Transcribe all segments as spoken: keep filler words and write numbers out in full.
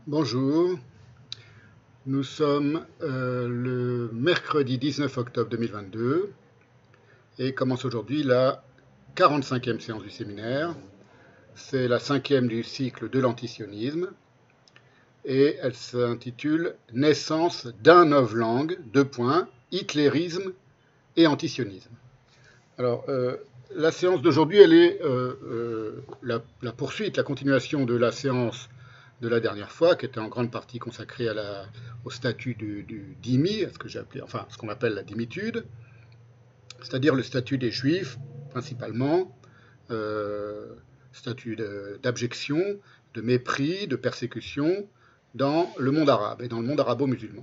Bonjour, nous sommes euh, le mercredi dix-neuf octobre deux mille vingt-deux et commence aujourd'hui la quarante-cinquième séance du séminaire. C'est la cinquième du cycle de l'antisionisme et elle s'intitule Naissance d'un novlangue, deux points, hitlérisme et antisionisme. Alors, euh, la séance d'aujourd'hui, elle est euh, euh, la, la poursuite, la continuation de la séance de la dernière fois, qui était en grande partie consacrée à la, au statut du, du dhimmi, à ce que j'ai appelé, enfin, ce qu'on appelle la dhimmitude, c'est-à-dire le statut des juifs, principalement, euh, statut de, d'abjection, de mépris, de persécution dans le monde arabe et dans le monde arabo-musulman.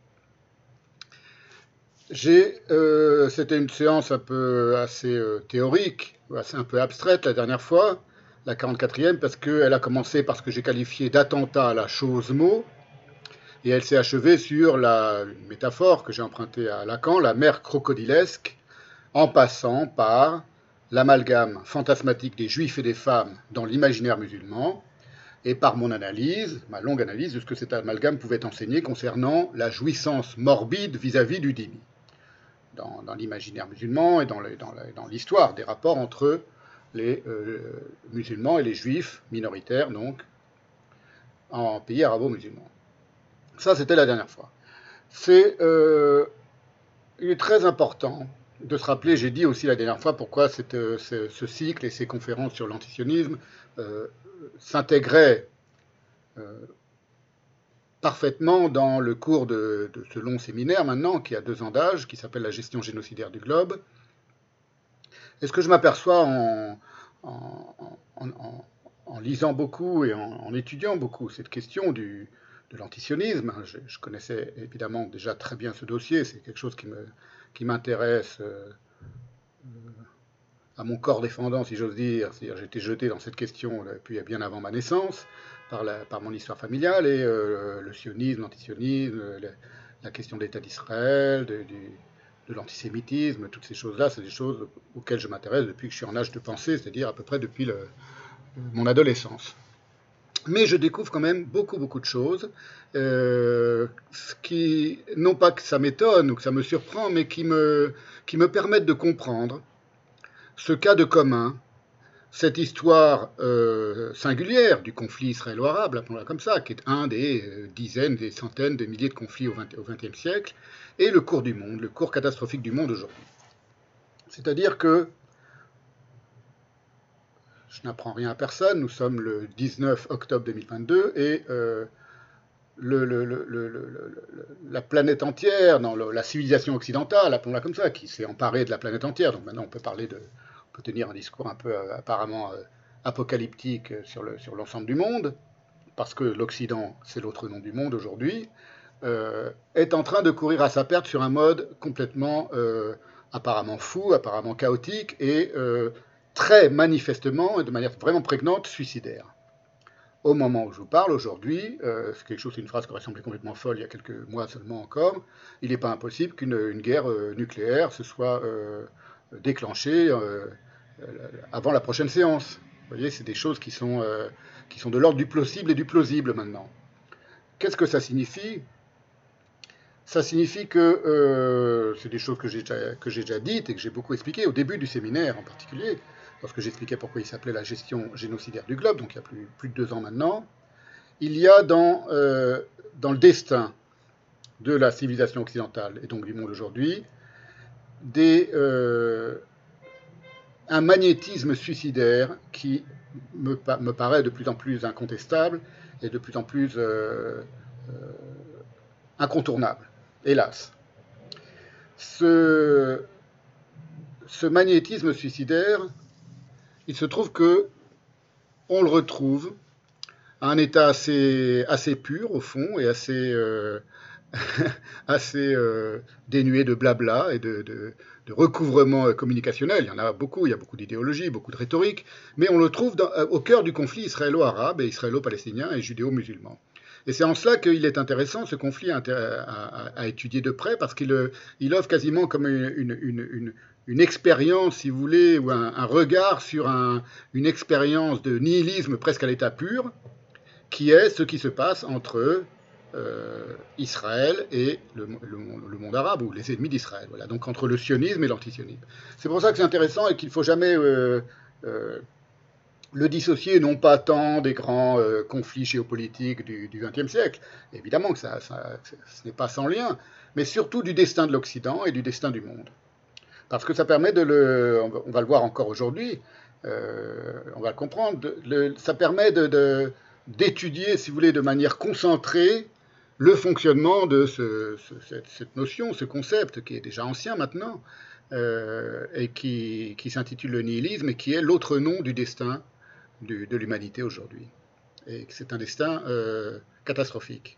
J'ai, euh, c'était une séance un peu assez euh, théorique, assez un peu abstraite la dernière fois, la quarante-quatrième, parce qu'elle a commencé par ce que j'ai qualifié d'attentat à la chose mot, et elle s'est achevée sur la une métaphore que j'ai empruntée à Lacan, la mer crocodilesque, en passant par l'amalgame fantasmatique des juifs et des femmes dans l'imaginaire musulman, et par mon analyse, ma longue analyse de ce que cet amalgame pouvait enseigner concernant la jouissance morbide vis-à-vis du dhimmi. Dans, dans l'imaginaire musulman et dans, le, dans, la, dans l'histoire des rapports entre les euh, musulmans et les juifs minoritaires, donc, en pays arabo-musulmans. Ça, c'était la dernière fois. C'est, euh, il est très important de se rappeler, j'ai dit aussi la dernière fois, pourquoi cette, ce, ce cycle et ces conférences sur l'antisionisme euh, s'intégraient euh, parfaitement dans le cours de, de ce long séminaire maintenant, qui a deux ans d'âge, qui s'appelle La gestion génocidaire du globe. Et ce que je m'aperçois en, en, en, en, en lisant beaucoup et en, en étudiant beaucoup cette question du, de l'antisionisme, je, je connaissais évidemment déjà très bien ce dossier, c'est quelque chose qui, me, qui m'intéresse euh, à mon corps défendant, si j'ose dire, c'est-à-dire j'ai été jeté dans cette question depuis bien avant ma naissance, par, la, par mon histoire familiale, et euh, le sionisme, l'antisionisme, la, la question de l'État d'Israël, de, de, de l'antisémitisme, toutes ces choses-là, c'est des choses auxquelles je m'intéresse depuis que je suis en âge de penser, c'est-à-dire à peu près depuis le, mon adolescence. Mais je découvre quand même beaucoup, beaucoup de choses, euh, qui, non pas que ça m'étonne ou que ça me surprend, mais qui me, qui me permettent de comprendre ce cas de commun, cette histoire euh, singulière du conflit israélo-arabe, appelons-la comme ça, qui est un des euh, dizaines, des centaines, des milliers de conflits au vingtième siècle, et le cours du monde, le cours catastrophique du monde aujourd'hui. C'est-à-dire que, je n'apprends rien à personne, nous sommes le dix-neuf octobre deux mille vingt-deux, et euh, le, le, le, la planète entière, dans la civilisation occidentale, appelons-la comme ça, qui s'est emparée de la planète entière, donc maintenant on peut parler de... peut tenir un discours un peu euh, apparemment euh, apocalyptique sur, le, sur l'ensemble du monde, parce que l'Occident, c'est l'autre nom du monde aujourd'hui, euh, est en train de courir à sa perte sur un mode complètement euh, apparemment fou, apparemment chaotique, et euh, très manifestement, et de manière vraiment prégnante, suicidaire. Au moment où je vous parle, aujourd'hui, euh, c'est quelque chose, c'est une phrase qui aurait semblé complètement folle il y a quelques mois seulement encore, il n'est pas impossible qu'une une guerre euh, nucléaire se soit euh, déclenchée euh, avant la prochaine séance. Vous voyez, c'est des choses qui sont, euh, qui sont de l'ordre du possible et du plausible maintenant. Qu'est-ce que ça signifie ? Ça signifie que euh, c'est des choses que j'ai, déjà, que j'ai déjà dites et que j'ai beaucoup expliquées au début du séminaire en particulier, lorsque j'expliquais pourquoi il s'appelait la gestion génocidaire du globe, donc il y a plus, plus de deux ans maintenant. Il y a dans, euh, dans le destin de la civilisation occidentale et donc du monde aujourd'hui des... Euh, un magnétisme suicidaire qui me, me, paraît de plus en plus incontestable et de plus en plus euh, euh, incontournable, hélas. Ce, ce magnétisme suicidaire, il se trouve que on le retrouve à un état assez, assez pur, au fond, et assez, euh, assez euh, dénué de blabla et de... de de recouvrement communicationnel, il y en a beaucoup, il y a beaucoup d'idéologie, beaucoup de rhétorique, mais on le trouve dans, au cœur du conflit israélo-arabe et israélo-palestinien et judéo-musulman. Et c'est en cela qu'il est intéressant, ce conflit, à, à, à étudier de près, parce qu'il il offre quasiment comme une, une, une, une expérience, si vous voulez, ou un, un regard sur un, une expérience de nihilisme presque à l'état pur, qui est ce qui se passe entre euh, Israël et le, le, le monde arabe, ou les ennemis d'Israël. Voilà. Donc entre le sionisme et l'antisionisme. C'est pour ça que c'est intéressant et qu'il ne faut jamais euh, euh, le dissocier, non pas tant des grands euh, conflits géopolitiques du vingtième siècle, évidemment que ça, ça, ce n'est pas sans lien, mais surtout du destin de l'Occident et du destin du monde. Parce que ça permet de le, on va le voir encore aujourd'hui, euh, on va le comprendre, de, le, ça permet de, de, d'étudier, si vous voulez, de manière concentrée, le fonctionnement de ce, ce, cette, cette notion, ce concept qui est déjà ancien maintenant, euh, et qui, qui s'intitule le nihilisme, et qui est l'autre nom du destin du, de l'humanité aujourd'hui. Et c'est un destin euh, catastrophique.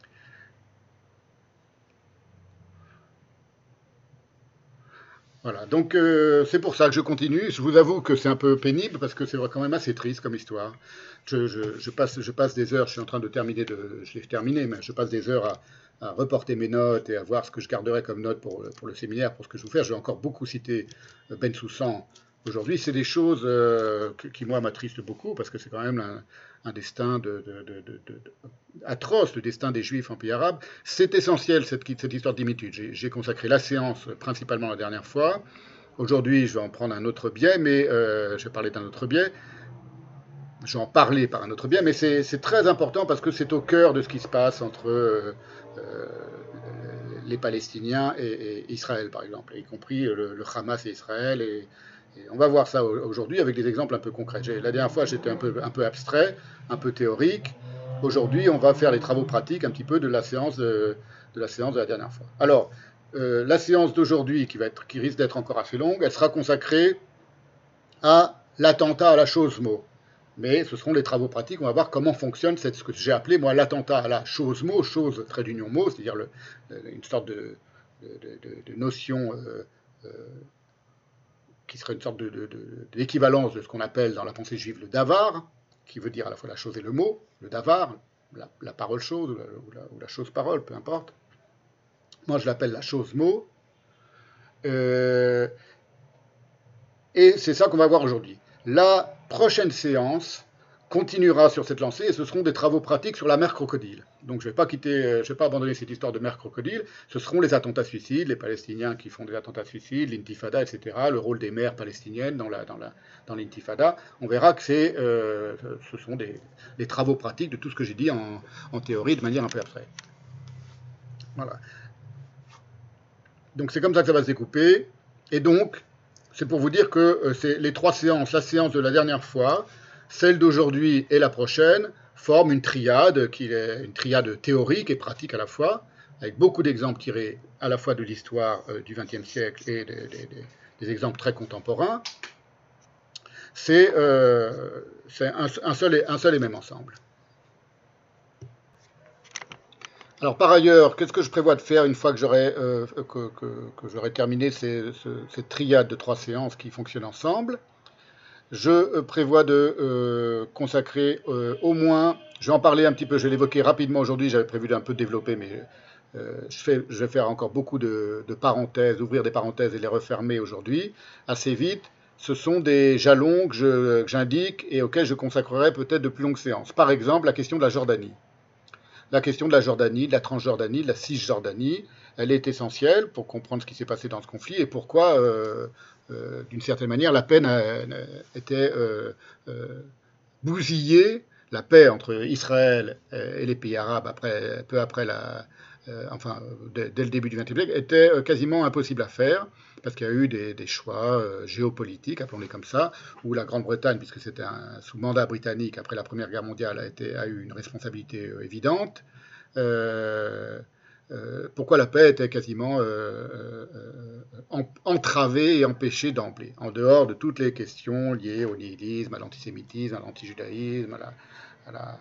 Voilà, donc euh, c'est pour ça que je continue. Je vous avoue que c'est un peu pénible parce que c'est quand même assez triste comme histoire. Je, je, je, passe, je passe des heures, je suis en train de terminer, de, je l'ai terminé, mais je passe des heures à, à reporter mes notes et à voir ce que je garderai comme notes pour, pour le séminaire, pour ce que je vais faire. Je vais encore beaucoup citer Ben Soussan aujourd'hui. C'est des choses euh, qui, qui, moi, m'attristent beaucoup parce que c'est quand même un, un destin de, de, de, de, de, atroce, le destin des Juifs en pays arabe. C'est essentiel, cette, cette histoire d'imitude. J'ai, j'ai consacré la séance principalement la dernière fois. Aujourd'hui, je vais en prendre un autre biais, mais euh, je vais parler d'un autre biais. Je vais en parler par un autre biais, mais c'est, c'est très important parce que c'est au cœur de ce qui se passe entre euh, euh, les Palestiniens et, et Israël, par exemple, y compris le, le Hamas et Israël. Et, et on va voir ça aujourd'hui avec des exemples un peu concrets. J'ai, la dernière fois, j'étais un peu, un peu abstrait, un peu théorique. Aujourd'hui, on va faire les travaux pratiques un petit peu de la séance de, de, la, séance de la dernière fois. Alors, euh, la séance d'aujourd'hui, qui, va être, qui risque d'être encore assez longue, elle sera consacrée à l'attentat à la chose mot. Mais ce seront les travaux pratiques, on va voir comment fonctionne cette, ce que j'ai appelé, moi, l'attentat à la chose mot, chose, trait d'union mot, c'est-à-dire le, une sorte de, de, de, de notion euh, euh, qui serait une sorte de, de, de, d'équivalence de ce qu'on appelle dans la pensée juive le davar, qui veut dire à la fois la chose et le mot, le davar, la, la parole chose ou la, ou, la, ou la chose parole, peu importe. Moi, je l'appelle la chose mot. Euh, et c'est ça qu'on va voir aujourd'hui. La prochaine séance continuera sur cette lancée et ce seront des travaux pratiques sur la mer crocodile. Donc je ne vais pas quitter, je vais pas abandonner cette histoire de mer crocodile. Ce seront les attentats suicides, les Palestiniens qui font des attentats suicides, l'intifada, et cetera. Le rôle des mères palestiniennes dans, la, dans, la, dans l'intifada. On verra que c'est, euh, ce sont des, des travaux pratiques de tout ce que j'ai dit en, en théorie de manière un peu abstraite. Voilà. Donc c'est comme ça que ça va se découper. Et donc, c'est pour vous dire que euh, c'est les trois séances, la séance de la dernière fois, celle d'aujourd'hui et la prochaine, forment une triade, qui est une triade théorique et pratique à la fois, avec beaucoup d'exemples tirés à la fois de l'histoire euh, du vingtième siècle et des, des, des, des exemples très contemporains. C'est, euh, c'est un, un, seul et, un seul et même ensemble. Alors par ailleurs, qu'est-ce que je prévois de faire une fois que j'aurai, euh, que, que, que j'aurai terminé ces, ce, cette triade de trois séances qui fonctionnent ensemble? Je euh, prévois de euh, consacrer euh, au moins, je vais en parler un petit peu, je vais l'évoquer rapidement aujourd'hui, j'avais prévu d'un peu développer, mais euh, je, fais, je vais faire encore beaucoup de, de parenthèses, ouvrir des parenthèses et les refermer aujourd'hui, assez vite. Ce sont des jalons que, je, que j'indique et auxquels je consacrerai peut-être de plus longues séances. Par exemple, la question de la Jordanie. La question de la Jordanie, de la Transjordanie, de la Cisjordanie, elle est essentielle pour comprendre ce qui s'est passé dans ce conflit et pourquoi, euh, euh, d'une certaine manière, la paix était euh, euh, bousillée, la paix entre Israël et les pays arabes, après, peu après la, euh, enfin, dès, dès le début du vingtième siècle, était quasiment impossible à faire, parce qu'il y a eu des, des choix euh, géopolitiques, appelons-les comme ça, où la Grande-Bretagne, puisque c'était un, sous mandat britannique après la Première Guerre mondiale, a, été, a eu une responsabilité euh, évidente. Euh, euh, pourquoi la paix était quasiment euh, euh, en, entravée et empêchée d'emblée, en dehors de toutes les questions liées au nihilisme, à l'antisémitisme, à l'antijudaïsme, à la... À la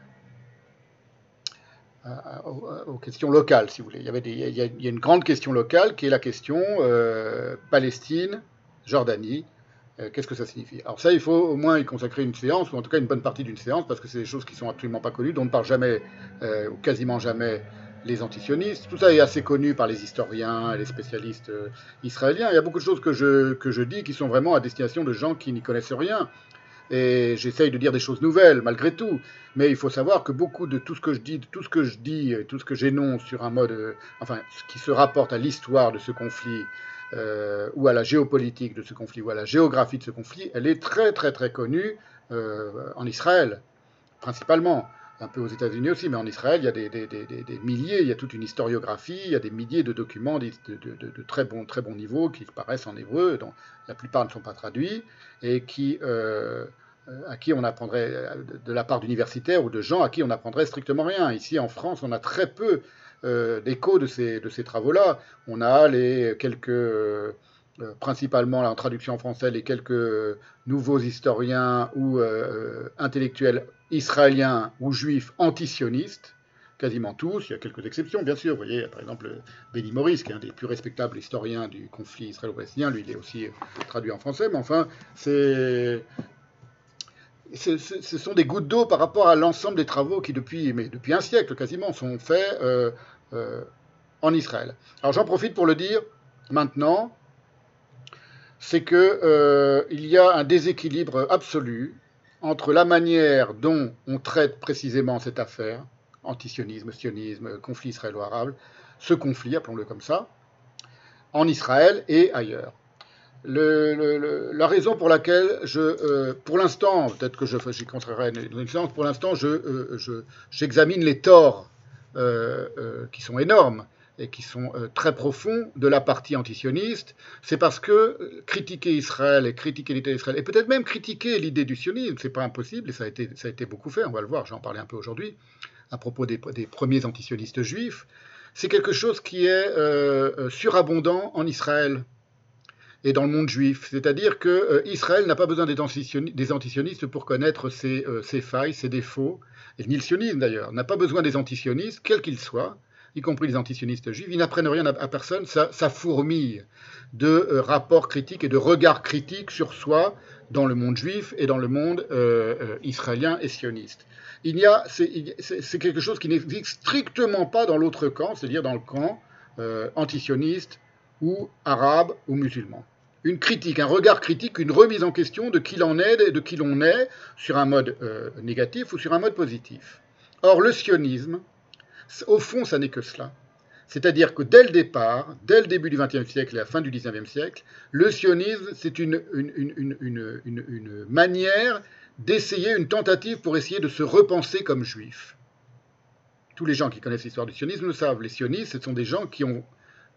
aux questions locales, si vous voulez. Il y, avait des, il, y a, il y a une grande question locale qui est la question euh, Palestine, Jordanie. Euh, qu'est-ce que ça signifie? Alors ça, il faut au moins y consacrer une séance, ou en tout cas une bonne partie d'une séance, parce que c'est des choses qui sont absolument pas connues, dont ne parlent jamais, euh, ou quasiment jamais, les antisionistes. Tout ça est assez connu par les historiens et les spécialistes euh, israéliens. Il y a beaucoup de choses que je, que je dis qui sont vraiment à destination de gens qui n'y connaissent rien. et j'essaye de dire des choses nouvelles malgré tout. Mais il faut savoir que beaucoup de tout ce que je dis, tout ce que je dis, tout ce que j'énonce sur un mode, euh, enfin, ce qui se rapporte à l'histoire de ce conflit, euh, ou à la géopolitique de ce conflit, ou à la géographie de ce conflit, elle est très très très connue euh, en Israël, principalement. Un peu aux États-Unis aussi, mais en Israël, il y a des, des, des, des, milliers, il y a toute une historiographie, il y a des milliers de documents de, de, de, de très, bon, très bon niveau qui paraissent en hébreu, dont la plupart ne sont pas traduits, et qui, euh, à qui on apprendrait, de la part d'universitaires ou de gens à qui on apprendrait strictement rien. Ici, en France, on a très peu euh, d'écho de ces, de ces travaux-là. On a les quelques... Euh, Euh, principalement là, en traduction en français, les quelques euh, nouveaux historiens ou euh, intellectuels israéliens ou juifs antisionistes, quasiment tous, il y a quelques exceptions bien sûr, vous voyez, par exemple Benny Morris, qui est un des plus respectables historiens du conflit israélo-palestinien, lui il est aussi euh, traduit en français, mais enfin, c'est... Ce, ce, ce sont des gouttes d'eau par rapport à l'ensemble des travaux qui, depuis, mais depuis un siècle quasiment, sont faits euh, euh, en Israël. Alors j'en profite pour le dire maintenant, c'est qu'il euh, y a un déséquilibre absolu entre la manière dont on traite précisément cette affaire, antisionisme, sionisme, conflit israélo-arabe, ce conflit, appelons-le comme ça, en Israël et ailleurs. Le, le, le, la raison pour laquelle je, euh, pour l'instant, peut-être que je, j'y contrairai une, une séance, pour l'instant, je, euh, je, j'examine les torts euh, euh, qui sont énormes et qui sont euh, très profonds de la partie antisioniste, c'est parce que euh, critiquer Israël et critiquer l'État d'Israël, et peut-être même critiquer l'idée du sionisme, c'est pas impossible, et ça a été, ça a été beaucoup fait, on va le voir, j'en parlais un peu aujourd'hui, à propos des, des premiers antisionistes juifs, c'est quelque chose qui est euh, surabondant en Israël et dans le monde juif. C'est-à-dire que euh, Israël n'a pas besoin des antisionistes pour connaître ses, euh, ses failles, ses défauts, et ni le sionisme d'ailleurs, n'a pas besoin des antisionistes, quels qu'ils soient, y compris les antisionistes juifs, ils n'apprennent rien à, à personne, ça, ça fourmille de euh, rapports critiques et de regards critiques sur soi dans le monde juif et dans le monde euh, euh, israélien et sioniste. Il y a, c'est, c'est quelque chose qui n'existe strictement pas dans l'autre camp, c'est-à-dire dans le camp euh, antisioniste ou arabe ou musulman. Une critique, un regard critique, une remise en question de qui l'on est et de qui l'on est sur un mode euh, négatif ou sur un mode positif. Or, le sionisme, au fond, ça n'est que cela. C'est-à-dire que dès le départ, dès le début du vingtième siècle et la fin du dix-neuvième siècle, le sionisme, c'est une, une, une, une, une, une manière d'essayer, une tentative pour essayer de se repenser comme juif. Tous les gens qui connaissent l'histoire du sionisme le savent. Les sionistes, ce sont des gens qui ont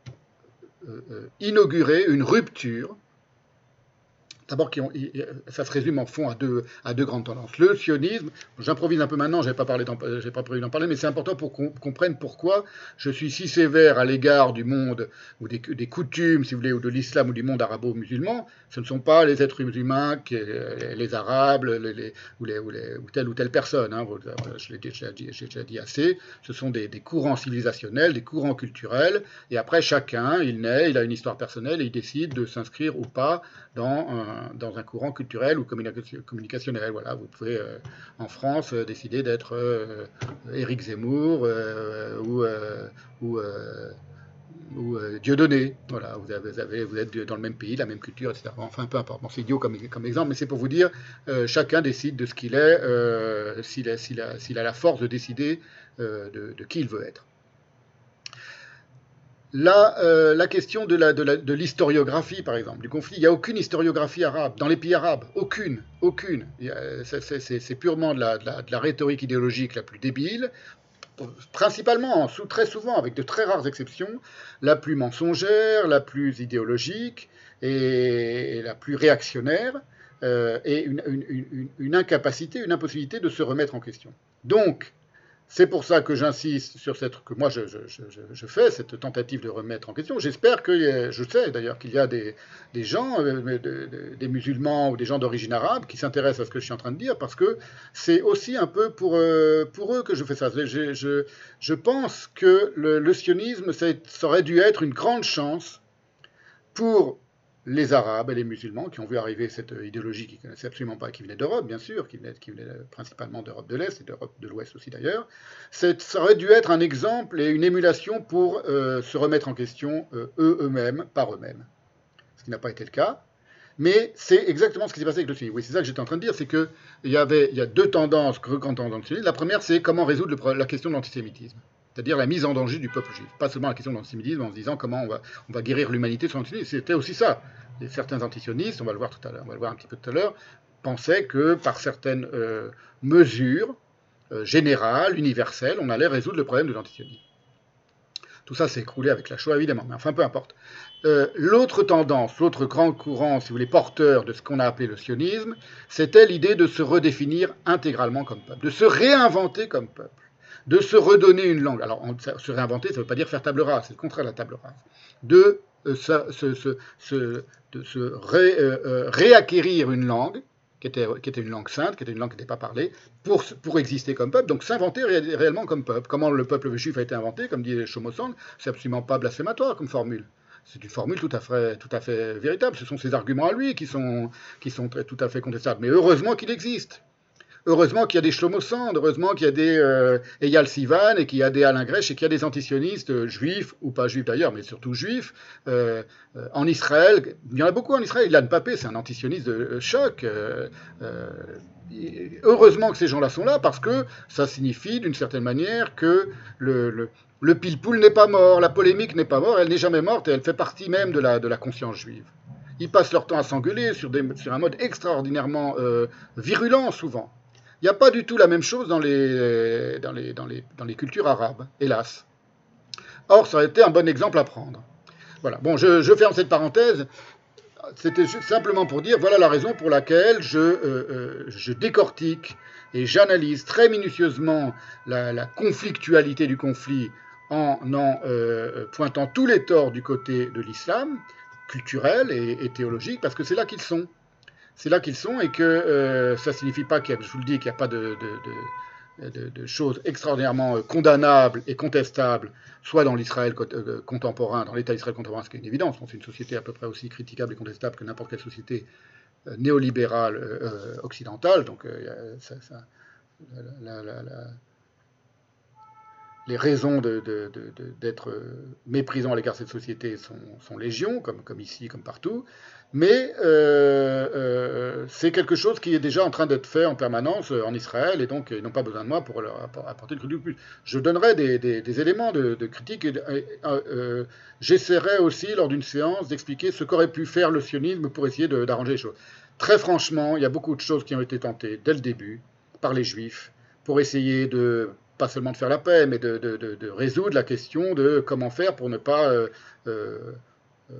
euh, inauguré une rupture. D'abord, ça se résume en fond à deux, à deux grandes tendances. Le sionisme, j'improvise un peu maintenant, je n'ai pas, pas prévu d'en parler, mais c'est important pour qu'on comprenne pourquoi je suis si sévère à l'égard du monde, ou des, des coutumes, si vous voulez, ou de l'islam, ou du monde arabo-musulman. Ce ne sont pas les êtres humains, qui, les Arabes, les, les, ou, les, ou, les, ou telle ou telle personne, hein, je l'ai déjà dit, j'ai déjà dit assez. Ce sont des, des courants civilisationnels, des courants culturels, et après, chacun, il naît, il a une histoire personnelle, et il décide de s'inscrire ou pas dans un dans un courant culturel ou communicationnel. Voilà, vous pouvez euh, en France euh, décider d'être euh, Éric Zemmour euh, ou, euh, ou, euh, ou euh, Dieudonné. Voilà, vous, avez, vous, avez, vous êtes dans le même pays, la même culture, et cetera. Enfin, peu importe. Bon, c'est idiot comme, comme exemple, mais c'est pour vous dire, euh, chacun décide de ce qu'il est, euh, s'il a, s'il a, s'il a la force de décider euh, de, de qui il veut être. La, euh, la question de, la, de, la, de l'historiographie, par exemple, du conflit, il n'y a aucune historiographie arabe, dans les pays arabes, aucune, aucune. C'est, c'est, c'est purement de la, de, la, de la rhétorique idéologique la plus débile, principalement, sous, très souvent, avec de très rares exceptions, la plus mensongère, la plus idéologique et, et la plus réactionnaire, euh, et une, une, une, une incapacité, une impossibilité de se remettre en question. Donc, c'est pour ça que j'insiste sur cette, que moi je, je, je, je fais cette tentative de remettre en question. J'espère que, je sais d'ailleurs qu'il y a des, des gens, euh, de, de, des musulmans ou des gens d'origine arabe qui s'intéressent à ce que je suis en train de dire, parce que c'est aussi un peu pour, euh, pour eux que je fais ça. Je, je, je pense que le, le sionisme, ça aurait dû être une grande chance pour les Arabes et les musulmans qui ont vu arriver cette idéologie qui ne connaissaient absolument pas, qui venait d'Europe, bien sûr, qui venait, qui venait principalement d'Europe de l'Est et d'Europe de l'Ouest aussi d'ailleurs. Ça aurait dû être un exemple et une émulation pour euh, se remettre en question euh, eux, eux-mêmes, par eux-mêmes. Ce qui n'a pas été le cas. Mais c'est exactement ce qui s'est passé avec le sionisme. Oui, c'est ça que j'étais en train de dire, c'est qu'il y avait il y a deux tendances, grandes tendances dans le sionisme. La première, c'est comment résoudre le, la question de l'antisémitisme, c'est-à-dire la mise en danger du peuple juif. Pas seulement la question de l'antisémitisme en se disant comment on va, on va guérir l'humanité de son antisémitisme, c'était aussi ça. Et certains antisionistes, on va le voir tout à l'heure, on va le voir un petit peu tout à l'heure, pensaient que par certaines euh, mesures euh, générales, universelles, on allait résoudre le problème de l'antisionisme. Tout ça s'est écroulé avec la Shoah, évidemment, mais enfin, peu importe. Euh, l'autre tendance, l'autre grand courant, si vous voulez, porteur de ce qu'on a appelé le sionisme, c'était l'idée de se redéfinir intégralement comme peuple, de se réinventer comme peuple, de se redonner une langue. Alors, on, se réinventer, ça ne veut pas dire faire table rase, c'est le contraire de la table rase. De, euh, ça, se, se, se, de se ré, euh, réacquérir une langue, qui était, qui était une langue sainte, qui était une langue qui n'était pas parlée, pour, pour exister comme peuple, donc s'inventer ré, réellement comme peuple. Comment le peuple juif a été inventé, comme dit Chomosand, c'est absolument pas blasphématoire comme formule. C'est une formule tout à fait, tout à fait véritable. Ce sont ses arguments à lui qui sont, qui sont très, tout à fait contestables. Mais heureusement qu'il existe. Heureusement qu'il y a des Shlomo Sand, heureusement qu'il y a des euh, Eyal Sivan et qu'il y a des Alain Grèche et qu'il y a des antisionistes euh, juifs, ou pas juifs d'ailleurs, mais surtout juifs, euh, euh, en Israël. Il y en a beaucoup en Israël. Ilan Papé, c'est un antisioniste de euh, choc. Euh, euh, heureusement que ces gens-là sont là parce que ça signifie d'une certaine manière que le, le, le pile-poule n'est pas mort, la polémique n'est pas morte, elle n'est jamais morte et elle fait partie même de la, de la conscience juive. Ils passent leur temps à s'engueuler sur, des, sur un mode extraordinairement euh, virulent souvent. Il n'y a pas du tout la même chose dans les, dans, les, dans, les, dans les cultures arabes, hélas. Or, ça aurait été un bon exemple à prendre. Voilà. Bon, je, je ferme cette parenthèse. C'était simplement pour dire, voilà la raison pour laquelle je, euh, euh, je décortique et j'analyse très minutieusement la, la conflictualité du conflit en en euh, pointant tous les torts du côté de l'islam, culturel et, et théologique, parce que c'est là qu'ils sont. C'est là qu'ils sont et que euh, ça ne signifie pas, qu'il y a, je vous le dis, qu'il n'y a pas de, de, de, de, de choses extraordinairement condamnables et contestables, soit dans l'Israël contemporain, dans l'État d'Israël contemporain, ce qui est une évidence. C'est une société à peu près aussi critiquable et contestable que n'importe quelle société euh, néolibérale euh, occidentale. Donc, euh, ça, ça, la, la, la, les raisons de, de, de, de, d'être méprisant à l'égard de cette société sont, sont légion, comme, comme ici, comme partout. Mais euh, euh, c'est quelque chose qui est déjà en train d'être fait en permanence en Israël, et donc ils n'ont pas besoin de moi pour leur apporter le critique plus. Je donnerai des, des, des éléments de, de critique, et euh, euh, j'essaierai aussi, lors d'une séance, d'expliquer ce qu'aurait pu faire le sionisme pour essayer de, d'arranger les choses. Très franchement, il y a beaucoup de choses qui ont été tentées dès le début par les Juifs pour essayer de, pas seulement de faire la paix, mais de, de, de, de résoudre la question de comment faire pour ne pas... Euh, euh, euh,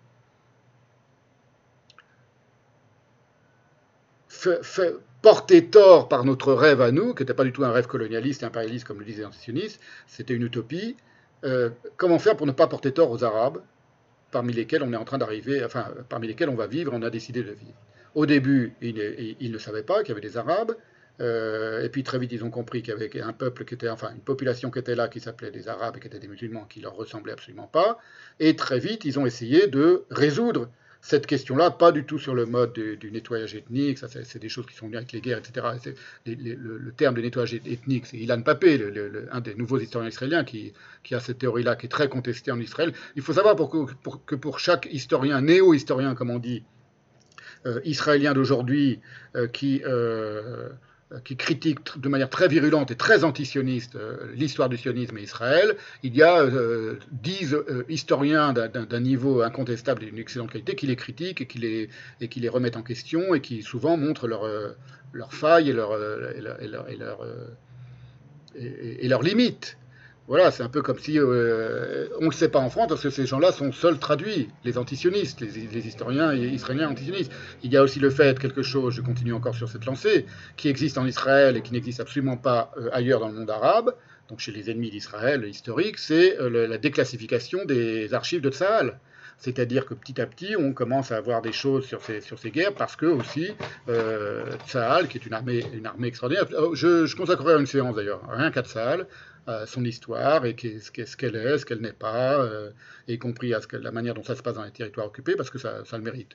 Fait, fait, porté tort par notre rêve à nous, qui n'était pas du tout un rêve colonialiste et impérialiste comme le disaient les antisionistes, c'était une utopie. Euh, comment faire pour ne pas porter tort aux Arabes, parmi lesquels on est en train d'arriver, enfin, parmi lesquels on va vivre, on a décidé de vivre. Au début, ils, ils ne savaient pas qu'il y avait des Arabes, euh, et puis très vite ils ont compris qu'il y avait un peuple qui était, enfin, une population qui était là, qui s'appelait des Arabes et qui étaient des musulmans, qui leur ressemblaient absolument pas, et très vite ils ont essayé de résoudre cette question-là, pas du tout sur le mode du, du nettoyage ethnique, ça c'est, c'est des choses qui sont liées avec les guerres, et cetera. C'est, les, les, le, le terme de nettoyage ethnique, c'est Ilan Papé, le, le, un des nouveaux historiens israéliens, qui, qui a cette théorie-là, qui est très contestée en Israël. Il faut savoir pour que, pour, que pour chaque historien, néo-historien, comme on dit, euh, israélien d'aujourd'hui, euh, qui... Euh, qui critique de manière très virulente et très antisioniste euh, l'histoire du sionisme et Israël, il y a euh, dix euh, historiens d'un, d'un niveau incontestable et d'une excellente qualité qui les critiquent et qui les, et qui les remettent en question et qui souvent montrent leurs euh, leur failles et leurs et leur, et leur, et leur, euh, et, et leurs limites. Voilà, c'est un peu comme si euh, on ne le sait pas en France parce que ces gens-là sont seuls traduits, les antisionistes, les, les historiens israéliens antisionistes. Il y a aussi le fait, quelque chose, je continue encore sur cette lancée, qui existe en Israël et qui n'existe absolument pas euh, ailleurs dans le monde arabe, donc chez les ennemis d'Israël historiques, c'est euh, la déclassification des archives de Tsahal. C'est-à-dire que petit à petit, on commence à avoir des choses sur ces, sur ces guerres parce que aussi, euh, Tsahal, qui est une armée, une armée extraordinaire, je, je consacrerai une séance d'ailleurs, rien qu'à Tsahal, à son histoire et ce qu'elle est, ce qu'elle n'est pas, euh, y compris à ce que, la manière dont ça se passe dans les territoires occupés, parce que ça, ça le mérite.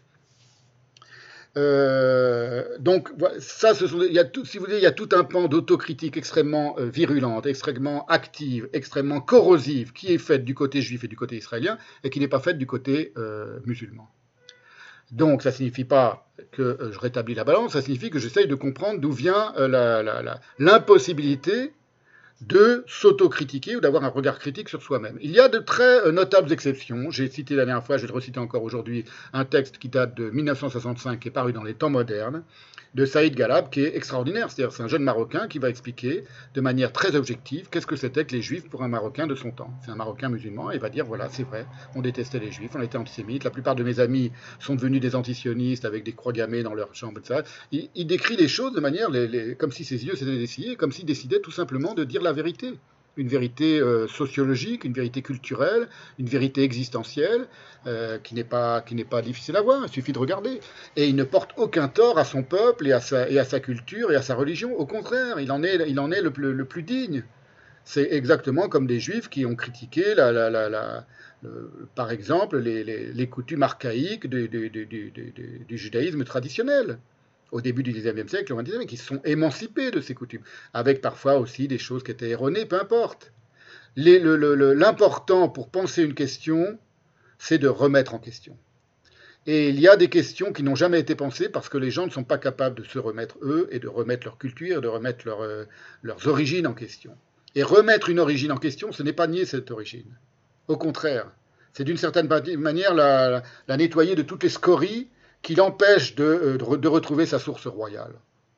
Euh, donc, ça, ce sont, il y a tout, si vous voulez, il y a tout un pan d'autocritique extrêmement euh, virulente, extrêmement active, extrêmement corrosive, qui est faite du côté juif et du côté israélien, et qui n'est pas faite du côté euh, musulman. Donc ça ne signifie pas que euh, je rétablis la balance, ça signifie que j'essaye de comprendre d'où vient euh, la- la- la- l'impossibilité de s'autocritiquer ou d'avoir un regard critique sur soi-même. Il y a de très euh, notables exceptions. J'ai cité la dernière fois, je vais le reciter encore aujourd'hui, un texte qui date de mille neuf cent soixante-cinq, qui est paru dans les temps modernes, de Saïd Galab, qui est extraordinaire. C'est-à-dire, c'est un jeune Marocain qui va expliquer de manière très objective qu'est-ce que c'était que les Juifs pour un Marocain de son temps. C'est un Marocain musulman, et il va dire, voilà, c'est vrai, on détestait les Juifs, on était antisémites, la plupart de mes amis sont devenus des antisionistes avec des croix gammées dans leur chambre, et cetera. Il, il décrit les choses de manière, les, les, comme si ses yeux s'étaient dessillés, comme s'il décidait tout simplement de dire la vérité. Une vérité euh, sociologique, une vérité culturelle, une vérité existentielle, euh, qui n'est pas, qui n'est pas difficile à voir, il suffit de regarder. Et il ne porte aucun tort à son peuple et à sa, et à sa culture et à sa religion. Au contraire, il en est, il en est le, le, le plus digne. C'est exactement comme des juifs qui ont critiqué, la, la, la, la, le, par exemple, les, les, les coutumes archaïques du, du, du, du, du, du judaïsme traditionnel au début du dix-neuvième siècle, au vingtième, qui se sont émancipés de ces coutumes, avec parfois aussi des choses qui étaient erronées, peu importe. Les- le- le- le- L'important pour penser une question, c'est de remettre en question. Et il y a des questions qui n'ont jamais été pensées parce que les gens ne sont pas capables de se remettre eux et de remettre leur culture, de remettre leur, euh, leurs origines en question. Et remettre une origine en question, ce n'est pas nier cette origine. Au contraire, c'est d'une certaine manière la, la nettoyer de toutes les scories qui l'empêchent de, euh, de, de retrouver sa source royale.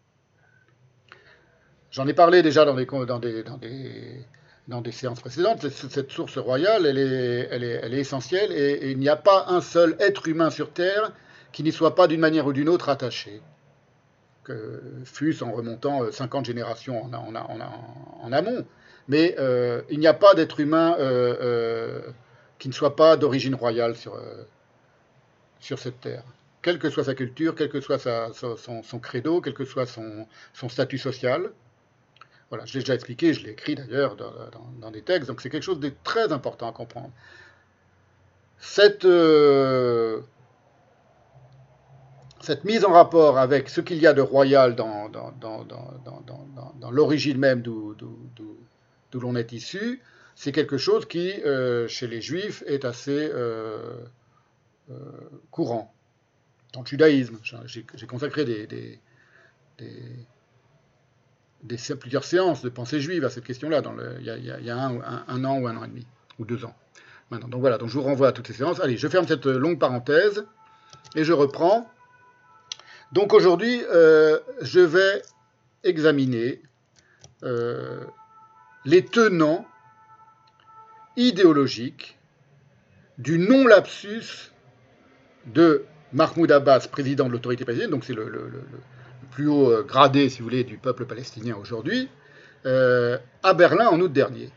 J'en ai parlé déjà dans des, dans des, dans des, dans des séances précédentes. Cette, cette source royale, elle est, elle est, elle est essentielle et, et il n'y a pas un seul être humain sur Terre qui n'y soit pas d'une manière ou d'une autre attaché. Que, fût-ce en remontant cinquante générations en, en, en, en amont. Mais euh, il n'y a pas d'être humain euh, euh, qui ne soit pas d'origine royale sur, euh, sur cette terre. Quelle que soit sa culture, quel que soit sa, son, son, credo, quel que soit son, son statut social. Voilà, je l'ai déjà expliqué, je l'ai écrit d'ailleurs dans, dans, dans, des textes, donc c'est quelque chose de très important à comprendre. Cette, euh, cette mise en rapport avec ce qu'il y a de royal dans, dans, dans, dans, dans l'origine même d'où l'on est issu, c'est quelque chose qui, euh, chez les juifs, est assez euh, euh, courant. Dans le judaïsme, j'ai consacré des, des, des, des, plusieurs séances de pensée juive à cette question-là, il y a, y a un, un, un an ou un an et demi, ou deux ans. Maintenant, donc voilà, donc je vous renvoie à toutes ces séances. Allez, je ferme cette longue parenthèse et je reprends. Donc aujourd'hui, euh, je vais examiner euh, les tenants idéologiques du non-lapsus de Mahmoud Abbas, président de l'autorité palestinienne, donc c'est le, le, le, le plus haut gradé, si vous voulez, du peuple palestinien aujourd'hui, euh, à Berlin en août dernier.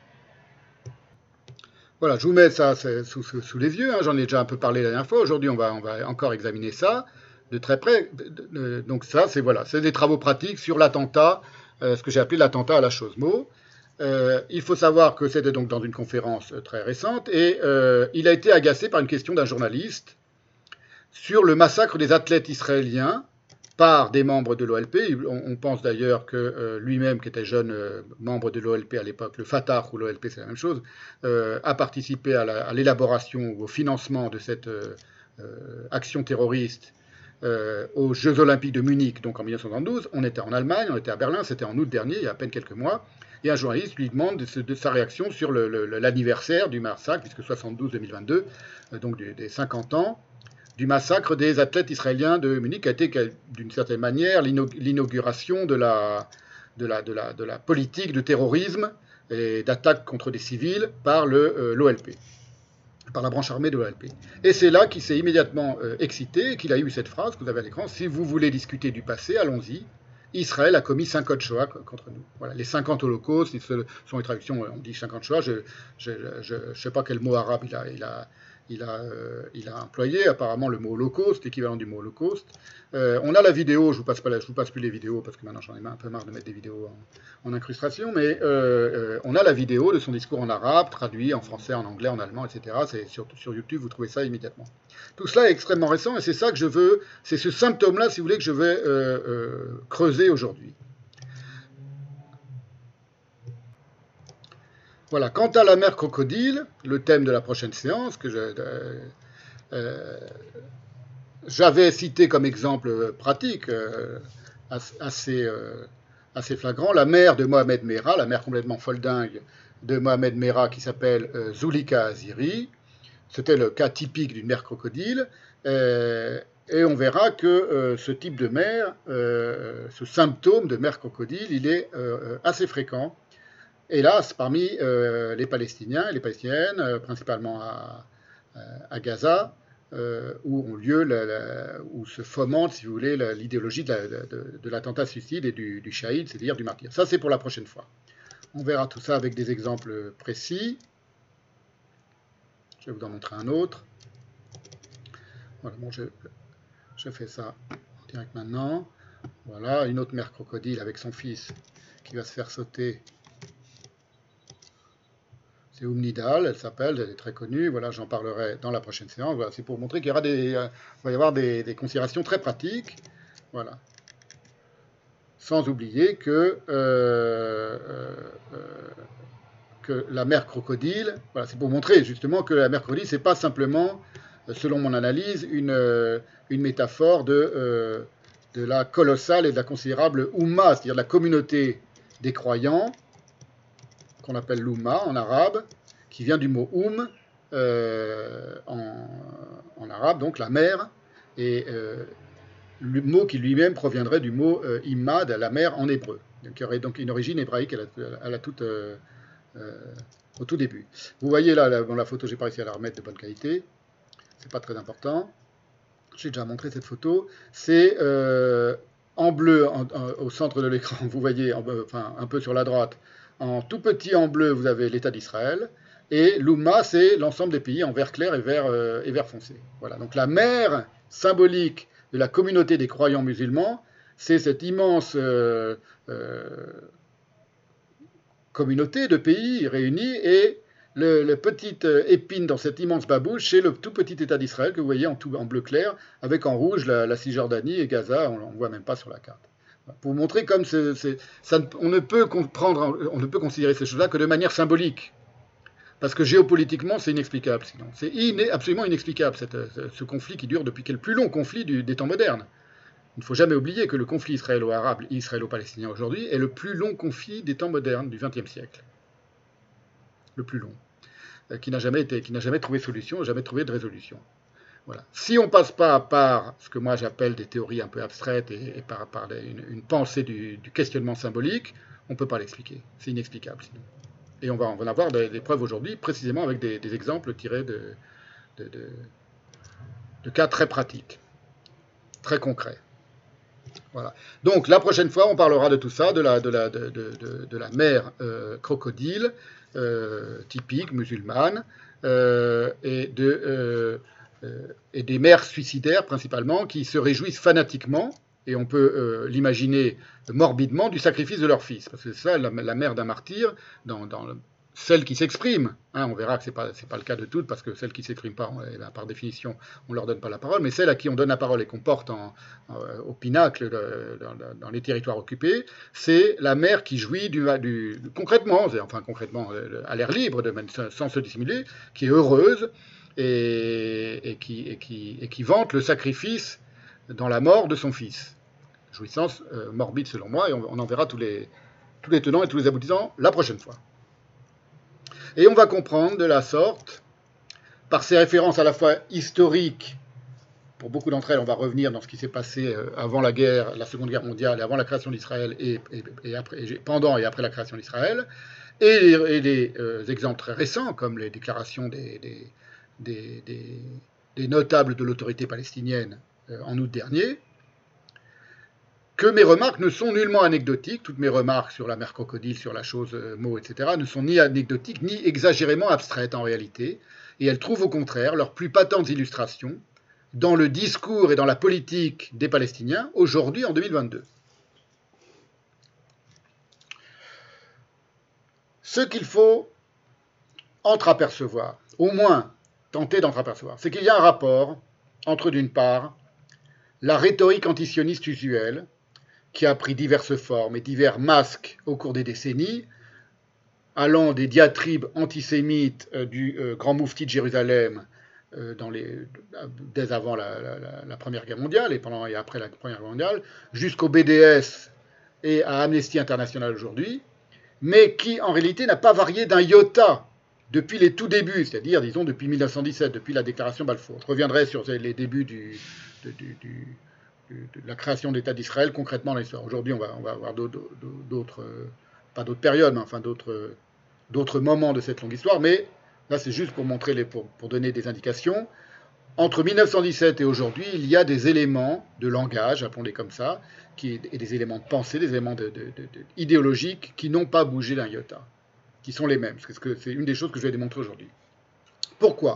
Voilà, je vous mets ça sous, sous, sous les yeux, hein, j'en ai déjà un peu parlé la dernière fois, aujourd'hui on va, on va encore examiner ça de très près. Donc ça, c'est voilà, c'est des travaux pratiques sur l'attentat, euh, ce que j'ai appelé l'attentat à la Chosmo. Euh, il faut savoir que c'était donc dans une conférence très récente, et euh, il a été agacé par une question d'un journaliste sur le massacre des athlètes israéliens par des membres de l'O L P. On, on pense d'ailleurs que euh, lui-même, qui était jeune euh, membre de l'O L P à l'époque, le Fatah ou l'O L P, c'est la même chose, euh, a participé à l'élaboration ou au financement de cette euh, euh, action terroriste euh, aux Jeux Olympiques de Munich, donc en mille neuf cent soixante-douze. On était en Allemagne, on était à Berlin, c'était en août dernier, il y a à peine quelques mois. Et un journaliste lui demande de, de sa réaction sur l'anniversaire du massacre, puisque soixante-douze deux mille vingt-deux, euh, donc des, des cinquante ans, du massacre des athlètes israéliens de Munich, qui a été d'une certaine manière l'inauguration de la, de, la, de, la, de la politique de terrorisme et d'attaque contre des civils par l'O L P, par la branche armée de l'O L P. Et c'est là qu'il s'est immédiatement euh, excité et qu'il a eu cette phrase que vous avez à l'écran: si vous voulez discuter du passé, allons-y. Israël a commis cinquante Shoah contre nous. Voilà, les cinquante holocaustes, ce sont les traductions, on dit cinquante Shoah, je ne sais pas quel mot arabe il a, il a, il a, euh, il a employé, apparemment le mot holocauste, l'équivalent du mot holocauste. Euh, on a la vidéo, je ne vous, vous passe plus les vidéos, parce que maintenant j'en ai un peu marre de mettre des vidéos en, en incrustation, mais euh, euh, on a la vidéo de son discours en arabe, traduit en français, en anglais, en allemand, et cetera. C'est sur, sur YouTube, vous trouvez ça immédiatement. Tout cela est extrêmement récent, et c'est ça que je veux, c'est ce symptôme-là, si vous voulez, que je vais euh, euh, creuser aujourd'hui. Voilà, quant à la mer crocodile, le thème de la prochaine séance, que je, euh, euh, j'avais cité comme exemple pratique, euh, assez, euh, assez flagrant, la mère de Mohamed Merah, la mère complètement folle dingue de Mohamed Merah qui s'appelle euh, Zulika Aziri. C'était le cas typique d'une mère crocodile. Euh, et on verra que euh, ce type de mère, euh, ce symptôme de mère crocodile, il est euh, assez fréquent, hélas, parmi euh, les Palestiniens et les Palestiniennes, euh, principalement à, à Gaza, euh, où ont lieu, la, la, où se fomente, si vous voulez, l'idéologie de, la, de, de l'attentat suicide et du, du shahid, c'est-à-dire du martyr. Ça, c'est pour la prochaine fois. On verra tout ça avec des exemples précis. Je vais vous en montrer un autre. Voilà, bon, je, je fais ça en direct maintenant. Voilà, une autre mère crocodile avec son fils qui va se faire sauter. C'est Oum Nidal, elle s'appelle, elle est très connue. Voilà, j'en parlerai dans la prochaine séance. Voilà, c'est pour montrer qu'il y aura des, euh, va y avoir des, des considérations très pratiques. Voilà. Sans oublier que, euh, euh, que la mère crocodile, voilà, c'est pour montrer justement que la mère crocodile, c'est pas simplement, selon mon analyse, une, une métaphore de, euh, de la colossale et de la considérable Oumma, c'est-à-dire la communauté des croyants, qu'on appelle l'Oumma en arabe, qui vient du mot Oum euh, en, en arabe, donc la mère, et euh, le mot qui lui-même proviendrait du mot euh, Immad, la mère en hébreu, donc il y aurait donc une origine hébraïque à la, à la toute, euh, euh, au tout début. Vous voyez là, la, dans la photo, j'ai pas réussi à la remettre de bonne qualité, c'est pas très important. J'ai déjà montré cette photo. C'est euh, en bleu en, en, au centre de l'écran, vous voyez, en, enfin un peu sur la droite, en tout petit en bleu, vous avez l'État d'Israël. Et l'Oumma, c'est l'ensemble des pays en vert clair et vert, euh, et vert foncé. Voilà. Donc la mère symbolique de la communauté des croyants musulmans, c'est cette immense euh, euh, communauté de pays réunis et le, le petite épine dans cette immense babouche, c'est le tout petit État d'Israël que vous voyez en, tout, en bleu clair, avec en rouge la, la Cisjordanie et Gaza, on ne voit même pas sur la carte. Pour vous montrer comme c'est, c'est, ça, on, ne peut comprendre, on ne peut considérer ces choses-là que de manière symbolique. Parce que géopolitiquement, c'est inexplicable. Sinon. C'est iné, absolument inexplicable, cette, ce conflit qui dure depuis, qui est le plus long conflit du, des temps modernes. Il ne faut jamais oublier que le conflit israélo-arabe, israélo-palestinien aujourd'hui, est le plus long conflit des temps modernes du vingtième siècle. Le plus long. Euh, qui n'a jamais été, qui n'a jamais trouvé solution, jamais trouvé de résolution. Voilà. Si on ne passe pas par ce que moi j'appelle des théories un peu abstraites et, et par, par les, une, une pensée du, du questionnement symbolique, on ne peut pas l'expliquer. C'est inexplicable sinon. Et on va en avoir des, des preuves aujourd'hui, précisément avec des, des exemples tirés de, de, de, de cas très pratiques, très concrets. Voilà. Donc la prochaine fois, on parlera de tout ça, de la, de la, de, de, de, de la mère euh, crocodile, euh, typique musulmane, euh, et, de, euh, euh, et des mères suicidaires principalement, qui se réjouissent fanatiquement, et on peut euh, l'imaginer morbidement, du sacrifice de leur fils. Parce que c'est ça, la, la mère d'un martyr, dans, dans le, celle qui s'exprime, hein, on verra que ce n'est pas, pas le cas de toutes, parce que celles qui ne s'expriment pas, eh bien, par définition, on ne leur donne pas la parole, mais celles à qui on donne la parole et qu'on porte en, en, au pinacle de, dans, dans les territoires occupés, c'est la mère qui jouit du, du, concrètement, enfin concrètement, à l'air libre, de, sans se dissimuler, qui est heureuse et, et, qui, et, qui, et qui vante le sacrifice dans la mort de son fils. Jouissance euh, morbide selon moi, et on, on en verra tous les, tous les tenants et tous les aboutissants la prochaine fois. Et on va comprendre de la sorte, par ces références à la fois historiques, pour beaucoup d'entre elles, on va revenir dans ce qui s'est passé avant la guerre, la Seconde Guerre mondiale, et avant la création d'Israël, et, et, et, après, et pendant et après la création d'Israël, et les, et les euh, exemples très récents, comme les déclarations des, des, des, des, des notables de l'autorité palestinienne euh, en août dernier, que mes remarques ne sont nullement anecdotiques, toutes mes remarques sur la mère crocodile, sur la chose euh, mot, et cetera, ne sont ni anecdotiques, ni exagérément abstraites en réalité, et elles trouvent au contraire leurs plus patentes illustrations dans le discours et dans la politique des Palestiniens, aujourd'hui en deux mille vingt-deux. Ce qu'il faut entreapercevoir, au moins tenter d'entreapercevoir, c'est qu'il y a un rapport entre, d'une part, la rhétorique antisioniste usuelle, qui a pris diverses formes et divers masques au cours des décennies, allant des diatribes antisémites du euh, grand moufti de Jérusalem euh, dans les, dès avant la, la, la, la Première Guerre mondiale et pendant et après la Première Guerre mondiale, jusqu'au B D S et à Amnesty International aujourd'hui, mais qui en réalité n'a pas varié d'un iota depuis les tout débuts, c'est-à-dire, disons, depuis mille neuf cent dix-sept, depuis la déclaration Balfour. Je reviendrai sur les débuts du, de, du, du, de la création de l'État d'Israël concrètement dans l'histoire. Aujourd'hui, on va, on va avoir d'autres, d'autres, pas d'autres périodes, mais enfin d'autres, d'autres moments de cette longue histoire, mais là, c'est juste pour montrer, les, pour, pour donner des indications. Entre mille neuf cent dix-sept et aujourd'hui, il y a des éléments de langage, appelons-les comme ça, qui, et des éléments de pensée, des éléments de, de, de, de, idéologiques qui n'ont pas bougé d'un iota, qui sont les mêmes. Parce que c'est une des choses que je vais démontrer aujourd'hui. Pourquoi ?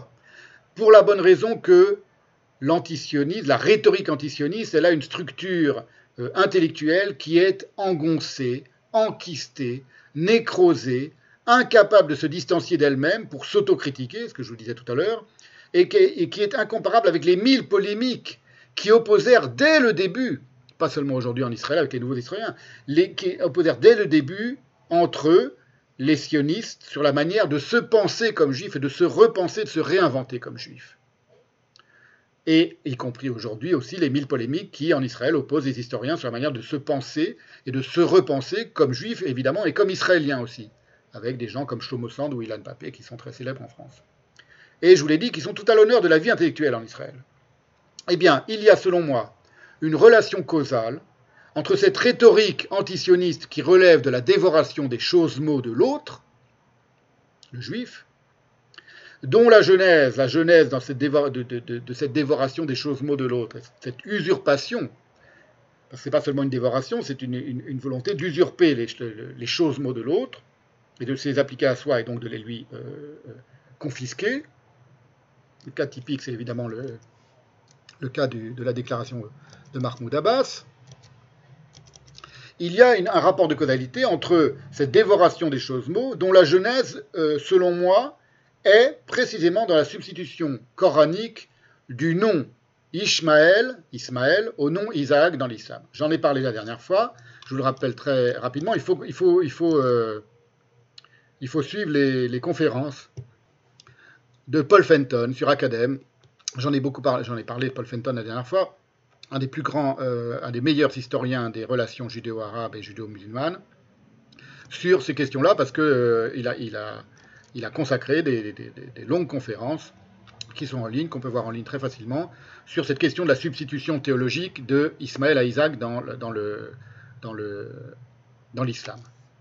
Pour la bonne raison que l'antisionisme, la rhétorique antisioniste, elle a une structure euh, intellectuelle qui est engoncée, enquistée, nécrosée, incapable de se distancier d'elle-même pour s'autocritiquer, ce que je vous disais tout à l'heure, et qui, est, et qui est incomparable avec les mille polémiques qui opposèrent dès le début, pas seulement aujourd'hui en Israël avec les nouveaux Israéliens, les, qui opposèrent dès le début entre eux, les sionistes, sur la manière de se penser comme juifs et de se repenser, de se réinventer comme juifs. Et y compris aujourd'hui aussi les mille polémiques qui, en Israël, opposent les historiens sur la manière de se penser et de se repenser comme juifs, évidemment, et comme israéliens aussi, avec des gens comme Shlomo Sand ou Ilan Pappé, qui sont très célèbres en France. Et je vous l'ai dit, qui sont tout à l'honneur de la vie intellectuelle en Israël. Eh bien, il y a, selon moi, une relation causale entre cette rhétorique antisioniste qui relève de la dévoration des choses-mots de l'autre, le juif, dont la genèse, la genèse dans cette dévo- de, de, de, de cette dévoration des choses-mots de l'autre, cette usurpation, parce que ce n'est pas seulement une dévoration, c'est une, une, une volonté d'usurper les, les choses-mots de l'autre, et de se les appliquer à soi, et donc de les lui euh, euh, confisquer. Le cas typique, c'est évidemment le, le cas du, de la déclaration de Mahmoud Abbas. Il y a une, un rapport de causalité entre cette dévoration des choses-mots, dont la genèse, euh, selon moi, est précisément dans la substitution coranique du nom Ishmaël, Ismaël, au nom Isaac dans l'islam. J'en ai parlé la dernière fois, je vous le rappelle très rapidement, il faut, il faut, il faut, euh, il faut suivre les, les conférences de Paul Fenton sur Academ. J'en ai beaucoup parlé, j'en ai parlé de Paul Fenton la dernière fois, un des plus grands, euh, un des meilleurs historiens des relations judéo-arabes et judéo-musulmanes, sur ces questions-là, parce qu'il euh, a, il a, il a consacré des, des, des longues conférences qui sont en ligne, qu'on peut voir en ligne très facilement, sur cette question de la substitution théologique de Ismaël à Isaac dans, dans, le, dans, le, dans l'islam.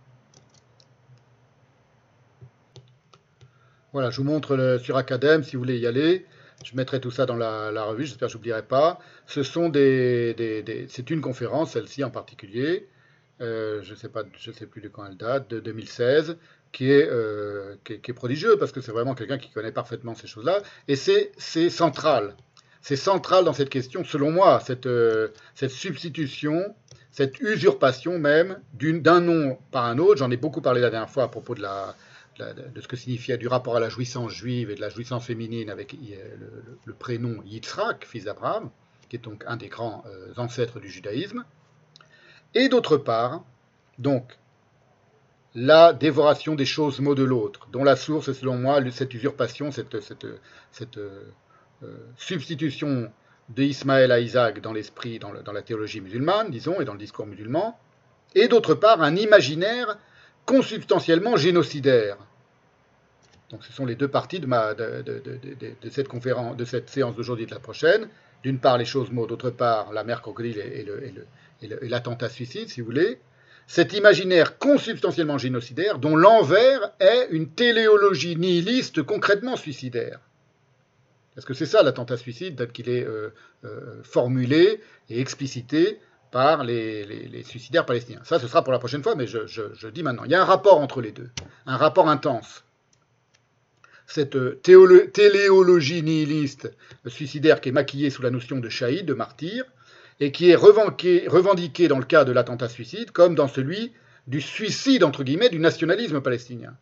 Voilà, je vous montre le, sur Academ, si vous voulez y aller. Je mettrai tout ça dans la, la revue, j'espère que je n'oublierai pas. Ce sont des, des, des, c'est une conférence, celle-ci en particulier, euh, je ne sais pas, je sais plus de quand elle date, de deux mille seize, qui est, euh, qui est, qui est prodigieux, parce que c'est vraiment quelqu'un qui connaît parfaitement ces choses-là, et c'est, c'est central. C'est central dans cette question, selon moi, cette, euh, cette substitution, cette usurpation même d'une, d'un nom par un autre. J'en ai beaucoup parlé la dernière fois à propos de la... de ce que signifiait du rapport à la jouissance juive et de la jouissance féminine avec le, le, le prénom Yitzhak, fils d'Abraham, qui est donc un des grands euh, ancêtres du judaïsme. Et d'autre part, donc, la dévoration des choses mots de l'autre, dont la source est selon moi cette usurpation, cette, cette, cette euh, substitution d'Ismaël à Isaac dans l'esprit, dans, le, dans la théologie musulmane, disons, et dans le discours musulman, et d'autre part un imaginaire consubstantiellement génocidaire. Donc ce sont les deux parties de, ma, de, de, de, de, de cette conférence, de cette séance d'aujourd'hui et de la prochaine. D'une part les choses mots, d'autre part la mer crocodile et, le, et, le, et, le, et l'attentat suicide, si vous voulez. Cet imaginaire consubstantiellement génocidaire dont l'envers est une téléologie nihiliste concrètement suicidaire. Parce que c'est ça l'attentat suicide, tel qu'il est euh, euh, formulé et explicité par les, les, les suicidaires palestiniens. Ça, ce sera pour la prochaine fois, mais je, je, je dis maintenant. Il y a un rapport entre les deux, un rapport intense. Cette théolo- téléologie nihiliste suicidaire qui est maquillée sous la notion de shahid, de martyr, et qui est revendiquée, revendiquée dans le cas de l'attentat suicide, comme dans celui du suicide, entre guillemets, du nationalisme palestinien.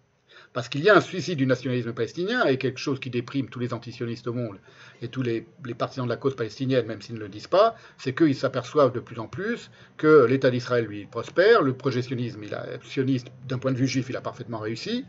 parce qu'il y a un suicide du nationalisme palestinien, et quelque chose qui déprime tous les antisionistes au monde, et tous les, les partisans de la cause palestinienne, même s'ils ne le disent pas, c'est qu'ils s'aperçoivent de plus en plus que l'État d'Israël, lui, prospère, le projet sionisme, il a, sioniste, d'un point de vue juif, il a parfaitement réussi.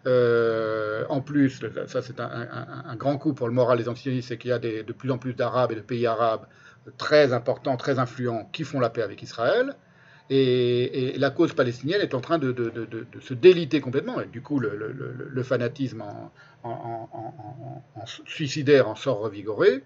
Euh, en plus, ça c'est un, un, un, grand coup pour le moral des antisionistes, c'est qu'il y a des, de plus en plus d'Arabes et de pays arabes très importants, très influents, qui font la paix avec Israël. Et, et la cause palestinienne est en train de, de, de, de, de se déliter complètement. Et du coup, le, le, le fanatisme en, en, en, en, en suicidaire en sort revigoré.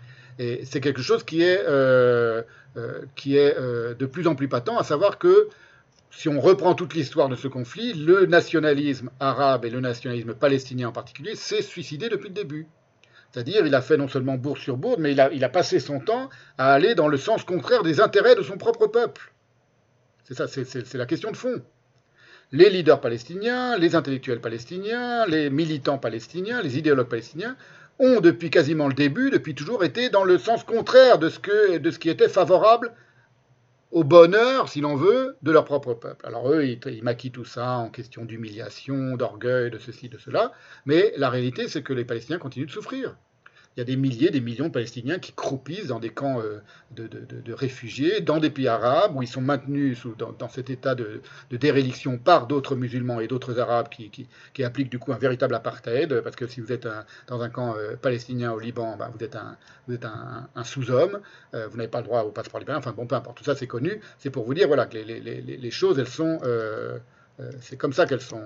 Et c'est quelque chose qui est, euh, euh, qui est euh, de plus en plus patent, à savoir que si on reprend toute l'histoire de ce conflit, le nationalisme arabe et le nationalisme palestinien en particulier s'est suicidé depuis le début. C'est-à-dire, il a fait non seulement bourde sur bourde, mais il a, il a passé son temps à aller dans le sens contraire des intérêts de son propre peuple. C'est ça, c'est, c'est, c'est la question de fond. Les leaders palestiniens, les intellectuels palestiniens, les militants palestiniens, les idéologues palestiniens ont, depuis quasiment le début, depuis toujours, été dans le sens contraire de ce, que, de ce qui était favorable au bonheur, si l'on veut, de leur propre peuple. Alors eux, ils, ils maquillent tout ça en question d'humiliation, d'orgueil, de ceci, de cela, mais la réalité, c'est que les Palestiniens continuent de souffrir. Il y a des milliers, des millions de Palestiniens qui croupissent dans des camps euh, de, de, de, de réfugiés, dans des pays arabes, où ils sont maintenus sous, dans, dans cet état de, de déréliction par d'autres musulmans et d'autres arabes qui, qui, qui appliquent du coup un véritable apartheid, parce que si vous êtes un, dans un camp euh, palestinien au Liban, ben, vous êtes un, vous êtes un, un sous-homme, euh, vous n'avez pas le droit au passeport libanais, enfin bon, peu importe, tout ça c'est connu, c'est pour vous dire voilà, que les, les, les, les choses, elles sont, euh, euh, c'est comme ça qu'elles sont...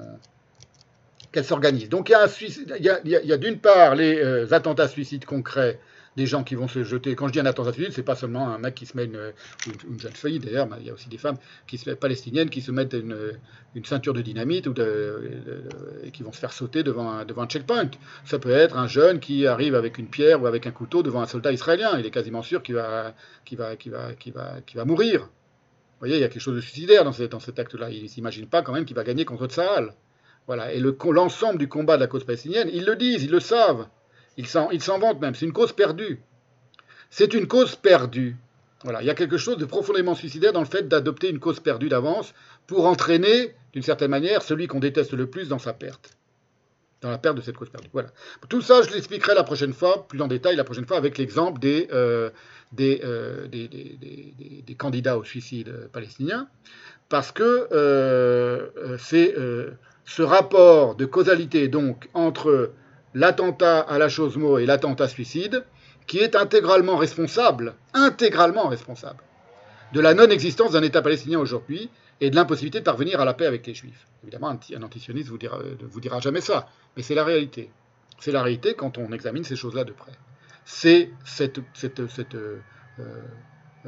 qu'elle s'organise. Donc il y a, il y a, il y a, il y a d'une part les euh, attentats suicides concrets des gens qui vont se jeter. Quand je dis un attentat suicide, c'est pas seulement un mec qui se met une, une, une jeune fille d'ailleurs, mais il y a aussi des femmes qui se, palestiniennes qui se mettent une, une ceinture de dynamite ou de, de, de, et qui vont se faire sauter devant un, devant un checkpoint. Ça peut être un jeune qui arrive avec une pierre ou avec un couteau devant un soldat israélien. Il est quasiment sûr qu'il va, qu'il va, qu'il va, qu'il va, qu'il va mourir. Vous voyez, il y a quelque chose de suicidaire dans, ce, dans cet acte-là. Il ne s'imagine pas quand même qu'il va gagner contre Tsahal. Voilà. Et le, l'ensemble du combat de la cause palestinienne, ils le disent, ils le savent. Ils s'en, ils s'en vantent même. C'est une cause perdue. C'est une cause perdue. Voilà. Il y a quelque chose de profondément suicidaire dans le fait d'adopter une cause perdue d'avance pour entraîner, d'une certaine manière, celui qu'on déteste le plus dans sa perte. Dans la perte de cette cause perdue. Voilà. Tout ça, je l'expliquerai la prochaine fois, plus en détail la prochaine fois, avec l'exemple des, euh, des, euh, des, des, des, des candidats au suicide palestinien. Parce que euh, c'est... Euh, ce rapport de causalité donc entre l'attentat à la Chosmo et l'attentat suicide, qui est intégralement responsable, intégralement responsable, de la non-existence d'un État palestinien aujourd'hui et de l'impossibilité de parvenir à la paix avec les Juifs. Évidemment, un antisioniste ne vous dira, vous dira jamais ça, mais c'est la réalité. C'est la réalité quand on examine ces choses-là de près. C'est cette, cette, cette euh, euh,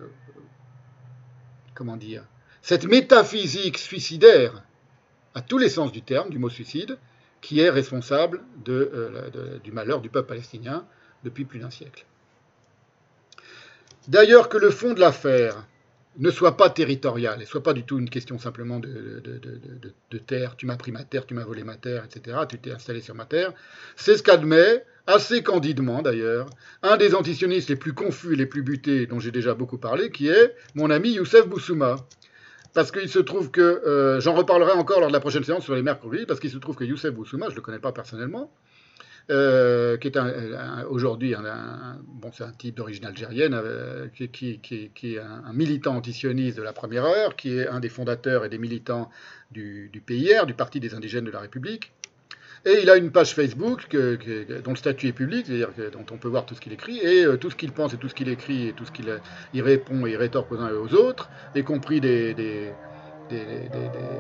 comment dire, cette métaphysique suicidaire à tous les sens du terme, du mot suicide, qui est responsable de, euh, de, du malheur du peuple palestinien depuis plus d'un siècle. D'ailleurs, que le fond de l'affaire ne soit pas territorial, et ne soit pas du tout une question simplement de, de, de, de, de terre, tu m'as pris ma terre, tu m'as volé ma terre, et cetera, tu t'es installé sur ma terre, c'est ce qu'admet, assez candidement d'ailleurs, un des antisionistes les plus confus et les plus butés, dont j'ai déjà beaucoup parlé, qui est mon ami Youssef Boussouma. Parce qu'il se trouve que, euh, j'en reparlerai encore lors de la prochaine séance sur les mercredis, parce qu'il se trouve que Youssef Boussouma, je ne le connais pas personnellement, euh, qui est un, un, aujourd'hui, un, un, bon, c'est un type d'origine algérienne, euh, qui, qui, qui, qui est un, un militant antisioniste de la première heure, qui est un des fondateurs et des militants du, du P I R, du Parti des indigènes de la République. Et il a une page Facebook que, que, dont le statut est public, c'est-à-dire que, dont on peut voir tout ce qu'il écrit, et euh, tout ce qu'il pense et tout ce qu'il écrit, et tout ce qu'il il répond et il rétorque aux uns et aux autres, y compris des, des, des, des, des,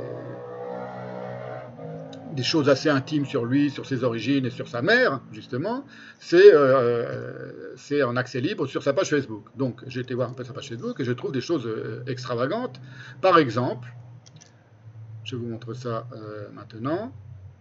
des choses assez intimes sur lui, sur ses origines et sur sa mère, justement, c'est, euh, c'est en accès libre sur sa page Facebook. Donc j'ai été voir un peu sa page Facebook et je trouve des choses euh, extravagantes. Par exemple, je vous montre ça euh, maintenant.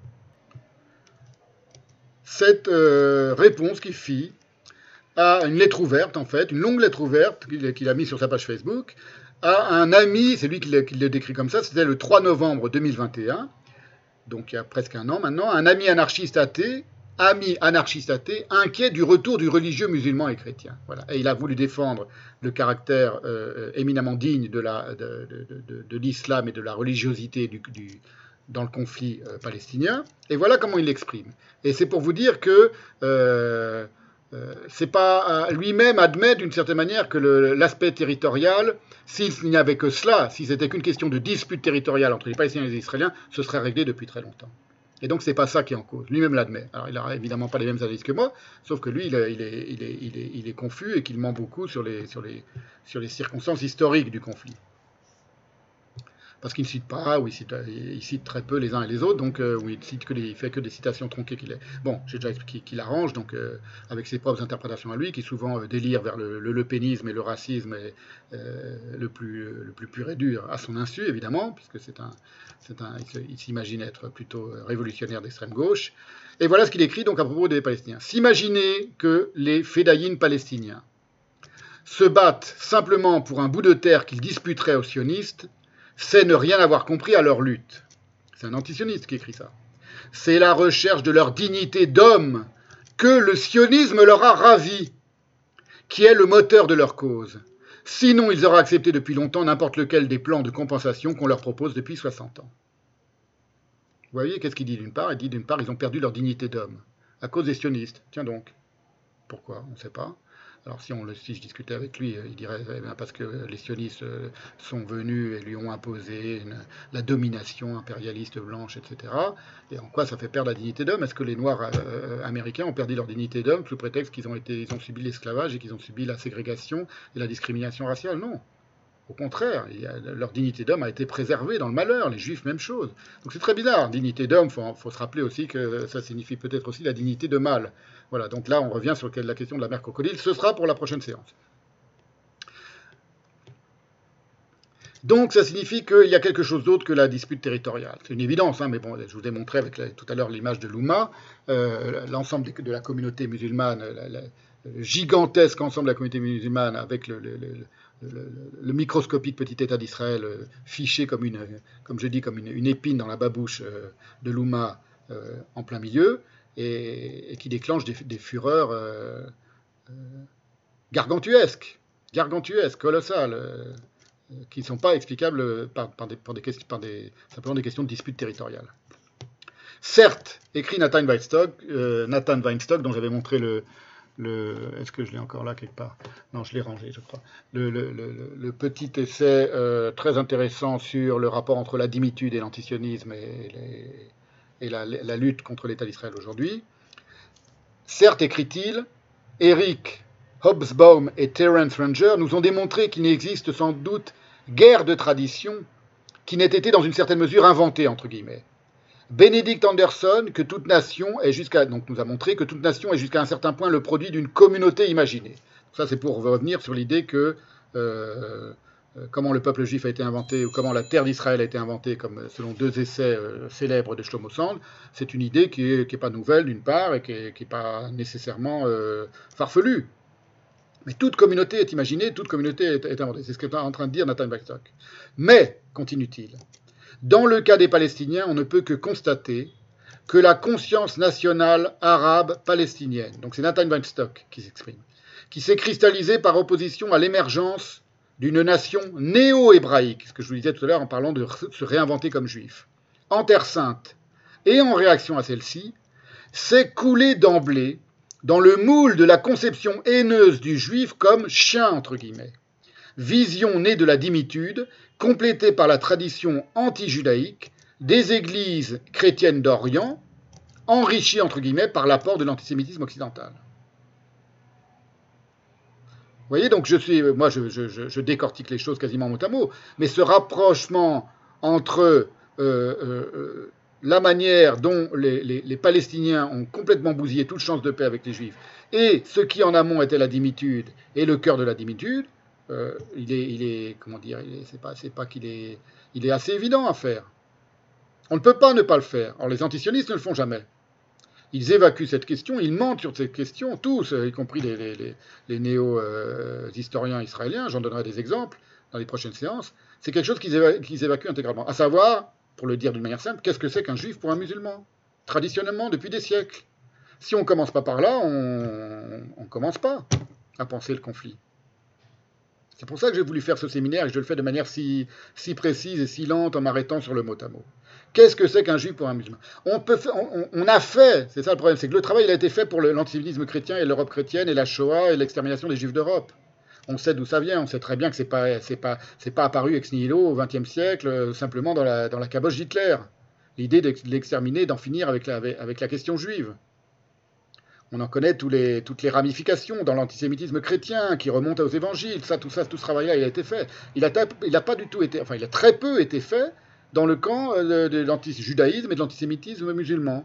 Cette euh, réponse qu'il fit à une lettre ouverte, en fait, une longue lettre ouverte qu'il, qu'il a mise sur sa page Facebook, à un ami, c'est lui qui le, qui le décrit comme ça, c'était le trois novembre deux mille vingt et un, donc il y a presque un an maintenant, un ami anarchiste athée, ami anarchiste athée, inquiet du retour du religieux musulman et chrétien. Voilà. Et il a voulu défendre le caractère euh, éminemment digne de, la, de, de, de, de l'islam et de la religiosité du, du dans le conflit euh, palestinien, et voilà comment il l'exprime. Et c'est pour vous dire que euh, euh, c'est pas lui-même admet d'une certaine manière que le, l'aspect territorial, s'il n'y avait que cela, si c'était qu'une question de dispute territoriale entre les Palestiniens et les Israéliens, ce serait réglé depuis très longtemps. Et donc c'est pas ça qui est en cause. Lui-même l'admet. Alors il n'a évidemment pas les mêmes analyses que moi, sauf que lui il est, il est, il est, il est, il est confus et qu'il ment beaucoup sur les, sur, les, sur les circonstances historiques du conflit. Parce qu'il ne cite pas, ou il cite, il cite très peu les uns et les autres, donc euh, où il cite que les, il fait que des citations tronquées qu'il est. Bon, j'ai déjà expliqué qu'il arrange, donc euh, avec ses propres interprétations à lui, qui souvent euh, délire vers le, le, le pénisme et le racisme et, euh, le, plus, euh, le plus pur et dur, à son insu évidemment, puisque c'est un, c'est un, il s'imagine être plutôt révolutionnaire d'extrême gauche. Et voilà ce qu'il écrit donc à propos des Palestiniens. S'imaginer que les fédayines palestiniens se battent simplement pour un bout de terre qu'ils disputeraient aux sionistes, c'est ne rien avoir compris à leur lutte. C'est un antisioniste qui écrit ça. C'est la recherche de leur dignité d'homme que le sionisme leur a ravi, qui est le moteur de leur cause. Sinon, ils auraient accepté depuis longtemps n'importe lequel des plans de compensation qu'on leur propose depuis soixante ans. Vous voyez, qu'est-ce qu'il dit d'une part ? Il dit d'une part, ils ont perdu leur dignité d'homme, à cause des sionistes. Tiens donc. Pourquoi ? On ne sait pas. Alors si, on le, si je discutais avec lui, il dirait eh bien, parce que les sionistes sont venus et lui ont imposé une, la domination impérialiste blanche, et cetera. Et en quoi ça fait perdre la dignité d'homme ? Est-ce que les Noirs euh, américains ont perdu leur dignité d'homme sous prétexte qu'ils ont, été, ils ont subi l'esclavage et qu'ils ont subi la ségrégation et la discrimination raciale ? Non. Au contraire, il y a, leur dignité d'homme a été préservée dans le malheur, les juifs, même chose. Donc c'est très bizarre, dignité d'homme, il faut, faut se rappeler aussi que ça signifie peut-être aussi la dignité de mâle. Voilà, donc là on revient sur la question de la mère crocodile, ce sera pour la prochaine séance. Donc ça signifie qu'il y a quelque chose d'autre que la dispute territoriale. C'est une évidence, hein, mais bon, je vous ai montré avec la, tout à l'heure l'image de l'Oumma, euh, l'ensemble de, de la communauté musulmane, la, la, le gigantesque ensemble de la communauté musulmane avec le, le, le Le, le microscopique petit État d'Israël euh, fiché comme, une, comme je dis, comme une, une épine dans la babouche euh, de l'Oumma euh, en plein milieu, et, et qui déclenche des, des fureurs euh, euh, gargantuesques, gargantuesques, colossales, euh, qui ne sont pas explicables par, par, des, par, des, par des, simplement des questions de dispute territoriale. Certes, écrit Nathan Weinstock, euh, Nathan Weinstock, dont j'avais montré le... Le, est-ce que je l'ai encore là quelque part ? Non, je l'ai rangé, je crois. Le, le, le, le petit essai euh, très intéressant sur le rapport entre la dimitude et l'antisionisme et, les, et la, la lutte contre l'État d'Israël aujourd'hui. Certes, écrit-il, Eric Hobsbawm et Terence Ranger nous ont démontré qu'il n'existe sans doute guère de tradition qui n'ait été dans une certaine mesure inventée, entre guillemets. Benedict Anderson, que toute nation est jusqu'à, donc nous a montré que toute nation est jusqu'à un certain point le produit d'une communauté imaginée. Ça, c'est pour revenir sur l'idée que euh, comment le peuple juif a été inventé ou comment la terre d'Israël a été inventée, comme selon deux essais euh, célèbres de Shlomo Sand, c'est une idée qui n'est qui est pas nouvelle d'une part et qui n'est pas nécessairement euh, farfelue. Mais toute communauté est imaginée, toute communauté est, est inventée. C'est ce qu'est en train de dire Nathan Weinstock. Mais, continue-t-il, dans le cas des Palestiniens, on ne peut que constater que la conscience nationale arabe palestinienne, donc c'est Nathan Weinstock qui s'exprime, qui s'est cristallisée par opposition à l'émergence d'une nation néo-hébraïque, ce que je vous disais tout à l'heure en parlant de se réinventer comme juif, en Terre Sainte, et en réaction à celle-ci, s'est coulée d'emblée dans le moule de la conception haineuse du juif comme chien, entre guillemets. Vision née de la dimitude, complétée par la tradition anti-judaïque des églises chrétiennes d'Orient, enrichie entre guillemets par l'apport de l'antisémitisme occidental. Vous voyez, donc je suis, moi je, je, je décortique les choses quasiment mot à mot, mais ce rapprochement entre euh, euh, la manière dont les, les, les Palestiniens ont complètement bousillé toute chance de paix avec les Juifs et ce qui en amont était la dimitude et le cœur de la dimitude, euh, il, est, il est, comment dire, il est, c'est pas, c'est pas qu'il est, il est assez évident à faire. On ne peut pas ne pas le faire. Or, les antisionistes ne le font jamais. Ils évacuent cette question, ils mentent sur cette question, tous, y compris les, les, les, les néo-historiens israéliens, j'en donnerai des exemples dans les prochaines séances. C'est quelque chose qu'ils évacuent, qu'ils évacuent intégralement. À savoir, pour le dire d'une manière simple, qu'est-ce que c'est qu'un juif pour un musulman ? Traditionnellement, depuis des siècles. Si on ne commence pas par là, on ne commence pas à penser le conflit. C'est pour ça que j'ai voulu faire ce séminaire et que je le fais de manière si, si précise et si lente en m'arrêtant sur le mot à mot. Qu'est-ce que c'est qu'un juif pour un musulman? On, peut faire, on, on a fait, c'est ça le problème, c'est que le travail il a été fait pour le, l'antisémitisme chrétien et l'Europe chrétienne et la Shoah et l'extermination des juifs d'Europe. On sait d'où ça vient, on sait très bien que c'est pas, c'est pas, c'est pas apparu ex nihilo au vingtième siècle, euh, simplement dans la, dans la caboche d'Hitler. L'idée de l'exterminer, d'en finir avec la, avec la question juive. On en connaît tous les, toutes les ramifications dans l'antisémitisme chrétien qui remonte aux évangiles. Ça, tout ça, tout ce travail-là, il a été fait. Il a, il a pas du tout été, enfin, il a très peu été fait dans le camp de, de l'antijudaïsme et de l'antisémitisme musulman.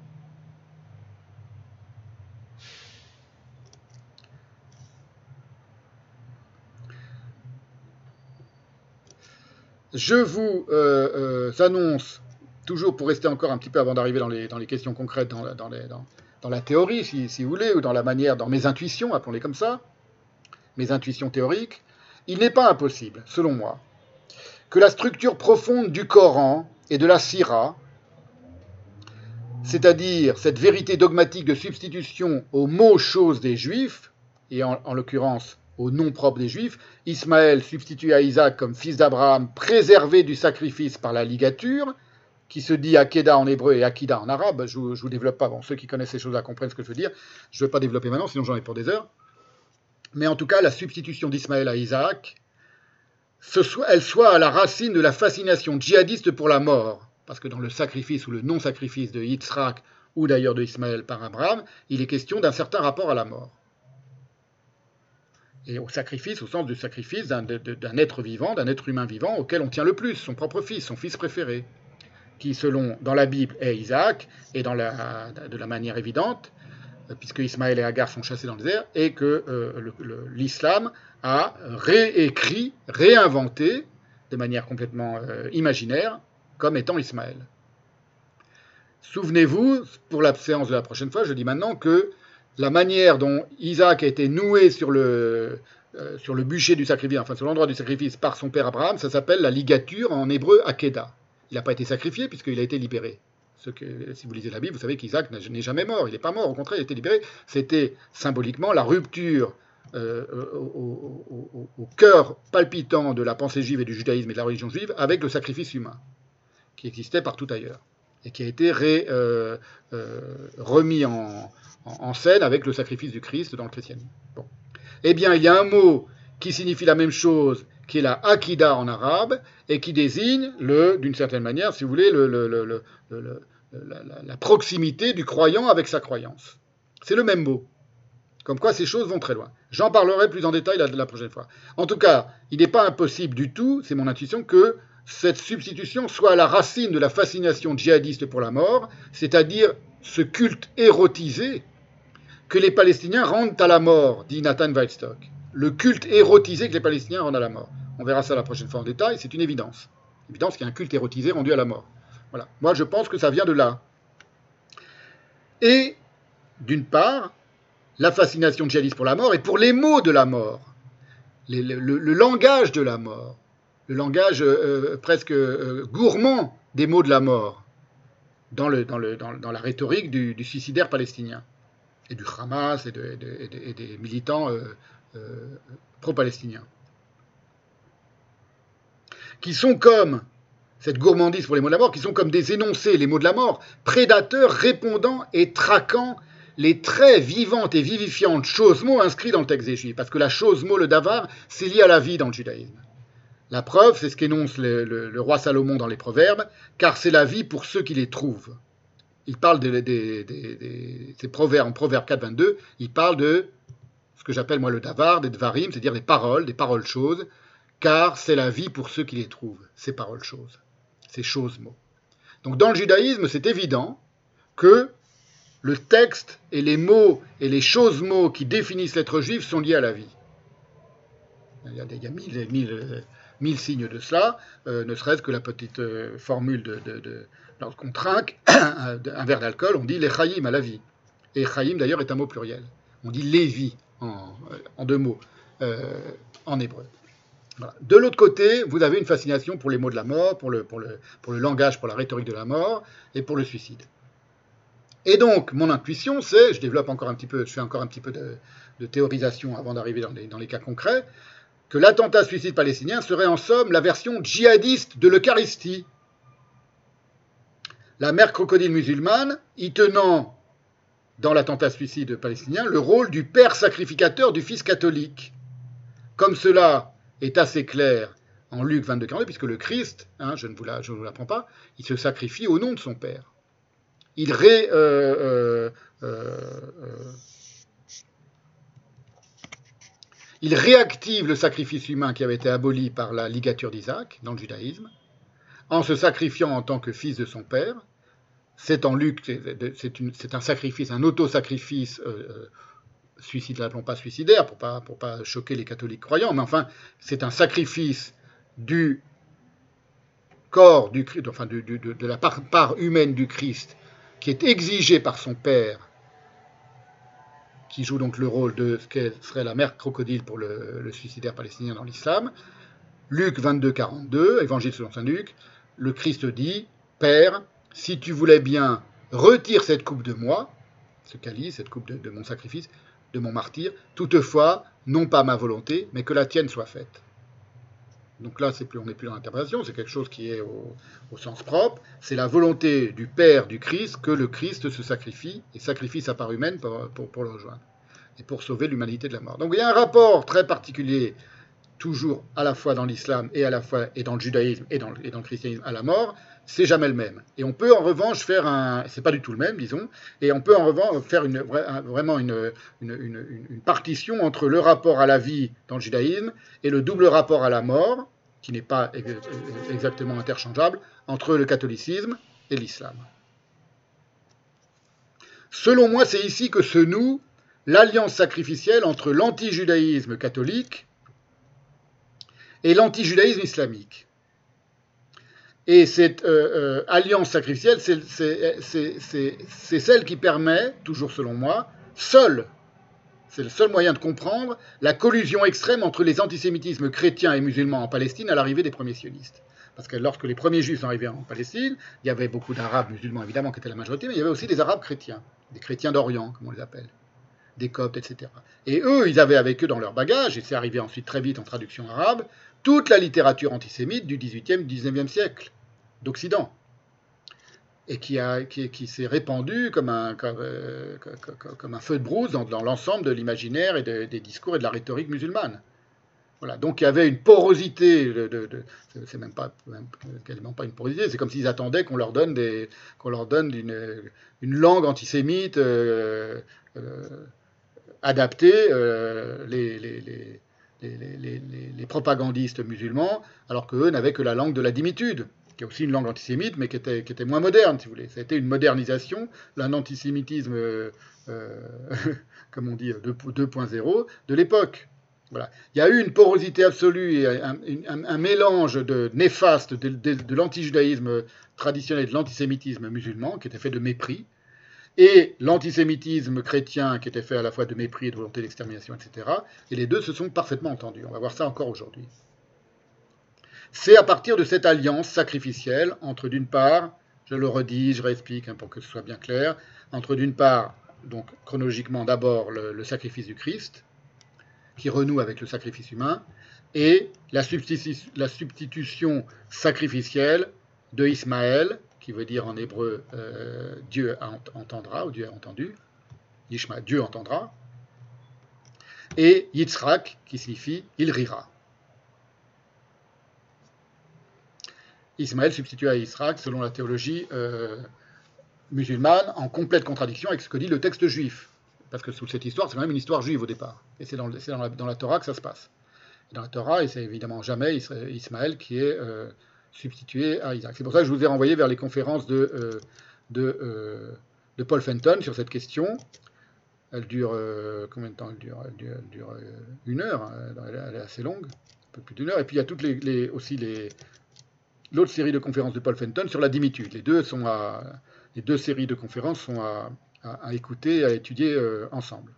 Je vous euh, euh, annonce, toujours pour rester encore un petit peu avant d'arriver dans les, dans les questions concrètes, dans, la, dans, les, dans, dans la théorie, si, si vous voulez, ou dans la manière, dans mes intuitions, appelons-les comme ça, mes intuitions théoriques, il n'est pas impossible, selon moi, que la structure profonde du Coran et de la Sira, c'est-à-dire cette vérité dogmatique de substitution aux mots choses des Juifs, et en, en l'occurrence au nom propre des Juifs, Ismaël substitué à Isaac comme fils d'Abraham, préservé du sacrifice par la ligature, qui se dit Akeda en hébreu et Akida en arabe. Je ne vous développe pas, bon, ceux qui connaissent ces choses-là comprennent ce que je veux dire. Je ne vais pas développer maintenant, sinon j'en ai pour des heures. Mais en tout cas, la substitution d'Ismaël à Isaac, ce soit, elle soit à la racine de la fascination djihadiste pour la mort. Parce que dans le sacrifice ou le non-sacrifice de Yitzhak, ou d'ailleurs de Ismaël par Abraham, il est question d'un certain rapport à la mort. Et au sacrifice, au sens du sacrifice d'un, d'un être vivant, d'un être humain vivant, auquel on tient le plus, son propre fils, son fils préféré, qui, selon, dans la Bible, est Isaac, et dans la, de la manière évidente, puisque Ismaël et Agar sont chassés dans le désert, et que euh, le, le, l'islam a réécrit, réinventé, de manière complètement euh, imaginaire, comme étant Ismaël. Souvenez-vous, pour la séance de la prochaine fois, je dis maintenant que la manière dont Isaac a été noué sur le, euh, sur le bûcher du sacrifice, enfin sur l'endroit du sacrifice par son père Abraham, ça s'appelle la ligature, en hébreu Akeda. Il n'a pas été sacrifié puisqu'il a été libéré. Ce que, si vous lisez la Bible, vous savez qu'Isaac n'est jamais mort, il n'est pas mort, au contraire, il a été libéré. C'était symboliquement la rupture euh, au, au, au, au cœur palpitant de la pensée juive et du judaïsme et de la religion juive avec le sacrifice humain, qui existait partout ailleurs, et qui a été ré, euh, euh, remis en, en, en scène avec le sacrifice du Christ dans le christianisme. Bon. Eh bien, il y a un mot qui signifie la même chose, qui est la Akida en arabe, et qui désigne, le, d'une certaine manière, si vous voulez, le, le, le, le, le, la, la, la proximité du croyant avec sa croyance. C'est le même mot. Comme quoi, ces choses vont très loin. J'en parlerai plus en détail la, la prochaine fois. En tout cas, il n'est pas impossible du tout, c'est mon intuition, que cette substitution soit à la racine de la fascination djihadiste pour la mort, c'est-à-dire ce culte érotisé que les Palestiniens rendent à la mort, dit Nathan Weizstock. Le culte érotisé que les Palestiniens rendent à la mort. On verra ça la prochaine fois en détail, c'est une évidence. Évidence qu'il y a un culte érotisé rendu à la mort. Voilà. Moi, je pense que ça vient de là. Et, d'une part, la fascination djihadiste pour la mort et pour les mots de la mort, les, le, le, le langage de la mort, le langage euh, presque euh, gourmand des mots de la mort dans, le, dans, le, dans, dans la rhétorique du, du suicidaire palestinien et du Hamas et, de, et, de, et, de, et des militants euh, euh, pro-palestiniens, qui sont comme cette gourmandise pour les mots de la mort, qui sont comme des énoncés, les mots de la mort, prédateurs répondant et traquant les très vivantes et vivifiantes choses-mots inscrits dans le texte des Juifs. Parce que la chose-mot, le davar, c'est lié à la vie dans le judaïsme. La preuve, c'est ce qu'énonce le, le, le roi Salomon dans les Proverbes, car c'est la vie pour ceux qui les trouvent. Il parle des, des, des, des, des proverbes, en Proverbe quatre, vingt-deux, il parle de ce que j'appelle moi le davar, des dvarim, c'est-à-dire des paroles, des paroles choses, car c'est la vie pour ceux qui les trouvent, ces paroles choses, ces choses-mots. Donc dans le judaïsme, c'est évident que le texte et les mots et les choses-mots qui définissent l'être juif sont liés à la vie. Il y a, il y a mille et mille, mille signes de cela, euh, ne serait-ce que la petite euh, formule de, de, de lorsqu'on trinque un, un verre d'alcool, on dit les chayim à la vie. Et chayim d'ailleurs est un mot pluriel. On dit les vies en, en deux mots euh, en hébreu. Voilà. De l'autre côté, vous avez une fascination pour les mots de la mort, pour le, pour, le, pour le langage, pour la rhétorique de la mort et pour le suicide. Et donc, mon intuition, c'est, je développe encore un petit peu, je fais encore un petit peu de, de théorisation avant d'arriver dans les, dans les cas concrets, que l'attentat suicide palestinien serait en somme la version djihadiste de l'Eucharistie. La mère crocodile musulmane y tenant, dans l'attentat suicide palestinien, le rôle du père sacrificateur du fils catholique. Comme cela est assez clair en Luc vingt-deux quarante-deux, puisque le Christ, hein, je ne vous l'apprends pas, il se sacrifie au nom de son père. Il ré... Euh, euh, euh, il réactive le sacrifice humain qui avait été aboli par la ligature d'Isaac dans le judaïsme, en se sacrifiant en tant que fils de son père. C'est en Luc, c'est, une, c'est un sacrifice, un auto-sacrifice, euh, suicide, l'appelons pas suicidaire, pour pas, pour pas choquer les catholiques croyants, mais enfin, c'est un sacrifice du corps, du, enfin, de, de, de la part, part humaine du Christ, qui est exigé par son père, qui joue donc le rôle de ce qu'elle serait la mère crocodile pour le, le suicidaire palestinien dans l'islam. Luc vingt-deux quarante-deux, Évangile selon saint Luc, le Christ dit « Père, si tu voulais bien, retire cette coupe de moi, ce calice, cette coupe de, de mon sacrifice, de mon martyr, toutefois, non pas ma volonté, mais que la tienne soit faite. » Donc là, c'est plus, on n'est plus dans l'interprétation, c'est quelque chose qui est au, au sens propre. C'est la volonté du Père du Christ que le Christ se sacrifie, et sacrifie sa part humaine pour, pour, pour le rejoindre, et pour sauver l'humanité de la mort. Donc il y a un rapport très particulier, toujours à la fois dans l'islam, et à la fois et dans le judaïsme, et dans, et dans le christianisme, à la mort. C'est jamais le même. Et on peut en revanche faire un... C'est pas du tout le même, disons. Et on peut en revanche faire une, vraiment une, une, une, une partition entre le rapport à la vie dans le judaïsme et le double rapport à la mort, qui n'est pas exactement interchangeable, entre le catholicisme et l'islam. Selon moi, c'est ici que se noue l'alliance sacrificielle entre l'anti-judaïsme catholique et l'anti-judaïsme islamique. Et cette euh, euh, alliance sacrificielle, c'est, c'est, c'est, c'est, c'est celle qui permet, toujours selon moi, seule, c'est le seul moyen de comprendre la collusion extrême entre les antisémitismes chrétiens et musulmans en Palestine à l'arrivée des premiers sionistes. Parce que lorsque les premiers juifs sont arrivés en Palestine, il y avait beaucoup d'arabes musulmans évidemment qui étaient la majorité, mais il y avait aussi des arabes chrétiens, des chrétiens d'Orient, comme on les appelle, des coptes, et cetera. Et eux, ils avaient avec eux dans leur bagage, et c'est arrivé ensuite très vite en traduction arabe, toute la littérature antisémite du dix-huitième, dix-neuvième siècle d'Occident, et qui, a, qui, qui s'est répandue comme un, comme, euh, comme, comme un feu de brousse dans, dans l'ensemble de l'imaginaire et de, des discours et de la rhétorique musulmane. Voilà. Donc il y avait une porosité, de, de, de, c'est même pas, même, quasiment pas une porosité, c'est comme s'ils attendaient qu'on leur donne, des, qu'on leur donne une, une langue antisémite euh, euh, adaptée, euh, les, les, les Les, les, les, les propagandistes musulmans, alors qu'eux n'avaient que la langue de la dimitude, qui est aussi une langue antisémite, mais qui était, qui était moins moderne, si vous voulez. Ça a été une modernisation, un antisémitisme, euh, comme on dit, deux point zéro, de l'époque. Voilà. Il y a eu une porosité absolue et un, un, un mélange de néfaste de, de, de l'antijudaïsme traditionnel et de l'antisémitisme musulman, qui était fait de mépris, et l'antisémitisme chrétien qui était fait à la fois de mépris et de volonté d'extermination, et cetera. Et les deux se sont parfaitement entendus. On va voir ça encore aujourd'hui. C'est à partir de cette alliance sacrificielle entre, d'une part, je le redis, je réexplique hein, pour que ce soit bien clair, entre, d'une part, donc chronologiquement d'abord le, le sacrifice du Christ, qui renoue avec le sacrifice humain, et la, substitu- la substitution sacrificielle de Ismaël, qui veut dire en hébreu euh, Dieu entendra, ou Dieu a entendu, Yishma, Dieu entendra, et Yitzhak, qui signifie il rira. Ismaël substitué à Yitzhak, selon la théologie euh, musulmane, en complète contradiction avec ce que dit le texte juif. Parce que sous cette histoire, c'est quand même une histoire juive au départ. Et c'est dans, le, c'est dans, la, dans la Torah que ça se passe. Et dans la Torah, et c'est évidemment jamais Ismaël qui est euh, substitué à Isaac. C'est pour ça que je vous ai renvoyé vers les conférences de, euh, de, euh, de Paul Fenton sur cette question. Elle dure euh, combien de temps elle dure, elle dure, elle dure euh, une heure. Hein, elle est assez longue, un peu plus d'une heure. Et puis il y a toutes les, les, aussi les, l'autre série de conférences de Paul Fenton sur la dimitude. Les deux, sont à, les deux séries de conférences sont à, à, à écouter, à étudier euh, ensemble.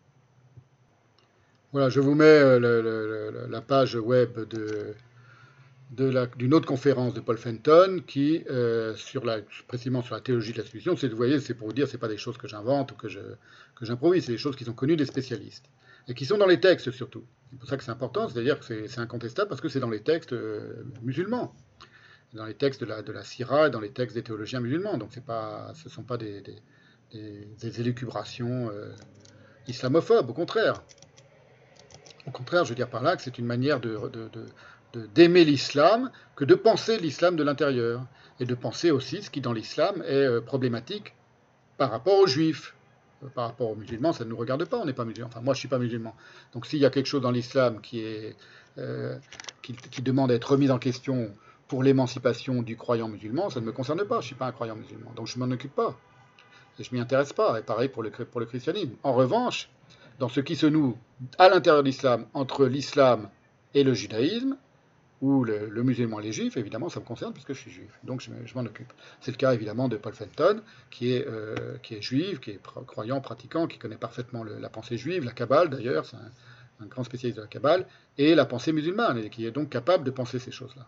Voilà, je vous mets euh, le, le, la page web de... d'une autre conférence de Paul Fenton qui, euh, sur la, précisément sur la théologie de la substitution, c'est, vous voyez, c'est pour vous dire, c'est pas des choses que j'invente ou que, je, que j'improvise, c'est des choses qui sont connues des spécialistes. et qui sont dans les textes surtout. C'est pour ça que c'est important, c'est-à-dire que c'est, c'est incontestable parce que c'est dans les textes euh, musulmans, dans les textes de la, de la Sira et dans les textes des théologiens musulmans. Donc c'est pas, ce ne sont pas des, des, des, des élucubrations euh, islamophobes, au contraire. Au contraire, je veux dire par là que c'est une manière de, de, de, de, d'aimer l'islam que de penser l'islam de l'intérieur, et de penser aussi ce qui dans l'islam est euh, problématique par rapport aux juifs. Par rapport aux musulmans, ça ne nous regarde pas, on n'est pas musulman. Enfin, moi, je ne suis pas musulman. Donc, s'il y a quelque chose dans l'islam qui, est, euh, qui, qui demande à être remis en question pour l'émancipation du croyant musulman, ça ne me concerne pas. Je ne suis pas un croyant musulman. Donc, je ne m'en occupe pas. Et je ne m'y intéresse pas. Et pareil pour le, pour le christianisme. En revanche, dans ce qui se noue à l'intérieur de l'islam, entre l'islam et le judaïsme, ou le, le musulman et les juifs, évidemment, ça me concerne puisque je suis juif. Donc je, je m'en occupe. C'est le cas évidemment de Paul Fenton, qui est, euh, qui est juif, qui est croyant, pratiquant, qui connaît parfaitement le, la pensée juive, la Kabbale d'ailleurs, c'est un, un grand spécialiste de la Kabbale, et la pensée musulmane, et qui est donc capable de penser ces choses-là.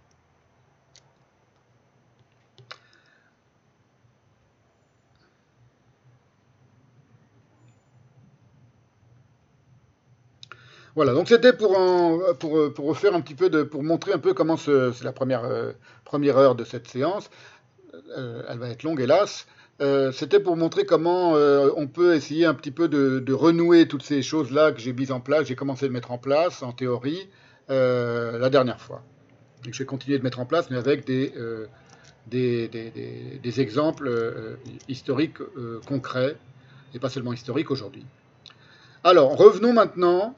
Voilà, donc c'était pour, en, pour, pour refaire un petit peu de, pour montrer un peu comment ce, c'est la première, euh, première heure de cette séance. Euh, elle va être longue, hélas. Euh, c'était pour montrer comment euh, on peut essayer un petit peu de, de renouer toutes ces choses-là que j'ai mises en place, j'ai commencé de mettre en place en théorie euh, la dernière fois. Et que je vais continuer de mettre en place, mais avec des, euh, des, des, des, des exemples euh, historiques euh, concrets, et pas seulement historiques aujourd'hui. Alors, revenons maintenant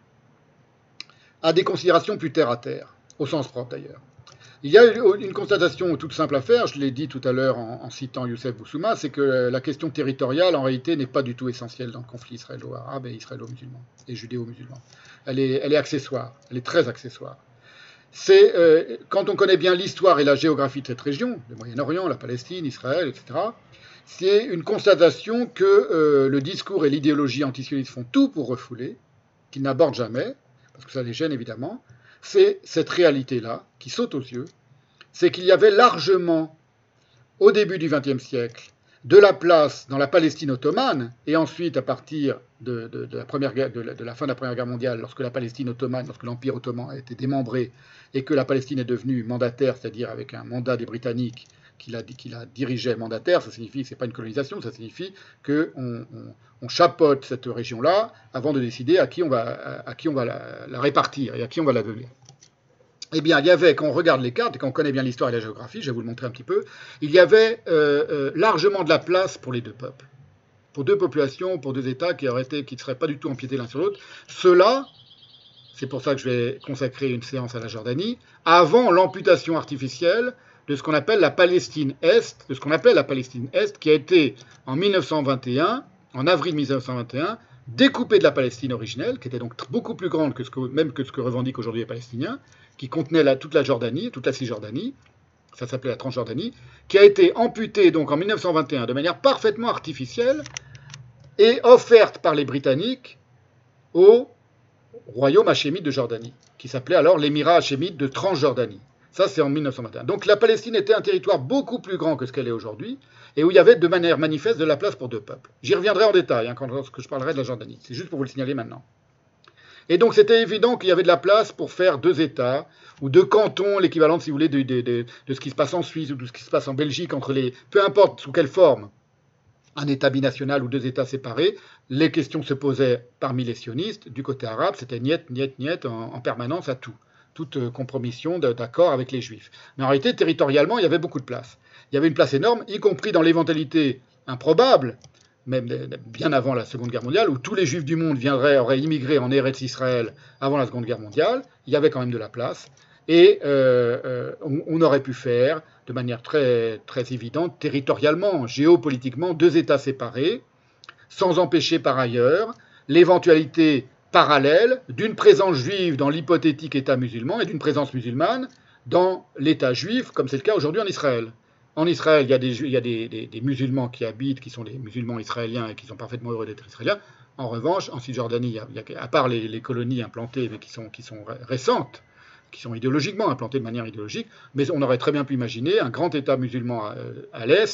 à des considérations plus terre à terre, au sens propre d'ailleurs. Il y a une constatation toute simple à faire, je l'ai dit tout à l'heure en, en citant Youssef Boussouma, c'est que la question territoriale en réalité n'est pas du tout essentielle dans le conflit israélo-arabe et israélo-musulman, et judéo-musulman. Elle est, elle est accessoire, elle est très accessoire. C'est, euh, quand on connaît bien l'histoire et la géographie de cette région, le Moyen-Orient, la Palestine, Israël, et cetera, c'est une constatation que euh, le discours et l'idéologie antisionistes font tout pour refouler, qu'ils n'abordent jamais, parce que ça les gêne évidemment, c'est cette réalité-là qui saute aux yeux, c'est qu'il y avait largement, au début du vingtième siècle, de la place dans la Palestine ottomane, et ensuite à partir de, de, de, la, première, de, la, de la fin de la Première Guerre mondiale, lorsque la Palestine ottomane, lorsque l'Empire ottoman a été démembré, et que la Palestine est devenue mandataire, c'est-à-dire avec un mandat des Britanniques, qui la, qui la dirigeait mandataire, ça signifie que ce n'est pas une colonisation, ça signifie qu'on on, on chapeaute cette région-là avant de décider à qui on va, à, à qui on va la, la répartir et à qui on va la donner. Eh bien, il y avait, quand on regarde les cartes et quand on connaît bien l'histoire et la géographie, je vais vous le montrer un petit peu, il y avait euh, euh, largement de la place pour les deux peuples, pour deux populations, pour deux États qui auraient été, qui ne seraient pas du tout empiétés l'un sur l'autre. Cela, c'est pour ça que je vais consacrer une séance à la Jordanie, avant l'amputation artificielle de ce qu'on appelle la Palestine Est, de ce qu'on appelle la Palestine Est, qui a été en mille neuf cent vingt et un, en avril mille neuf cent vingt et un, découpée de la Palestine originelle, qui était donc beaucoup plus grande que ce que, même que ce que revendiquent aujourd'hui les Palestiniens, qui contenait la, toute la Jordanie, toute la Cisjordanie, ça s'appelait la Transjordanie, qui a été amputée donc en mille neuf cent vingt et un de manière parfaitement artificielle et offerte par les Britanniques au royaume hachémite de Jordanie, qui s'appelait alors l'émirat hachémite de Transjordanie. Ça, c'est en mille neuf cent vingt et un. Donc la Palestine était un territoire beaucoup plus grand que ce qu'elle est aujourd'hui, et où il y avait de manière manifeste de la place pour deux peuples. J'y reviendrai en détail hein, quand je parlerai de la Jordanie. C'est juste pour vous le signaler maintenant. Et donc c'était évident qu'il y avait de la place pour faire deux États, ou deux cantons, l'équivalent, si vous voulez, de, de, de, de ce qui se passe en Suisse ou de ce qui se passe en Belgique, entre les, peu importe sous quelle forme, un État binational ou deux États séparés, les questions se posaient parmi les sionistes, du côté arabe, c'était niet, niet, niet, en, en permanence à tout. Toute compromission d'accord avec les Juifs. Mais en réalité, territorialement, il y avait beaucoup de place. Il y avait une place énorme, y compris dans l'éventualité improbable, même bien avant la Seconde Guerre mondiale, où tous les Juifs du monde viendraient, auraient immigré en Eretz Israël avant la Seconde Guerre mondiale. Il y avait quand même de la place. Et euh, euh, on, on aurait pu faire, de manière très, très évidente, territorialement, géopolitiquement, deux États séparés, sans empêcher par ailleurs l'éventualité parallèle d'une présence juive dans l'hypothétique État musulman et d'une présence musulmane dans l'État juif, comme c'est le cas aujourd'hui en Israël. En Israël, il y a, des, il y a des, des, des musulmans qui habitent, qui sont des musulmans israéliens et qui sont parfaitement heureux d'être israéliens. En revanche, en Cisjordanie, il y a, il y a, à part les, les colonies implantées, mais qui sont, qui sont récentes, qui sont idéologiquement implantées de manière idéologique, mais on aurait très bien pu imaginer un grand État musulman à, à l'Est,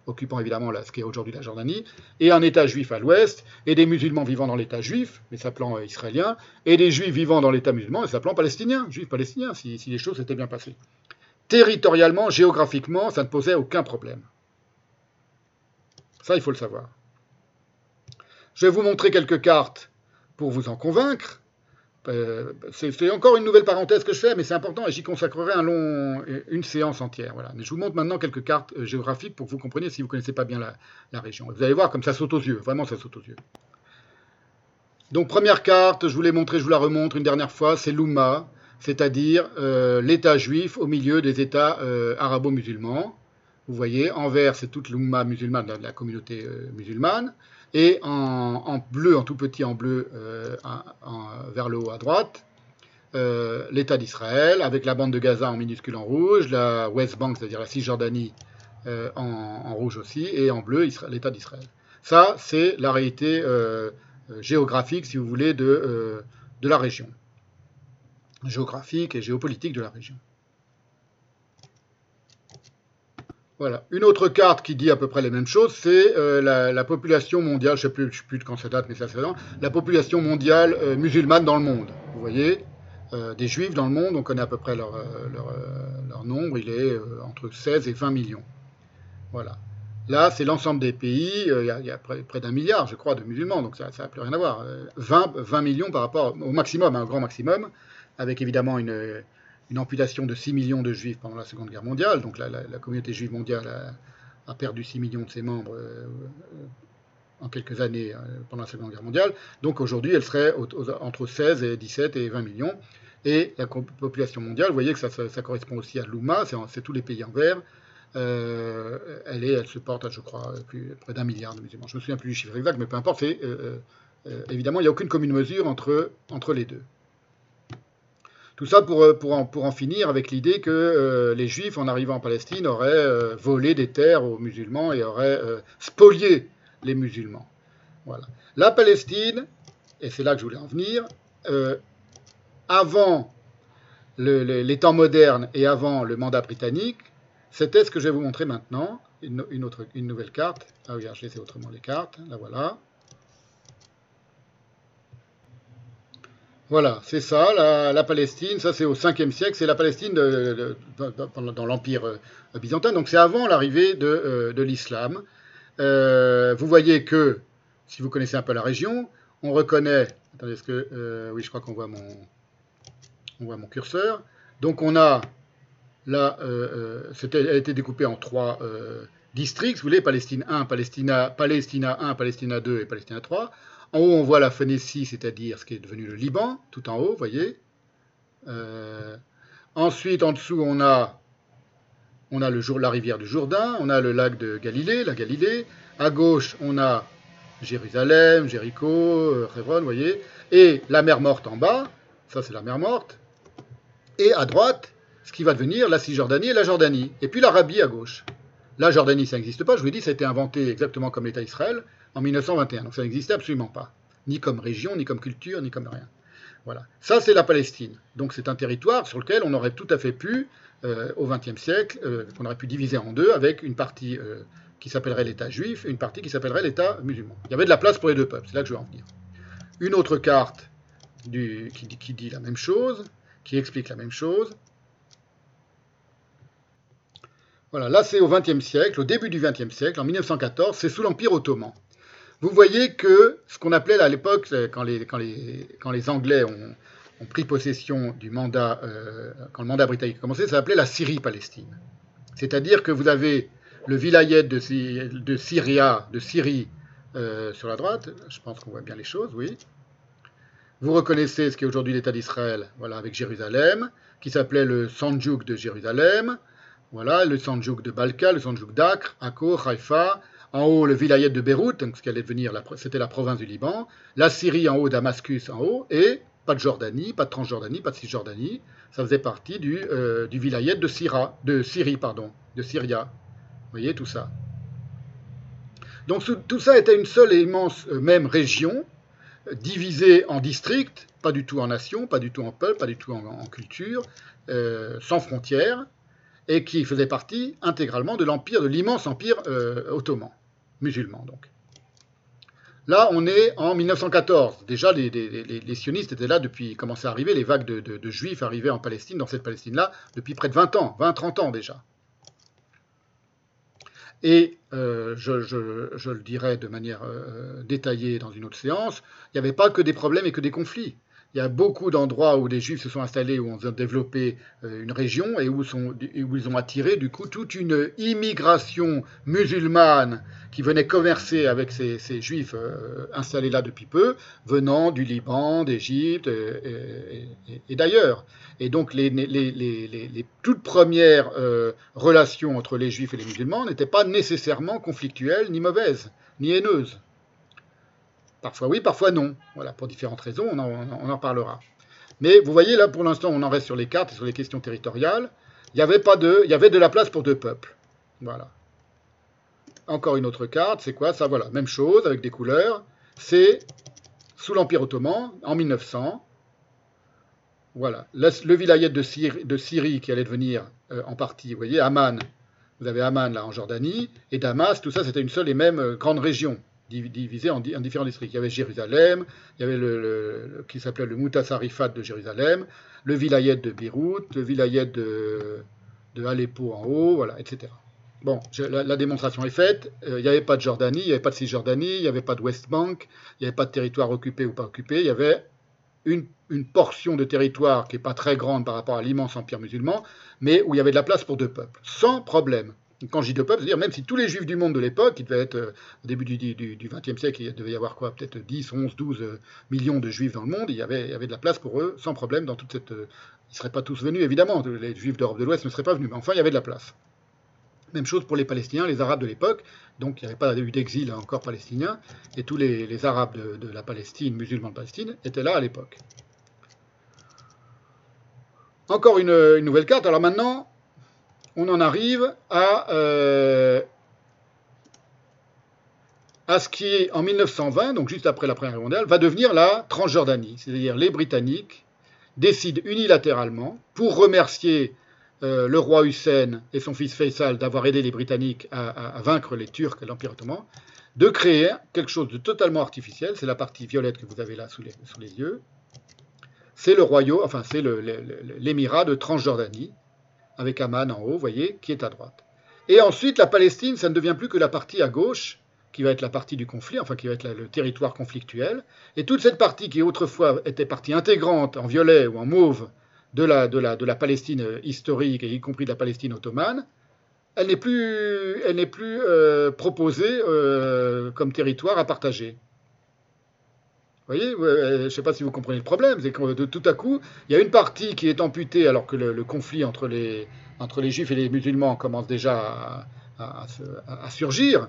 occupant évidemment là, ce qui est aujourd'hui la Jordanie, et un État juif à l'ouest, et des musulmans vivant dans l'État juif, mais s'appelant euh, israélien, et des juifs vivant dans l'État musulman, et s'appelant palestiniens, juifs palestiniens, si, si les choses s'étaient bien passées. Territorialement, géographiquement, ça ne posait aucun problème. Ça, il faut le savoir. Je vais vous montrer quelques cartes pour vous en convaincre. Euh, c'est encore une nouvelle parenthèse que je fais, mais c'est important et j'y consacrerai un long, une séance entière. Voilà. Mais je vous montre maintenant quelques cartes euh, géographiques pour que vous compreniez si vous ne connaissez pas bien la, la région. Vous allez voir comme ça saute aux yeux, vraiment ça saute aux yeux. Donc première carte, je vous l'ai montré, je vous la remontre une dernière fois, c'est l'Oumma, c'est-à-dire euh, l'État juif au milieu des États euh, arabo-musulmans. Vous voyez, en vert c'est toute l'Oumma musulmane, la, la communauté euh, musulmane. Et en, en bleu, en tout petit en bleu, euh, en, en, vers le haut à droite, euh, l'État d'Israël, avec la bande de Gaza en minuscule en rouge, la West Bank, c'est-à-dire la Cisjordanie, euh, en, en rouge aussi, et en bleu, l'État d'Israël. Ça, c'est la réalité euh, géographique, si vous voulez, de, euh, de la région. Géographique et géopolitique de la région. Voilà. Une autre carte qui dit à peu près les mêmes choses, c'est euh, la, la population mondiale, je ne sais plus, je sais plus de quand ça date, mais ça c'est dedans, la population mondiale euh, musulmane dans le monde. Vous voyez, euh, des juifs dans le monde, on connaît à peu près leur, leur, leur nombre, il est euh, entre seize et vingt millions. Voilà. Là, c'est l'ensemble des pays, euh, il y a, il y a près, près d'un milliard, je crois, de musulmans, donc ça n'a plus rien à voir. vingt, vingt millions par rapport au maximum, un grand maximum, avec évidemment une... une amputation de six millions de juifs pendant la Seconde Guerre mondiale, donc la, la, la communauté juive mondiale a, a perdu six millions de ses membres euh, en quelques années euh, pendant la Seconde Guerre mondiale, donc aujourd'hui elle serait aux, aux, entre seize et dix-sept et vingt millions, et la population mondiale, vous voyez que ça, ça, ça correspond aussi à l'Oumma, c'est tous les pays en vert, euh, elle, est, elle se porte à, je crois, plus, près d'un milliard de musulmans, je me souviens plus du chiffre exact, mais peu importe, euh, euh, évidemment il n'y a aucune commune mesure entre, entre les deux. Tout ça pour, pour, en, pour en finir avec l'idée que euh, les Juifs, en arrivant en Palestine, auraient euh, volé des terres aux musulmans et auraient euh, spolié les musulmans. Voilà. La Palestine, et c'est là que je voulais en venir, euh, avant le, le, les temps modernes et avant le mandat britannique, c'était ce que je vais vous montrer maintenant, une, une, autre, une nouvelle carte. Ah oui, je laissais autrement les cartes, la voilà. Voilà, c'est ça, la, la Palestine, ça c'est au cinquième siècle, c'est la Palestine de, de, de, dans l'Empire euh, byzantin, donc c'est avant l'arrivée de, euh, de l'islam. Euh, vous voyez que, si vous connaissez un peu la région, on reconnaît, attendez, est-ce que, euh, oui je crois qu'on voit mon, on voit mon curseur, donc on a, là, euh, c'était, elle a été découpée en trois euh, districts, vous voulez, Palestine un, Palestina, Palestina un, Palestina deux et Palestina trois. En haut, on voit la Phénicie, c'est-à-dire ce qui est devenu le Liban, tout en haut, vous voyez. Euh, ensuite, en dessous, on a, on a le, la rivière du Jourdain, on a le lac de Galilée, la Galilée. À gauche, on a Jérusalem, Jéricho, Hebron, vous voyez. Et la mer Morte en bas, ça c'est la mer Morte. Et à droite, ce qui va devenir la Cisjordanie et la Jordanie. Et puis l'Arabie à gauche. La Jordanie, ça n'existe pas, je vous ai dit, ça a été inventé exactement comme l'État d'Israël en mille neuf cent vingt et un, donc ça n'existait absolument pas, ni comme région, ni comme culture, ni comme rien. Voilà. Ça, c'est la Palestine. Donc c'est un territoire sur lequel on aurait tout à fait pu, euh, au vingtième siècle, euh, qu'on aurait pu diviser en deux, avec une partie euh, qui s'appellerait l'État juif et une partie qui s'appellerait l'État musulman. Il y avait de la place pour les deux peuples, c'est là que je veux en venir. Une autre carte du, qui, qui dit la même chose, qui explique la même chose. Voilà, là c'est au vingtième siècle, au début du vingtième siècle, en mille neuf cent quatorze, c'est sous l'Empire ottoman. Vous voyez que ce qu'on appelait à l'époque, quand les, quand, les, quand les Anglais ont, ont pris possession du mandat, euh, quand le mandat britannique a commencé, ça s'appelait la Syrie-Palestine. C'est-à-dire que vous avez le vilayet de, de, Syria, de Syrie euh, sur la droite, je pense qu'on voit bien les choses, oui. Vous reconnaissez ce qui est aujourd'hui l'État d'Israël, voilà, avec Jérusalem, qui s'appelait le Sandjouk de Jérusalem, voilà, le Sandjouk de Balka, le Sandjouk d'Acre, Akko, Haïfa. En haut, le vilayet de Beyrouth, donc ce qui allait devenir, c'était la province du Liban. La Syrie en haut, Damascus en haut. Et pas de Jordanie, pas de Transjordanie, pas de Cisjordanie. Ça faisait partie du, euh, du vilayet de, Syra, de Syrie, pardon, de Syria. Vous voyez tout ça. Donc tout ça était une seule et immense euh, même région, euh, divisée en districts, pas du tout en nations, pas du tout en peuple, pas du tout en, en culture, euh, sans frontières. et qui faisait partie intégralement de l'empire, de l'immense empire euh, ottoman, musulman donc. Là, on est en mille neuf cent quatorze. Déjà, les, les, les, les sionistes étaient là depuis, commençaient à arriver, les vagues de, de, de juifs arrivaient en Palestine, dans cette Palestine-là, depuis près de vingt ans, vingt trente ans déjà. Et euh, je, je, je le dirai de manière euh, détaillée dans une autre séance, il n'y avait pas que des problèmes et que des conflits. Il y a beaucoup d'endroits où les Juifs se sont installés, où on a développé une région et où, sont, où ils ont attiré du coup toute une immigration musulmane qui venait commercer avec ces, ces Juifs euh, installés là depuis peu, venant du Liban, d'Égypte et, et, et d'ailleurs. Et donc les, les, les, les, les toutes premières euh, relations entre les Juifs et les musulmans n'étaient pas nécessairement conflictuelles, ni mauvaises, ni haineuses. Parfois oui, parfois non. Voilà, pour différentes raisons, on en, on en parlera. Mais vous voyez, là, pour l'instant, on en reste sur les cartes et sur les questions territoriales. Il y avait, pas de, il y avait de la place pour deux peuples. Voilà. Encore une autre carte, c'est quoi ça? Voilà, même chose, avec des couleurs. C'est sous l'Empire ottoman, en mille neuf cents. Voilà, le, le vilayet de Syrie, de Syrie qui allait devenir euh, en partie, vous voyez, Amman. Vous avez Amman, là, en Jordanie. Et Damas, tout ça, c'était une seule et même euh, grande région, divisé en, en différents districts. Il y avait Jérusalem, il y avait le, le, le qui s'appelait le Mutasarifat de Jérusalem, le vilayet de Beyrouth, le vilayet de, de Aleppo en haut, voilà, et cetera. Bon, je, la, la démonstration est faite. Euh, il n'y avait pas de Jordanie, il n'y avait pas de Cisjordanie, il n'y avait pas de West Bank, il n'y avait pas de territoire occupé ou pas occupé. Il y avait une, une portion de territoire qui n'est pas très grande par rapport à l'immense empire musulman, mais où il y avait de la place pour deux peuples, sans problème. Quand je dis deux peuples, c'est-à-dire même si tous les juifs du monde de l'époque, il devait être euh, au début du, du, du vingtième siècle, il devait y avoir quoi, peut-être dix, onze, douze euh, millions de juifs dans le monde, il y, avait, il y avait de la place pour eux, sans problème, dans toute cette... Euh, ils ne seraient pas tous venus, évidemment, les juifs d'Europe de l'Ouest ne seraient pas venus, mais enfin, il y avait de la place. Même chose pour les Palestiniens, les Arabes de l'époque, donc il n'y avait pas eu d'exil encore palestinien, et tous les, les Arabes de, de la Palestine, musulmans de Palestine, étaient là à l'époque. Encore une, une nouvelle carte, alors maintenant... on en arrive à, euh, à ce qui est, en mille neuf cent vingt, donc juste après la Première Guerre mondiale, va devenir la Transjordanie. C'est-à-dire les Britanniques décident unilatéralement, pour remercier euh, le roi Hussein et son fils Faisal d'avoir aidé les Britanniques à, à, à vaincre les Turcs et l'Empire ottoman, de créer quelque chose de totalement artificiel. C'est la partie violette que vous avez là sous les, sous les yeux. C'est le royaume, enfin c'est le, le, le, l'émirat de Transjordanie, avec Amman en haut, vous voyez, qui est à droite. Et ensuite, la Palestine, ça ne devient plus que la partie à gauche, qui va être la partie du conflit, enfin qui va être la, le territoire conflictuel. Et toute cette partie qui autrefois était partie intégrante en violet ou en mauve de la, de la, de la Palestine historique, et y compris de la Palestine ottomane, elle n'est plus, elle n'est plus euh, proposée euh, comme territoire à partager. Vous voyez, je ne sais pas si vous comprenez le problème, c'est que de, tout à coup, il y a une partie qui est amputée alors que le, le conflit entre les, entre les juifs et les musulmans commence déjà à, à, à, à surgir.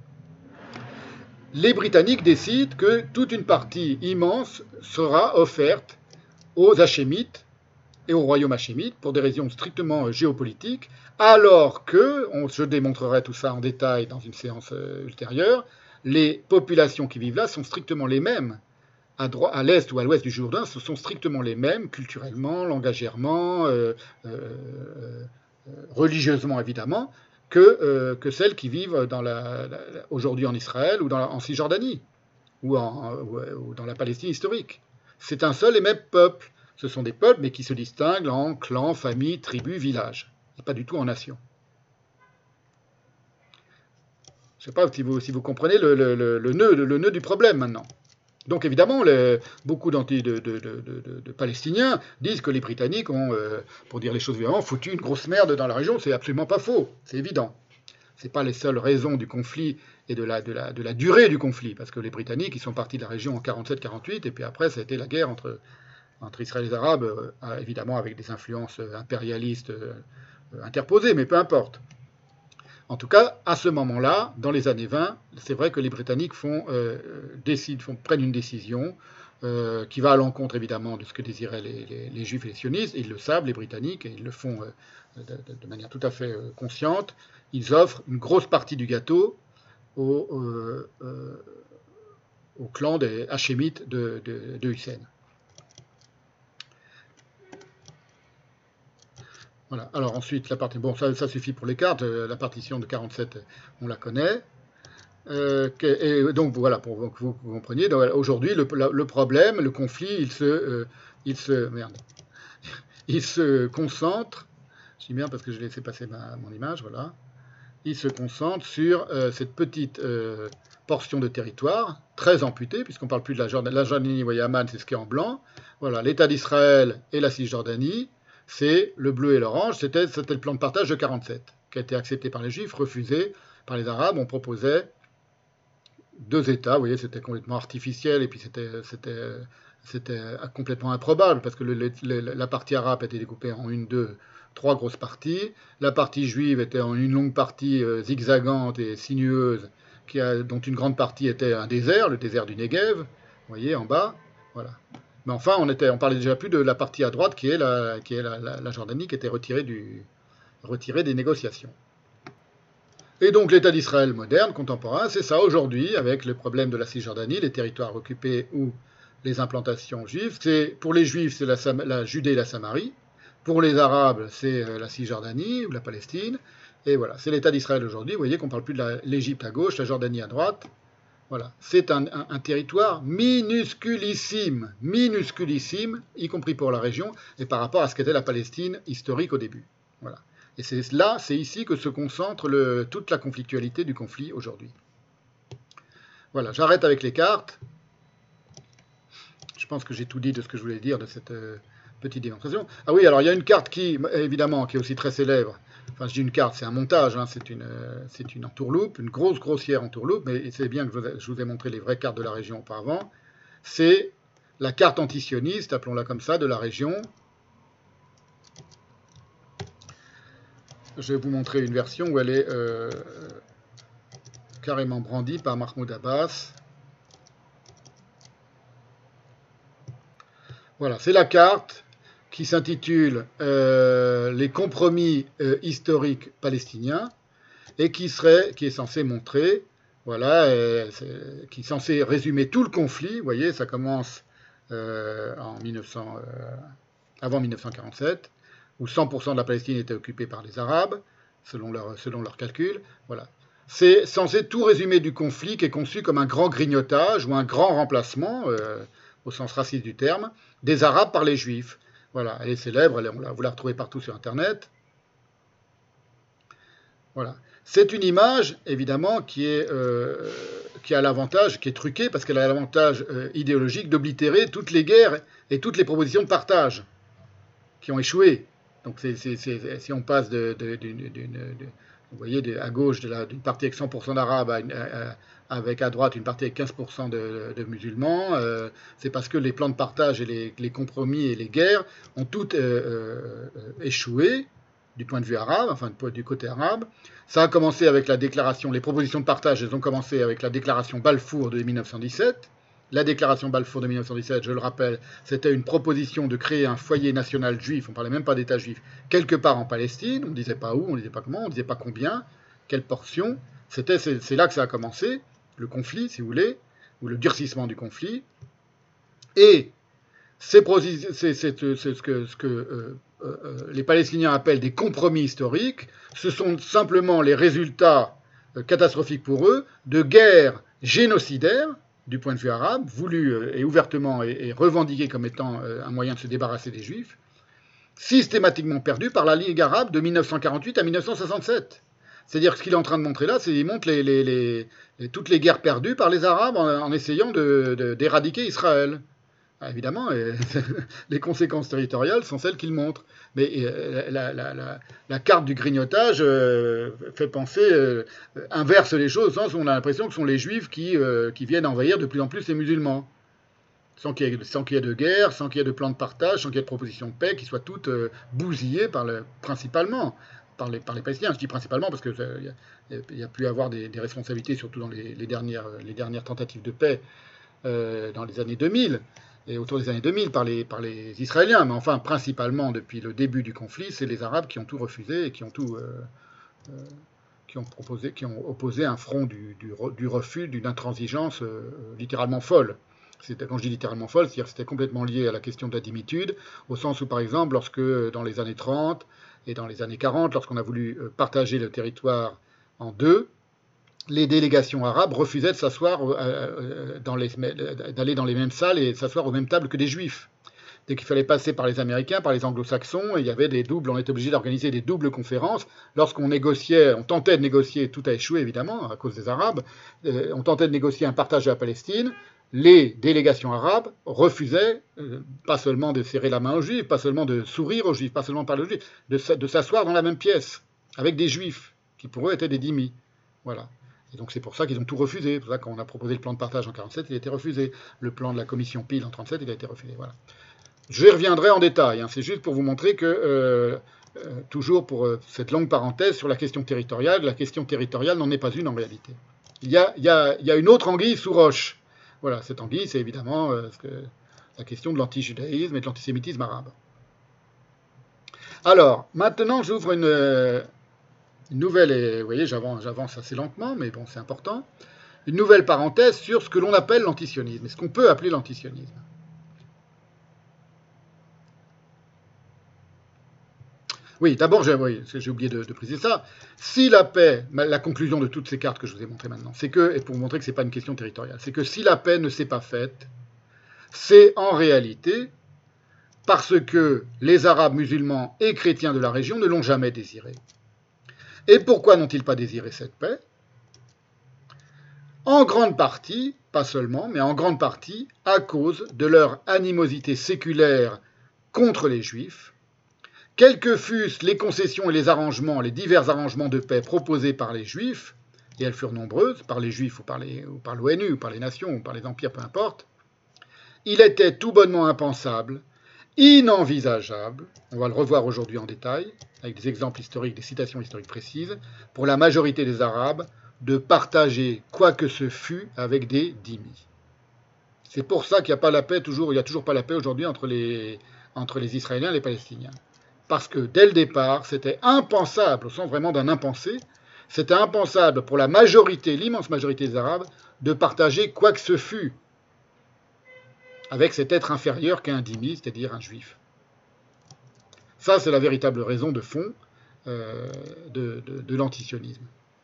Les Britanniques décident que toute une partie immense sera offerte aux Hachémites et au royaume hachémite pour des raisons strictement géopolitiques, alors que, on, je démontrerai tout ça en détail dans une séance ultérieure, les populations qui vivent là sont strictement les mêmes. À, droite, à l'est ou à l'ouest du Jourdain, ce sont strictement les mêmes, culturellement, langagièrement, euh, euh, euh, religieusement évidemment, que, euh, que celles qui vivent dans la, la, aujourd'hui en Israël ou dans la, en Cisjordanie ou, en, ou, ou dans la Palestine historique. C'est un seul et même peuple. Ce sont des peuples, mais qui se distinguent en clans, familles, tribus, villages, et pas du tout en nations. Je ne sais pas si vous, si vous comprenez le, le, le, le, nœud, le, le nœud du problème maintenant. Donc évidemment, les, beaucoup de, de, de, de, de Palestiniens disent que les Britanniques ont, euh, pour dire les choses violemment, foutu une grosse merde dans la région. C'est absolument pas faux, c'est évident. Ce n'est pas les seules raisons du conflit et de la, de, la, de la durée du conflit, parce que les Britanniques, ils sont partis de la région en quarante-sept quarante-huit, et puis après, ça a été la guerre entre, entre Israël et les Arabes, euh, évidemment avec des influences impérialistes euh, interposées, mais peu importe. En tout cas, à ce moment-là, dans les années vingt, c'est vrai que les Britanniques font, euh, décident, font, prennent une décision euh, qui va à l'encontre, évidemment, de ce que désiraient les, les, les Juifs et les sionistes. Ils le savent, les Britanniques, et ils le font euh, de, de, manière tout à fait euh, consciente. Ils offrent une grosse partie du gâteau au, euh, euh, au clan des Hachémites de, de, de Hussein. Voilà. Alors ensuite, la partie, bon, ça, ça suffit pour les cartes. Euh, La partition de quarante-sept, on la connaît. Euh, et donc voilà, pour que vous, vous compreniez, aujourd'hui, le, le, problème, le conflit, il se, euh, il se, merde, il se concentre. Je dis bien parce que je laissé passer ma, mon image, voilà. Il se concentre sur euh, cette petite euh, portion de territoire, très amputée, puisqu'on ne parle plus de la Jordanie, la Jordanie ou Yaman, c'est ce qui est en blanc. Voilà, l'État d'Israël et la Cisjordanie, c'est le bleu et l'orange, c'était le plan de partage de quarante-sept, qui a été accepté par les Juifs, refusé par les Arabes. On proposait deux États, vous voyez, c'était complètement artificiel, et puis c'était c'était complètement improbable, parce que le, le, la partie arabe était découpée en une, deux, trois grosses parties. La partie juive était en une longue partie euh, zigzagante et sinueuse, qui a, dont une grande partie était un désert, le désert du Negev, vous voyez, en bas. Voilà. Mais enfin, on, était, on parlait déjà plus de la partie à droite, qui est la, qui est la, la, la Jordanie, qui était retirée, du, retirée des négociations. Et donc l'État d'Israël moderne, contemporain, c'est ça aujourd'hui, avec le problème de la Cisjordanie, les territoires occupés ou les implantations juives. C'est, pour les Juifs, c'est la, la Judée et la Samarie. Pour les Arabes, c'est la Cisjordanie ou la Palestine. Et voilà, c'est l'État d'Israël aujourd'hui. Vous voyez qu'on ne parle plus de l'Égypte à gauche, la Jordanie à droite. Voilà, c'est un, un, un territoire minusculissime, minusculissime, y compris pour la région, et par rapport à ce qu'était la Palestine historique au début. Voilà. Et c'est là, c'est ici que se concentre le, toute la conflictualité du conflit aujourd'hui. Voilà, j'arrête avec les cartes. Je pense que j'ai tout dit de ce que je voulais dire de cette euh, petite démonstration. Ah oui, alors il y a une carte qui, évidemment, qui est aussi très célèbre. Enfin, je dis une carte, c'est un montage, hein, c'est une, euh, c'est une entourloupe, une grosse, grossière entourloupe, mais c'est bien que je vous, ai, je vous ai montré les vraies cartes de la région auparavant. C'est la carte antisioniste, appelons-la comme ça, de la région. Je vais vous montrer une version où elle est euh, carrément brandie par Mahmoud Abbas. Voilà, c'est la carte qui s'intitule euh, Les compromis euh, historiques palestiniens et qui, serait, qui est censé montrer, voilà, euh, est, qui est censé résumer tout le conflit. Vous voyez, ça commence euh, en mille neuf cents, euh, avant mille neuf cent quarante-sept, où cent pour cent de la Palestine était occupée par les Arabes, selon leurs selon leur calculs. Voilà. C'est censé tout résumer du conflit qui est conçu comme un grand grignotage ou un grand remplacement, euh, au sens raciste du terme, des Arabes par les Juifs. Voilà, elle est célèbre, elle est, on la, vous la retrouvez partout sur Internet. Voilà. C'est une image, évidemment, qui, est, euh, qui a l'avantage, qui est truquée, parce qu'elle a l'avantage euh, idéologique d'oblitérer toutes les guerres et toutes les propositions de partage qui ont échoué. Donc c'est, c'est, c'est, si on passe de, de, de, de, de, de vous voyez, de, à gauche d'une partie avec cent pour cent d'Arabes, avec à droite une partie avec quinze pour cent de, de musulmans, euh, c'est parce que les plans de partage et les, les compromis et les guerres ont toutes euh, euh, échoué du point de vue arabe, enfin du côté arabe. Ça a commencé avec la déclaration, les propositions de partage, elles ont commencé avec la déclaration Balfour de mille neuf cent dix-sept. La déclaration Balfour de mille neuf cent dix-sept, je le rappelle, c'était une proposition de créer un foyer national juif, on ne parlait même pas d'État juif, quelque part en Palestine, on ne disait pas où, on ne disait pas comment, on ne disait pas combien, quelle portion. C'était, c'est, c'est là que ça a commencé, le conflit, si vous voulez, ou le durcissement du conflit. Et c'est, c'est, c'est, c'est ce que, ce que euh, euh, les Palestiniens appellent des compromis historiques. Ce sont simplement les résultats euh, catastrophiques pour eux de guerres génocidaires, du point de vue arabe, voulu euh, et ouvertement et, et revendiqué comme étant euh, un moyen de se débarrasser des Juifs, systématiquement perdu par la Ligue arabe de mille neuf cent quarante-huit à mille neuf cent soixante-sept. C'est-à-dire que ce qu'il est en train de montrer là, c'est qu'il montre les, les, les, les, toutes les guerres perdues par les Arabes en, en essayant de, de, d'éradiquer Israël. Ah, évidemment, euh, les conséquences territoriales sont celles qu'il montre. Mais euh, la, la, la, la carte du grignotage euh, fait penser, euh, inverse les choses, au sens où on a l'impression que ce sont les Juifs qui, euh, qui viennent envahir de plus en plus les musulmans. Sans qu'il y ait, sans qu'il y ait de guerre, sans qu'il y ait de plan de partage, sans qu'il y ait de proposition de paix, qui soient toutes euh, bousillées par le, principalement par les, par les Palestiniens. Je dis principalement parce qu'il euh, y, y a pu y avoir des, des responsabilités, surtout dans les, les, dernières, les dernières tentatives de paix euh, dans les années deux mille. Et autour des années deux mille par les, par les Israéliens, mais enfin principalement depuis le début du conflit, c'est les Arabes qui ont tout refusé et qui ont tout, euh, euh, qui ont proposé, qui ont opposé un front du, du, du refus, d'une intransigeance euh, littéralement folle. C'était, quand je dis littéralement folle, c'est-à-dire que c'était complètement lié à la question de la dimitude, au sens où par exemple, lorsque dans les années trente, et dans les années quarante, lorsqu'on a voulu partager le territoire en deux, les délégations arabes refusaient de s'asseoir, euh, dans les, d'aller dans les mêmes salles et s'asseoir aux mêmes tables que des juifs. Dès qu'il fallait passer par les Américains, par les Anglo-Saxons, il y avait des doubles, on était obligé d'organiser des doubles conférences. Lorsqu'on négociait, on tentait de négocier, tout a échoué évidemment à cause des Arabes, euh, on tentait de négocier un partage de la Palestine, les délégations arabes refusaient, euh, pas seulement de serrer la main aux Juifs, pas seulement de sourire aux Juifs, pas seulement de parler aux Juifs, de, de s'asseoir dans la même pièce, avec des Juifs, qui pour eux étaient des dhimmis. Voilà. Et donc c'est pour ça qu'ils ont tout refusé. C'est pour ça qu'on a proposé le plan de partage en quarante-sept, il a été refusé. Le plan de la commission Peel en trente-sept, il a été refusé. Voilà. Je reviendrai en détail, hein. C'est juste pour vous montrer que, euh, euh, toujours pour euh, cette longue parenthèse sur la question territoriale, la question territoriale n'en est pas une en réalité. Il y a, il y a, il y a une autre anguille sous roche. Voilà, cette anguille, c'est évidemment euh, que, la question de l'antijudaïsme et de l'antisémitisme arabe. Alors, maintenant j'ouvre une, euh, une nouvelle, et vous voyez, j'avance, j'avance assez lentement, mais bon, c'est important, une nouvelle parenthèse sur ce que l'on appelle l'antisionisme, et ce qu'on peut appeler l'antisionisme. Oui, d'abord, j'ai oui, j'ai oublié de, de préciser ça. Si la paix, la conclusion de toutes ces cartes que je vous ai montrées maintenant, c'est que, et pour vous montrer que ce n'est pas une question territoriale, c'est que si la paix ne s'est pas faite, c'est en réalité parce que les Arabes musulmans et chrétiens de la région ne l'ont jamais désirée. Et pourquoi n'ont-ils pas désiré cette paix? En grande partie, pas seulement, mais en grande partie, à cause de leur animosité séculaire contre les Juifs, quelles que fussent les concessions et les arrangements, les divers arrangements de paix proposés par les Juifs, et elles furent nombreuses, par les Juifs ou par, les, ou par l'ONU, ou par les nations, ou par les empires, peu importe, il était tout bonnement impensable, inenvisageable, on va le revoir aujourd'hui en détail, avec des exemples historiques, des citations historiques précises, pour la majorité des Arabes, de partager quoi que ce fût avec des dhimmis. C'est pour ça qu'il n'y a pas la paix, toujours, il n'y a toujours pas la paix aujourd'hui entre les, entre les Israéliens et les Palestiniens. Parce que dès le départ, c'était impensable, au sens vraiment d'un impensé, c'était impensable pour la majorité, l'immense majorité des Arabes, de partager quoi que ce fût avec cet être inférieur qu'est un dhimmi, c'est-à-dire un juif. Ça, c'est la véritable raison de fond euh, de, de, de l'antisionisme.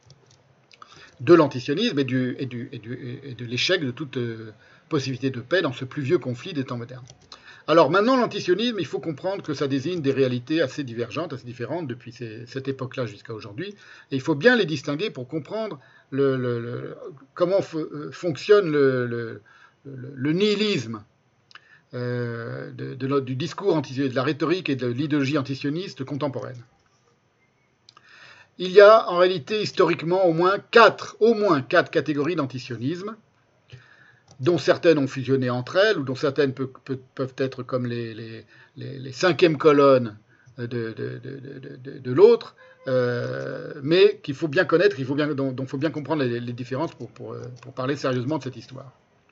De l'antisionisme et, du, et, du, et, du, et de l'échec de toute euh, possibilité de paix dans ce plus vieux conflit des temps modernes. Alors maintenant, l'antisionisme, il faut comprendre que ça désigne des réalités assez divergentes, assez différentes depuis ces, cette époque-là jusqu'à aujourd'hui. Et il faut bien les distinguer pour comprendre le, le, le, comment f- fonctionne le, le, le nihilisme euh, de, de, du discours anti, de la rhétorique et de l'idéologie antisioniste contemporaine. Il y a en réalité historiquement au moins quatre, au moins quatre catégories d'antisionisme, dont certaines ont fusionné entre elles, ou dont certaines peut, peut, peuvent être comme les, les, les, les cinquièmes colonnes de, de, de, de, de, de l'autre, euh, mais qu'il faut bien connaître, il faut bien, dont il faut bien comprendre les, les différences pour, pour, pour parler sérieusement de cette histoire.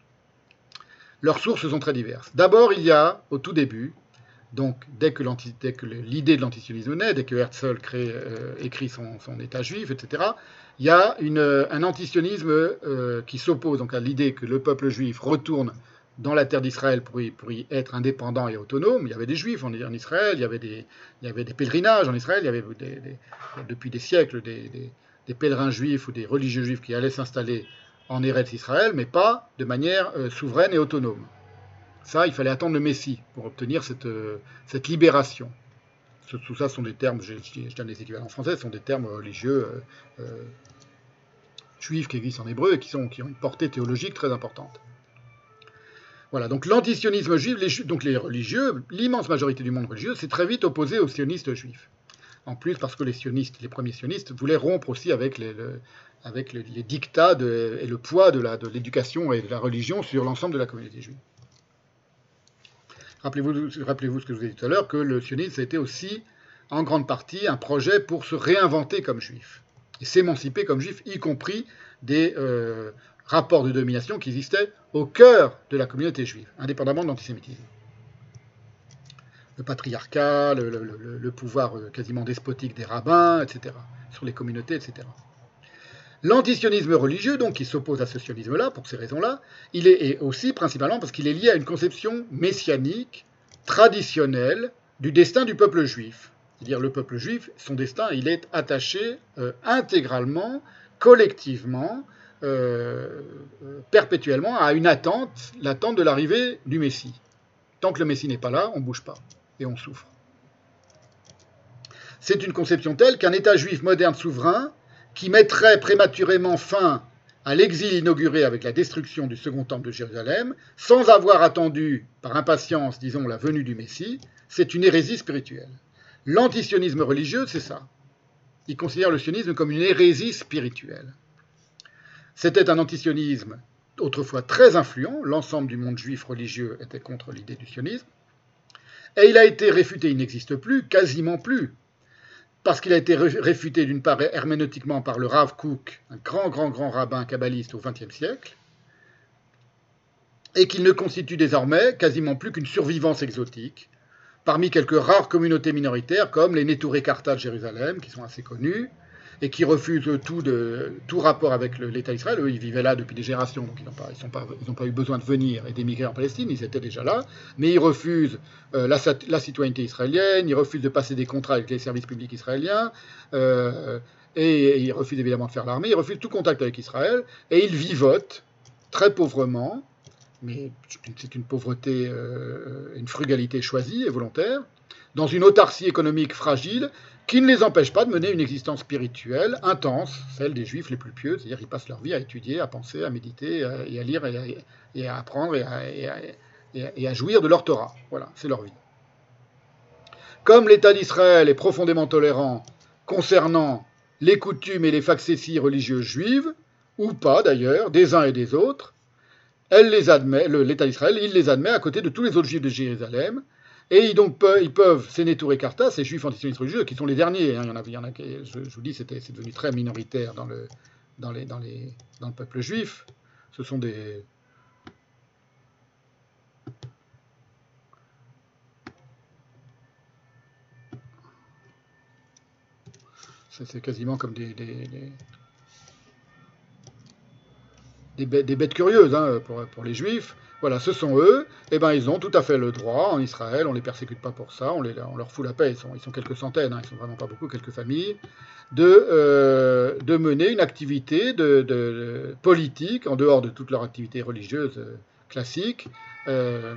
Leurs sources sont très diverses. D'abord, il y a, au tout début, donc dès que, dès que l'idée de l'antisionisme naît, dès que Herzl crée, euh, écrit son, son État juif, et cetera, il y a une, un antisionisme euh, qui s'oppose donc à l'idée que le peuple juif retourne dans la terre d'Israël pour y, pour y être indépendant et autonome. Il y avait des juifs en, en Israël, il y, avait des, il y avait des pèlerinages en Israël, il y avait des, des, depuis des siècles des, des, des pèlerins juifs ou des religieux juifs qui allaient s'installer en Eretz Israël, mais pas de manière euh, souveraine et autonome. Ça, il fallait attendre le Messie pour obtenir cette, euh, cette libération. Tout ça sont des termes, je, je donne les équivalents français, ce sont des termes religieux euh, euh, juifs qui existent en hébreu et qui, sont, qui ont une portée théologique très importante. Voilà, donc l'antisionisme juif, les, donc les religieux, l'immense majorité du monde religieux, s'est très vite opposé aux sionistes juifs. En plus, parce que les sionistes, les premiers sionistes, voulaient rompre aussi avec les, le, avec les, les dictats de, et le poids de, la, de l'éducation et de la religion sur l'ensemble de la communauté juive. Rappelez-vous, rappelez-vous ce que je vous ai dit tout à l'heure, que le sionisme a été aussi, en grande partie, un projet pour se réinventer comme juif, et s'émanciper comme juif, y compris des euh, rapports de domination qui existaient au cœur de la communauté juive, indépendamment de l'antisémitisme. Le patriarcat, le, le, le, le pouvoir quasiment despotique des rabbins, et cetera, sur les communautés, et cetera. L'antisionisme religieux, donc, qui s'oppose à ce sionisme-là, pour ces raisons-là, il est et aussi principalement parce qu'il est lié à une conception messianique, traditionnelle, du destin du peuple juif. C'est-à-dire le peuple juif, son destin, il est attaché euh, intégralement, collectivement, euh, euh, perpétuellement à une attente, l'attente de l'arrivée du Messie. Tant que le Messie n'est pas là, on ne bouge pas et on souffre. C'est une conception telle qu'un État juif moderne souverain, qui mettrait prématurément fin à l'exil inauguré avec la destruction du second temple de Jérusalem, sans avoir attendu, par impatience, disons, la venue du Messie, c'est une hérésie spirituelle. L'antisionisme religieux, c'est ça. Il considère le sionisme comme une hérésie spirituelle. C'était un antisionisme autrefois très influent, l'ensemble du monde juif religieux était contre l'idée du sionisme, et il a été réfuté, il n'existe plus, quasiment plus, parce qu'il a été réfuté d'une part herméneutiquement par le Rav Kook, un grand, grand, grand rabbin kabbaliste au vingtième siècle, et qu'il ne constitue désormais quasiment plus qu'une survivance exotique, parmi quelques rares communautés minoritaires comme les Neturei Karta de Jérusalem, qui sont assez connus, et qui refusent tout, de, tout rapport avec le, l'État d'Israël. Eux, ils vivaient là depuis des générations, donc ils n'ont pas, ils pas, ils pas eu besoin de venir et d'émigrer en Palestine, ils étaient déjà là, mais ils refusent euh, la, la citoyenneté israélienne, ils refusent de passer des contrats avec les services publics israéliens, euh, et, et ils refusent évidemment de faire l'armée, ils refusent tout contact avec Israël, et ils vivotent très pauvrement, mais c'est une pauvreté, euh, une frugalité choisie et volontaire, dans une autarcie économique fragile qui ne les empêche pas de mener une existence spirituelle intense, celle des Juifs les plus pieux, c'est-à-dire qu'ils passent leur vie à étudier, à penser, à méditer, et à lire, et à, et à apprendre, et à, et, à, et, à, et à jouir de leur Torah. Voilà, c'est leur vie. Comme l'État d'Israël est profondément tolérant concernant les coutumes et les facéties religieuses juives, ou pas d'ailleurs, des uns et des autres, elle les admet, l'État d'Israël, il les admet à côté de tous les autres Juifs de Jérusalem, et donc ils peuvent, ces Neturei Karta, ces Juifs antisionistes religieux, qui sont les derniers, hein, il y en a, il y en a je, je vous dis, c'était, c'est devenu très minoritaire dans le, dans, les, dans, les, dans le peuple juif, ce sont des... C'est, c'est quasiment comme des... des, des... Des bêtes, des bêtes curieuses hein, pour, pour les juifs. Voilà, ce sont eux, et eh ben ils ont tout à fait le droit en Israël, on ne les persécute pas pour ça, on, les, on leur fout la paix, ils sont, ils sont quelques centaines, hein, ils sont vraiment pas beaucoup, quelques familles, de, euh, de mener une activité de, de, de politique, en dehors de toute leur activité religieuse euh, classique, euh,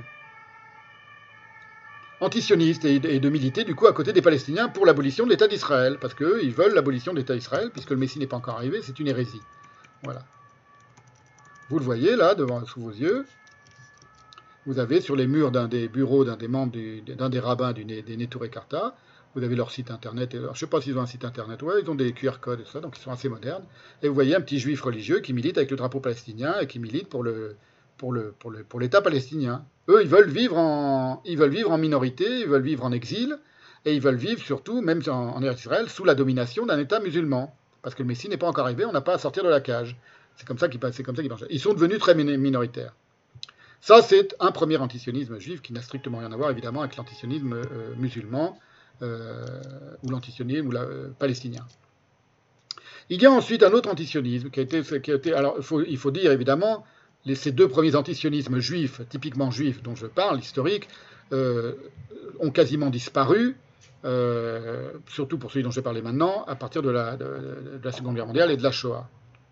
antisioniste, et, et de militer du coup à côté des Palestiniens pour l'abolition de l'État d'Israël, parce qu'eux, ils veulent l'abolition de l'État d'Israël, puisque le Messie n'est pas encore arrivé, c'est une hérésie. Voilà. Vous le voyez là, devant, sous vos yeux. Vous avez sur les murs d'un des bureaux d'un des membres du, d'un des rabbins du, des Neturei Karta, vous avez leur site internet. Et, alors, je ne sais pas s'ils ont un site internet, ouais, ils ont des Q R codes et tout ça, donc ils sont assez modernes. Et vous voyez un petit juif religieux qui milite avec le drapeau palestinien et qui milite pour le pour le pour le pour l'État palestinien. Eux, ils veulent vivre en ils veulent vivre en minorité, ils veulent vivre en exil et ils veulent vivre surtout, même en, en Israël, sous la domination d'un État musulman, parce que le Messie n'est pas encore arrivé, on n'a pas à sortir de la cage. C'est comme ça qu'ils c'est comme ça qu'ils pensent. Ils sont devenus très minoritaires. Ça, c'est un premier antisionisme juif qui n'a strictement rien à voir, évidemment, avec l'antisionisme euh, musulman euh, ou l'antisionisme ou la, euh, palestinien. Il y a ensuite un autre antisionisme qui a été... Qui a été alors, il faut, il faut dire, évidemment, les, ces deux premiers antisionismes juifs, typiquement juifs dont je parle, historiques, euh, ont quasiment disparu, euh, surtout pour celui dont je vais parler maintenant, à partir de la, de, de la Seconde Guerre mondiale et de la Shoah.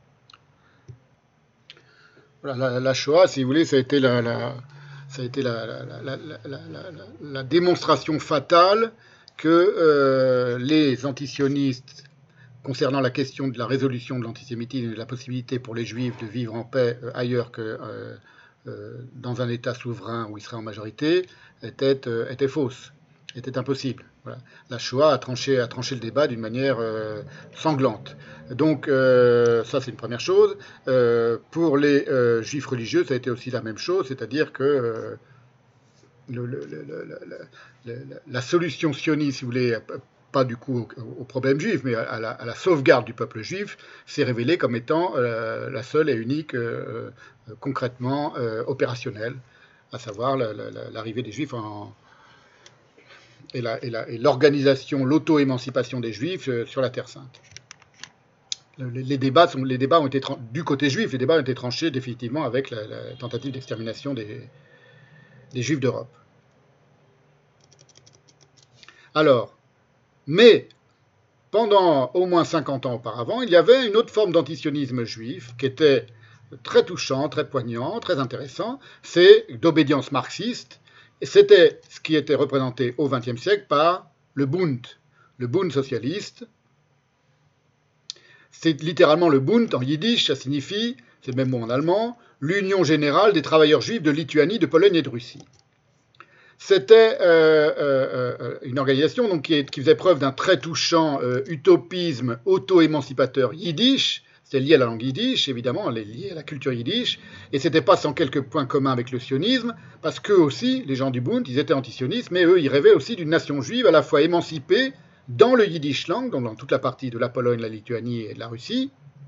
Voilà, la, la Shoah, si vous voulez, ça a été la, la, ça a été la, la, la, la, la, la démonstration fatale que euh, les antisionistes, concernant la question de la résolution de l'antisémitisme et de la possibilité pour les juifs de vivre en paix euh, ailleurs que euh, euh, dans un État souverain où ils seraient en majorité, étaient, euh, étaient fausses, étaient impossibles. Voilà. La Shoah a tranché, a tranché le débat d'une manière euh, sanglante. Donc euh, ça c'est une première chose. Euh, pour les euh, juifs religieux, ça a été aussi la même chose, c'est-à-dire que euh, le, le, le, le, la solution sioniste, si vous voulez, pas du coup au, au problème juif, mais à la, à la sauvegarde du peuple juif, s'est révélée comme étant euh, la seule et unique euh, concrètement euh, opérationnelle, à savoir la, la, l'arrivée des juifs en et, la, et, la, et l'organisation, l'auto-émancipation des Juifs euh, sur la Terre Sainte. Les, les, débats sont, les débats ont été, du côté juif, les débats ont été tranchés définitivement avec la, la tentative d'extermination des, des Juifs d'Europe. Alors, Mais pendant au moins cinquante ans auparavant, il y avait une autre forme d'antisionisme juif qui était très touchant, très poignant, très intéressant, c'est d'obédience marxiste, et c'était ce qui était représenté au vingtième siècle par le Bund, le Bund socialiste. C'est littéralement le Bund en yiddish, ça signifie, c'est le même mot en allemand, l'Union générale des travailleurs juifs de Lituanie, de Pologne et de Russie. C'était euh, euh, une organisation donc, qui, est, qui faisait preuve d'un très touchant euh, utopisme auto-émancipateur yiddish. C'était lié à la langue yiddish, évidemment, elle est liée à la culture yiddish, et c'était pas sans quelques points communs avec le sionisme, parce qu'eux aussi, les gens du Bund, ils étaient antisionistes, mais eux, ils rêvaient aussi d'une nation juive à la fois émancipée dans le yiddish langue, donc dans toute la partie de la Pologne, la Lituanie et de la Russie,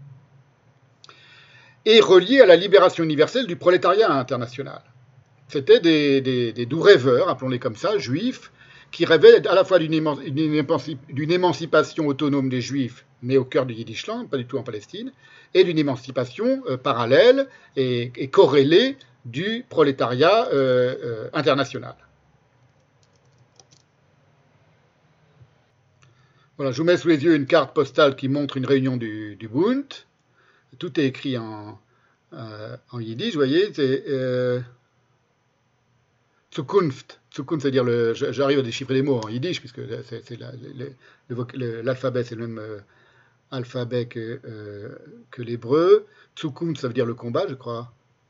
et reliée à la libération universelle du prolétariat international. C'était des, des, des doux rêveurs, appelons-les comme ça, juifs, qui rêvaient à la fois d'une émancipation autonome des juifs, mais au cœur du Yiddishland, pas du tout en Palestine, et d'une émancipation euh, parallèle et, et corrélée du prolétariat euh, euh, international. Voilà, je vous mets sous les yeux une carte postale qui montre une réunion du, du Bund. Tout est écrit en, euh, en yiddish, vous voyez, c'est... Euh, Zukunft, Zukunft, c'est-à-dire, le, j'arrive à déchiffrer les mots en yiddish, puisque c'est, c'est la, le, le, l'alphabet, c'est le même euh, alphabet que, euh, que l'hébreu. Zukunft, ça veut dire le combat, je crois.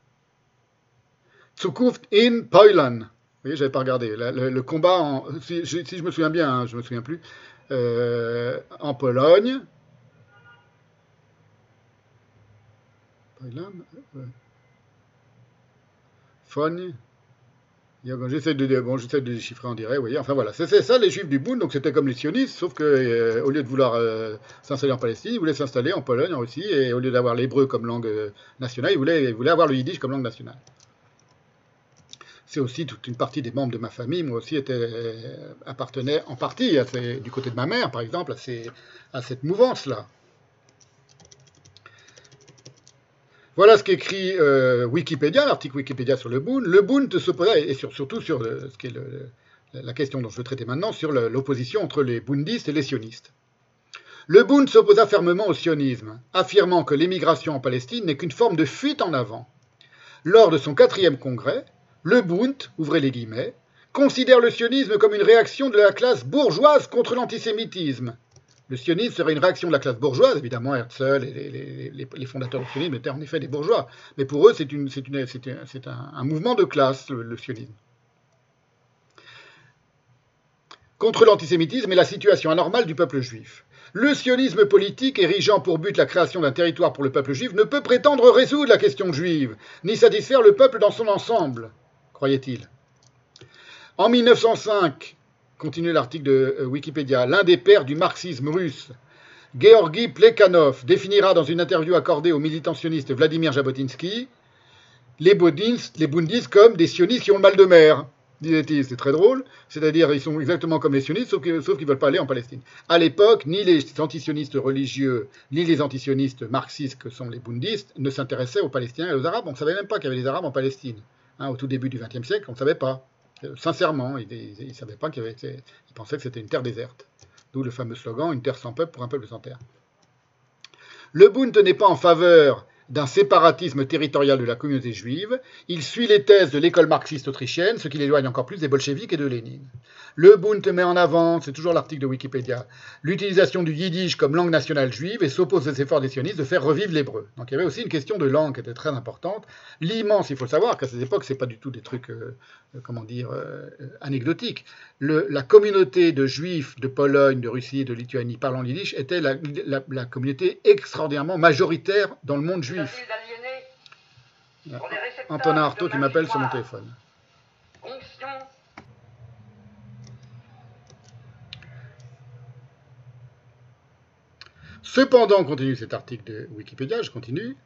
Zukunft in Polen. Vous voyez, j'avais pas regardé. Le, le, le combat, en, si, si, si je me souviens bien, hein, je me souviens plus, euh, en Pologne. Polen, euh, Fogne. J'essaie de, bon, j'essaie de déchiffrer en direct, vous voyez. Enfin voilà, c'est, c'est ça les juifs du Bund, donc c'était comme les sionistes, sauf que euh, au lieu de vouloir euh, s'installer en Palestine, ils voulaient s'installer en Pologne, en Russie, et au lieu d'avoir l'hébreu comme langue euh, nationale, ils voulaient, ils voulaient avoir le yiddish comme langue nationale. C'est aussi toute une partie des membres de ma famille, moi aussi, était, euh, appartenait en partie, à ces, du côté de ma mère, par exemple, à, ces, à cette mouvance-là. Voilà ce qu'écrit euh, Wikipédia, l'article Wikipédia sur le Bund. Le Bund s'opposa, et sur, surtout sur le, ce qui est le, la question dont je veux traiter maintenant, sur le, l'opposition entre les bundistes et les sionistes. Le Bund s'opposa fermement au sionisme, affirmant que l'émigration en Palestine n'est qu'une forme de fuite en avant. Lors de son quatrième congrès, le Bund, ouvrez les guillemets, considère le sionisme comme une réaction de la classe bourgeoise contre l'antisémitisme. Le sionisme serait une réaction de la classe bourgeoise, évidemment, Herzl et les, les, les, les fondateurs du sionisme étaient en effet des bourgeois, mais pour eux c'est, une, c'est, une, c'est, un, c'est un, un mouvement de classe, le, le sionisme. Contre l'antisémitisme et la situation anormale du peuple juif. Le sionisme politique, érigeant pour but la création d'un territoire pour le peuple juif, ne peut prétendre résoudre la question juive, ni satisfaire le peuple dans son ensemble, croyait-il. En mille neuf cent cinq, continue l'article de Wikipédia, l'un des pères du marxisme russe, Georgi Plekhanov, définira dans une interview accordée au militant sioniste Vladimir Jabotinsky les bundistes, les bundistes comme des sionistes qui ont le mal de mer, disait-il. C'est très drôle, c'est-à-dire ils sont exactement comme les sionistes, sauf qu'ils, sauf qu'ils ne veulent pas aller en Palestine. À l'époque, ni les antisionistes religieux, ni les antisionistes marxistes que sont les bundistes ne s'intéressaient aux Palestiniens et aux Arabes. On ne savait même pas qu'il y avait des Arabes en Palestine. Hein, au tout début du vingtième siècle, on ne savait pas. Sincèrement, ils ne savaient pas qu'il y avait, ils pensaient que c'était une terre déserte. D'où le fameux slogan « Une terre sans peuple pour un peuple sans terre ». Le Bund n'est pas en faveur d'un séparatisme territorial de la communauté juive, il suit les thèses de l'école marxiste autrichienne, ce qui l'éloigne encore plus des bolcheviks et de Lénine. Le Bund met en avant, c'est toujours l'article de Wikipédia, l'utilisation du yiddish comme langue nationale juive et s'oppose aux efforts des sionistes de faire revivre l'hébreu. Donc il y avait aussi une question de langue qui était très importante. L'immense, il faut savoir qu'à cette époque, ce n'est pas du tout des trucs, euh, comment dire, euh, anecdotiques. Le, la communauté de juifs de Pologne, de Russie et de Lituanie parlant yiddish était la, la, la communauté extraordinairement majoritaire dans le monde juif. Antonin Artaud qui m'appelle sur mon téléphone. Cependant, continue cet article de Wikipédia, je continue,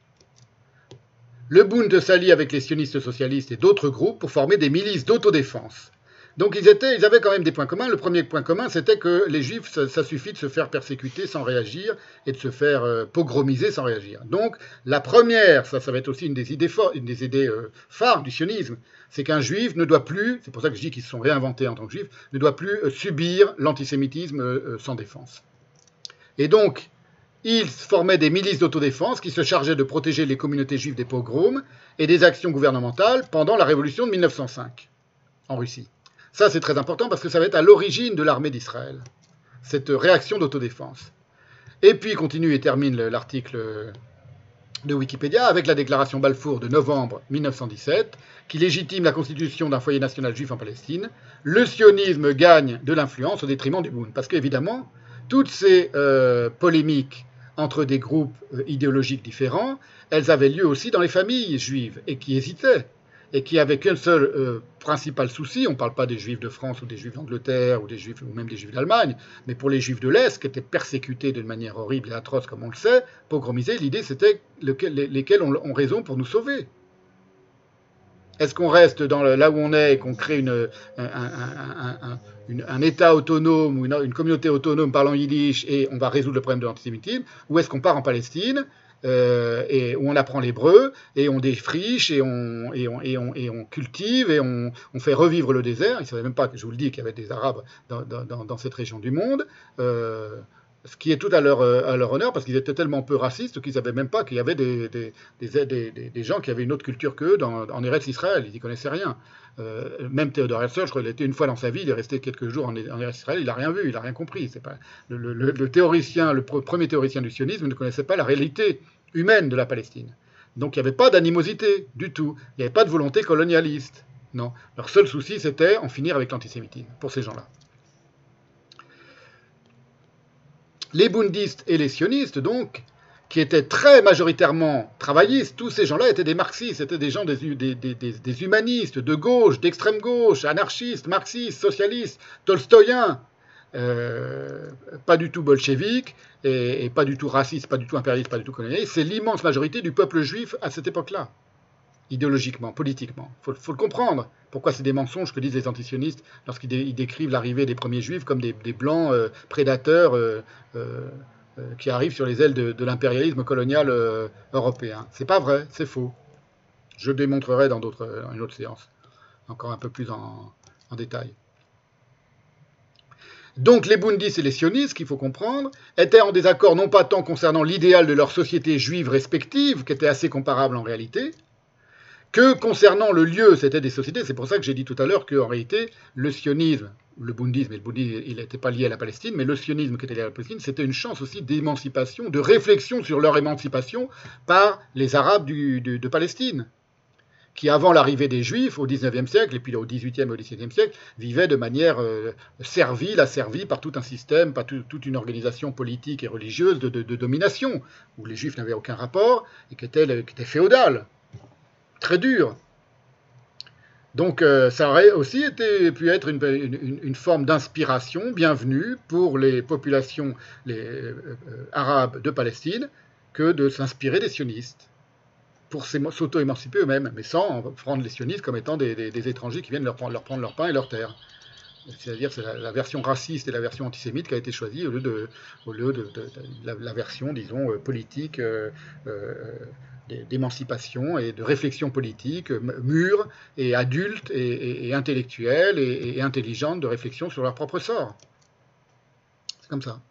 le Bund s'allie avec les sionistes socialistes et d'autres groupes pour former des milices d'autodéfense. Donc ils, étaient, ils avaient quand même des points communs. Le premier point commun, c'était que les Juifs, ça, ça suffit de se faire persécuter sans réagir et de se faire euh, pogromiser sans réagir. Donc la première, ça, ça va être aussi une des idées, for- une des idées euh, phares du sionisme, c'est qu'un Juif ne doit plus, c'est pour ça que je dis qu'ils se sont réinventés en tant que Juifs, ne doit plus euh, subir l'antisémitisme euh, sans défense. Et donc, ils formaient des milices d'autodéfense qui se chargeaient de protéger les communautés juives des pogroms et des actions gouvernementales pendant la révolution de mille neuf cent cinq en Russie. Ça, c'est très important parce que ça va être à l'origine de l'armée d'Israël, cette réaction d'autodéfense. Et puis, continue et termine l'article de Wikipédia avec la déclaration Balfour de novembre mille neuf cent dix-sept qui légitime la constitution d'un foyer national juif en Palestine. Le sionisme gagne de l'influence au détriment du Bund. Parce qu'évidemment, toutes ces euh, polémiques entre des groupes euh, idéologiques différents, elles avaient lieu aussi dans les familles juives et qui hésitaient. Et qui n'avaient qu'un seul euh, principal souci, on ne parle pas des Juifs de France ou des Juifs d'Angleterre ou des Juifs ou même des Juifs d'Allemagne, mais pour les Juifs de l'Est qui étaient persécutés d'une manière horrible et atroce comme on le sait, pogromisés, l'idée c'était lequel, lesquels ont, ont raison pour nous sauver. Est-ce qu'on reste dans le, là où on est et qu'on crée une, un, un, un, une, un État autonome ou une, une communauté autonome parlant yiddish et on va résoudre le problème de l'antisémitisme, ou est-ce qu'on part en Palestine Euh, et où on apprend l'hébreu, et on défriche, et on, et on, et on, et on cultive, et on, on fait revivre le désert. Ils ne savaient même pas, que je vous le dis, qu'il y avait des Arabes dans, dans, dans cette région du monde, euh, ce qui est tout à leur, à leur honneur, parce qu'ils étaient tellement peu racistes qu'ils ne savaient même pas qu'il y avait des, des, des, des, des gens qui avaient une autre culture qu'eux dans, en Eretz Israël. Ils n'y connaissaient rien. Euh, même Théodore Herzl, je crois qu'il était une fois dans sa vie, il est resté quelques jours en, en Eretz Israël, il n'a rien vu, il n'a rien compris. C'est pas, le, le, le théoricien, le premier théoricien du sionisme ne connaissait pas la réalité humaine de la Palestine. Donc il n'y avait pas d'animosité du tout, il n'y avait pas de volonté colonialiste. Non, leur seul souci c'était en finir avec l'antisémitisme pour ces gens-là. Les bundistes et les sionistes, donc, qui étaient très majoritairement travaillistes, tous ces gens-là étaient des marxistes, c'était des gens, des, des, des, des humanistes, de gauche, d'extrême gauche, anarchistes, marxistes, socialistes, tolstoïens, euh, pas du tout bolcheviques, et, et pas du tout racistes, pas du tout impérialistes, pas du tout colonialistes. C'est l'immense majorité du peuple juif à cette époque-là, idéologiquement, politiquement. Il faut, faut le comprendre. Pourquoi c'est des mensonges que disent les antisionistes lorsqu'ils dé décrivent l'arrivée des premiers juifs comme des, des blancs euh, prédateurs euh, euh, euh, qui arrivent sur les ailes de, de l'impérialisme colonial euh, européen. C'est pas vrai, c'est faux. Je démontrerai dans, dans une autre séance, encore un peu plus en, en détail. Donc les bundistes et les sionistes, qu'il faut comprendre, étaient en désaccord non pas tant concernant l'idéal de leur société juive respective, qui était assez comparable en réalité, que concernant le lieu, c'était des sociétés. C'est pour ça que j'ai dit tout à l'heure qu'en réalité, le sionisme, le bundisme, et le bundisme, il n'était pas lié à la Palestine, mais le sionisme qui était lié à la Palestine, c'était une chance aussi d'émancipation, de réflexion sur leur émancipation par les Arabes du, du, de Palestine, qui avant l'arrivée des Juifs au dix-neuvième siècle, et puis au dix-huitième et au dix-septième siècle, vivaient de manière euh, servile, asservie par tout un système, par tout, toute une organisation politique et religieuse de, de, de domination, où les Juifs n'avaient aucun rapport, et qui était, qui était féodale, très dur. Donc euh, ça aurait aussi été, pu être une, une, une forme d'inspiration bienvenue pour les populations les, euh, arabes de Palestine que de s'inspirer des sionistes pour s'auto-émanciper eux-mêmes, mais sans prendre les sionistes comme étant des, des, des étrangers qui viennent leur prendre, leur prendre leur pain et leur terre. C'est-à-dire c'est la, la version raciste et la version antisémite qui a été choisie au lieu de, au lieu de, de, de la, la version, disons, politique euh, euh, d'émancipation et de réflexion politique mûre et adulte et, et, et intellectuelle et, et intelligente de réflexion sur leur propre sort. C'est comme ça.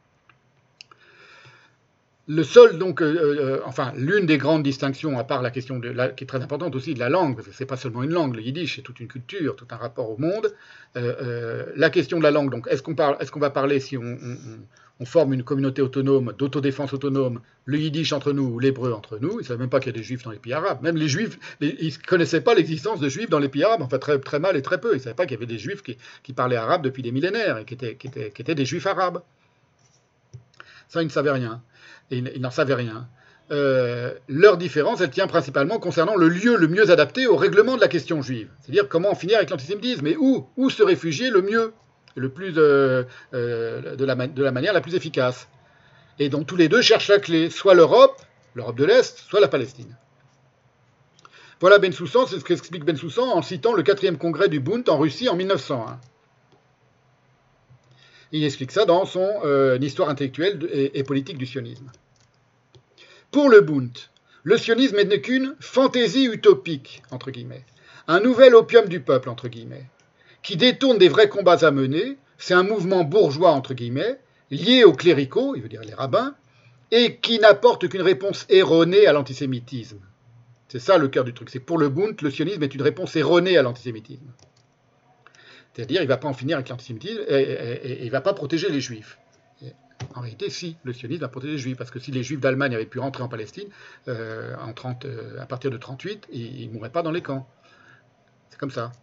Le seul, donc, euh, enfin, l'une des grandes distinctions, à part la question de la, qui est très importante aussi de la langue, parce que c'est pas seulement une langue, le yiddish, c'est toute une culture, tout un rapport au monde. Euh, euh, la question de la langue, donc, est-ce qu'on parle, est-ce qu'on va parler si on, on, on forme une communauté autonome, d'autodéfense autonome, le yiddish entre nous ou l'hébreu entre nous? Ils ne savaient même pas qu'il y a des juifs dans les pays arabes. Même les juifs, les, ils ne connaissaient pas l'existence de juifs dans les pays arabes, enfin très, très mal et très peu. Ils ne savaient pas qu'il y avait des juifs qui, qui parlaient arabe depuis des millénaires et qui étaient, qui étaient, qui étaient des juifs arabes. Ça, ils ne savaient rien. Et ils n'en savaient rien. Euh, leur différence, elle tient principalement concernant le lieu le mieux adapté au règlement de la question juive. C'est-à-dire comment en finir avec l'antisémitisme, et où, où se réfugier le mieux, le plus, euh, euh, de, la de la manière la plus efficace. Et donc tous les deux cherchent la clé, soit l'Europe, l'Europe de l'Est, soit la Palestine. Voilà Bensoussan, c'est ce qu'explique Bensoussan en citant le quatrième congrès du Bund en Russie en mille neuf cent un. Il explique ça dans son euh, Histoire intellectuelle et, et politique du sionisme. Pour le Bund, le sionisme n'est qu'une fantaisie utopique, entre guillemets, un nouvel opium du peuple, entre guillemets, qui détourne des vrais combats à mener. C'est un mouvement bourgeois, entre guillemets, lié aux cléricaux, il veut dire les rabbins, et qui n'apporte qu'une réponse erronée à l'antisémitisme. C'est ça le cœur du truc. C'est que pour le Bund, le sionisme est une réponse erronée à l'antisémitisme. C'est-à-dire, il ne va pas en finir avec l'antisémitisme et, et, et, et il ne va pas protéger les juifs. Et en réalité, si, le sionisme va protéger les juifs, parce que si les juifs d'Allemagne avaient pu rentrer en Palestine, euh, en trente, euh, à partir de trente-huit, ils ne mourraient pas dans les camps. C'est comme ça.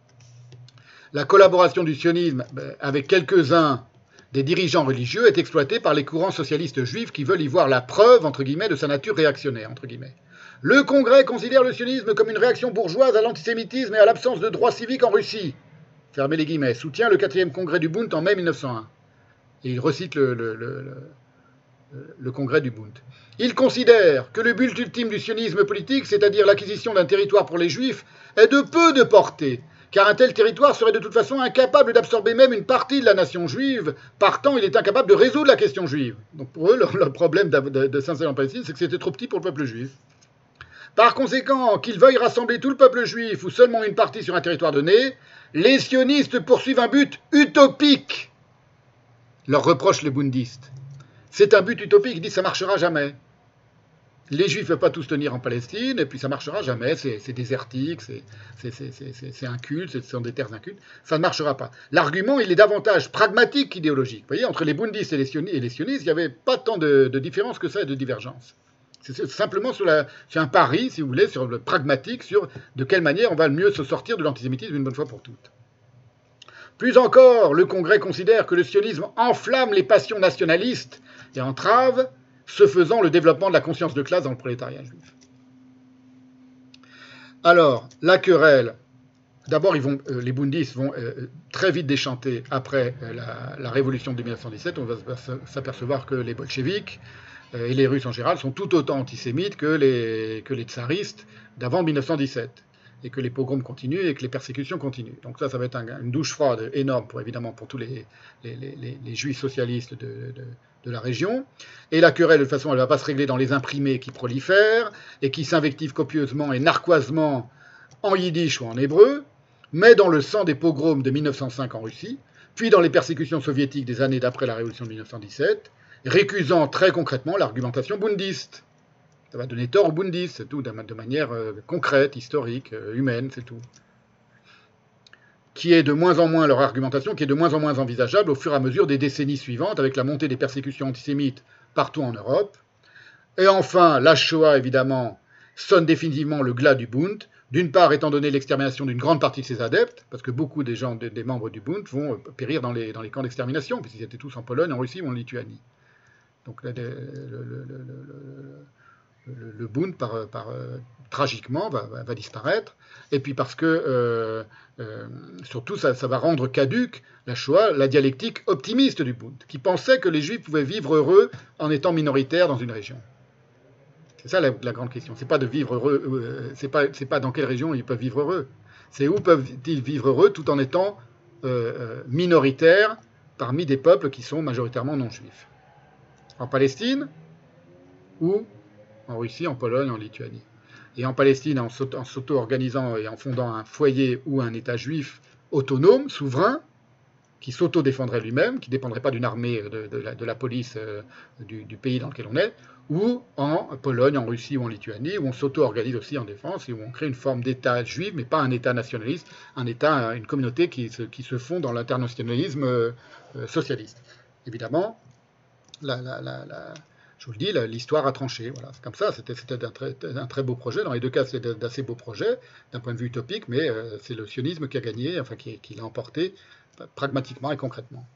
La collaboration du sionisme avec quelques-uns des dirigeants religieux est exploitée par les courants socialistes juifs qui veulent y voir la preuve, entre guillemets, de sa nature réactionnaire, entre guillemets. Le Congrès considère le sionisme comme une réaction bourgeoise à l'antisémitisme et à l'absence de droits civiques en Russie. Fermez les guillemets. Soutient le quatrième congrès du Bund en mai mille neuf cent un. Et il recite le, le, le, le, le congrès du Bund. Il considère que le but ultime du sionisme politique, c'est-à-dire l'acquisition d'un territoire pour les juifs, est de peu de portée, car un tel territoire serait de toute façon incapable d'absorber même une partie de la nation juive. Partant, il est incapable de résoudre la question juive. Donc pour eux, le, le problème de, de, de s'installer en Palestine, c'est que c'était trop petit pour le peuple juif. Par conséquent, qu'ils veuillent rassembler tout le peuple juif ou seulement une partie sur un territoire donné, les sionistes poursuivent un but utopique, leur reprochent les bundistes. C'est un but utopique, ils disent que ça ne marchera jamais. Les juifs ne peuvent pas tous tenir en Palestine, et puis ça ne marchera jamais, c'est, c'est désertique, c'est, c'est, c'est, c'est, c'est inculte, ce sont des terres incultes, ça ne marchera pas. L'argument, il est davantage pragmatique qu'idéologique. Vous voyez, entre les bundistes et les sionistes, et les sionistes il n'y avait pas tant de, de différence que ça et de divergence. C'est simplement sur, la, sur un pari, si vous voulez, sur le pragmatique, sur de quelle manière on va le mieux se sortir de l'antisémitisme une bonne fois pour toutes. Plus encore, le Congrès considère que le sionisme enflamme les passions nationalistes et entrave, ce faisant, le développement de la conscience de classe dans le prolétariat juif. Alors, la querelle, d'abord, ils vont, euh, les bundistes vont euh, très vite déchanter après euh, la, la révolution de mille neuf cent dix-sept. On va s'apercevoir que les bolcheviks et les Russes en général sont tout autant antisémites que les, que les tsaristes d'avant mille neuf cent dix-sept, et que les pogroms continuent et que les persécutions continuent. Donc ça, ça va être un, une douche froide énorme, pour, évidemment, pour tous les, les, les, les juifs socialistes de, de, de la région. Et la querelle, de toute façon, elle ne va pas se régler dans les imprimés qui prolifèrent et qui s'invectivent copieusement et narquoisement en yiddish ou en hébreu, mais dans le sang des pogroms de mille neuf cent cinq en Russie, puis dans les persécutions soviétiques des années d'après la révolution de mille neuf cent dix-sept, récusant très concrètement l'argumentation bundiste. Ça va donner tort aux bundistes, c'est tout, de manière euh, concrète, historique, euh, humaine, c'est tout. Qui est de moins en moins leur argumentation, qui est de moins en moins envisageable au fur et à mesure des décennies suivantes, avec la montée des persécutions antisémites partout en Europe. Et enfin, la Shoah, évidemment, sonne définitivement le glas du Bund, d'une part étant donné l'extermination d'une grande partie de ses adeptes, parce que beaucoup des gens, des, des membres du Bund vont périr dans les, dans les camps d'extermination, puisqu'ils étaient tous en Pologne, en Russie ou en Lituanie. Donc le, le, le, le, le, le Bund, par, par, euh, tragiquement, va, va, va disparaître. Et puis parce que, euh, euh, surtout, ça, ça va rendre caduque, la Shoah, la dialectique optimiste du Bund, qui pensait que les Juifs pouvaient vivre heureux en étant minoritaires dans une région. C'est ça la, la grande question. C'est pas de vivre heureux, euh, c'est pas, c'est pas dans quelle région ils peuvent vivre heureux. C'est où peuvent-ils vivre heureux tout en étant euh, minoritaires parmi des peuples qui sont majoritairement non-juifs. En Palestine ou en Russie, en Pologne, en Lituanie. Et en Palestine, en s'auto-organisant et en fondant un foyer ou un État juif autonome, souverain, qui s'auto-défendrait lui-même, qui ne dépendrait pas d'une armée de, de, la, de la police euh, du, du pays dans lequel on est, ou en Pologne, en Russie ou en Lituanie, où on s'auto-organise aussi en défense et où on crée une forme d'État juif, mais pas un État nationaliste, un État, une communauté qui se, qui se fond dans l'internationalisme euh, socialiste. Évidemment, la, la, la, la, je vous le dis, l'histoire a tranché. Voilà. C'est comme ça, c'était, c'était un, très, un très beau projet. Dans les deux cas, c'est d'assez beaux projets, d'un point de vue utopique, mais euh, c'est le sionisme qui a gagné, enfin qui, qui l'a emporté pragmatiquement et concrètement.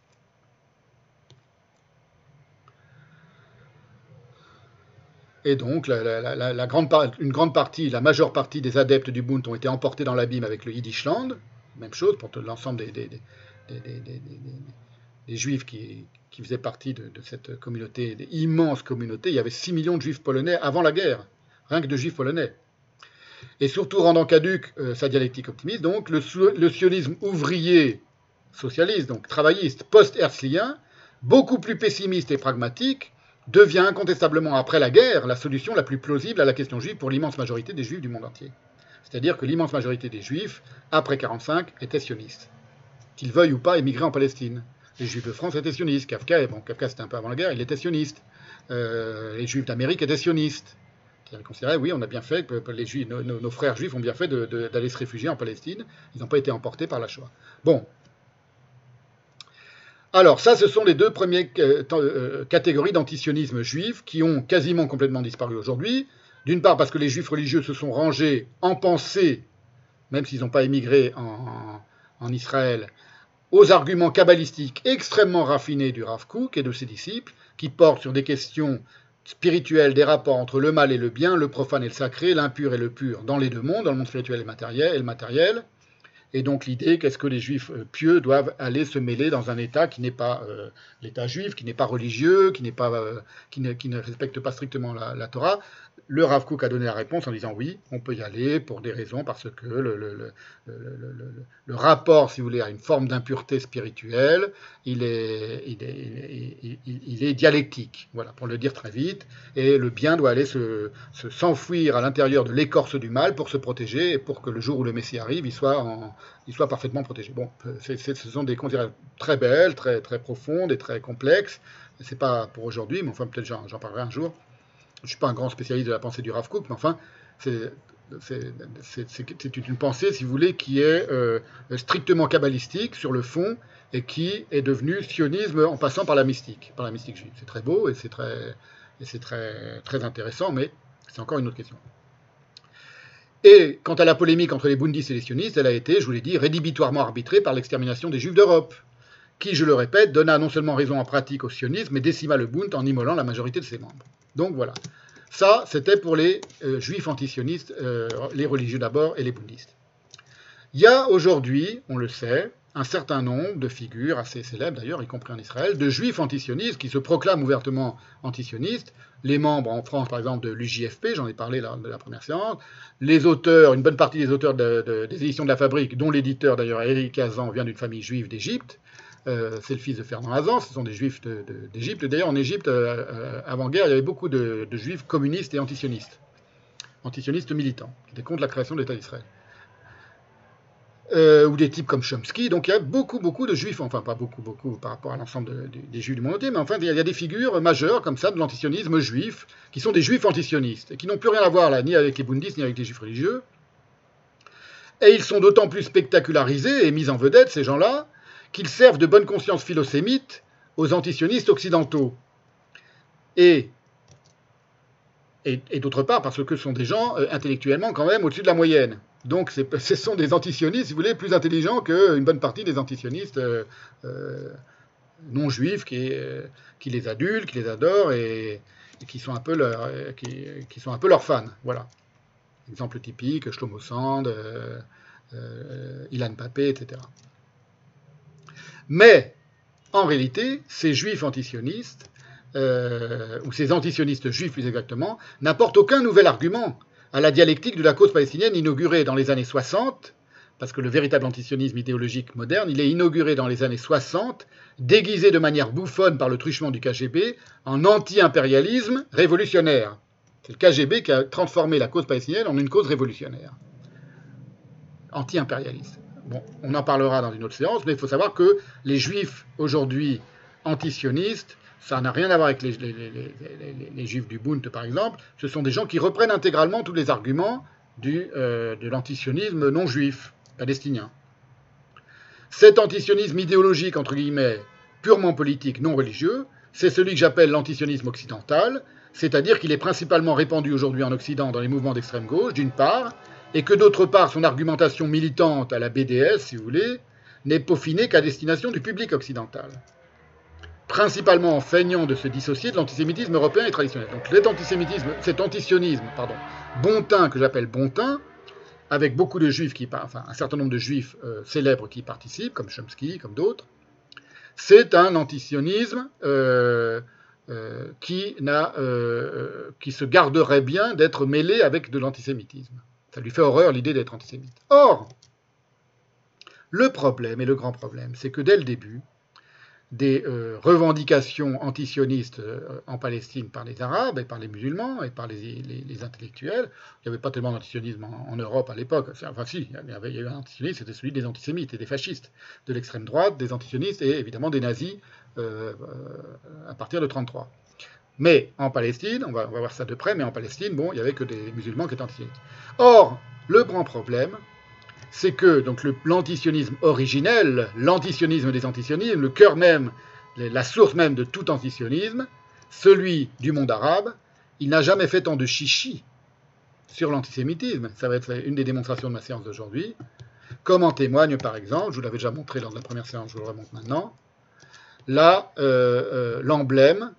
Et donc, la, la, la, la grande part, une grande partie, la majeure partie des adeptes du Bund ont été emportés dans l'abîme avec le Yiddishland. Même chose pour l'ensemble des, des, des, des, des, des, des, des juifs qui, qui faisaient partie de, de cette communauté, d'immense communauté. Il y avait six millions de juifs polonais avant la guerre, rien que de juifs polonais. et surtout rendant caduque euh, sa dialectique optimiste, donc le, le sionisme ouvrier, socialiste, donc travailliste, post-herzlien, beaucoup plus pessimiste et pragmatique, devient incontestablement après la guerre la solution la plus plausible à la question juive pour l'immense majorité des juifs du monde entier. C'est-à-dire que l'immense majorité des juifs, après mille neuf cent quarante-cinq, étaient sionistes. Qu'ils veuillent ou pas émigrer en Palestine. Les juifs de France étaient sionistes. Kafka, bon, Kafka c'était un peu avant la guerre, il était sioniste. Euh, les juifs d'Amérique étaient sionistes. Ils considéraient, oui, on a bien fait, les juifs, nos, nos frères juifs ont bien fait de, de, d'aller se réfugier en Palestine. Ils n'ont pas été emportés par la Shoah. Bon. Alors, ça, ce sont les deux premières euh, catégories d'antisionisme juif qui ont quasiment complètement disparu aujourd'hui. D'une part, parce que les juifs religieux se sont rangés en pensée, même s'ils n'ont pas émigré en, en, en Israël, aux arguments kabbalistiques extrêmement raffinés du Rav Kook et de ses disciples, qui portent sur des questions spirituelles, des rapports entre le mal et le bien, le profane et le sacré, l'impur et le pur, dans les deux mondes, dans le monde spirituel et, matériel, et le matériel. Et donc l'idée qu'est-ce que les juifs pieux doivent aller se mêler dans un État qui n'est pas euh, l'État juif, qui n'est pas religieux, qui, n'est pas, euh, qui, ne, qui ne respecte pas strictement la, la Torah. Le Rav Kook a donné la réponse en disant oui, on peut y aller pour des raisons, parce que le, le, le, le, le, le rapport, si vous voulez, à une forme d'impureté spirituelle, il est, il est, il, il, il est dialectique, voilà, pour le dire très vite, et le bien doit aller se, se, s'enfouir à l'intérieur de l'écorce du mal pour se protéger, et pour que le jour où le Messie arrive, il soit, en, il soit parfaitement protégé. Bon, c'est, c'est, ce sont des considérations très belles, très, très profondes et très complexes, c'est pas pour aujourd'hui, mais enfin peut-être j'en, j'en parlerai un jour. Je ne suis pas un grand spécialiste de la pensée du Rav Kook, mais enfin, c'est, c'est, c'est, c'est une pensée, si vous voulez, qui est euh, strictement kabbalistique sur le fond et qui est devenue sionisme en passant par la mystique, par la mystique juive. C'est très beau et c'est très, et c'est très, très intéressant, mais c'est encore une autre question. Et quant à la polémique entre les bundistes et les sionistes, elle a été, je vous l'ai dit, rédhibitoirement arbitrée par l'extermination des juifs d'Europe, qui, je le répète, donna non seulement raison en pratique au sionisme, mais décima le Bund en immolant la majorité de ses membres. Donc voilà. Ça, c'était pour les euh, juifs antisionistes, euh, les religieux d'abord et les bundistes. Il y a aujourd'hui, on le sait, un certain nombre de figures, assez célèbres d'ailleurs, y compris en Israël, de juifs antisionistes qui se proclament ouvertement antisionistes. Les membres en France, par exemple, de l'U J F P, j'en ai parlé là, de la première séance. Les auteurs, une bonne partie des auteurs de, de, des éditions de la Fabrique, dont l'éditeur d'ailleurs Éric Hazan vient d'une famille juive d'Égypte. Euh, c'est le fils de Fernand Hazan, ce sont des juifs de, de, d'Égypte. D'ailleurs, en Égypte, euh, euh, avant-guerre, il y avait beaucoup de, de juifs communistes et antisionistes. Antisionistes militants, qui étaient contre la création de l'État d'Israël. Euh, ou des types comme Chomsky. Donc il y a beaucoup, beaucoup de juifs, enfin pas beaucoup, beaucoup par rapport à l'ensemble de, de, des juifs du monde entier, mais enfin il y a des figures majeures comme ça de l'antisionisme juif, qui sont des juifs antisionistes, et qui n'ont plus rien à voir là, ni avec les bundistes, ni avec les juifs religieux. Et ils sont d'autant plus spectacularisés et mis en vedette, ces gens-là, qu'ils servent de bonne conscience philosémite aux antisionistes occidentaux. Et, et, et d'autre part, parce que ce sont des gens euh, intellectuellement quand même au-dessus de la moyenne. Donc ce sont des antisionistes, si vous voulez, plus intelligents qu'une bonne partie des antisionistes euh, euh, non juifs qui, euh, qui les adulent, qui les adorent et, et qui, sont un peu leur, euh, qui, qui sont un peu leurs fans. Voilà. Exemple typique, Shlomo Sand, euh, euh, Ilan Pappé, et cetera. Mais, en réalité, ces juifs antisionistes, euh, ou ces antisionistes juifs plus exactement, n'apportent aucun nouvel argument à la dialectique de la cause palestinienne inaugurée dans les années soixante, parce que le véritable antisionisme idéologique moderne, il est inauguré dans les années soixante, déguisé de manière bouffonne par le truchement du K G B, en anti-impérialisme révolutionnaire. C'est le K G B qui a transformé la cause palestinienne en une cause révolutionnaire. Anti-impérialiste. Bon, on en parlera dans une autre séance, mais il faut savoir que les juifs aujourd'hui antisionistes, ça n'a rien à voir avec les, les, les, les, les juifs du Bund, par exemple, ce sont des gens qui reprennent intégralement tous les arguments du, euh, de l'antisionisme non juif palestinien. Cet antisionisme idéologique, entre guillemets, purement politique, non religieux, c'est celui que j'appelle l'antisionisme occidental, c'est-à-dire qu'il est principalement répandu aujourd'hui en Occident dans les mouvements d'extrême gauche, d'une part, et que d'autre part, son argumentation militante à la B D S, si vous voulez, n'est peaufinée qu'à destination du public occidental. Principalement en feignant de se dissocier de l'antisémitisme européen et traditionnel. Donc cet antisémitisme, cet antisionisme, pardon, bontain, que j'appelle bontain, avec beaucoup de juifs, qui, enfin un certain nombre de juifs euh, célèbres qui y participent, comme Chomsky, comme d'autres, c'est un antisionisme euh, euh, qui, n'a, euh, qui se garderait bien d'être mêlé avec de l'antisémitisme. Ça lui fait horreur l'idée d'être antisémite. Or, le problème, et le grand problème, c'est que dès le début, des euh, revendications antisionistes euh, en Palestine par les Arabes et par les musulmans et par les, les, les intellectuels. Il n'y avait pas tellement d'antisionisme en, en Europe à l'époque. Enfin si, il y avait, il y avait un antisionisme, c'était celui des antisémites et des fascistes, de l'extrême droite, des antisionistes et évidemment des nazis euh, euh, à partir de mille neuf cent trente-trois. Mais en Palestine, on va, on va voir ça de près, mais en Palestine, bon, il n'y avait que des musulmans qui étaient antisémites. Or, le grand problème, c'est que donc l'antisionisme originel, l'antisionisme des antisionismes, le cœur même, la source même de tout antisionisme, celui du monde arabe, il n'a jamais fait tant de chichi sur l'antisémitisme. Ça va être une des démonstrations de ma séance d'aujourd'hui. Comme en témoigne, par exemple, je vous l'avais déjà montré lors de la première séance, je vous le remonte maintenant, là, euh, euh, l'emblème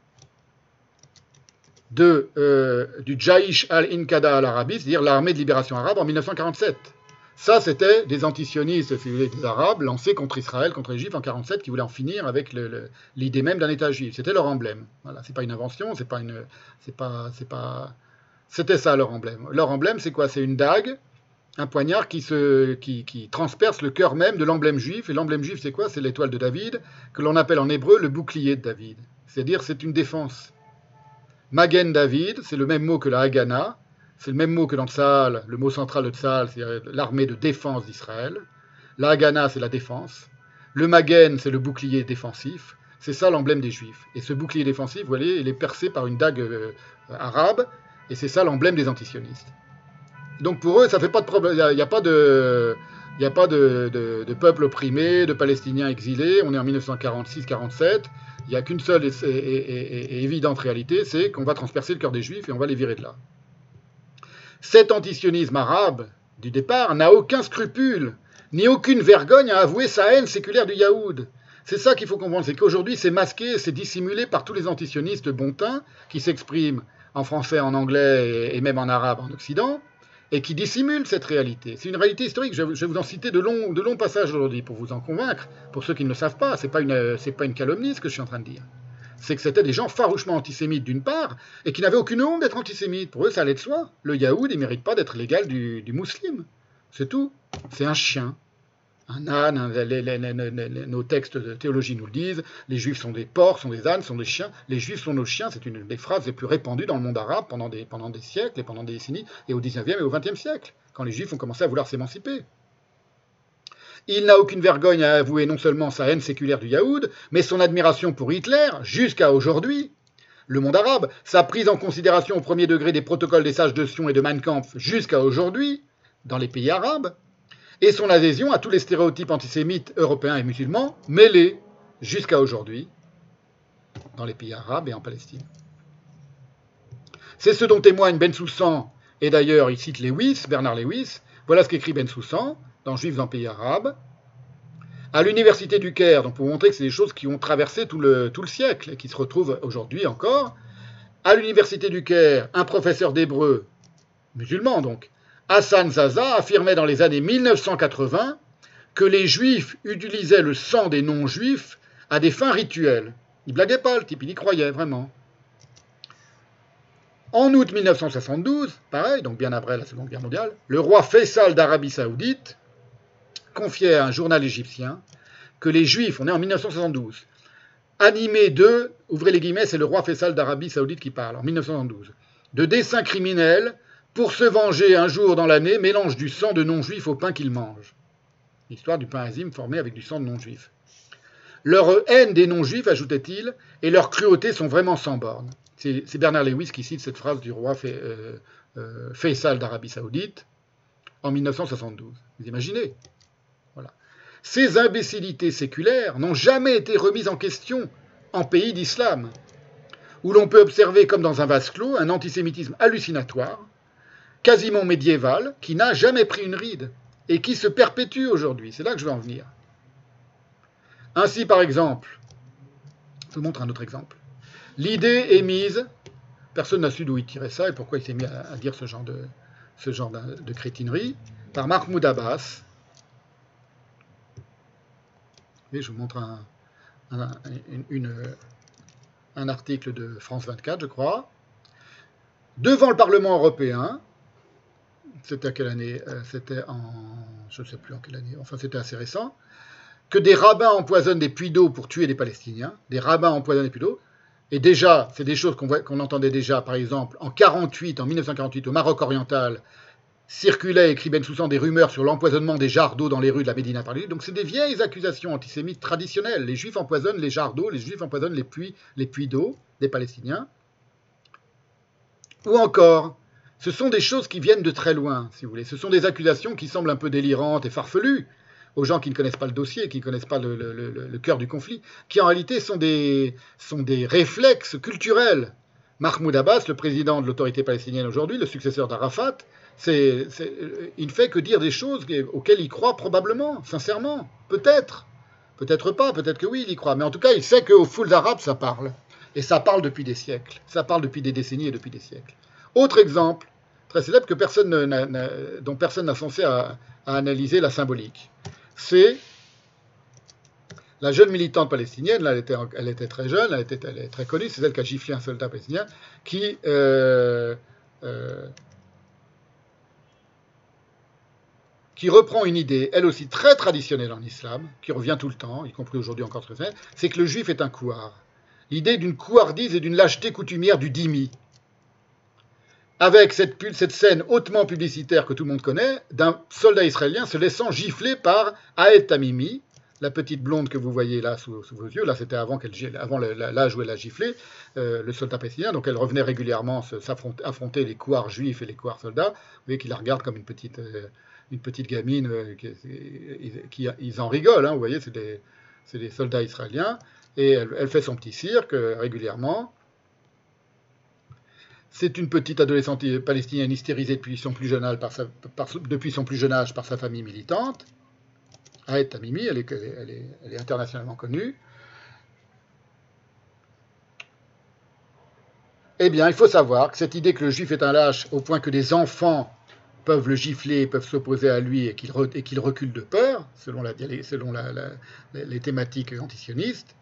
de, euh, du Jaish al-Inqada al-Arabi, c'est-à-dire l'armée de libération arabe en mille neuf cent quarante-sept. Ça, c'était des antisionistes, si vous voulez, des Arabes lancés contre Israël, contre les Juifs en mille neuf cent quarante-sept, qui voulaient en finir avec le, le, l'idée même d'un État juif. C'était leur emblème. Voilà, c'est pas une invention, c'est pas une, c'est pas, c'est pas, c'était ça leur emblème. Leur emblème, c'est quoi? C'est une dague, un poignard qui se, qui, qui transperce le cœur même de l'emblème juif. Et l'emblème juif, c'est quoi? C'est l'étoile de David, que l'on appelle en hébreu le bouclier de David. C'est-à-dire, c'est une défense. Magen David, c'est le même mot que la Haganah. C'est le même mot que dans Tsahal, le mot central de Tsahal, c'est l'armée de défense d'Israël. La Haganah, c'est la défense. Le Magen, c'est le bouclier défensif. C'est ça l'emblème des Juifs. Et ce bouclier défensif, vous voyez, il est percé par une dague euh, arabe, et c'est ça l'emblème des antisionistes. Donc pour eux, ça fait pas de problème. Il n'y a, a pas de, il y a pas de, de, de peuple opprimé, de Palestiniens exilés. On est en mille neuf cent quarante-six quarante-sept. Il n'y a qu'une seule et, et, et, et évidente réalité, c'est qu'on va transpercer le cœur des Juifs et on va les virer de là. Cet antisionisme arabe, du départ, n'a aucun scrupule, ni aucune vergogne à avouer sa haine séculaire du Yaoud. C'est ça qu'il faut comprendre, c'est qu'aujourd'hui, c'est masqué, c'est dissimulé par tous les antisionistes bontins qui s'expriment en français, en anglais et même en arabe en Occident, et qui dissimulent cette réalité. C'est une réalité historique, je vais vous en citer de longs, de longs passages aujourd'hui pour vous en convaincre, pour ceux qui ne le savent pas, c'est pas une, c'est pas une calomnie ce que je suis en train de dire. C'est que c'était des gens farouchement antisémites d'une part, et qui n'avaient aucune honte d'être antisémites. Pour eux, ça allait de soi. Le Yaoud, il ne mérite pas d'être l'égal du, du musulman. C'est tout. C'est un chien, un âne. Un, les, les, les, les, les, nos textes de théologie nous le disent. Les Juifs sont des porcs, sont des ânes, sont des chiens. Les Juifs sont nos chiens. C'est une des phrases les plus répandues dans le monde arabe pendant des, pendant des siècles et pendant des décennies, et au dix-neuvième et au vingtième siècle, quand les Juifs ont commencé à vouloir s'émanciper. Il n'a aucune vergogne à avouer non seulement sa haine séculaire du Yaoud, mais son admiration pour Hitler, jusqu'à aujourd'hui. Le monde arabe, sa prise en considération au premier degré des protocoles des sages de Sion et de Mein Kampf, jusqu'à aujourd'hui, dans les pays arabes, et son adhésion à tous les stéréotypes antisémites européens et musulmans, mêlés, jusqu'à aujourd'hui, dans les pays arabes et en Palestine. C'est ce dont témoigne Bensoussan, et d'ailleurs il cite Lewis, Bernard Lewis. Voilà ce qu'écrit Bensoussan dans Juifs dans pays arabes, à l'université du Caire, donc pour montrer que c'est des choses qui ont traversé tout le, tout le siècle et qui se retrouvent aujourd'hui encore. À l'université du Caire, un professeur d'hébreu, musulman donc, Hassan Zaza, affirmait dans les années mille neuf cent quatre-vingts que les Juifs utilisaient le sang des non-Juifs à des fins rituelles. Il blaguait pas, le type, il y croyait vraiment. En août mille neuf cent soixante-douze, pareil, donc bien après la Seconde Guerre mondiale, le roi Faisal d'Arabie Saoudite confiait à un journal égyptien que les Juifs, on est en mille neuf cent soixante-douze, animés de, ouvrez les guillemets, c'est le roi Faisal d'Arabie Saoudite qui parle, en mille neuf cent soixante-douze, de desseins criminels pour se venger un jour dans l'année, mélange du sang de non-juifs au pain qu'ils mangent. L'histoire du pain azim formé avec du sang de non-juifs. Leur haine des non-juifs, ajoutait-il, et leur cruauté sont vraiment sans bornes. C'est, c'est Bernard Lewis qui cite cette phrase du roi Fay, euh, euh, Faisal d'Arabie Saoudite en mille neuf cent soixante-douze. Vous imaginez ? Voilà. Ces imbécilités séculaires n'ont jamais été remises en question en pays d'islam, où l'on peut observer, comme dans un vase clos, un antisémitisme hallucinatoire, quasiment médiéval, qui n'a jamais pris une ride, et qui se perpétue aujourd'hui. C'est là que je veux en venir. Ainsi, par exemple, je vous montre un autre exemple. L'idée émise, personne n'a su d'où il tirait ça et pourquoi il s'est mis à, à dire ce genre de, ce genre de, de crétinerie, par Mahmoud Abbas. Et je vous montre un, un, une, une, un article de France vingt-quatre, je crois. Devant le Parlement européen, c'était à quelle année euh, C'était en... je ne sais plus en quelle année, enfin c'était assez récent, que des rabbins empoisonnent des puits d'eau pour tuer des Palestiniens, des rabbins empoisonnent des puits d'eau, et déjà, c'est des choses qu'on, voit, qu'on entendait déjà, par exemple, en quarante-huit, en mille neuf cent quarante-huit, au Maroc oriental, circulaient, écrit Ben Soussan, des rumeurs sur l'empoisonnement des jarres d'eau dans les rues de la Médina par les juifs. Donc c'est des vieilles accusations antisémites traditionnelles. Les juifs empoisonnent les jarres d'eau, les juifs empoisonnent les puits, les puits d'eau des Palestiniens. Ou encore, ce sont des choses qui viennent de très loin, si vous voulez. Ce sont des accusations qui semblent un peu délirantes et farfelues aux gens qui ne connaissent pas le dossier, qui ne connaissent pas le, le, le, le cœur du conflit, qui en réalité sont des, sont des réflexes culturels. Mahmoud Abbas, le président de l'autorité palestinienne aujourd'hui, le successeur d'Arafat, c'est, c'est, il ne fait que dire des choses auxquelles il croit probablement, sincèrement, peut-être. Peut-être pas, peut-être que oui, il y croit. Mais en tout cas, il sait qu'aux foules arabes, ça parle. Et ça parle depuis des siècles. Ça parle depuis des décennies et depuis des siècles. Autre exemple, très célèbre, que personne n'a, n'a, dont personne n'a censé à, à analyser la symbolique. C'est la jeune militante palestinienne, là, elle, était, elle était très jeune, elle était elle est très connue, c'est celle qui a giflé un soldat palestinien, qui, euh, euh, qui reprend une idée, elle aussi très traditionnelle en islam, qui revient tout le temps, y compris aujourd'hui encore très très, c'est que le juif est un couard. L'idée d'une couardise et d'une lâcheté coutumière du dhimmi. Avec cette, cette scène hautement publicitaire que tout le monde connaît, d'un soldat israélien se laissant gifler par Aed Tamimi, la petite blonde que vous voyez là sous, sous vos yeux. Là, c'était avant, qu'elle, avant l'âge où elle a giflé, euh, le soldat palestinien. Donc, elle revenait régulièrement s'affronter, affronter les couards juifs et les couards soldats. Vous voyez qu'il la regarde comme une petite, euh, une petite gamine. Euh, qui, qui, ils en rigolent, hein, vous voyez, c'est des, c'est des soldats israéliens. Et elle, elle fait son petit cirque euh, régulièrement. C'est une petite adolescente palestinienne hystérisée depuis son plus jeune âge par sa, par, depuis son plus jeune âge par sa famille militante. Aed Tamimi, elle est, elle, est, elle est internationalement connue. Eh bien, il faut savoir que cette idée que le juif est un lâche au point que des enfants peuvent le gifler, peuvent s'opposer à lui et qu'il, re, et qu'il recule de peur, selon, la, selon la, la, les thématiques antisionistes,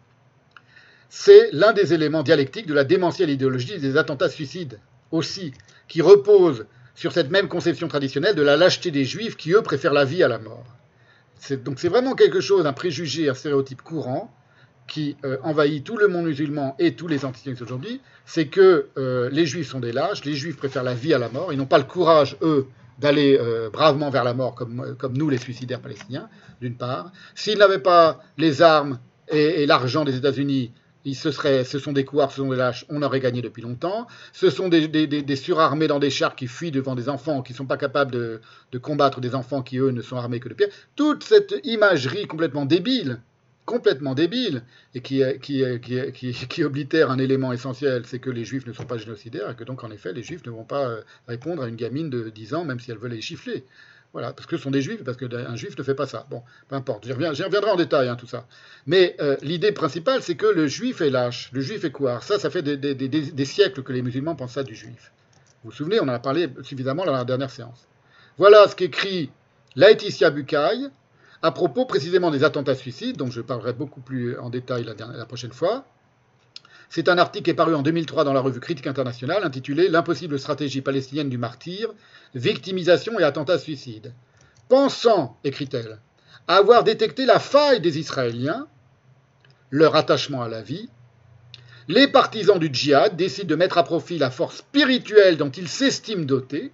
c'est l'un des éléments dialectiques de la démentielle idéologie des attentats suicides, aussi, qui repose sur cette même conception traditionnelle de la lâcheté des juifs qui, eux, préfèrent la vie à la mort. C'est, donc c'est vraiment quelque chose, un préjugé, un stéréotype courant qui euh, envahit tout le monde musulman et tous les antisionistes aujourd'hui, c'est que euh, les juifs sont des lâches, les juifs préfèrent la vie à la mort, ils n'ont pas le courage, eux, d'aller euh, bravement vers la mort comme, comme nous, les suicidaires palestiniens, d'une part. S'ils n'avaient pas les armes et, et l'argent des États-Unis, Ils se seraient, ce sont des couards, ce sont des lâches, on aurait gagné depuis longtemps. Ce sont des, des, des, des surarmés dans des chars qui fuient devant des enfants, qui ne sont pas capables de, de combattre des enfants qui, eux, ne sont armés que de pierres. Toute cette imagerie complètement débile, complètement débile, et qui, qui, qui, qui, qui oblitère un élément essentiel, c'est que les juifs ne sont pas génocidaires, et que donc, en effet, les juifs ne vont pas répondre à une gamine de dix ans, même si elle veut les gifler. Voilà, parce que ce sont des juifs, parce qu'un juif ne fait pas ça. Bon, peu importe, j'y, reviens, j'y reviendrai en détail, hein, tout ça. Mais euh, l'idée principale, c'est que le juif est lâche, le juif est couard. Ça, ça fait des, des, des, des siècles que les musulmans pensent ça du juif. Vous vous souvenez, on en a parlé suffisamment dans la dernière séance. Voilà ce qu'écrit Laetitia Bucaille à propos précisément des attentats suicides, dont je parlerai beaucoup plus en détail la, dernière, la prochaine fois. C'est un article qui est paru en deux mille trois dans la revue Critique internationale, intitulé « L'impossible stratégie palestinienne du martyr, victimisation et attentat suicide ». Pensant, écrit-elle, avoir détecté la faille des Israéliens, leur attachement à la vie, les partisans du djihad décident de mettre à profit la force spirituelle dont ils s'estiment dotés.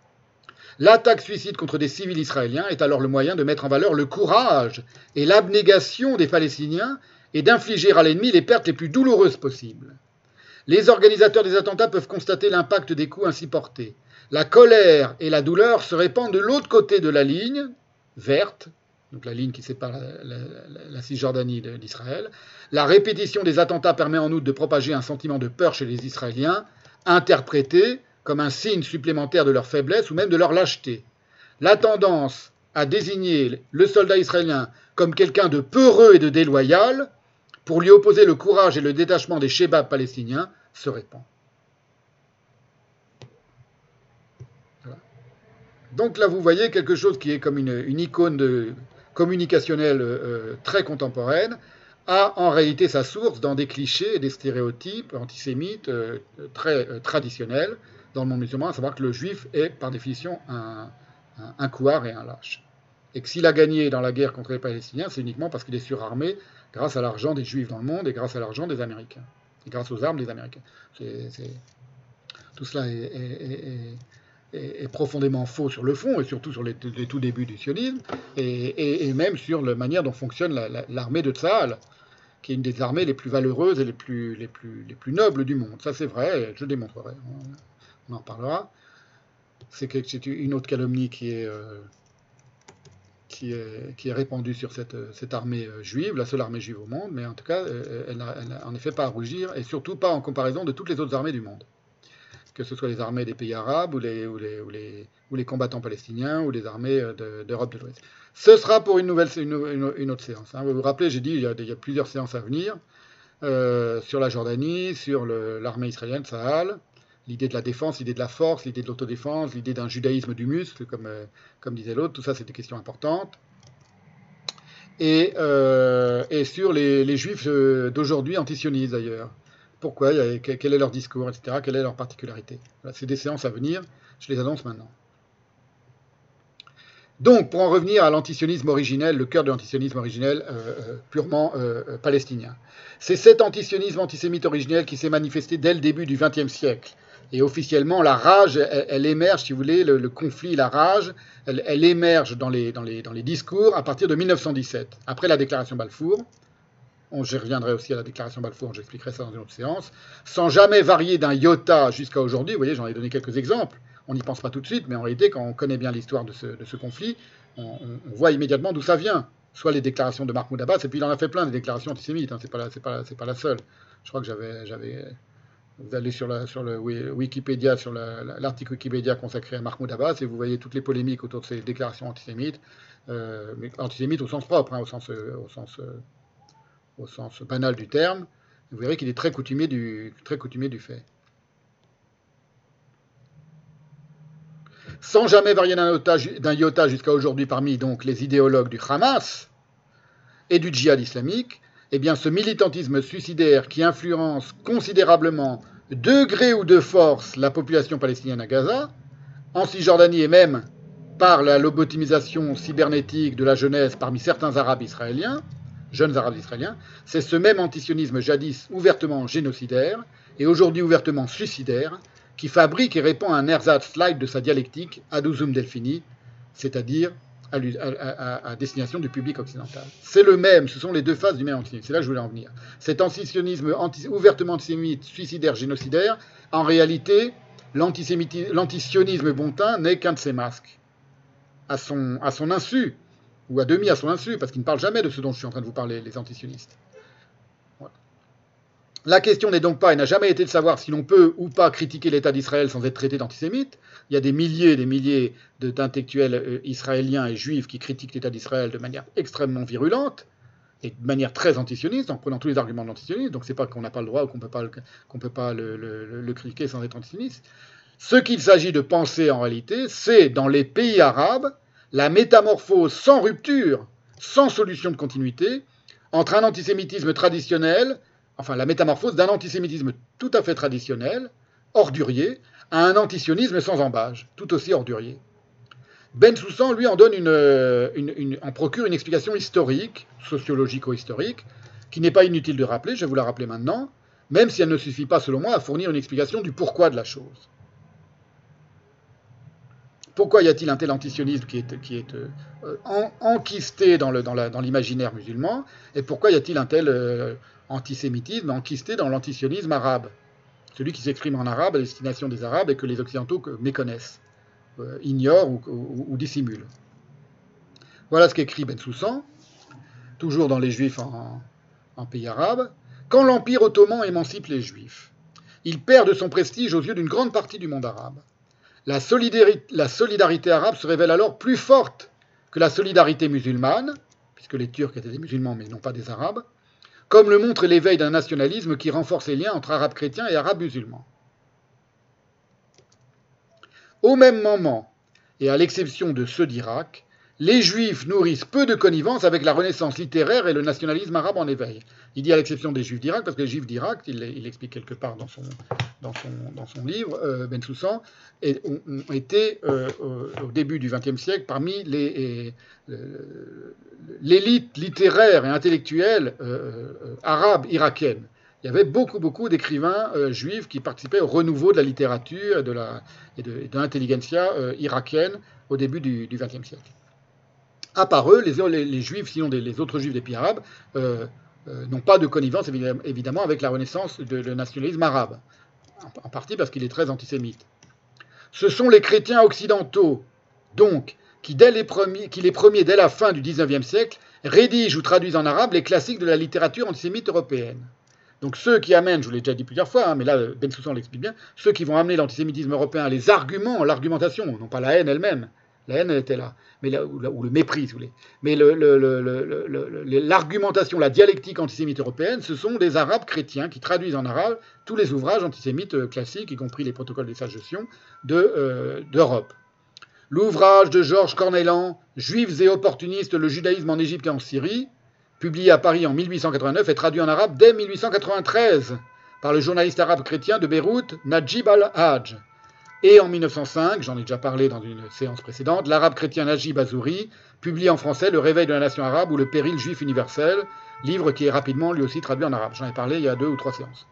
L'attaque suicide contre des civils israéliens est alors le moyen de mettre en valeur le courage et l'abnégation des Palestiniens et d'infliger à l'ennemi les pertes les plus douloureuses possibles. Les organisateurs des attentats peuvent constater l'impact des coups ainsi portés. La colère et la douleur se répandent de l'autre côté de la ligne verte, donc la ligne qui sépare la, la, la, la Cisjordanie d'Israël. La répétition des attentats permet en outre de propager un sentiment de peur chez les Israéliens, interprété comme un signe supplémentaire de leur faiblesse ou même de leur lâcheté. La tendance à désigner le soldat israélien comme quelqu'un de peureux et de déloyal, pour lui opposer le courage et le détachement des shebabs palestiniens, se répand. Voilà. Donc là, vous voyez quelque chose qui est comme une, une icône de, communicationnelle euh, très contemporaine, a en réalité sa source dans des clichés et des stéréotypes antisémites euh, très euh, traditionnels, dans le monde musulman, à savoir que le juif est par définition un, un, un couard et un lâche. Et que s'il a gagné dans la guerre contre les Palestiniens, c'est uniquement parce qu'il est surarmé grâce à l'argent des juifs dans le monde et grâce à l'argent des Américains. Et grâce aux armes des Américains. C'est, c'est... Tout cela est, est, est, est, est profondément faux sur le fond, et surtout sur les, les tout débuts du sionisme, et, et, et même sur la manière dont fonctionne la, la, l'armée de Tsahal, qui est une des armées les plus valeureuses et les plus, les plus, les plus nobles du monde. Ça c'est vrai, je démontrerai, on en parlera. C'est, que, c'est une autre calomnie qui est... Euh, Qui est, qui est répandue sur cette, cette armée juive, la seule armée juive au monde, mais en tout cas, elle n'a en effet pas à rougir, et surtout pas en comparaison de toutes les autres armées du monde. Que ce soit les armées des pays arabes, ou les, ou les, ou les, ou les combattants palestiniens, ou les armées de, d'Europe de l'Ouest. Ce sera pour une, nouvelle, une, une, une autre séance. Hein. Vous vous rappelez, j'ai dit, il y, a, il y a plusieurs séances à venir, euh, sur la Jordanie, sur le, l'armée israélienne, Tsahal, l'idée de la défense, l'idée de la force, l'idée de l'autodéfense, l'idée d'un judaïsme du muscle, comme, euh, comme disait l'autre, tout ça c'est des questions importantes. Et, euh, et sur les, les juifs d'aujourd'hui antisionistes d'ailleurs. Pourquoi, quel est leur discours, et cetera, quelle est leur particularité. Voilà, c'est des séances à venir, je les annonce maintenant. Donc, pour en revenir à l'antisionisme originel, le cœur de l'antisionisme originel euh, purement euh, palestinien. C'est cet antisionisme antisémite originel qui s'est manifesté dès le début du vingtième siècle. Et officiellement, la rage, elle, elle émerge, si vous voulez, le, le conflit, la rage, elle, elle émerge dans les, dans, les, dans les discours à partir de mille neuf cent dix-sept, après la déclaration Balfour. On, je reviendrai aussi à la déclaration Balfour, j'expliquerai ça dans une autre séance. Sans jamais varier d'un iota jusqu'à aujourd'hui, vous voyez, j'en ai donné quelques exemples. On n'y pense pas tout de suite, mais en réalité, quand on connaît bien l'histoire de ce, de ce conflit, on, on voit immédiatement d'où ça vient. Soit les déclarations de Mahmoud Abbas, et puis il en a fait plein, des déclarations antisémites, hein, c'est pas, la, c'est pas, c'est pas la seule. Je crois que j'avais... j'avais Vous allez sur, la, sur le Wikipédia, sur la, l'article Wikipédia consacré à Mahmoud Abbas, et vous voyez toutes les polémiques autour de ces déclarations antisémites, euh, mais antisémites au sens propre, hein, au, sens, au, sens, au sens banal du terme. Vous verrez qu'il est très coutumier du, très coutumier du fait. Sans jamais varier d'un iota, d'un iota jusqu'à aujourd'hui parmi donc, les idéologues du Hamas et du djihad islamique, eh bien, ce militantisme suicidaire qui influence considérablement, de gré ou de force, la population palestinienne à Gaza, en Cisjordanie et même par la lobotomisation cybernétique de la jeunesse parmi certains Arabes israéliens, jeunes Arabes israéliens, c'est ce même antisionisme jadis ouvertement génocidaire et aujourd'hui ouvertement suicidaire qui fabrique et répand un ersatz light de sa dialectique ad usum delphini, c'est-à-dire À, à, à destination du public occidental. C'est le même, ce sont les deux faces du même antisionisme. C'est là que je voulais en venir. Cet antisionisme anti, ouvertement antisémite, suicidaire, génocidaire, en réalité, l'antisionisme bontain n'est qu'un de ses masques. À son, à son insu, ou à demi à son insu, parce qu'il ne parle jamais de ce dont je suis en train de vous parler, les antisionistes. Voilà. La question n'est donc pas, et n'a jamais été de savoir si l'on peut ou pas critiquer l'État d'Israël sans être traité d'antisémite. Il y a des milliers et des milliers de, d'intellectuels euh, israéliens et juifs qui critiquent l'État d'Israël de manière extrêmement virulente et de manière très antisioniste, en prenant tous les arguments de l'antisionisme. Donc c'est pas qu'on n'a pas le droit ou qu'on peut pas, le, qu'on peut pas le, le, le critiquer sans être antisioniste. Ce qu'il s'agit de penser en réalité, c'est dans les pays arabes la métamorphose sans rupture, sans solution de continuité, entre un antisémitisme traditionnel, enfin la métamorphose d'un antisémitisme tout à fait traditionnel, ordurier, à un antisionisme sans embâge, tout aussi ordurier. Bensoussan, lui, en donne une, une, une, en procure une explication historique, sociologico-historique, qui n'est pas inutile de rappeler, je vais vous la rappeler maintenant, même si elle ne suffit pas, selon moi, à fournir une explication du pourquoi de la chose. Pourquoi y a-t-il un tel antisionisme qui est, qui est euh, en, enquisté dans, le, dans, la, dans l'imaginaire musulman, et pourquoi y a-t-il un tel euh, antisémitisme enquisté dans l'antisionisme arabe, celui qui s'exprime en arabe à destination des Arabes et que les Occidentaux méconnaissent, euh, ignorent ou, ou, ou dissimulent. Voilà ce qu'écrit Bensoussan, toujours dans les Juifs en, en pays arabes. Quand l'Empire ottoman émancipe les Juifs, il perd de son prestige aux yeux d'une grande partie du monde arabe. La solidarité, la solidarité arabe se révèle alors plus forte que la solidarité musulmane, puisque les Turcs étaient des musulmans mais non pas des Arabes, comme le montre l'éveil d'un nationalisme qui renforce les liens entre Arabes chrétiens et Arabes musulmans. Au même moment, et à l'exception de ceux d'Irak, les Juifs nourrissent peu de connivence avec la renaissance littéraire et le nationalisme arabe en éveil. Il dit à l'exception des Juifs d'Irak, parce que les Juifs d'Irak, il, il explique quelque part dans son, dans son, dans son livre, euh, Bensoussan, et, ont, ont été, euh, au début du vingtième siècle, parmi les, euh, l'élite littéraire et intellectuelle euh, euh, arabe irakienne. Il y avait beaucoup, beaucoup d'écrivains euh, juifs qui participaient au renouveau de la littérature et de, la, et de, et de l'intelligentsia euh, irakienne au début du vingtième siècle. À part eux, les, les, les juifs, sinon des, les autres juifs des pays arabes, euh, euh, n'ont pas de connivence évidemment avec la renaissance de, de nationalisme arabe, en, en partie parce qu'il est très antisémite. Ce sont les chrétiens occidentaux, donc, qui, dès les premiers, qui les premiers, dès la fin du dix-neuvième siècle, rédigent ou traduisent en arabe les classiques de la littérature antisémite européenne. Donc ceux qui amènent, je vous l'ai déjà dit plusieurs fois, hein, mais là Bensoussan l'explique bien, ceux qui vont amener l'antisémitisme européen, les arguments, l'argumentation, non pas la haine elle-même, la haine elle était là, mais là, ou, ou le mépris, si vous voulez, mais le, le, le, le, l'argumentation, la dialectique antisémite européenne, ce sont des Arabes chrétiens qui traduisent en arabe tous les ouvrages antisémites classiques, y compris les protocoles des sages de Sion, de, euh, d'Europe. L'ouvrage de Georges Cornellan, Juifs et opportunistes, le judaïsme en Égypte et en Syrie, publié à Paris en mille huit cent quatre-vingt-neuf, est traduit en arabe dès mille huit cent quatre-vingt-treize par le journaliste arabe chrétien de Beyrouth, Najib al-Hajj. Et en mille neuf cent cinq, j'en ai déjà parlé dans une séance précédente, l'arabe chrétien Najib Azouri publie en français Le réveil de la nation arabe ou Le péril juif universel, livre qui est rapidement lui aussi traduit en arabe. J'en ai parlé il y a deux ou trois séances.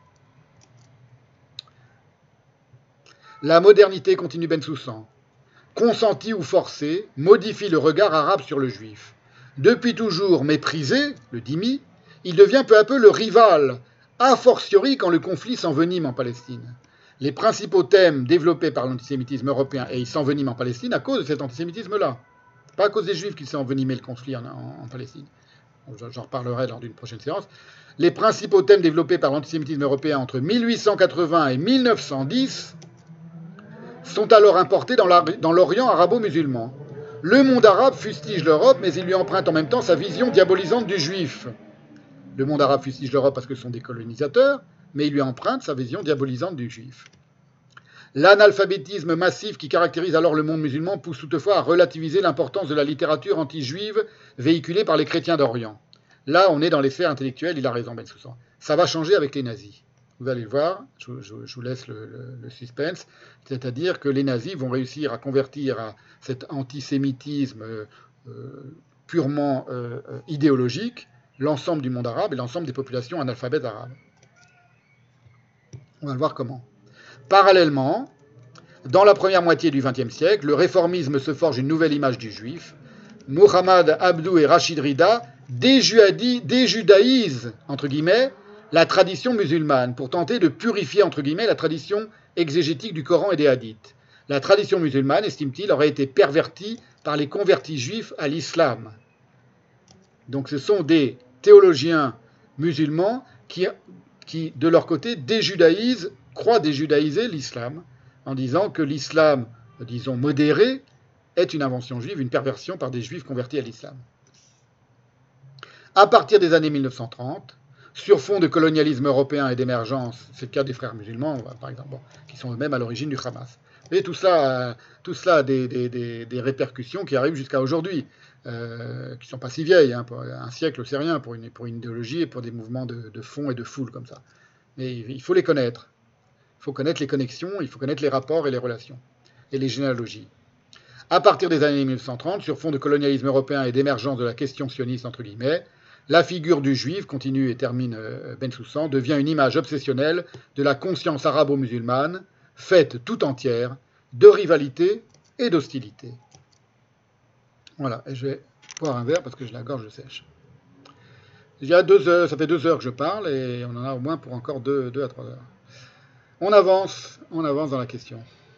La modernité, continue Bensoussan, consentie ou forcée, modifie le regard arabe sur le juif. Depuis toujours méprisé, le dhimmi, il devient peu à peu le rival, a fortiori quand le conflit s'envenime en Palestine. Les principaux thèmes développés par l'antisémitisme européen, et il s'envenime en Palestine à cause de cet antisémitisme-là. Pas à cause des Juifs qui s'est envenimé le conflit en, en, en Palestine. J'en reparlerai lors d'une prochaine séance. Les principaux thèmes développés par l'antisémitisme européen entre mille huit cent quatre-vingts et mille neuf cent dix sont alors importés dans, la, dans l'Orient arabo-musulman. Le monde arabe fustige l'Europe, mais il lui emprunte en même temps sa vision diabolisante du juif. Le monde arabe fustige l'Europe parce que ce sont des colonisateurs, mais il lui emprunte sa vision diabolisante du juif. L'analphabétisme massif qui caractérise alors le monde musulman pousse toutefois à relativiser l'importance de la littérature anti-juive véhiculée par les chrétiens d'Orient. Là, on est dans les sphères intellectuelles, il a raison, Bensoussan. Ça va changer avec les nazis. Vous allez le voir, je, je, je vous laisse le, le, le suspense, c'est-à-dire que les nazis vont réussir à convertir à cet antisémitisme euh, purement euh, idéologique l'ensemble du monde arabe et l'ensemble des populations analphabètes arabes. On va le voir comment. Parallèlement, dans la première moitié du vingtième siècle, le réformisme se forge une nouvelle image du juif. Muhammad Abdou et Rachid Rida déjudaïsent, entre guillemets, la tradition musulmane pour tenter de purifier, entre guillemets, la tradition exégétique du Coran et des hadiths. La tradition musulmane, estime-t-il, aurait été pervertie par les convertis juifs à l'islam. Donc ce sont des théologiens musulmans qui, qui de leur côté, déjudaïsent, croient déjudaïser l'islam, en disant que l'islam, disons, modéré, est une invention juive, une perversion par des juifs convertis à l'islam. À partir des années mille neuf cent trente, sur fond de colonialisme européen et d'émergence, c'est le cas des frères musulmans, par exemple, bon, qui sont eux-mêmes à l'origine du Hamas. Et tout cela, tout cela a des, des, des, des répercussions qui arrivent jusqu'à aujourd'hui, euh, qui ne sont pas si vieilles. Hein, pour un siècle, c'est rien pour une, pour une idéologie et pour des mouvements de, de fond et de foule comme ça. Mais il faut les connaître. Il faut connaître les connexions, il faut connaître les rapports et les relations, et les généalogies. À partir des années mille neuf cent trente, sur fond de colonialisme européen et d'émergence de la question sioniste, entre guillemets, la figure du juif, continue et termine Bensoussan, devient une image obsessionnelle de la conscience arabo-musulmane, faite tout entière de rivalité et d'hostilité. Voilà, et je vais boire un verre parce que j'ai la gorge sèche. Il y a deux heures, ça fait deux heures que je parle et on en a au moins pour encore deux, deux à trois heures. On avance, on avance dans la question.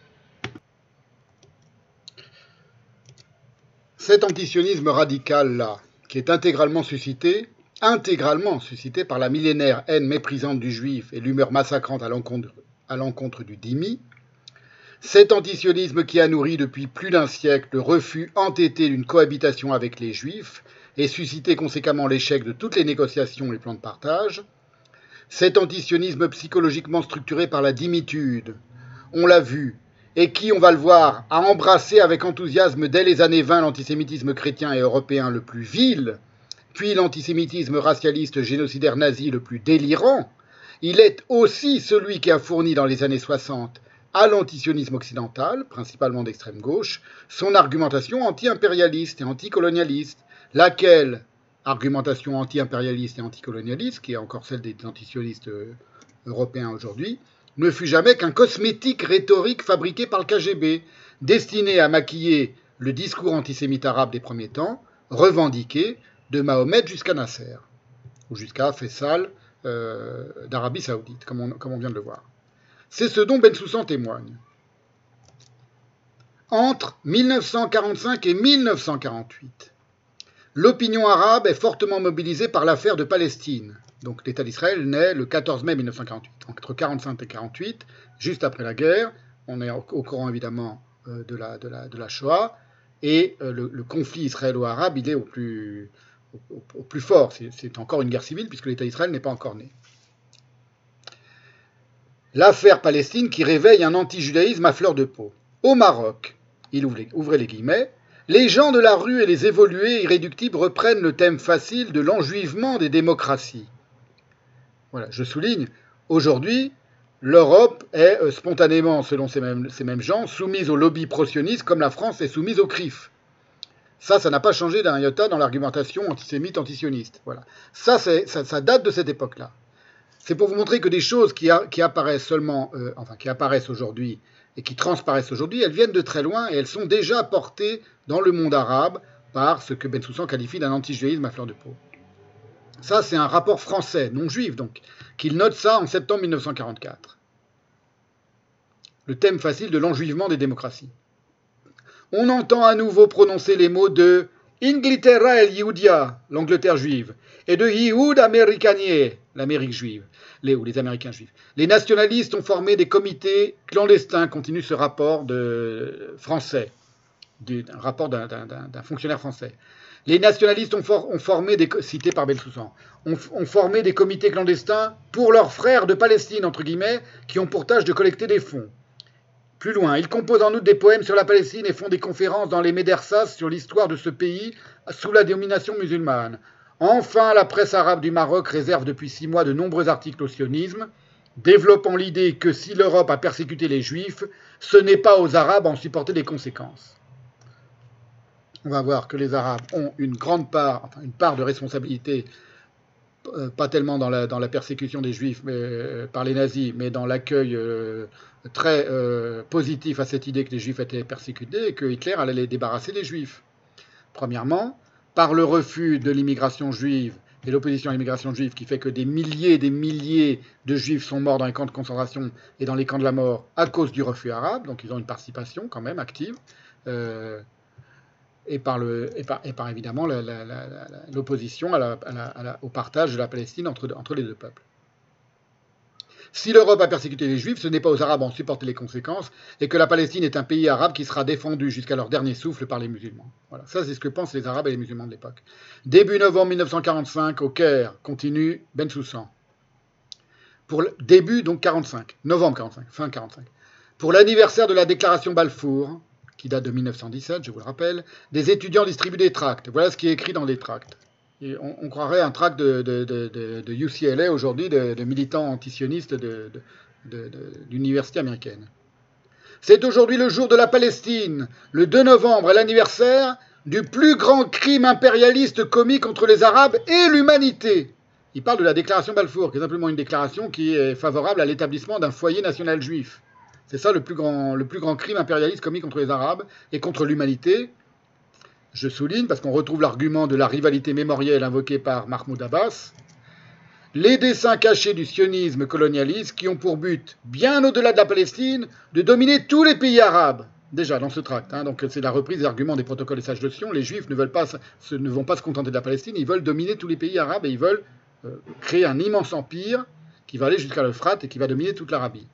Cet antisionisme radical-là, qui est intégralement suscité, intégralement suscité par la millénaire haine méprisante du juif et l'humeur massacrante à l'encontre, à l'encontre du dhimmi, cet antisionisme qui a nourri depuis plus d'un siècle le refus entêté d'une cohabitation avec les juifs et suscité conséquemment l'échec de toutes les négociations et plans de partage, cet antisionisme psychologiquement structuré par la dhimmitude, on l'a vu, et qui, on va le voir, a embrassé avec enthousiasme dès les années vingt l'antisémitisme chrétien et européen le plus vil, puis l'antisémitisme racialiste génocidaire nazi le plus délirant, il est aussi celui qui a fourni dans les années soixante à l'antisionisme occidental, principalement d'extrême gauche, son argumentation anti-impérialiste et anticolonialiste, laquelle argumentation anti-impérialiste et anticolonialiste, qui est encore celle des antisionistes européens aujourd'hui, ne fut jamais qu'un cosmétique rhétorique fabriqué par le K G B, destiné à maquiller le discours antisémite arabe des premiers temps, revendiqué de Mahomet jusqu'à Nasser, ou jusqu'à Faisal euh, d'Arabie Saoudite, comme on, comme on vient de le voir. C'est ce dont Bensoussan témoigne. Entre mille neuf cent quarante-cinq et mille neuf cent quarante-huit, l'opinion arabe est fortement mobilisée par l'affaire de Palestine. Donc l'État d'Israël naît le quatorze mai mille neuf cent quarante-huit. Entre quarante-cinq et quarante-huit, juste après la guerre, on est au courant évidemment de la, de la, de la Shoah, et le, le conflit israélo-arabe, il est au plus, au, au plus fort. C'est, c'est encore une guerre civile puisque l'État d'Israël n'est pas encore né. L'affaire Palestine qui réveille un anti-judaïsme à fleur de peau. Au Maroc, il ouvre les, ouvrez les guillemets, les gens de la rue et les évolués irréductibles reprennent le thème facile de l'enjuivement des démocraties. Voilà, je souligne, aujourd'hui, l'Europe est euh, spontanément, selon ces mêmes, ces mêmes gens, soumise au lobby pro-sioniste comme la France est soumise au C R I F. Ça, ça n'a pas changé d'un iota dans l'argumentation antisémite, antisioniste. Voilà. Ça, c'est, ça, ça date de cette époque-là. C'est pour vous montrer que des choses qui, a, qui apparaissent seulement, euh, enfin qui apparaissent aujourd'hui et qui transparaissent aujourd'hui, elles viennent de très loin et elles sont déjà portées dans le monde arabe par ce que Bensoussan qualifie d'un anti-judaïsme à fleur de peau. Ça, c'est un rapport français, non juif donc, qu'il note ça en septembre mille neuf cent quarante-quatre. Le thème facile de l'enjuivement des démocraties. On entend à nouveau prononcer les mots de Inghilterra el Yehudia, l'Angleterre juive, et de Yehud Amerikanier, l'Amérique juive, les, ou les Américains juifs. Les nationalistes ont formé des comités clandestins, continue ce rapport de, français, du, un rapport d'un, d'un, d'un fonctionnaire français. Les nationalistes ont, for, ont formé, des, cités par Bensoussan, ont, ont formé des comités clandestins pour leurs frères de Palestine, entre guillemets, qui ont pour tâche de collecter des fonds. Plus loin, ils composent en outre des poèmes sur la Palestine et font des conférences dans les médersas sur l'histoire de ce pays sous la domination musulmane. Enfin, la presse arabe du Maroc réserve depuis six mois de nombreux articles au sionisme, développant l'idée que si l'Europe a persécuté les Juifs, ce n'est pas aux Arabes à en supporter les conséquences. On va voir que les Arabes ont une grande part, enfin une part de responsabilité, euh, pas tellement dans la, dans la persécution des Juifs mais, euh, par les nazis, mais dans l'accueil euh, très euh, positif à cette idée que les Juifs étaient persécutés et que Hitler allait les débarrasser des Juifs. Premièrement, par le refus de l'immigration juive et l'opposition à l'immigration juive qui fait que des milliers et des milliers de Juifs sont morts dans les camps de concentration et dans les camps de la mort à cause du refus arabe, donc ils ont une participation quand même active, euh, et, par le, et, par, et par évidemment la, la, la, la, l'opposition à la, à la, à la, au partage de la Palestine entre, entre les deux peuples. Si l'Europe a persécuté les Juifs, ce n'est pas aux Arabes à en supporter les conséquences, et que la Palestine est un pays arabe qui sera défendu jusqu'à leur dernier souffle par les musulmans. Voilà, ça c'est ce que pensent les Arabes et les musulmans de l'époque. Début novembre mille neuf cent quarante-cinq, au Caire, continue Bensoussan. Pour le début, donc quarante-cinq, novembre quarante-cinq, fin quarante-cinq. Pour l'anniversaire de la déclaration Balfour, qui date de mille neuf cent dix-sept, je vous le rappelle, des étudiants distribuent des tracts. Voilà ce qui est écrit dans les tracts. Et on, on croirait un tract de, de, de, de, de U C L A aujourd'hui, de, de militants antisionistes de, de, de, de l'université américaine. C'est aujourd'hui le jour de la Palestine. Le deux novembre est l'anniversaire du plus grand crime impérialiste commis contre les Arabes et l'humanité. Il parle de la déclaration Balfour, qui est simplement une déclaration qui est favorable à l'établissement d'un foyer national juif. C'est ça le plus grand, le plus grand crime impérialiste commis contre les Arabes et contre l'humanité. Je souligne, parce qu'on retrouve l'argument de la rivalité mémorielle invoquée par Mahmoud Abbas, les desseins cachés du sionisme colonialiste qui ont pour but, bien au-delà de la Palestine, de dominer tous les pays arabes. Déjà, dans ce tract, hein, donc c'est la reprise des arguments des protocoles des sages de Sion, les Juifs ne, veulent pas, se, ne vont pas se contenter de la Palestine, ils veulent dominer tous les pays arabes et ils veulent euh, créer un immense empire qui va aller jusqu'à l'Euphrate et qui va dominer toute l'Arabie.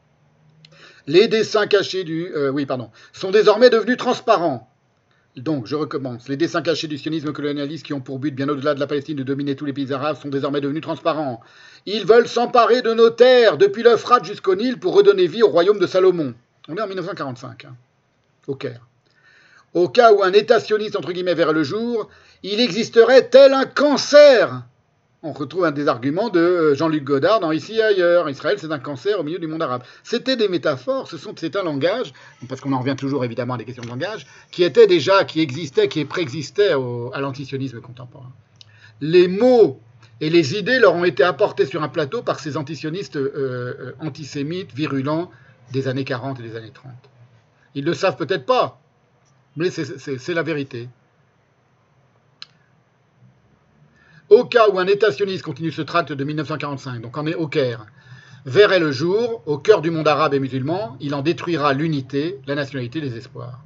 Les desseins cachés du... Euh, oui, pardon, sont désormais devenus transparents. Donc, je recommence. Les desseins cachés du sionisme colonialiste qui ont pour but, bien au-delà de la Palestine, de dominer tous les pays arabes sont désormais devenus transparents. Ils veulent s'emparer de nos terres, depuis l'Euphrate jusqu'au Nil, pour redonner vie au royaume de Salomon. On est en mille neuf cent quarante-cinq, hein, au Caire. Au cas où un État sioniste, entre guillemets, verrait le jour, il existerait tel un cancer. On retrouve un des arguments de Jean-Luc Godard dans Ici et ailleurs. Israël, c'est un cancer au milieu du monde arabe. C'était des métaphores, ce sont, c'est un langage, parce qu'on en revient toujours évidemment à des questions de langage, qui était déjà, qui existait, qui préexistait au, à l'antisionisme contemporain. Les mots et les idées leur ont été apportés sur un plateau par ces antisionistes euh, antisémites, virulents, des années quarante et des années trente. Ils ne le savent peut-être pas, mais c'est, c'est, c'est la vérité. Au cas où un État sioniste, continue ce tract de mille neuf cent quarante-cinq, donc on est au Caire, verrait le jour, au cœur du monde arabe et musulman, il en détruira l'unité, la nationalité, les espoirs.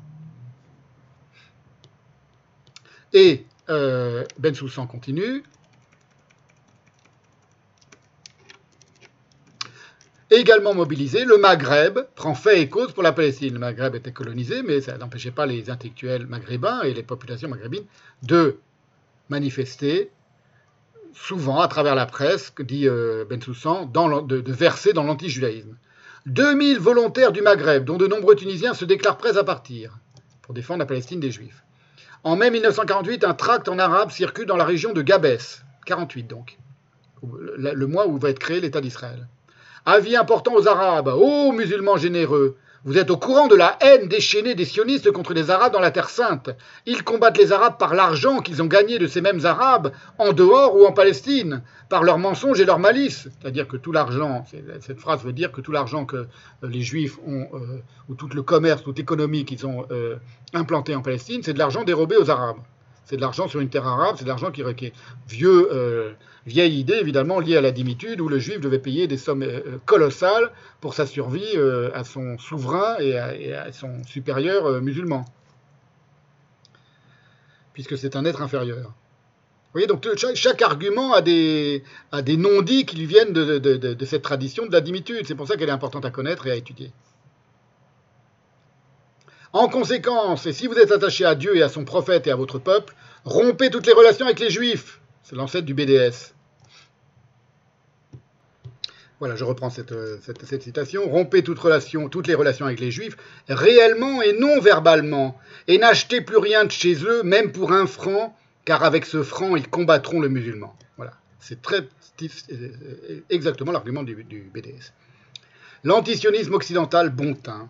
Et euh, Bensoussan continue. Également mobilisé, le Maghreb prend fait et cause pour la Palestine. Le Maghreb était colonisé, mais ça n'empêchait pas les intellectuels maghrébins et les populations maghrébines de manifester, souvent à travers la presse, dit euh, Bensoussan, dans de, de verser dans l'anti-judaïsme. deux mille volontaires du Maghreb, dont de nombreux Tunisiens, se déclarent prêts à partir pour défendre la Palestine des Juifs. En mai mille neuf cent quarante-huit, un tract en arabe circule dans la région de Gabès, quarante-huit donc, le, le mois où va être créé l'État d'Israël. Avis important aux Arabes, ô musulmans généreux, vous êtes au courant de la haine déchaînée des sionistes contre les Arabes dans la Terre Sainte. Ils combattent les Arabes par l'argent qu'ils ont gagné de ces mêmes Arabes, en dehors ou en Palestine, par leurs mensonges et leur malice. C'est-à-dire que tout l'argent, cette phrase veut dire que tout l'argent que les Juifs ont, euh, ou tout le commerce, toute l'économie qu'ils ont euh, implanté en Palestine, c'est de l'argent dérobé aux Arabes. C'est de l'argent sur une terre arabe, c'est de l'argent qui est vieux, euh, vieille idée évidemment liée à la dimitude où le juif devait payer des sommes euh, colossales pour sa survie euh, à son souverain et à, et à son supérieur euh, musulman, puisque c'est un être inférieur. Vous voyez, donc chaque, chaque argument a des, a des non-dits qui lui viennent de, de, de, de cette tradition de la dimitude. C'est pour ça qu'elle est importante à connaître et à étudier. En conséquence, et si vous êtes attaché à Dieu et à son prophète et à votre peuple, rompez toutes les relations avec les Juifs. C'est l'ancêtre du B D S. Voilà, je reprends cette, cette, cette citation. Rompez toute relation, toutes les relations avec les Juifs, réellement et non verbalement, et n'achetez plus rien de chez eux, même pour un franc, car avec ce franc, ils combattront le musulman. Voilà, c'est très exactement l'argument du, du B D S. L'antisionisme occidental bon teint,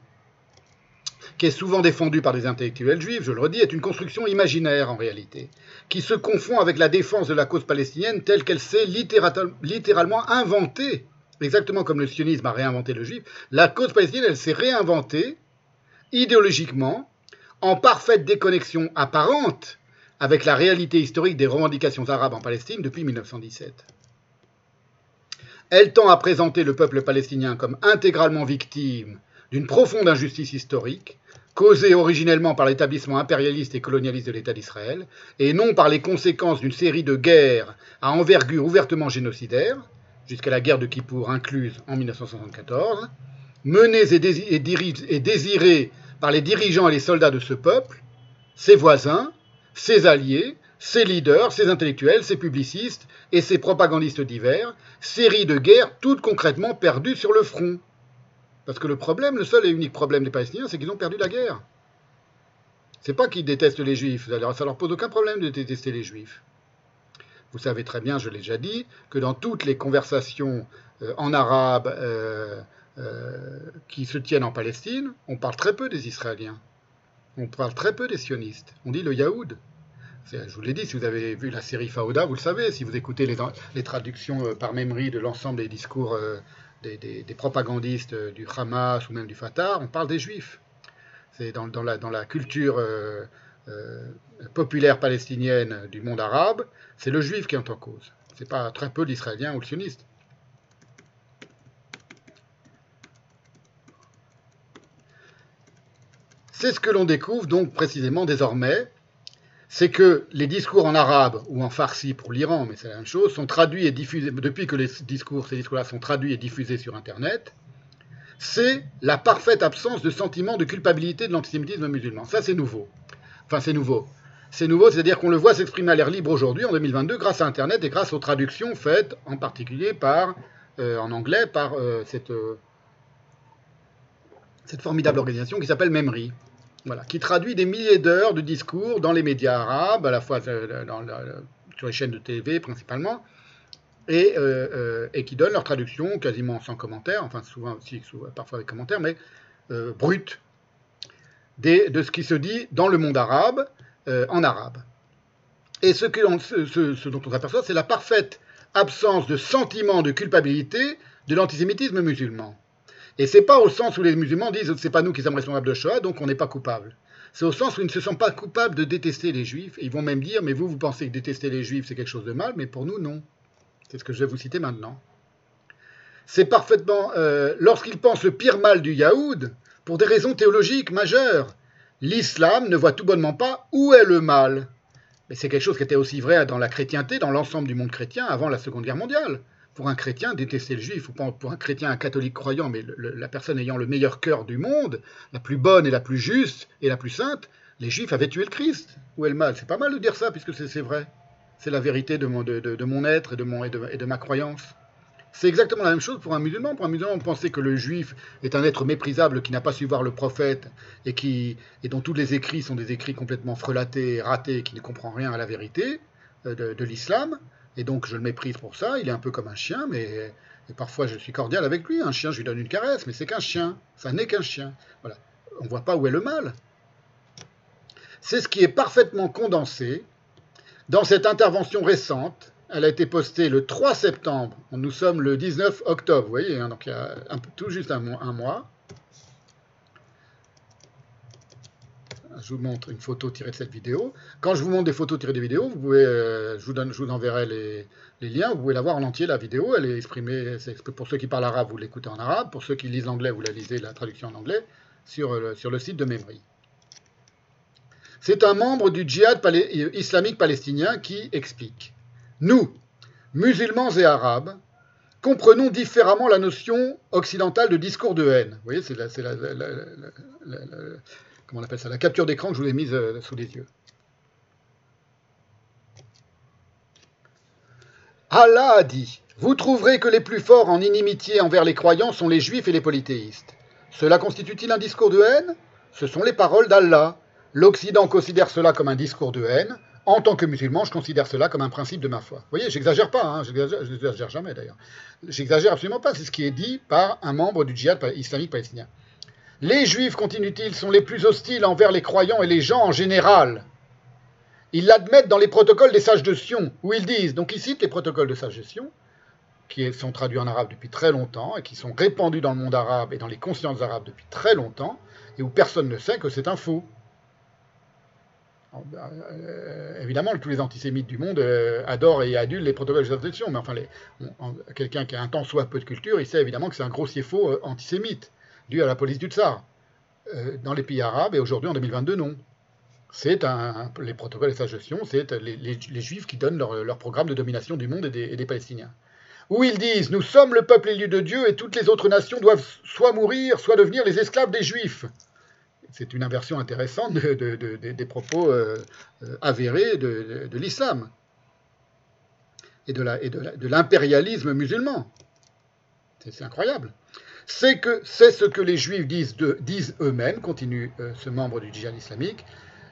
qui est souvent défendu par des intellectuels juifs, je le redis, est une construction imaginaire en réalité, qui se confond avec la défense de la cause palestinienne telle qu'elle s'est littéral, littéralement inventée, exactement comme le sionisme a réinventé le juif. La cause palestinienne, elle s'est réinventée idéologiquement, en parfaite déconnexion apparente avec la réalité historique des revendications arabes en Palestine depuis mille neuf cent dix-sept. Elle tend à présenter le peuple palestinien comme intégralement victime d'une profonde injustice historique, causée originellement par l'établissement impérialiste et colonialiste de l'État d'Israël, et non par les conséquences d'une série de guerres à envergure ouvertement génocidaire, jusqu'à la guerre de Kippour incluse en mille neuf cent soixante-quatorze, menées et, dési- et, diri- et désirées par les dirigeants et les soldats de ce peuple, ses voisins, ses alliés, ses leaders, ses intellectuels, ses publicistes et ses propagandistes divers, série de guerres toutes concrètement perdues sur le front. Parce que le problème, le seul et unique problème des Palestiniens, c'est qu'ils ont perdu la guerre. C'est pas qu'ils détestent les Juifs, ça leur pose aucun problème de détester les Juifs. Vous savez très bien, je l'ai déjà dit, que dans toutes les conversations euh, en arabe euh, euh, qui se tiennent en Palestine, on parle très peu des Israéliens. On parle très peu des sionistes. On dit le Yaoud. C'est, je vous l'ai dit, si vous avez vu la série Fauda, vous le savez. Si vous écoutez les, les traductions euh, par Memri de l'ensemble des discours euh, des, des, des propagandistes euh, du Hamas ou même du Fatah, on parle des Juifs. C'est dans, dans, la, dans la culture euh, euh, populaire palestinienne du monde arabe, c'est le Juif qui est en cause. C'est pas très peu l'Israélien ou le sioniste. C'est ce que l'on découvre donc précisément désormais, c'est que les discours en arabe ou en farsi pour l'Iran, mais c'est la même chose, sont traduits et diffusés, depuis que les discours, ces discours-là sont traduits et diffusés sur Internet, c'est la parfaite absence de sentiment de culpabilité de l'antisémitisme musulman. Ça, c'est nouveau. Enfin, c'est nouveau. C'est nouveau, c'est-à-dire qu'on le voit s'exprimer à l'air libre aujourd'hui, en deux mille vingt-deux, grâce à Internet et grâce aux traductions faites, en particulier par, euh, en anglais, par euh, cette... Euh, cette formidable organisation qui s'appelle Memri, voilà, qui traduit des milliers d'heures de discours dans les médias arabes, à la fois dans la, sur les chaînes de T V principalement, et, euh, euh, et qui donne leur traduction quasiment sans commentaire, enfin souvent aussi, souvent, parfois avec commentaires, mais euh, brute, des, de ce qui se dit dans le monde arabe, euh, en arabe. Et ce, que l'on, ce, ce, ce dont on s'aperçoit, c'est la parfaite absence de sentiment de culpabilité de l'antisémitisme musulman. Et c'est pas au sens où les musulmans disent c'est pas nous qui sommes responsables de Shoah, donc on n'est pas coupable. C'est au sens où ils ne se sentent pas coupables de détester les juifs. Et ils vont même dire mais vous, vous pensez que détester les juifs c'est quelque chose de mal, mais pour nous non. C'est ce que je vais vous citer maintenant. C'est parfaitement euh, lorsqu'ils pensent le pire mal du Yaoud, pour des raisons théologiques majeures. L'islam ne voit tout bonnement pas où est le mal. Mais c'est quelque chose qui était aussi vrai dans la chrétienté, dans l'ensemble du monde chrétien avant la Seconde Guerre mondiale. Pour un chrétien, détester le juif, ou pas pour un chrétien, un catholique croyant, mais le, la personne ayant le meilleur cœur du monde, la plus bonne et la plus juste et la plus sainte, les juifs avaient tué le Christ. Où est le mal? C'est pas mal de dire ça, puisque c'est, c'est vrai. C'est la vérité de mon, de, de, de mon être et de, mon, et, de, et de ma croyance. C'est exactement la même chose pour un musulman. Pour un musulman, on pensait que le juif est un être méprisable qui n'a pas su voir le prophète et, qui, et dont tous les écrits sont des écrits complètement frelatés, ratés, qui ne comprend rien à la vérité de, de l'islam. Et donc je le méprise pour ça, il est un peu comme un chien, mais et parfois je suis cordial avec lui. Un chien, je lui donne une caresse, mais c'est qu'un chien, ça n'est qu'un chien. Voilà. On ne voit pas où est le mal. C'est ce qui est parfaitement condensé dans cette intervention récente. Elle a été postée le trois septembre, nous sommes le dix-neuf octobre, vous voyez, hein, donc il y a un, tout juste un mois. Un mois. Je vous montre une photo tirée de cette vidéo. Quand je vous montre des photos tirées des vidéos, vous pouvez, euh, je, vous donne, je vous enverrai les, les liens, vous pouvez la voir en entier, la vidéo. Elle est exprimée, c'est, pour ceux qui parlent arabe, vous l'écoutez en arabe. Pour ceux qui lisent l'anglais, vous la lisez, la traduction en anglais, sur, euh, sur le site de Memri. C'est un membre du djihad palais, islamique palestinien qui explique. Nous, musulmans et arabes, comprenons différemment la notion occidentale de discours de haine. Vous voyez, c'est la... C'est la, la, la, la, la, la comment on appelle ça, la capture d'écran que je vous ai mise euh, sous les yeux. Allah a dit, vous trouverez que les plus forts en inimitié envers les croyants sont les juifs et les polythéistes. Cela constitue-t-il un discours de haine? Ce sont les paroles d'Allah. L'Occident considère cela comme un discours de haine. En tant que musulman, je considère cela comme un principe de ma foi. Vous voyez, j'exagère pas, hein, j'exagère, j'exagère jamais d'ailleurs. J'exagère absolument pas, c'est ce qui est dit par un membre du djihad islamique palestinien. Les juifs, continue-t-il, sont les plus hostiles envers les croyants et les gens en général. Ils l'admettent dans les protocoles des sages de Sion, où ils disent, donc ils citent les protocoles de sages de Sion, qui sont traduits en arabe depuis très longtemps, et qui sont répandus dans le monde arabe et dans les consciences arabes depuis très longtemps, et où personne ne sait que c'est un faux. Alors, euh, évidemment, tous les antisémites du monde euh, adorent et adulent les protocoles de sages de Sion, mais enfin, les, on, quelqu'un qui a un tant soit peu de culture, il sait évidemment que c'est un grossier faux euh, antisémite, dû à la police du tsar, euh, dans les pays arabes, et aujourd'hui en deux mille vingt-deux, non. C'est un, les protocoles des sages de Sion, c'est les, les, les juifs qui donnent leur, leur programme de domination du monde et des, et des Palestiniens. Où ils disent, nous sommes le peuple élu de Dieu et toutes les autres nations doivent soit mourir, soit devenir les esclaves des juifs. C'est une inversion intéressante de, de, de, de, des propos euh, avérés de, de, de l'islam et de, la, et de, la, de l'impérialisme musulman. C'est, c'est incroyable. C'est, que, c'est ce que les juifs disent, de, disent eux-mêmes, continue euh, ce membre du djihad islamique.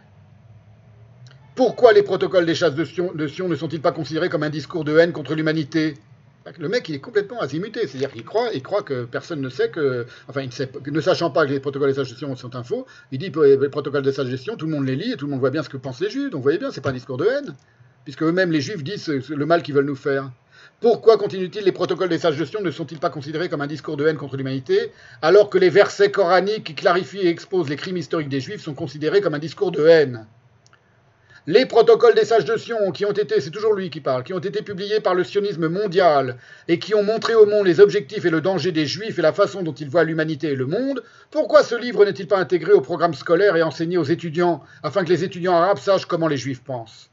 Pourquoi les protocoles des chasses de Sion, de Sion ne sont-ils pas considérés comme un discours de haine contre l'humanité? Le mec, il est complètement azimuté, c'est-à-dire qu'il croit, il croit que personne ne sait que... Enfin, il ne, sait, ne sachant pas que les protocoles des sages de Sion sont un faux, il dit que les protocoles des sages de Sion, tout le monde les lit et tout le monde voit bien ce que pensent les juifs. Donc vous voyez bien, c'est pas un discours de haine, puisque eux-mêmes, les juifs, disent le mal qu'ils veulent nous faire. Pourquoi, continue-t-il, les protocoles des sages de Sion ne sont-ils pas considérés comme un discours de haine contre l'humanité, alors que les versets coraniques qui clarifient et exposent les crimes historiques des juifs sont considérés comme un discours de haine? Les protocoles des sages de Sion, qui ont été, c'est toujours lui qui parle, qui ont été publiés par le sionisme mondial et qui ont montré au monde les objectifs et le danger des juifs et la façon dont ils voient l'humanité et le monde, pourquoi ce livre n'est-il pas intégré au programme scolaire et enseigné aux étudiants, afin que les étudiants arabes sachent comment les juifs pensent?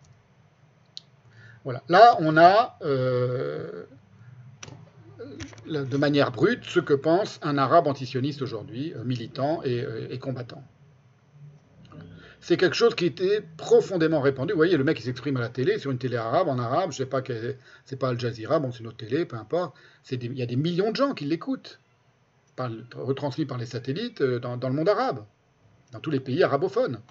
Voilà. Là, on a, euh, de manière brute, ce que pense un arabe antisioniste aujourd'hui, militant et, et combattant. C'est quelque chose qui était profondément répandu. Vous voyez, le mec, il s'exprime à la télé, sur une télé arabe, en arabe, je sais pas, c'est pas Al Jazeera, bon, c'est une autre télé, peu importe. C'est des, il y a des millions de gens qui l'écoutent. par, retransmis par les satellites dans, dans le monde arabe, dans tous les pays arabophones.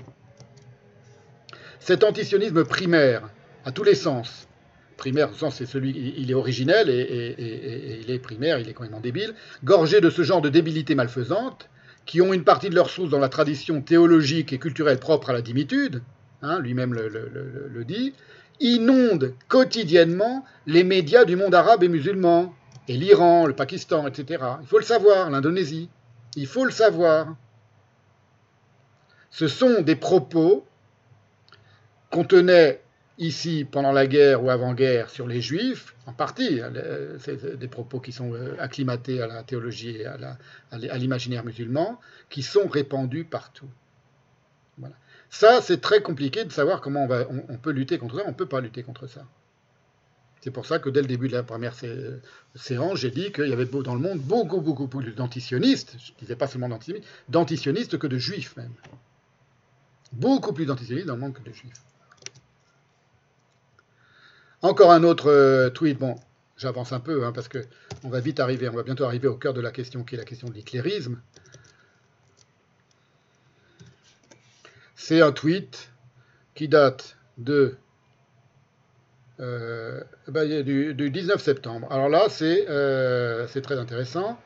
Cet antisionisme primaire, à tous les sens, primaire, au sens c'est celui, il est originel et, et, et, et il est primaire, il est complètement débile, gorgé de ce genre de débilité malfaisante, qui ont une partie de leur source dans la tradition théologique et culturelle propre à la dimitude, hein, lui-même le, le, le, le dit, inonde quotidiennement les médias du monde arabe et musulman, et l'Iran, le Pakistan, et cetera. Il faut le savoir, l'Indonésie, il faut le savoir. Ce sont des propos qu'on tenait ici pendant la guerre ou avant-guerre sur les Juifs, en partie, c'est des propos qui sont acclimatés à la théologie et à l'imaginaire musulman, qui sont répandus partout. Voilà. Ça, c'est très compliqué de savoir comment on, va, on, on peut lutter contre ça. On ne peut pas lutter contre ça. C'est pour ça que dès le début de la première sé séance, j'ai dit qu'il y avait dans le monde beaucoup, beaucoup plus d'antisionistes, je ne disais pas seulement d'antisionistes, d'antisionistes que de juifs même. Beaucoup plus d'antisionistes dans le monde que de juifs. Encore un autre euh, tweet, bon, j'avance un peu, hein, parce qu'on va vite arriver, on va bientôt arriver au cœur de la question, qui est la question de l'éclairisme. C'est un tweet qui date de, euh, ben, du, du dix-neuf septembre. Alors là, c'est euh, très intéressant.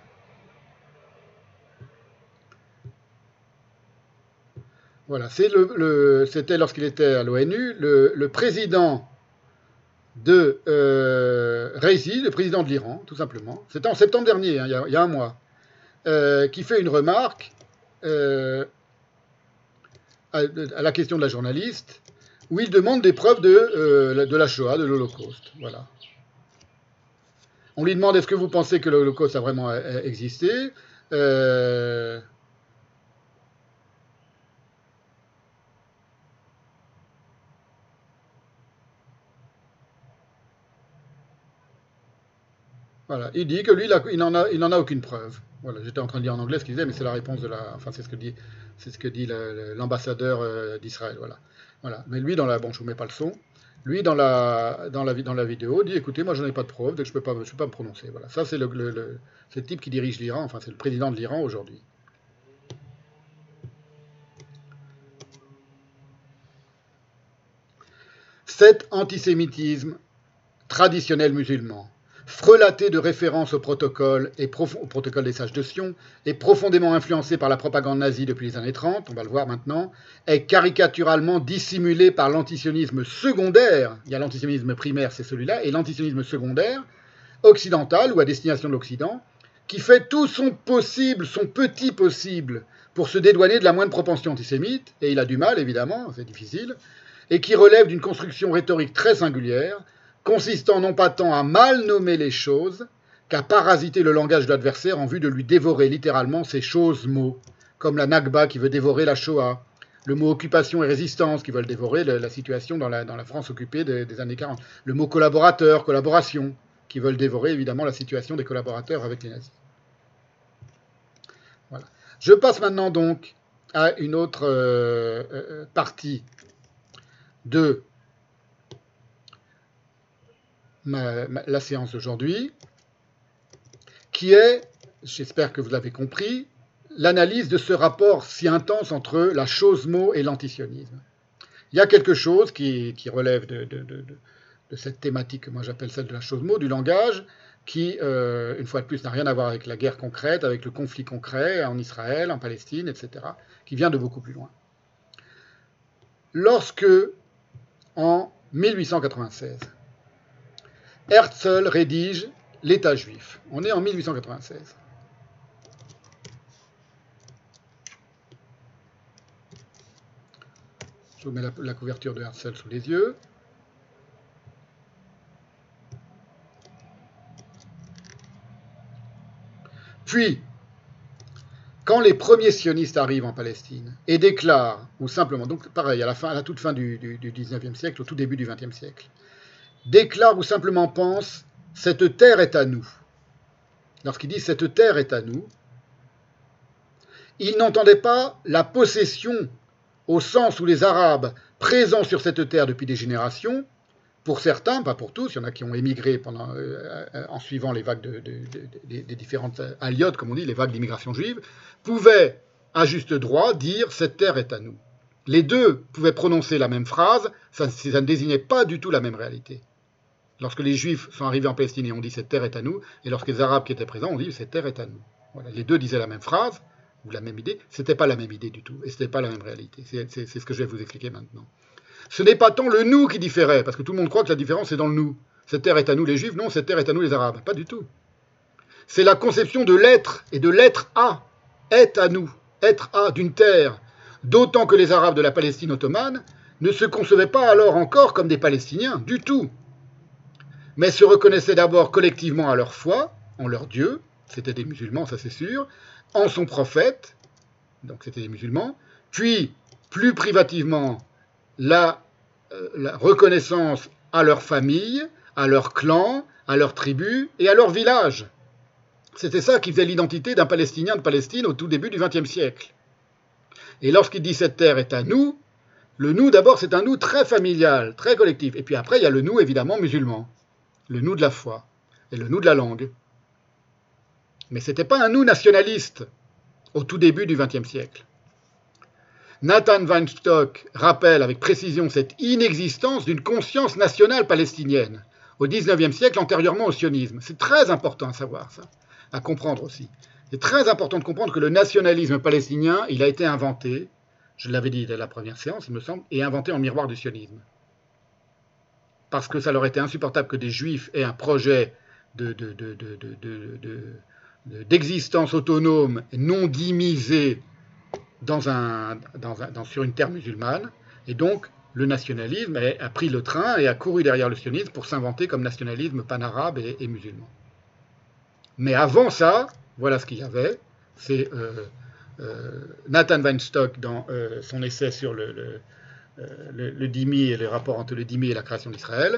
Voilà, c'était le, le, lorsqu'il était à l'ONU, le, le président de euh, Raisi, le président de l'Iran, tout simplement. C'était en septembre dernier, hein, il, y a, il y a un mois, euh, qui fait une remarque euh, à, à la question de la journaliste, où il demande des preuves de, euh, de la Shoah, de l'Holocauste. Voilà. On lui demande est-ce que vous pensez que l'Holocauste a vraiment existé euh, Voilà, il dit que lui, il n'en a, il en a aucune preuve. Voilà, j'étais en train de lire en anglais ce qu'il disait, mais c'est la réponse de la, enfin c'est ce que dit, c'est ce que dit l'ambassadeur euh, d'Israël. Voilà, voilà. Mais lui, dans la, bon, je vous mets pas le son. Lui, dans la, dans la, dans la vidéo, dit écoutez, moi, je n'en ai pas de preuve, donc je peux pas, je peux pas me prononcer. Voilà, ça c'est le, le, le, le type qui dirige l'Iran. Enfin, c'est le président de l'Iran aujourd'hui. Cet antisémitisme traditionnel musulman, frelaté de références au protocole, et au protocole des sages de Sion, et profondément influencé par la propagande nazie depuis les années trente, on va le voir maintenant, est caricaturalement dissimulé par l'antisionisme secondaire, il y a l'antisionisme primaire, c'est celui-là, et l'antisionisme secondaire, occidental, ou à destination de l'Occident, qui fait tout son possible, son petit possible, pour se dédouaner de la moindre propension antisémite, et il a du mal, évidemment, c'est difficile, et qui relève d'une construction rhétorique très singulière, consistant non pas tant à mal nommer les choses, qu'à parasiter le langage de l'adversaire en vue de lui dévorer littéralement ces choses-mots, comme la Nakba qui veut dévorer la Shoah, le mot occupation et résistance qui veulent dévorer la situation dans la, dans la France occupée des, des années quarante, le mot collaborateur, collaboration, qui veulent dévorer évidemment la situation des collaborateurs avec les nazis. Voilà. Je passe maintenant donc à une autre euh, euh, partie de Ma, ma, la séance d'aujourd'hui, qui est, j'espère que vous l'avez compris, l'analyse de ce rapport si intense entre la chose-mot et l'antisionisme. Il y a quelque chose qui, qui relève de, de, de, de cette thématique que moi j'appelle celle de la chose-mot, du langage, qui, euh, une fois de plus, n'a rien à voir avec la guerre concrète, avec le conflit concret en Israël, en Palestine, et cetera, qui vient de beaucoup plus loin. Lorsque, en mille huit cent quatre-vingt-seize, Herzl rédige l'État juif. On est en mille huit cent quatre-vingt-seize. Je vous mets la, la couverture de Herzl sous les yeux. Puis, quand les premiers sionistes arrivent en Palestine et déclarent, ou simplement, donc pareil, à la, fin, à la toute fin du, du, du dix-neuvième siècle, au tout début du vingtième siècle, déclare ou simplement pense « cette terre est à nous ». Lorsqu'il dit « cette terre est à nous », il n'entendait pas la possession au sens où les Arabes, présents sur cette terre depuis des générations, Pour certains, pas pour tous, il y en a qui ont émigré pendant, euh, en suivant les vagues de, de, de, de, des différentes aliotes, comme on dit, les vagues d'immigration juive, pouvaient, à juste droit, dire « cette terre est à nous ». Les deux pouvaient prononcer la même phrase, ça, ça ne désignait pas du tout la même réalité. Lorsque les Juifs sont arrivés en Palestine et ont dit « cette terre est à nous », et lorsque les Arabes qui étaient présents ont dit « cette terre est à nous ». Voilà, les deux disaient la même phrase, ou la même idée, ce n'était pas la même idée du tout, et ce n'était pas la même réalité. C'est, c'est, c'est ce que je vais vous expliquer maintenant. Ce n'est pas tant le nous qui différait, parce que tout le monde croit que la différence est dans le nous. Cette terre est à nous les Juifs, non, cette terre est à nous les Arabes. Pas du tout. C'est la conception de l'être et de l'être à, est à nous, être à d'une terre. D'autant que les Arabes de la Palestine ottomane ne se concevaient pas alors encore comme des Palestiniens, du tout. Mais se reconnaissaient d'abord collectivement à leur foi, en leur Dieu, c'était des musulmans, ça c'est sûr, en son prophète, donc c'était des musulmans, puis plus privativement, La, euh, la reconnaissance à leur famille, à leur clan, à leur tribu et à leur village. C'était ça qui faisait l'identité d'un Palestinien de Palestine au tout début du vingtième siècle. Et lorsqu'il dit « cette terre est à nous », le nous d'abord c'est un nous très familial, très collectif. Et puis après il y a le nous évidemment musulman, le nous de la foi et le nous de la langue. Mais ce n'était pas un nous nationaliste au tout début du vingtième siècle. Nathan Weinstock rappelle avec précision cette inexistence d'une conscience nationale palestinienne au dix-neuvième siècle, antérieurement au sionisme. C'est très important à savoir ça, à comprendre aussi. C'est très important de comprendre que le nationalisme palestinien, il a été inventé, je l'avais dit dès la première séance, il me semble, et inventé en miroir du sionisme. Parce que ça leur était insupportable que des juifs aient un projet de, de, de, de, de, de, de, d'existence autonome non dimisée Dans un, dans un, dans, sur une terre musulmane, et donc le nationalisme a, a pris le train et a couru derrière le sionisme pour s'inventer comme nationalisme panarabe et, et musulman. Mais avant ça, voilà ce qu'il y avait, c'est euh, euh, Nathan Weinstock dans euh, son essai sur le, le, le, le dhimmi et les rapports entre le dhimmi et la création d'Israël.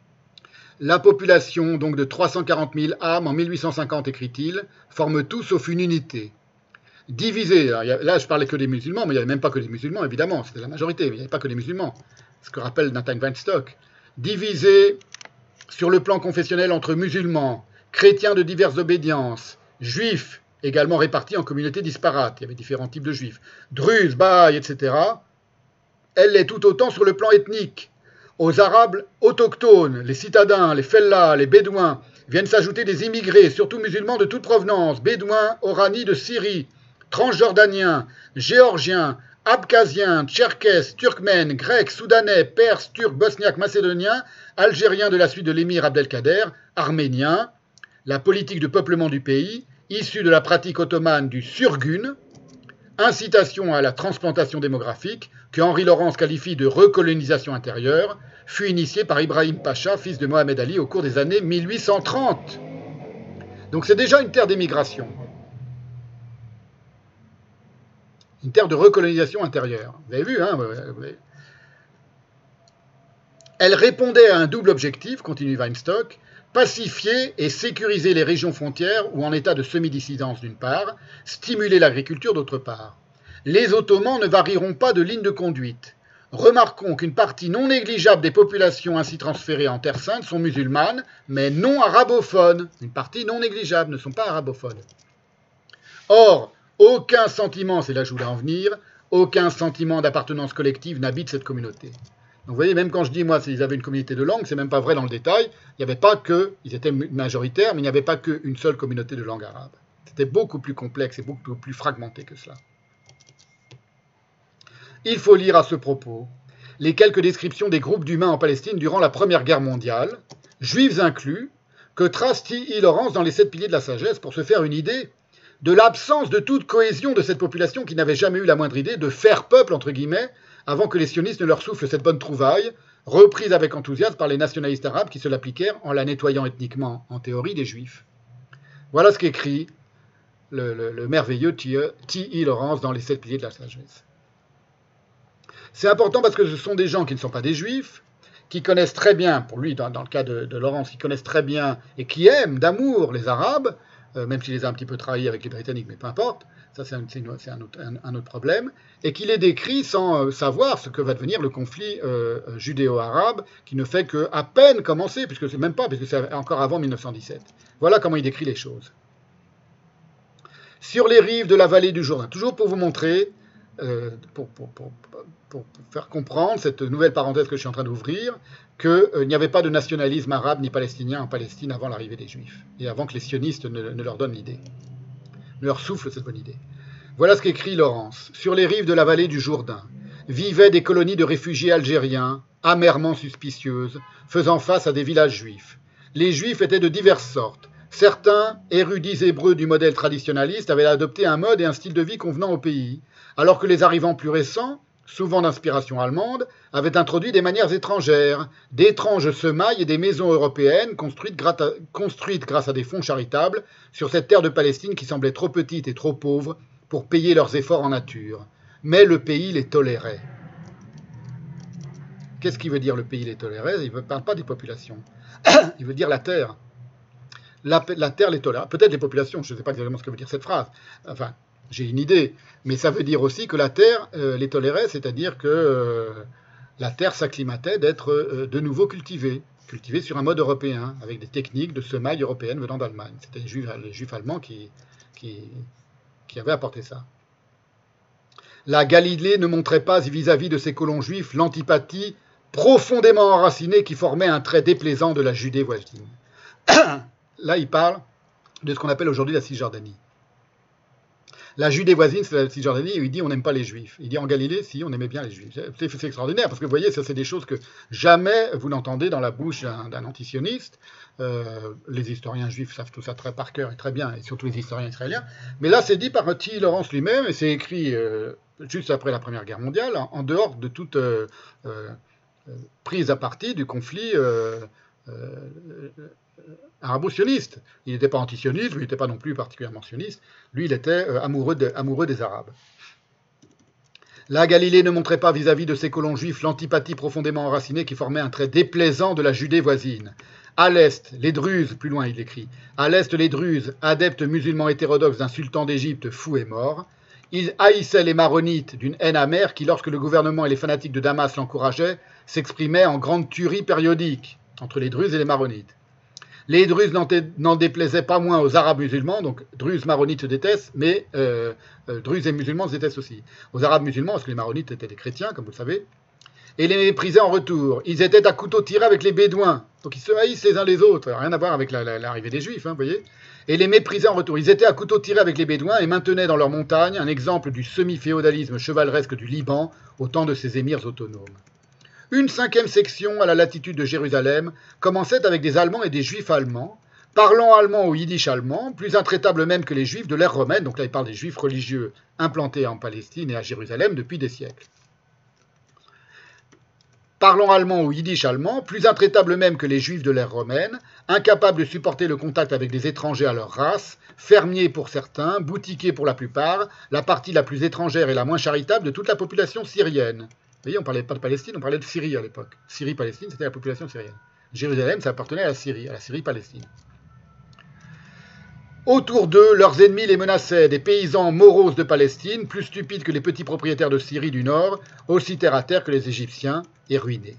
La population donc de trois cent quarante mille âmes en mille huit cent cinquante, écrit-il, forme tout sauf une unité. Divisé, là je parlais que des musulmans, mais il n'y avait même pas que des musulmans, évidemment, c'était la majorité, mais il n'y avait pas que des musulmans, ce que rappelle Nathan Weinstock. Divisé sur le plan confessionnel entre musulmans, chrétiens de diverses obédiences, juifs, également répartis en communautés disparates, il y avait différents types de juifs, druzes, baïs, et cetera. Elle l'est tout autant sur le plan ethnique. Aux Arabes autochtones, les citadins, les fellahs, les bédouins, viennent s'ajouter des immigrés, surtout musulmans de toute provenance, bédouins, oranis de Syrie, transjordaniens, géorgiens, abkhaziens, tcherkesses, turkmènes, grecs, soudanais, perses, turcs, bosniaques, macédoniens, algériens de la suite de l'émir Abdelkader, arméniens, la politique de peuplement du pays, issue de la pratique ottomane du surgun, incitation à la transplantation démographique, que Henri Laurence qualifie de recolonisation intérieure, fut initiée par Ibrahim Pacha, fils de Mohamed Ali, au cours des années mille huit cent trente. Donc c'est déjà une terre d'émigration. Une terre de recolonisation intérieure. Vous avez vu, hein vous avez... Elle répondait à un double objectif, continue Weinstock, pacifier et sécuriser les régions frontières ou en état de semi-dissidence d'une part, stimuler l'agriculture d'autre part. Les Ottomans ne varieront pas de ligne de conduite. Remarquons qu'une partie non négligeable des populations ainsi transférées en Terre Sainte sont musulmanes, mais non arabophones. Une partie non négligeable, ne sont pas arabophones. Or, aucun sentiment, c'est là que je voulais en venir, aucun sentiment d'appartenance collective n'habite cette communauté. Donc vous voyez, même quand je dis, moi, s'ils avaient une communauté de langue, c'est même pas vrai dans le détail, il n'y avait pas que, ils étaient majoritaires, mais il n'y avait pas qu'une seule communauté de langue arabe. C'était beaucoup plus complexe et beaucoup plus fragmenté que cela. Il faut lire à ce propos les quelques descriptions des groupes d'humains en Palestine durant la Première Guerre mondiale, juifs inclus, que trace T I Lawrence dans les sept piliers de la sagesse pour se faire une idée de l'absence de toute cohésion de cette population qui n'avait jamais eu la moindre idée de faire peuple, entre guillemets, avant que les sionistes ne leur soufflent cette bonne trouvaille, reprise avec enthousiasme par les nationalistes arabes qui se l'appliquèrent en la nettoyant ethniquement, en théorie, des juifs. Voilà ce qu'écrit le, le, le merveilleux T I Lawrence dans les sept piliers de la sagesse. C'est important parce que ce sont des gens qui ne sont pas des juifs, qui connaissent très bien, pour lui, dans, dans le cas de, de Lawrence, qui connaissent très bien et qui aiment d'amour les Arabes, euh, même s'il les a un petit peu trahis avec les Britanniques, mais peu importe, ça c'est un, c'est une, c'est un, autre, un, un autre problème, et qu'il est décrit sans euh, savoir ce que va devenir le conflit euh, judéo-arabe, qui ne fait qu'à peine commencer, puisque c'est même pas, parce que c'est encore avant mille neuf cent dix-sept. Voilà comment il décrit les choses. Sur les rives de la vallée du Jourdain, toujours pour vous montrer, euh, pour, pour, pour, pour faire comprendre cette nouvelle parenthèse que je suis en train d'ouvrir, qu'il euh, n'y avait pas de nationalisme arabe ni palestinien en Palestine avant l'arrivée des Juifs, et avant que les sionistes ne, ne leur donnent l'idée, ne leur soufflent cette bonne idée. Voilà ce qu'écrit Laurence. Sur les rives de la vallée du Jourdain vivaient des colonies de réfugiés algériens, amèrement suspicieuses, faisant face à des villages juifs. Les Juifs étaient de diverses sortes. Certains, érudits hébreux du modèle traditionnaliste, avaient adopté un mode et un style de vie convenant au pays, alors que les arrivants plus récents, souvent d'inspiration allemande, avaient introduit des manières étrangères, d'étranges semailles et des maisons européennes construites, grata- construites grâce à des fonds charitables sur cette terre de Palestine qui semblait trop petite et trop pauvre pour payer leurs efforts en nature. Mais le pays les tolérait. Qu'est-ce qu'il veut dire le pays les tolérait? Il ne parle pas des populations. Il veut dire la terre. La, la terre les tolère. Peut-être les populations, je ne sais pas exactement ce que veut dire cette phrase. Enfin, j'ai une idée. Mais ça veut dire aussi que la terre euh, les tolérait, c'est-à-dire que euh, la terre s'acclimatait d'être euh, de nouveau cultivée. Cultivée sur un mode européen, avec des techniques de semailles européennes venant d'Allemagne. C'était les juifs, les juifs allemands qui, qui, qui avaient apporté ça. La Galilée ne montrait pas vis-à-vis de ses colons juifs l'antipathie profondément enracinée qui formait un trait déplaisant de la Judée voisine. Là, il parle de ce qu'on appelle aujourd'hui la Cisjordanie. La Judée voisine, c'est la Cisjordanie, et il dit on n'aime pas les Juifs. Il dit en Galilée, si, on aimait bien les Juifs. C'est, c'est extraordinaire, parce que vous voyez, ça c'est des choses que jamais vous n'entendez dans la bouche d'un, d'un antisioniste. Euh, les historiens juifs savent tout ça très par cœur et très bien, et surtout les historiens israéliens. Mais là, c'est dit par T. Laurence lui-même, et c'est écrit euh, juste après la Première Guerre mondiale, en, en dehors de toute euh, euh, prise à partie du conflit euh, euh, arabo-sioniste. Il n'était pas anti-sioniste, lui, il n'était pas non plus particulièrement sioniste. Lui, il était euh, amoureux, de, amoureux des Arabes. La Galilée ne montrait pas vis-à-vis de ses colons juifs l'antipathie profondément enracinée qui formait un trait déplaisant de la Judée voisine. À l'est, les Druzes, plus loin il écrit, à l'est les Druzes, adeptes musulmans hétérodoxes d'un sultan d'Égypte fou et mort, ils haïssaient les maronites d'une haine amère qui, lorsque le gouvernement et les fanatiques de Damas l'encourageaient, s'exprimaient en grande tuerie périodique entre les Druzes et les maronites. Les Druzes n'en, t- n'en déplaisaient pas moins aux Arabes musulmans, donc Druzes, Maronites se détestent, mais euh, euh, Druzes et musulmans se détestent aussi. Aux Arabes musulmans, parce que les Maronites étaient des chrétiens, comme vous le savez, et les méprisaient en retour. Ils étaient à couteau tiré avec les Bédouins, donc ils se haïssent les uns les autres, rien à voir avec la, la, l'arrivée des Juifs, hein, vous voyez. Et les méprisaient en retour. Ils étaient à couteau tiré avec les Bédouins et maintenaient dans leurs montagnes un exemple du semi-féodalisme chevaleresque du Liban au temps de ses émirs autonomes. Une cinquième section à la latitude de Jérusalem commençait avec des Allemands et des Juifs allemands, parlant allemand ou yiddish allemand, plus intraitables même que les Juifs de l'ère romaine, donc là il parle des Juifs religieux implantés en Palestine et à Jérusalem depuis des siècles. Parlant allemand ou yiddish allemand, plus intraitables même que les Juifs de l'ère romaine, incapables de supporter le contact avec des étrangers à leur race, fermiers pour certains, boutiquiers pour la plupart, la partie la plus étrangère et la moins charitable de toute la population syrienne. Vous voyez, on ne parlait pas de Palestine, on parlait de Syrie à l'époque. Syrie-Palestine, c'était la population syrienne. Jérusalem, ça appartenait à la Syrie, à la Syrie-Palestine. Autour d'eux, leurs ennemis les menaçaient, des paysans moroses de Palestine, plus stupides que les petits propriétaires de Syrie du Nord, aussi terre à terre que les Égyptiens, et ruinés.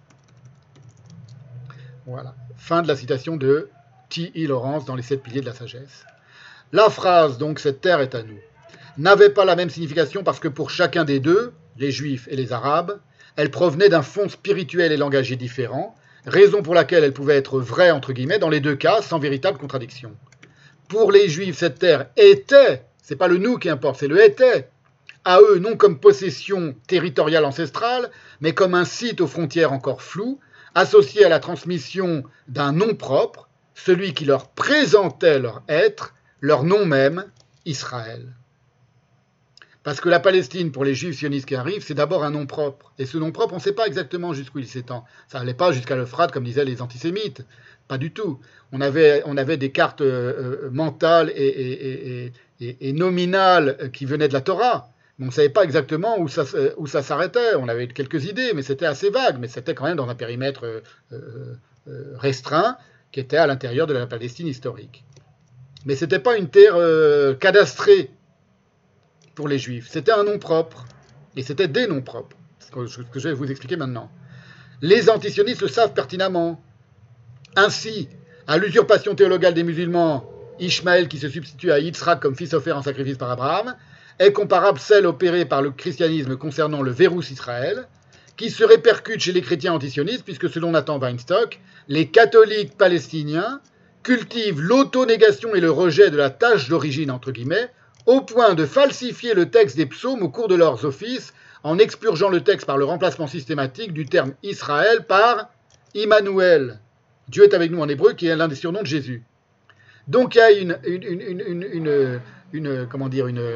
Voilà. Fin de la citation de T E Lawrence dans Les Sept Piliers de la Sagesse. La phrase, donc, cette terre est à nous, n'avait pas la même signification parce que pour chacun des deux, les Juifs et les Arabes, elle provenait d'un fond spirituel et langagier différent, raison pour laquelle elle pouvait être vraie, entre guillemets, dans les deux cas, sans véritable contradiction. Pour les Juifs, cette terre était, c'est pas le nous qui importe, c'est le était, à eux non comme possession territoriale ancestrale, mais comme un site aux frontières encore floues, associé à la transmission d'un nom propre, celui qui leur présentait leur être, leur nom même, Israël. Parce que la Palestine, pour les Juifs sionistes qui arrivent, c'est d'abord un nom propre. Et ce nom propre, on ne sait pas exactement jusqu'où il s'étend. Ça n'allait pas jusqu'à l'Euphrate, comme disaient les antisémites. Pas du tout. On avait, on avait des cartes euh, mentales et, et, et, et, et nominales qui venaient de la Torah. Mais on ne savait pas exactement où ça, où ça s'arrêtait. On avait quelques idées, mais c'était assez vague. Mais c'était quand même dans un périmètre euh, euh, restreint qui était à l'intérieur de la Palestine historique. Mais ce n'était pas une terre euh, cadastrée. pour les Juifs. C'était un nom propre, et c'était des noms propres, ce que je, que je vais vous expliquer maintenant. Les antisionistes le savent pertinemment. Ainsi, à l'usurpation théologale des musulmans, Ishmaël qui se substitue à Yitzhak comme fils offert en sacrifice par Abraham, est comparable celle opérée par le christianisme concernant le Vérus Israël, qui se répercute chez les chrétiens antisionistes, puisque selon Nathan Weinstock, les catholiques palestiniens cultivent l'autonégation et le rejet de la tâche d'origine, entre guillemets, au point de falsifier le texte des psaumes au cours de leurs offices, en expurgeant le texte par le remplacement systématique du terme Israël par Immanuel. Dieu est avec nous en hébreu, qui est l'un des surnoms de Jésus. Donc il y a une, une, une, une, une, une comment dire, une,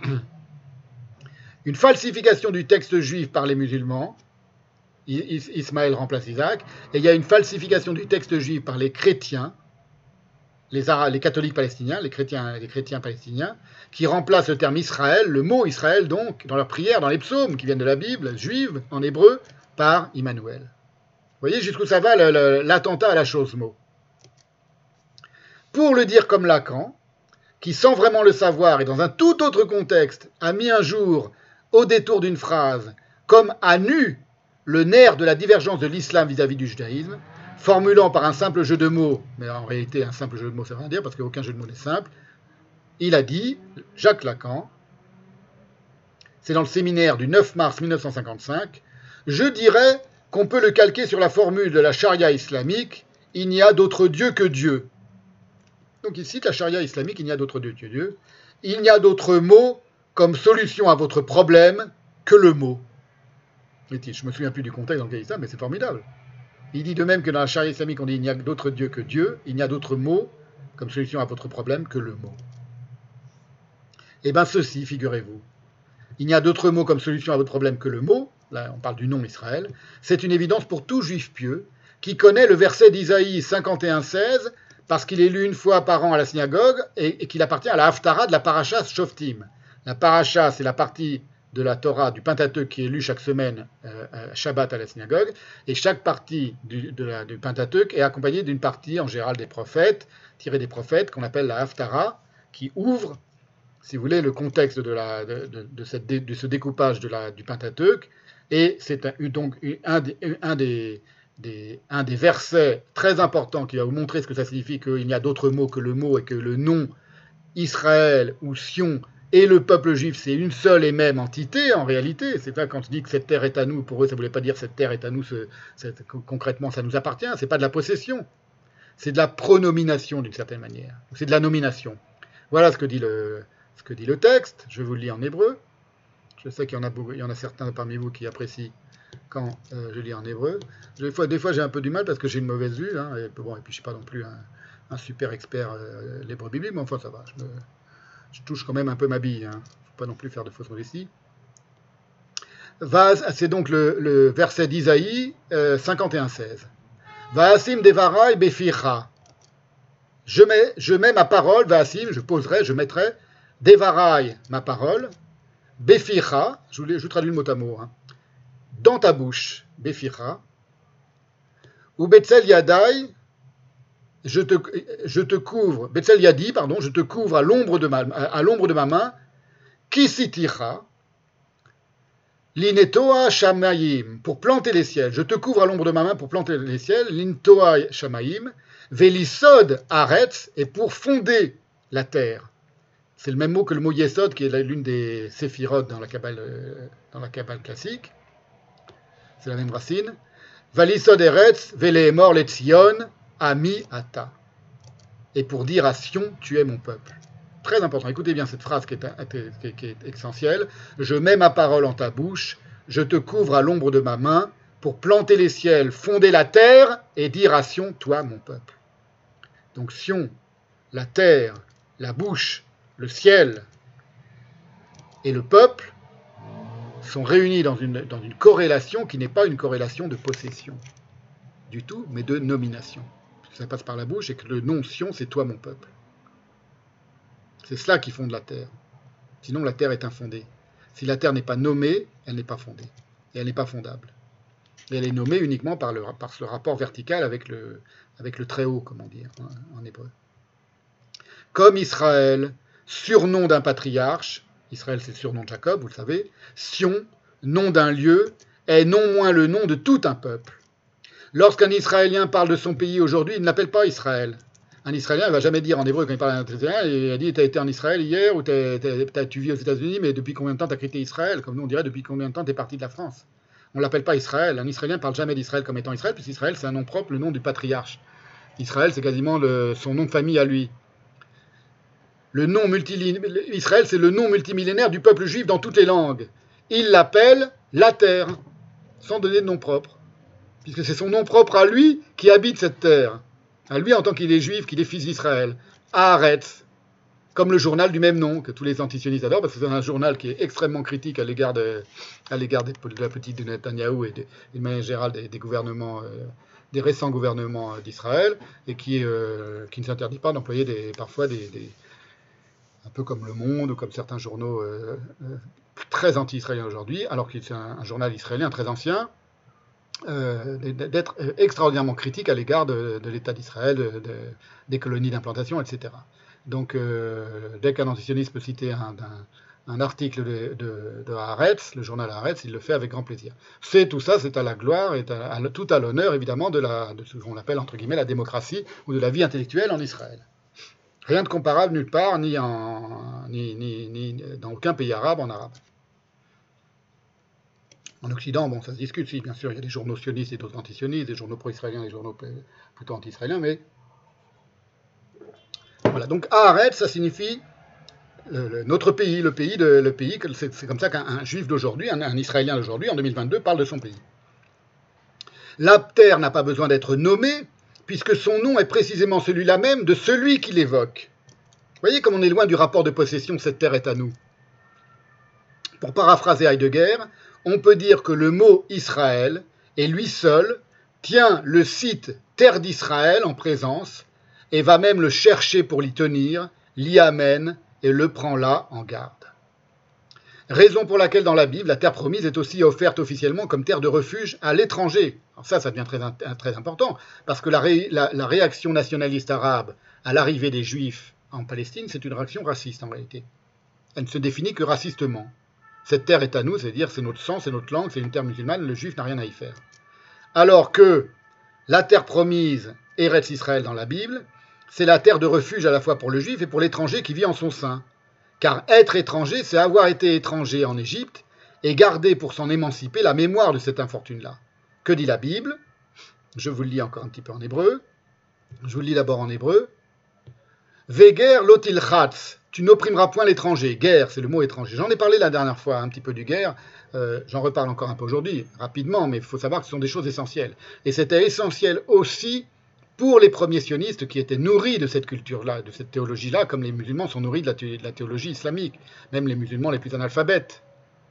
une falsification du texte juif par les musulmans. Ismaël remplace Isaac, et il y a une falsification du texte juif par les chrétiens, les, Arabes, les catholiques palestiniens, les chrétiens, les chrétiens palestiniens, qui remplacent le terme Israël, le mot Israël donc, dans leurs prières, dans les psaumes qui viennent de la Bible juive, en hébreu, par Immanuel. Vous voyez jusqu'où ça va le, le, l'attentat à la chose mot. Pour le dire comme Lacan, qui sans vraiment le savoir et dans un tout autre contexte, a mis un jour, au détour d'une phrase, comme à nu, le nerf de la divergence de l'islam vis-à-vis du judaïsme, formulant par un simple jeu de mots, mais en réalité un simple jeu de mots ça veut rien dire parce qu'aucun jeu de mots n'est simple, il a dit, Jacques Lacan, c'est dans le séminaire du neuf mars mille neuf cent cinquante-cinq, je dirais qu'on peut le calquer sur la formule de la charia islamique, il n'y a d'autre Dieu que Dieu. Donc il cite la charia islamique, il n'y a d'autre Dieu que Dieu, il n'y a d'autre mot comme solution à votre problème que le mot. Je ne me souviens plus du contexte dans lequel il dit ça, mais c'est formidable. Il dit de même que dans la charia islamique, on dit il n'y a d'autre Dieu que Dieu, il n'y a d'autre mot comme solution à votre problème que le mot. Eh bien ceci, figurez-vous, il n'y a d'autre mot comme solution à votre problème que le mot, là on parle du nom Israël, c'est une évidence pour tout juif pieux qui connaît le verset d'Isaïe cinquante et un seize parce qu'il est lu une fois par an à la synagogue et, et qu'il appartient à la Haftara de la Paracha Shoftim. La Paracha, c'est la partie de la Torah, du Pentateuque qui est lu chaque semaine euh, à Shabbat à la synagogue, et chaque partie du, de la, du Pentateuque est accompagnée d'une partie, en général des prophètes, tirée des prophètes, qu'on appelle la Haftara, qui ouvre, si vous voulez, le contexte de, la, de, de, de, cette, de ce découpage de la, du Pentateuque, et c'est un, donc un, des, un, des, des, un des versets très importants qui va vous montrer ce que ça signifie, qu'il n'y a d'autre mot que le mot, et que le nom Israël ou Sion et le peuple juif, c'est une seule et même entité, en réalité. C'est pas quand on dit que cette terre est à nous, pour eux, ça ne voulait pas dire cette terre est à nous, ce, c'est, concrètement, ça nous appartient. C'est pas de la possession. C'est de la pronomination, d'une certaine manière. C'est de la nomination. Voilà ce que dit le, ce que dit le texte. Je vous le lis en hébreu. Je sais qu'il y en a, beaucoup, il y en a certains parmi vous qui apprécient quand euh, je lis en hébreu. Des fois, des fois, j'ai un peu du mal parce que j'ai une mauvaise vue. Hein, et, bon, et puis, je ne suis pas non plus un, un super expert euh, l'hébreu biblique, mais enfin, ça va. Je me... Je touche quand même un peu ma bille, hein. Faut pas non plus faire de fausses modesties. C'est donc le, le verset d'Isaïe euh, cinquante et un seize. Vaasim devarai beficha. Je mets, je mets ma parole, Vaasim, je poserai, je mettrai devarai, ma parole, beficha, je vous, je vous traduis le mot à mot, hein, dans ta bouche, beficha, ou betzel yadai, Je te, je te couvre, Betzel Yadi, pardon, je te couvre à l'ombre de ma, à l'ombre de ma main, Kisiticha, Linetoa Shamayim, pour planter les ciels. Je te couvre à l'ombre de ma main pour planter les ciels, Lintoa Shamayim, Velisod Aretz, et pour fonder la terre. C'est le même mot que le mot Yesod, qui est l'une des séphirotes dans la Kabbale, dans la Kabbale classique. C'est la même racine. Velisod Eretz, Velehemor Letzion, Ami Ata. Et pour dire à Sion, tu es mon peuple. Très important. Écoutez bien cette phrase qui est, qui est essentielle. Je mets ma parole en ta bouche, je te couvre à l'ombre de ma main pour planter les ciels, fonder la terre et dire à Sion, toi mon peuple. Donc Sion, la terre, la bouche, le ciel et le peuple sont réunis dans une, dans une corrélation qui n'est pas une corrélation de possession du tout, mais de nomination. Ça passe par la bouche et que le nom Sion, c'est toi mon peuple. C'est cela qui fonde la terre. Sinon, la terre est infondée. Si la terre n'est pas nommée, elle n'est pas fondée. Et elle n'est pas fondable. Et elle est nommée uniquement par, le, par ce rapport vertical avec le, avec le très haut, comment dire, en, en hébreu. Comme Israël, surnom d'un patriarche, Israël c'est le surnom de Jacob, vous le savez, Sion, nom d'un lieu, est non moins le nom de tout un peuple. Lorsqu'un Israélien parle de son pays aujourd'hui, il ne l'appelle pas Israël. Un Israélien ne va jamais dire en hébreu quand il parle d'un Israélien, il a dit t'as été en Israël hier ou t'as, t'as, tu vis aux États-Unis, mais depuis combien de temps t'as quitté Israël? Comme nous on dirait depuis combien de temps t'es parti de la France. On ne l'appelle pas Israël. Un Israélien ne parle jamais d'Israël comme étant Israël, puisque Israël c'est un nom propre, le nom du patriarche. Israël c'est quasiment le, son nom de famille à lui. Le nom multi, Israël c'est le nom multimillénaire du peuple juif dans toutes les langues. Il l'appelle la terre, sans donner de nom propre, puisque c'est son nom propre à lui qui habite cette terre. À lui en tant qu'il est juif, qu'il est fils d'Israël. Haaretz, comme le journal du même nom, que tous les antisionistes adorent, parce que c'est un journal qui est extrêmement critique à l'égard de, à l'égard de, de la petite de Netanyahou et de, de manière générale des, des gouvernements, euh, des récents gouvernements d'Israël, et qui, euh, qui ne s'interdit pas d'employer des, parfois des, des, un peu comme Le Monde, ou comme certains journaux euh, euh, très anti-israéliens aujourd'hui, alors qu'il c'est un, un journal israélien très ancien, Euh, d'être extraordinairement critique à l'égard de, de l'État d'Israël, de, de, des colonies d'implantation, et cetera. Donc, euh, dès qu'un antisioniste peut citer un, un, un article de, de, de Haaretz, le journal Haaretz, il le fait avec grand plaisir. C'est tout ça, c'est à la gloire et à, à, tout à l'honneur, évidemment, de, la, de ce qu'on appelle, entre guillemets, la démocratie ou de la vie intellectuelle en Israël. Rien de comparable nulle part, ni, en, ni, ni, ni dans aucun pays arabe en arabe. En Occident, bon, ça se discute, si, bien sûr, il y a des journaux sionistes et d'autres antisionistes, des journaux pro-israéliens et des journaux plutôt anti-israéliens, mais voilà. Donc, Haaretz, ça signifie le, le, notre pays, le pays, de, le pays, c'est, c'est comme ça qu'un juif d'aujourd'hui, un, un Israélien d'aujourd'hui, en deux mille vingt-deux, parle de son pays. La terre n'a pas besoin d'être nommée, puisque son nom est précisément celui-là même de celui qui l'évoque. Vous voyez comme on est loin du rapport de possession, cette terre est à nous. Pour paraphraser Heidegger, on peut dire que le mot Israël, et lui seul, tient le site terre d'Israël en présence, et va même le chercher pour l'y tenir, l'y amène et le prend là en garde. Raison pour laquelle dans la Bible, la terre promise est aussi offerte officiellement comme terre de refuge à l'étranger. Alors ça, ça devient très, très important, parce que la, ré, la, la réaction nationaliste arabe à l'arrivée des Juifs en Palestine, c'est une réaction raciste en réalité. Elle ne se définit que racistement. Cette terre est à nous, c'est-à-dire c'est notre sang, c'est notre langue, c'est une terre musulmane, le juif n'a rien à y faire. Alors que la terre promise, Eretz Israël dans la Bible, c'est la terre de refuge à la fois pour le juif et pour l'étranger qui vit en son sein. Car être étranger, c'est avoir été étranger en Égypte et garder pour s'en émanciper la mémoire de cette infortune-là. Que dit la Bible? Je vous le lis encore un petit peu en hébreu. Je vous le lis d'abord en hébreu. Veger lotil chatz. Tu n'opprimeras point l'étranger. Guerre, c'est le mot étranger. J'en ai parlé la dernière fois un petit peu du guerre. Euh, j'en reparle encore un peu aujourd'hui, rapidement, mais il faut savoir que ce sont des choses essentielles. Et c'était essentiel aussi pour les premiers sionistes qui étaient nourris de cette culture-là, de cette théologie-là, comme les musulmans sont nourris de la, thé- de la théologie islamique, même les musulmans les plus analphabètes.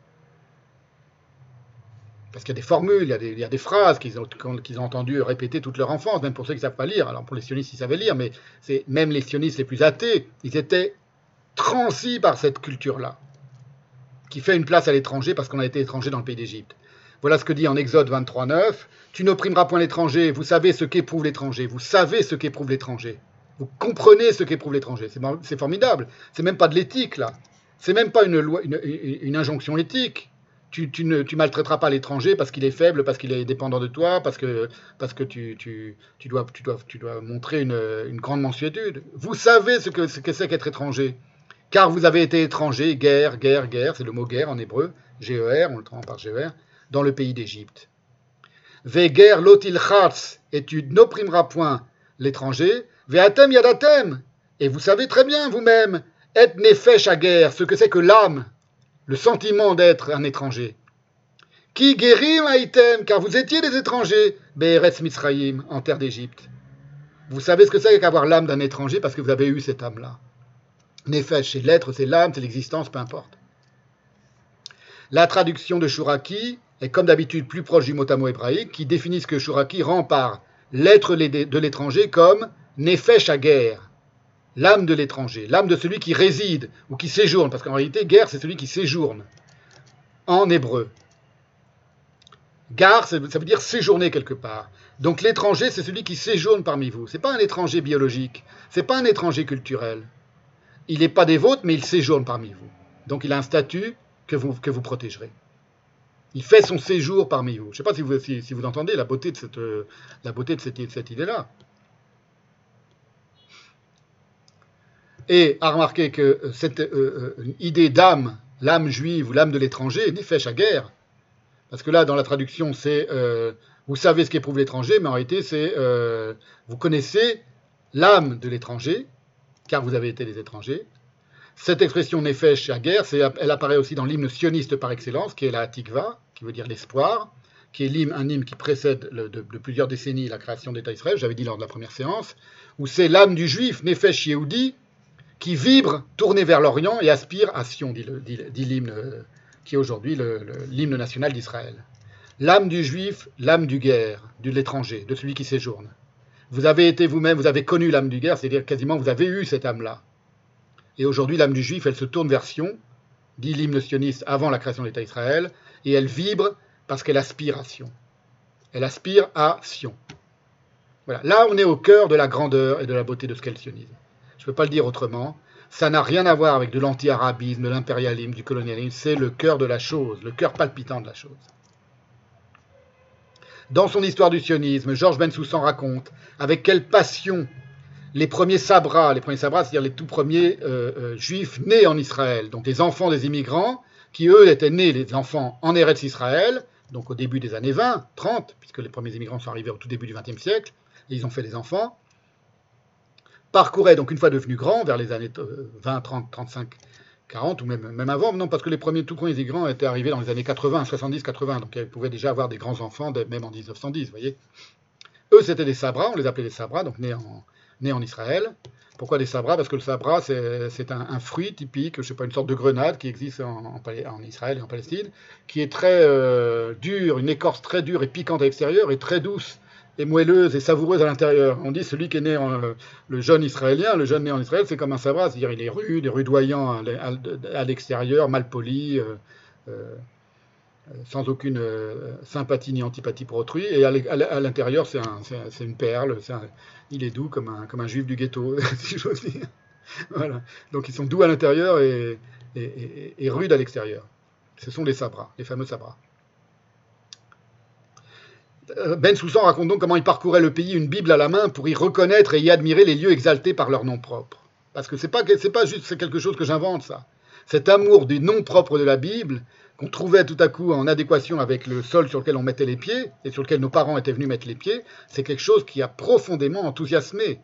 Parce qu'il y a des formules, il y a des, il y a des phrases qu'ils ont, qu'ils ont entendues répéter toute leur enfance, même pour ceux qui ne savent pas lire. Alors pour les sionistes, ils savaient lire, mais c'est, même les sionistes les plus athées, ils étaient transis par cette culture-là, qui fait une place à l'étranger parce qu'on a été étranger dans le pays d'Égypte. Voilà ce que dit en Exode vingt-trois neuf. Tu n'opprimeras point l'étranger, vous savez ce qu'éprouve l'étranger, vous savez ce qu'éprouve l'étranger, vous comprenez ce qu'éprouve l'étranger. C'est, c'est formidable, c'est même pas de l'éthique là, c'est même pas une, loi, une, une injonction éthique. Tu, tu ne tu maltraiteras pas l'étranger parce qu'il est faible, parce qu'il est dépendant de toi, parce que, parce que tu, tu, tu, dois, tu, dois, tu dois montrer une, une grande mansuétude. Vous savez ce que, ce que c'est qu'être étranger. Car vous avez été étranger, guerre, guerre, guerre, c'est le mot guerre en hébreu, G E R, on le traduit par G E R, dans le pays d'Égypte. Veger lotil chatz, et tu n'opprimeras point l'étranger, ve'atem yadatem, et vous savez très bien vous-même, et nefesh à guerre, ce que c'est que l'âme, le sentiment d'être un étranger. Qui guérim haïtem, car vous étiez des étrangers, be'eretz Mitzrayim, en terre d'Égypte. Vous savez ce que c'est qu'avoir l'âme d'un étranger parce que vous avez eu cette âme-là. Nefesh, c'est l'être, c'est l'âme, c'est l'existence, peu importe. La traduction de Chouraki est comme d'habitude plus proche du mot à mot hébraïque, qui définit ce que Chouraki rend par l'être de l'étranger comme Nefesh à guerre, l'âme de l'étranger, l'âme de celui qui réside ou qui séjourne, parce qu'en réalité, guerre, c'est celui qui séjourne, en hébreu. Gar, ça veut dire séjourner quelque part. Donc l'étranger, c'est celui qui séjourne parmi vous. Ce n'est pas un étranger biologique, ce n'est pas un étranger culturel. Il n'est pas des vôtres, mais il séjourne parmi vous. Donc il a un statut que vous, que vous protégerez. Il fait son séjour parmi vous. Je ne sais pas si vous, si, si vous entendez la beauté de cette, euh, la beauté de cette, cette idée-là. Et à remarquer que cette euh, euh, idée d'âme, l'âme juive ou l'âme de l'étranger, nefesh à guerre, parce que là, dans la traduction, c'est euh, vous savez ce qu'éprouve l'étranger, mais en réalité, c'est euh, vous connaissez l'âme de l'étranger, car vous avez été des étrangers. Cette expression nefesh à guerre, c'est, elle apparaît aussi dans l'hymne sioniste par excellence, qui est la Hatikva, qui veut dire l'espoir, qui est l'hymne, un hymne qui précède le, de, de plusieurs décennies la création d'État Israël, j'avais dit lors de la première séance, où c'est l'âme du juif, nefesh Yehudi, qui vibre, tourné vers l'Orient et aspire à Sion, dit, le, dit, dit l'hymne euh, qui est aujourd'hui le, le, l'hymne national d'Israël. L'âme du juif, l'âme du guerre, de l'étranger, de celui qui séjourne. Vous avez été vous-même, vous avez connu l'âme du guerre, c'est-à-dire quasiment vous avez eu cette âme-là. Et aujourd'hui, l'âme du juif, elle se tourne vers Sion, dit l'hymne sioniste avant la création de l'État Israël, et elle vibre parce qu'elle aspire à Sion. Elle aspire à Sion. Voilà. Là, on est au cœur de la grandeur et de la beauté de ce qu'est le sionisme. Je ne peux pas le dire autrement. Ça n'a rien à voir avec de l'anti-arabisme, de l'impérialisme, du colonialisme. C'est le cœur de la chose, le cœur palpitant de la chose. Dans son histoire du sionisme, Georges Bensoussan raconte avec quelle passion les premiers sabras, les premiers sabras, c'est-à-dire les tout premiers euh, euh, juifs nés en Israël, donc les enfants des immigrants, qui eux étaient nés, les enfants en Eretz Israël, donc au début des années vingt, trente, puisque les premiers immigrants sont arrivés au tout début du vingtième siècle, et ils ont fait des enfants, parcouraient donc une fois devenus grands, vers les années vingt, trente, trente-cinq, quarante, ou même, même avant, non, parce que les premiers, tout premiers immigrants étaient arrivés dans les années quatre-vingts, soixante-dix, quatre-vingts, donc ils pouvaient déjà avoir des grands-enfants, même en dix-neuf cent dix, vous voyez. Eux, c'était des sabras, on les appelait des sabras, donc nés en... né en Israël. Pourquoi des sabras? Parce que le sabra, c'est, c'est un, un fruit typique, je ne sais pas, une sorte de grenade qui existe en, en, en Israël et en Palestine, qui est très euh, dure, une écorce très dure et piquante à l'extérieur, et très douce et moelleuse et savoureuse à l'intérieur. On dit celui qui est né, en, le jeune Israélien, le jeune né en Israël, c'est comme un sabra, c'est-à-dire il est rude, et rudoyant à, à, à l'extérieur, mal poli, euh, euh, sans aucune euh, sympathie ni antipathie pour autrui, et à, à l'intérieur, c'est, un, c'est, c'est une perle, c'est un, il est doux comme un, comme un juif du ghetto, si j'ose dire. Voilà. Donc ils sont doux à l'intérieur et, et, et, et rudes à l'extérieur. Ce sont les sabras, les fameux sabras. Bensoussan raconte donc comment il parcourait le pays, une Bible à la main, pour y reconnaître et y admirer les lieux exaltés par leur nom propre. Parce que c'est pas, c'est pas juste c'est quelque chose que j'invente, ça. Cet amour du nom propre de la Bible, qu'on trouvait tout à coup en adéquation avec le sol sur lequel on mettait les pieds, et sur lequel nos parents étaient venus mettre les pieds, c'est quelque chose qui a profondément enthousiasmé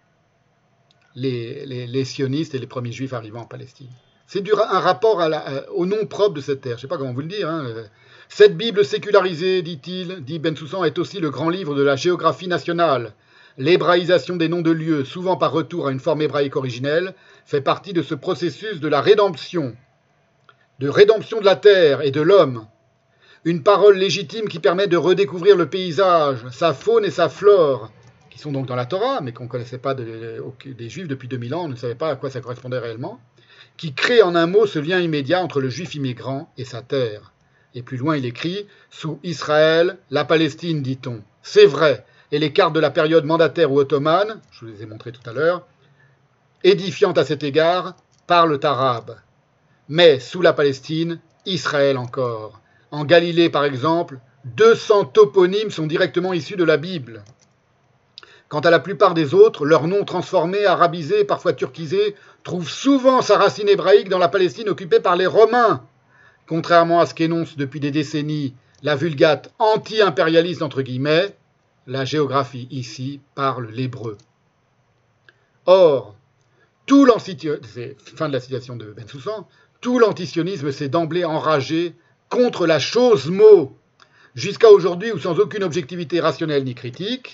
les, les, les sionistes et les premiers juifs arrivant en Palestine. C'est du, un rapport à la, au nom propre de cette terre. Je ne sais pas comment vous le dire. Hein. Cette Bible sécularisée, dit-il, dit Bensoussan, est aussi le grand livre de la géographie nationale. L'hébraïsation des noms de lieux, souvent par retour à une forme hébraïque originelle, fait partie de ce processus de la rédemption, de rédemption de la terre et de l'homme. Une parole légitime qui permet de redécouvrir le paysage, sa faune et sa flore, qui sont donc dans la Torah, mais qu'on ne connaissait pas de, des Juifs depuis deux mille ans, on ne savait pas à quoi ça correspondait réellement, qui crée en un mot ce lien immédiat entre le Juif immigrant et sa terre. Et plus loin, il écrit « Sous Israël, la Palestine, dit-on. C'est vrai, et les cartes de la période mandataire ou ottomane, je vous les ai montrées tout à l'heure, édifiantes à cet égard, parlent arabe. Mais sous la Palestine, Israël encore. En Galilée, par exemple, deux cents toponymes sont directement issus de la Bible. Quant à la plupart des autres, leurs noms transformés, arabisés, parfois turquisés, trouvent souvent sa racine hébraïque dans la Palestine occupée par les Romains, contrairement à ce qu'énonce depuis des décennies la vulgate anti-impérialiste, entre guillemets, la géographie ici parle l'hébreu. Or, tout l'antisionisme, c'est fin de la citation de Bensoussan, tout l'antisionisme s'est d'emblée enragé contre la chose mot, jusqu'à aujourd'hui où sans aucune objectivité rationnelle ni critique,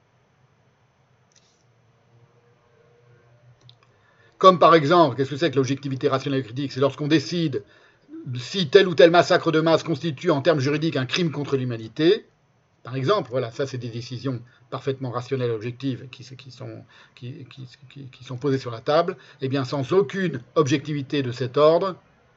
comme par exemple, qu'est-ce que c'est que l'objectivité rationnelle et critique? C'est lorsqu'on décide si tel ou tel massacre de masse constitue en termes juridiques un crime contre l'humanité, par exemple, voilà, ça c'est des décisions parfaitement rationnelles et objectives qui, qui, sont, qui, qui, qui, qui sont posées sur la table, et bien sans aucune objectivité de cet ordre,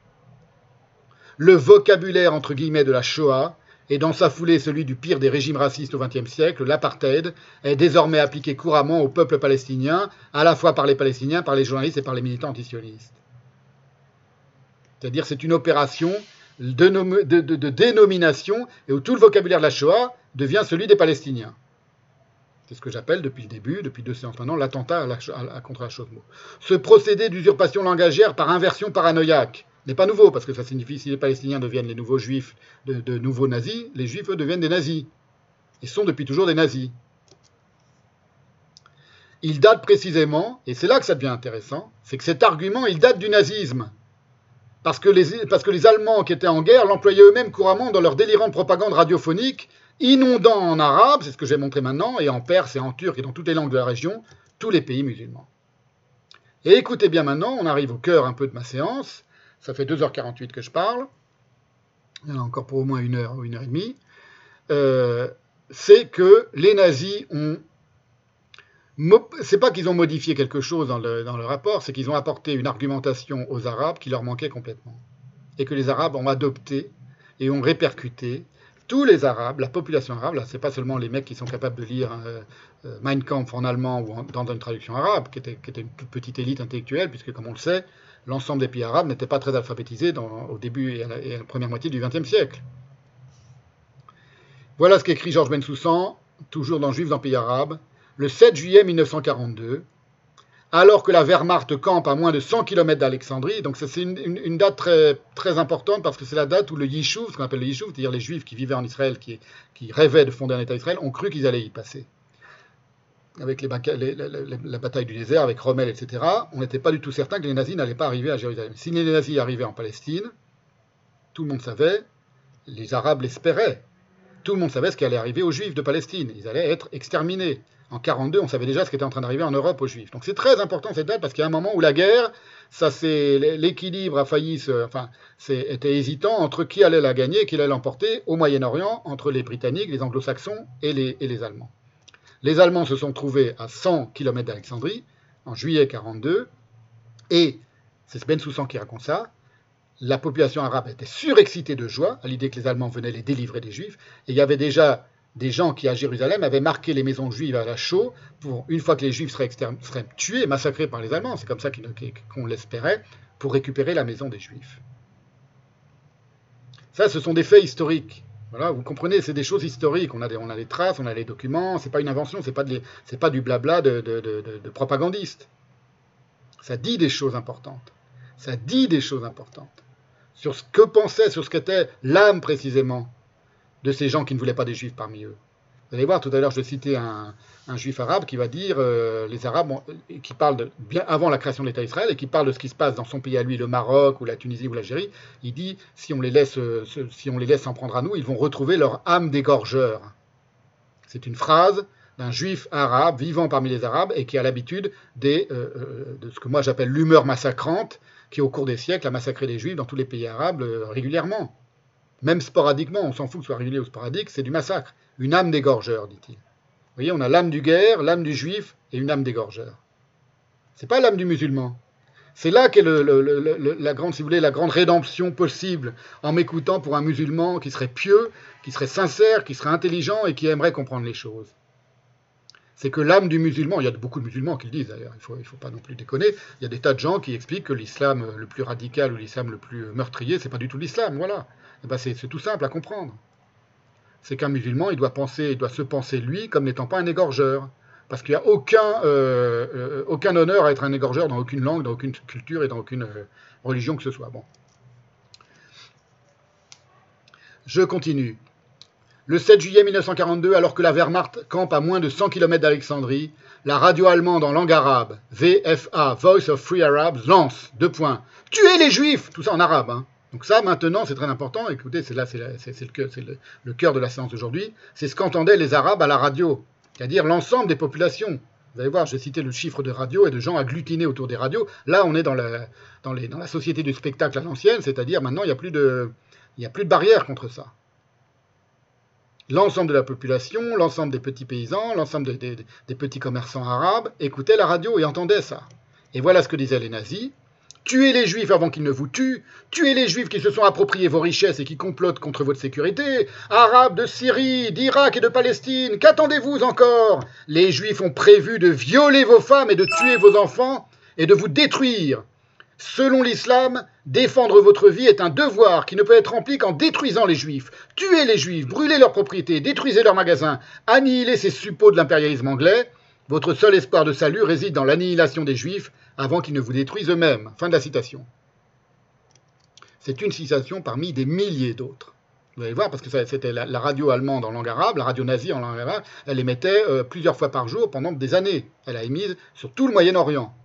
le vocabulaire entre guillemets de la Shoah, et dans sa foulée celui du pire des régimes racistes au vingtième siècle, l'apartheid, est désormais appliqué couramment au peuple palestinien, à la fois par les Palestiniens, par les journalistes et par les militants antisionistes. C'est-à-dire c'est une opération de, nom- de, de, de dénomination et où tout le vocabulaire de la Shoah devient celui des Palestiniens. C'est ce que j'appelle depuis le début, depuis deux séances maintenant, l'attentat à la, à, à, contre la Chauve-Mot. Ce procédé d'usurpation langagière par inversion paranoïaque n'est pas nouveau, parce que ça signifie si les Palestiniens deviennent les nouveaux juifs, de, de nouveaux nazis, les juifs, eux, deviennent des nazis. Ils sont depuis toujours des nazis. Il date précisément, et c'est là que ça devient intéressant, c'est que cet argument, il date du nazisme. Parce que les, parce que les Allemands qui étaient en guerre l'employaient eux-mêmes couramment dans leur délirante propagande radiophonique, inondant en arabe, c'est ce que j'ai montré maintenant, et en perse et en turc et dans toutes les langues de la région, tous les pays musulmans. Et écoutez bien maintenant, on arrive au cœur un peu de ma séance, ça fait deux heures quarante-huit que je parle, il y en a encore pour au moins une heure ou une heure et demie, euh, c'est que les nazis ont... C'est pas qu'ils ont modifié quelque chose dans le, dans le rapport, c'est qu'ils ont apporté une argumentation aux Arabes qui leur manquait complètement. Et que les Arabes ont adopté et ont répercuté. Tous les Arabes, la population arabe, là, c'est pas seulement les mecs qui sont capables de lire euh, euh, Mein Kampf en allemand ou en, dans une traduction arabe, qui était, qui était une toute petite élite intellectuelle, puisque, comme on le sait, l'ensemble des pays arabes n'étaient pas très alphabétisés dans, au début et à, la, et à la première moitié du vingtième siècle. Voilà ce qu'écrit Georges Bensoussan, toujours dans Juifs dans pays arabes, le sept juillet mille neuf cent quarante-deux, alors que la Wehrmacht campe à moins de cent kilomètres d'Alexandrie. Donc c'est une, une, une date très, très importante parce que c'est la date où le Yishuv, ce qu'on appelle le Yishuv, c'est-à-dire les Juifs qui vivaient en Israël, qui, qui rêvaient de fonder un État d'Israël, ont cru qu'ils allaient y passer. Avec les, les, les, les, la bataille du désert, avec Rommel, et cetera, on n'était pas du tout certain que les nazis n'allaient pas arriver à Jérusalem. Si les nazis arrivaient en Palestine, tout le monde savait, les Arabes l'espéraient, tout le monde savait ce qui allait arriver aux Juifs de Palestine. Ils allaient être exterminés. En quarante-deux, on savait déjà ce qui était en train d'arriver en Europe aux Juifs. Donc c'est très important cette date parce qu'il y a un moment où la guerre, ça c'est l'équilibre a failli, se, enfin, était hésitant entre qui allait la gagner et qui allait l'emporter au Moyen-Orient entre les Britanniques, les Anglo-Saxons et les, et les Allemands. Les Allemands se sont trouvés à cent kilomètres d'Alexandrie en juillet quarante-deux et c'est Bensoussan qui raconte ça. La population arabe était surexcitée de joie à l'idée que les Allemands venaient les délivrer des Juifs et il y avait déjà des gens qui, à Jérusalem, avaient marqué les maisons juives à la chaux pour, une fois que les Juifs seraient, exterm- seraient tués, massacrés par les Allemands, c'est comme ça qu'on l'espérait, pour récupérer la maison des Juifs. Ça, ce sont des faits historiques. Voilà, vous comprenez, c'est des choses historiques. On a des, on a des traces, on a les documents, c'est pas une invention, c'est pas, de, c'est pas du blabla de, de, de, de, de propagandistes. Ça dit des choses importantes. Ça dit des choses importantes. Sur ce que pensait, sur ce qu'était l'âme précisément de ces gens qui ne voulaient pas des juifs parmi eux. Vous allez voir, tout à l'heure, je citais un, un juif arabe qui va dire, euh, les Arabes, ont, qui parle de, bien avant la création de l'État d'Israël, et qui parle de ce qui se passe dans son pays à lui, le Maroc, ou la Tunisie, ou l'Algérie, il dit, si on les laisse, euh, si on les laisse s'en prendre à nous, ils vont retrouver leur âme d'égorgeur. C'est une phrase d'un juif arabe vivant parmi les Arabes, et qui a l'habitude des, euh, de ce que moi j'appelle l'humeur massacrante, qui au cours des siècles a massacré les juifs dans tous les pays arabes euh, régulièrement. Même sporadiquement, on s'en fout que ce soit régulier ou sporadique, c'est du massacre. Une âme d'égorgeur, dit-il. Vous voyez, on a l'âme du guerre, l'âme du juif et une âme d'égorgeur. C'est pas l'âme du musulman. C'est là qu'est le, le, le, le, la grande, si vous voulez, la grande rédemption possible en m'écoutant pour un musulman qui serait pieux, qui serait sincère, qui serait intelligent et qui aimerait comprendre les choses. C'est que l'âme du musulman, il y a beaucoup de musulmans qui le disent d'ailleurs, il ne faut, il faut pas non plus déconner, il y a des tas de gens qui expliquent que l'islam le plus radical ou l'islam le plus meurtrier, c'est pas du tout l'islam, voilà. Et ben c'est, c'est tout simple à comprendre. C'est qu'un musulman, il doit penser, il doit se penser lui comme n'étant pas un égorgeur. Parce qu'il n'y a aucun, euh, euh, aucun honneur à être un égorgeur dans aucune langue, dans aucune culture et dans aucune euh, religion que ce soit. Bon. Je continue. Le sept juillet mille neuf cent quarante-deux, alors que la Wehrmacht campe à moins de cent kilomètres d'Alexandrie, la radio allemande en langue arabe, V F A, Voice of Free Arabs, lance, deux points, tuez les Juifs, tout ça en arabe, hein. Donc ça, maintenant, c'est très important. Écoutez, c'est là, c'est, la, c'est, c'est, le, cœur, c'est le, le cœur de la séance d'aujourd'hui. C'est ce qu'entendaient les Arabes à la radio, c'est-à-dire l'ensemble des populations. Vous allez voir, j'ai cité le chiffre de radio et de gens agglutinés autour des radios. Là, on est dans la, dans les, dans la société du spectacle à l'ancienne, c'est-à-dire maintenant, il n'y a plus de, il n'y a plus de barrière contre ça. L'ensemble de la population, l'ensemble des petits paysans, l'ensemble des, des, des petits commerçants arabes écoutaient la radio et entendaient ça. Et voilà ce que disaient les nazis. Tuez les Juifs avant qu'ils ne vous tuent. Tuez les Juifs qui se sont appropriés vos richesses et qui complotent contre votre sécurité. Arabes de Syrie, d'Irak et de Palestine, qu'attendez-vous encore? Les Juifs ont prévu de violer vos femmes et de tuer vos enfants et de vous détruire. Selon l'islam, défendre votre vie est un devoir qui ne peut être rempli qu'en détruisant les juifs. Tuez les juifs, brûlez leurs propriétés, détruisez leurs magasins, annihilez ces suppôts de l'impérialisme anglais. Votre seul espoir de salut réside dans l'annihilation des juifs avant qu'ils ne vous détruisent eux-mêmes. » Fin de la citation. C'est une citation parmi des milliers d'autres. Vous allez voir, parce que c'était la, la radio allemande en langue arabe, la radio nazie en langue arabe, elle émettait euh, plusieurs fois par jour pendant des années. Elle a émise sur tout le Moyen-Orient.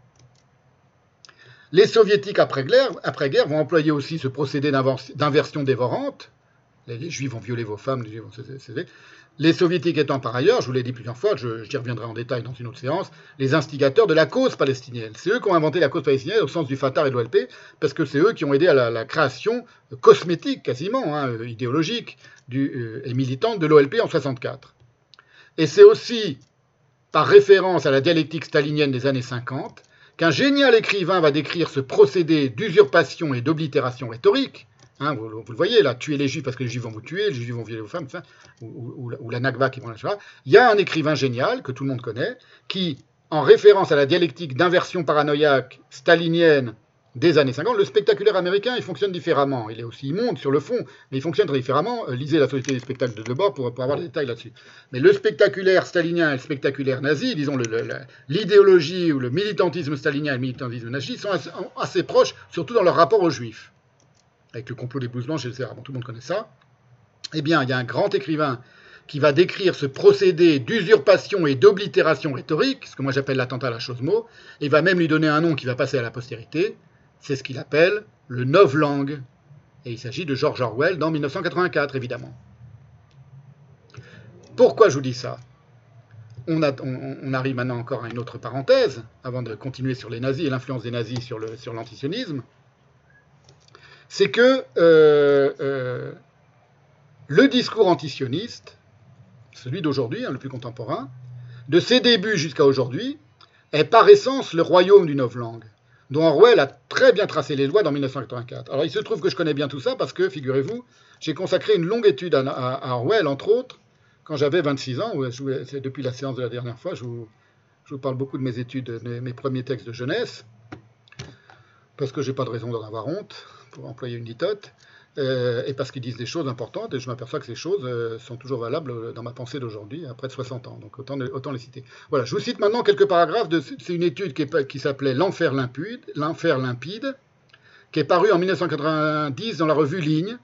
Les soviétiques après-guerre après-guerre vont employer aussi ce procédé d'inversion dévorante. Les, les juifs vont violer vos femmes, les juifs vont... C'est, c'est, c'est, les soviétiques étant par ailleurs, je vous l'ai dit plusieurs fois, je, j'y reviendrai en détail dans une autre séance, les instigateurs de la cause palestinienne. C'est eux qui ont inventé la cause palestinienne au sens du Fatah et de l'O L P, parce que c'est eux qui ont aidé à la, la création cosmétique, quasiment, hein, idéologique du, euh, et militante de l'O L P en soixante-quatre. Et c'est aussi, par référence à la dialectique stalinienne des années cinquante, qu'un génial écrivain va décrire ce procédé d'usurpation et d'oblitération rhétorique. Hein, vous, vous le voyez là, tuer les juifs parce que les juifs vont vous tuer, les juifs vont violer vos femmes, enfin, ou, ou, ou la Nakba qui vont la faire. Il y a un écrivain génial que tout le monde connaît qui, en référence à la dialectique d'inversion paranoïaque stalinienne des années cinquante, le spectaculaire américain, il fonctionne différemment. Il est aussi immonde sur le fond, mais il fonctionne très différemment. Lisez la Société des spectacles de Debord pour, pour avoir des détails là-dessus. Mais le spectaculaire stalinien et le spectaculaire nazi, disons le, le, l'idéologie ou le militantisme stalinien et le militantisme nazi sont assez, assez proches, surtout dans leur rapport aux juifs. Avec le complot des blouses blanches, et cetera. Bon, tout le monde connaît ça. Eh bien, il y a un grand écrivain qui va décrire ce procédé d'usurpation et d'oblitération rhétorique, ce que moi j'appelle l'attentat à la chose-mot, et va même lui donner un nom qui va passer à la postérité. C'est ce qu'il appelle le novlangue. Et il s'agit de George Orwell dans mille neuf cent quatre-vingt-quatre, évidemment. Pourquoi je vous dis ça ? on, a, on, on arrive maintenant encore à une autre parenthèse, avant de continuer sur les nazis et l'influence des nazis sur, le, sur l'antisionisme. C'est que euh, euh, le discours antisioniste, celui d'aujourd'hui, hein, le plus contemporain, de ses débuts jusqu'à aujourd'hui, est par essence le royaume du novlangue, dont Orwell a très bien tracé les lois dans mille neuf cent quatre-vingt-quatre. Alors il se trouve que je connais bien tout ça parce que, figurez-vous, j'ai consacré une longue étude à, à, à Orwell, entre autres, quand j'avais vingt-six ans, je, c'est depuis la séance de la dernière fois, je vous, je vous parle beaucoup de mes études, de mes premiers textes de jeunesse, parce que j'ai pas de raison d'en avoir honte, pour employer une litote, euh, et parce qu'ils disent des choses importantes, et je m'aperçois que ces choses euh, sont toujours valables dans ma pensée d'aujourd'hui, à près de soixante ans, donc autant, autant les citer. Voilà, je vous cite maintenant quelques paragraphes, de, c'est une étude qui, est, qui s'appelait L'Enfer limpide, L'Enfer limpide, qui est parue en mille neuf cent quatre-vingt-dix dans la revue Ligne,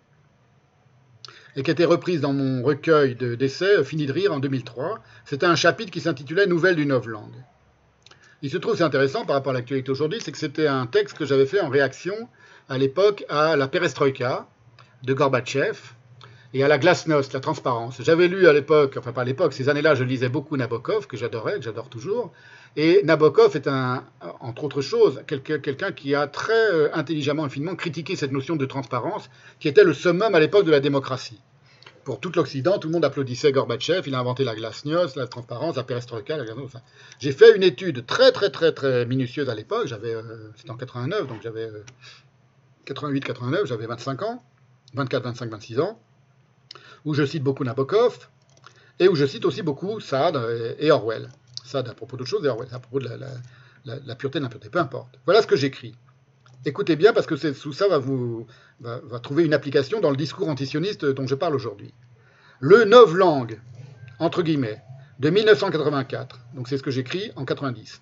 et qui a été reprise dans mon recueil de, d'essais, Fini de rire, en deux mille trois. C'était un chapitre qui s'intitulait Nouvelles du novlangue. Il se trouve, c'est intéressant par rapport à l'actualité aujourd'hui, c'est que c'était un texte que j'avais fait en réaction à l'époque à la perestroïka de Gorbatchev et à la glasnost, la transparence. J'avais lu à l'époque, enfin pas à l'époque, ces années-là, je lisais beaucoup Nabokov, que j'adorais, que j'adore toujours. Et Nabokov est, un, entre autres choses, quelqu'un, quelqu'un qui a très euh, intelligemment et finement critiqué cette notion de transparence, qui était le summum à l'époque de la démocratie. Pour tout l'Occident, tout le monde applaudissait Gorbatchev, il a inventé la glasnost, la transparence, la perestroïka, la glasnost. Enfin, j'ai fait une étude très très très très minutieuse à l'époque, j'avais, euh, c'était en quatre-vingt-neuf, donc j'avais euh, quatre-vingt-huit quatre-vingt-neuf, j'avais vingt-cinq ans, vingt-quatre, vingt-cinq, vingt-six ans, où je cite beaucoup Nabokov, et où je cite aussi beaucoup Saad et Orwell. Saad à propos d'autre chose, et Orwell à propos de la, la, la, la pureté de l'impureté, peu importe. Voilà ce que j'écris. Écoutez bien, parce que c'est, tout ça va, vous, va, va trouver une application dans le discours antisioniste dont je parle aujourd'hui. Le novlangue, entre guillemets, de mille neuf cent quatre-vingt-quatre, donc c'est ce que j'écris en quatre-vingt-dix.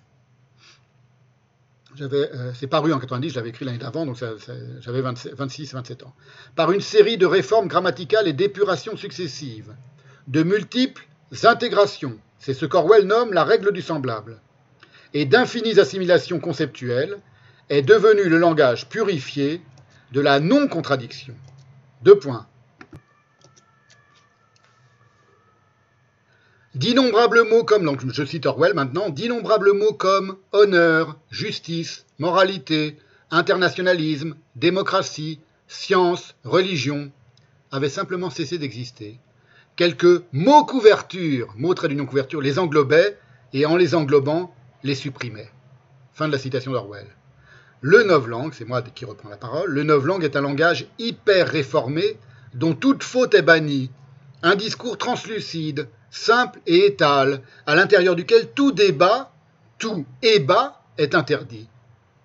J'avais, euh, c'est paru en quatre-vingt-dix, je l'avais écrit l'année d'avant, donc ça, ça, j'avais vingt-six vingt-sept ans. Par une série de réformes grammaticales et d'épurations successives, de multiples intégrations, c'est ce qu'Orwell nomme la règle du semblable, et d'infinies assimilations conceptuelles, est devenu le langage purifié de la non-contradiction. Deux points. D'innombrables mots comme, donc je cite Orwell maintenant, d'innombrables mots comme honneur, justice, moralité, internationalisme, démocratie, science, religion, avaient simplement cessé d'exister. Quelques mots couverture, mots trait d'union couverture, les englobaient et en les englobant, les supprimaient. Fin de la citation d'Orwell. Le novlangue, c'est moi qui reprends la parole, le novlangue est un langage hyper réformé dont toute faute est bannie, un discours translucide, simple et étale, à l'intérieur duquel tout débat, tout ébat est interdit.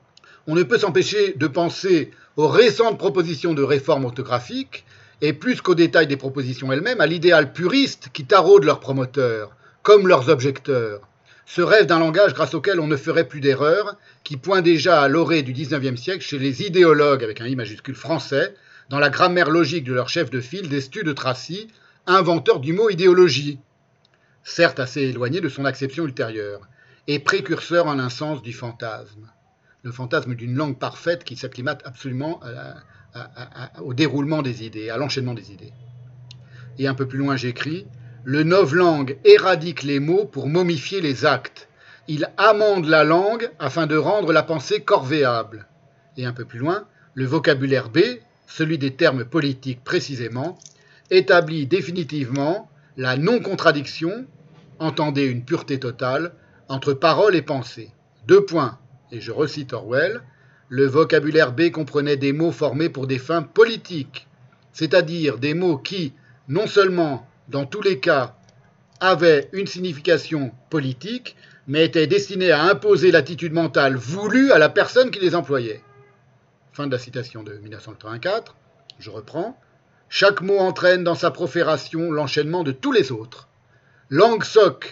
on ne peut s'empêcher de penser aux récentes propositions de réforme orthographique, et plus qu'aux détails des propositions elles-mêmes, à l'idéal puriste qui taraude leurs promoteurs, comme leurs objecteurs. Ce rêve d'un langage grâce auquel on ne ferait plus d'erreurs, qui pointe déjà à l'orée du dix-neuvième siècle chez les idéologues, avec un i majuscule français, dans la grammaire logique de leur chef de file, d'Estu de Tracy, inventeur du mot idéologie, certes assez éloigné de son acception ultérieure, et précurseur en un sens du fantasme. Le fantasme d'une langue parfaite qui s'acclimate absolument à la, à, à, à, au déroulement des idées, à l'enchaînement des idées. Et un peu plus loin, j'écris « Le novlangue éradique les mots pour momifier les actes. Il amende la langue afin de rendre la pensée corvéable. » Et un peu plus loin, le vocabulaire B, celui des termes politiques précisément, établit définitivement la non-contradiction, entendez une pureté totale, entre parole et pensée. Deux points, et je recite Orwell, le vocabulaire B comprenait des mots formés pour des fins politiques, c'est-à-dire des mots qui, non seulement, dans tous les cas, avaient une signification politique, mais étaient destinés à imposer l'attitude mentale voulue à la personne qui les employait. Fin de la citation de mille neuf cent quatre-vingt-quatre, je reprends. Chaque mot entraîne dans sa profération l'enchaînement de tous les autres. Langue soc,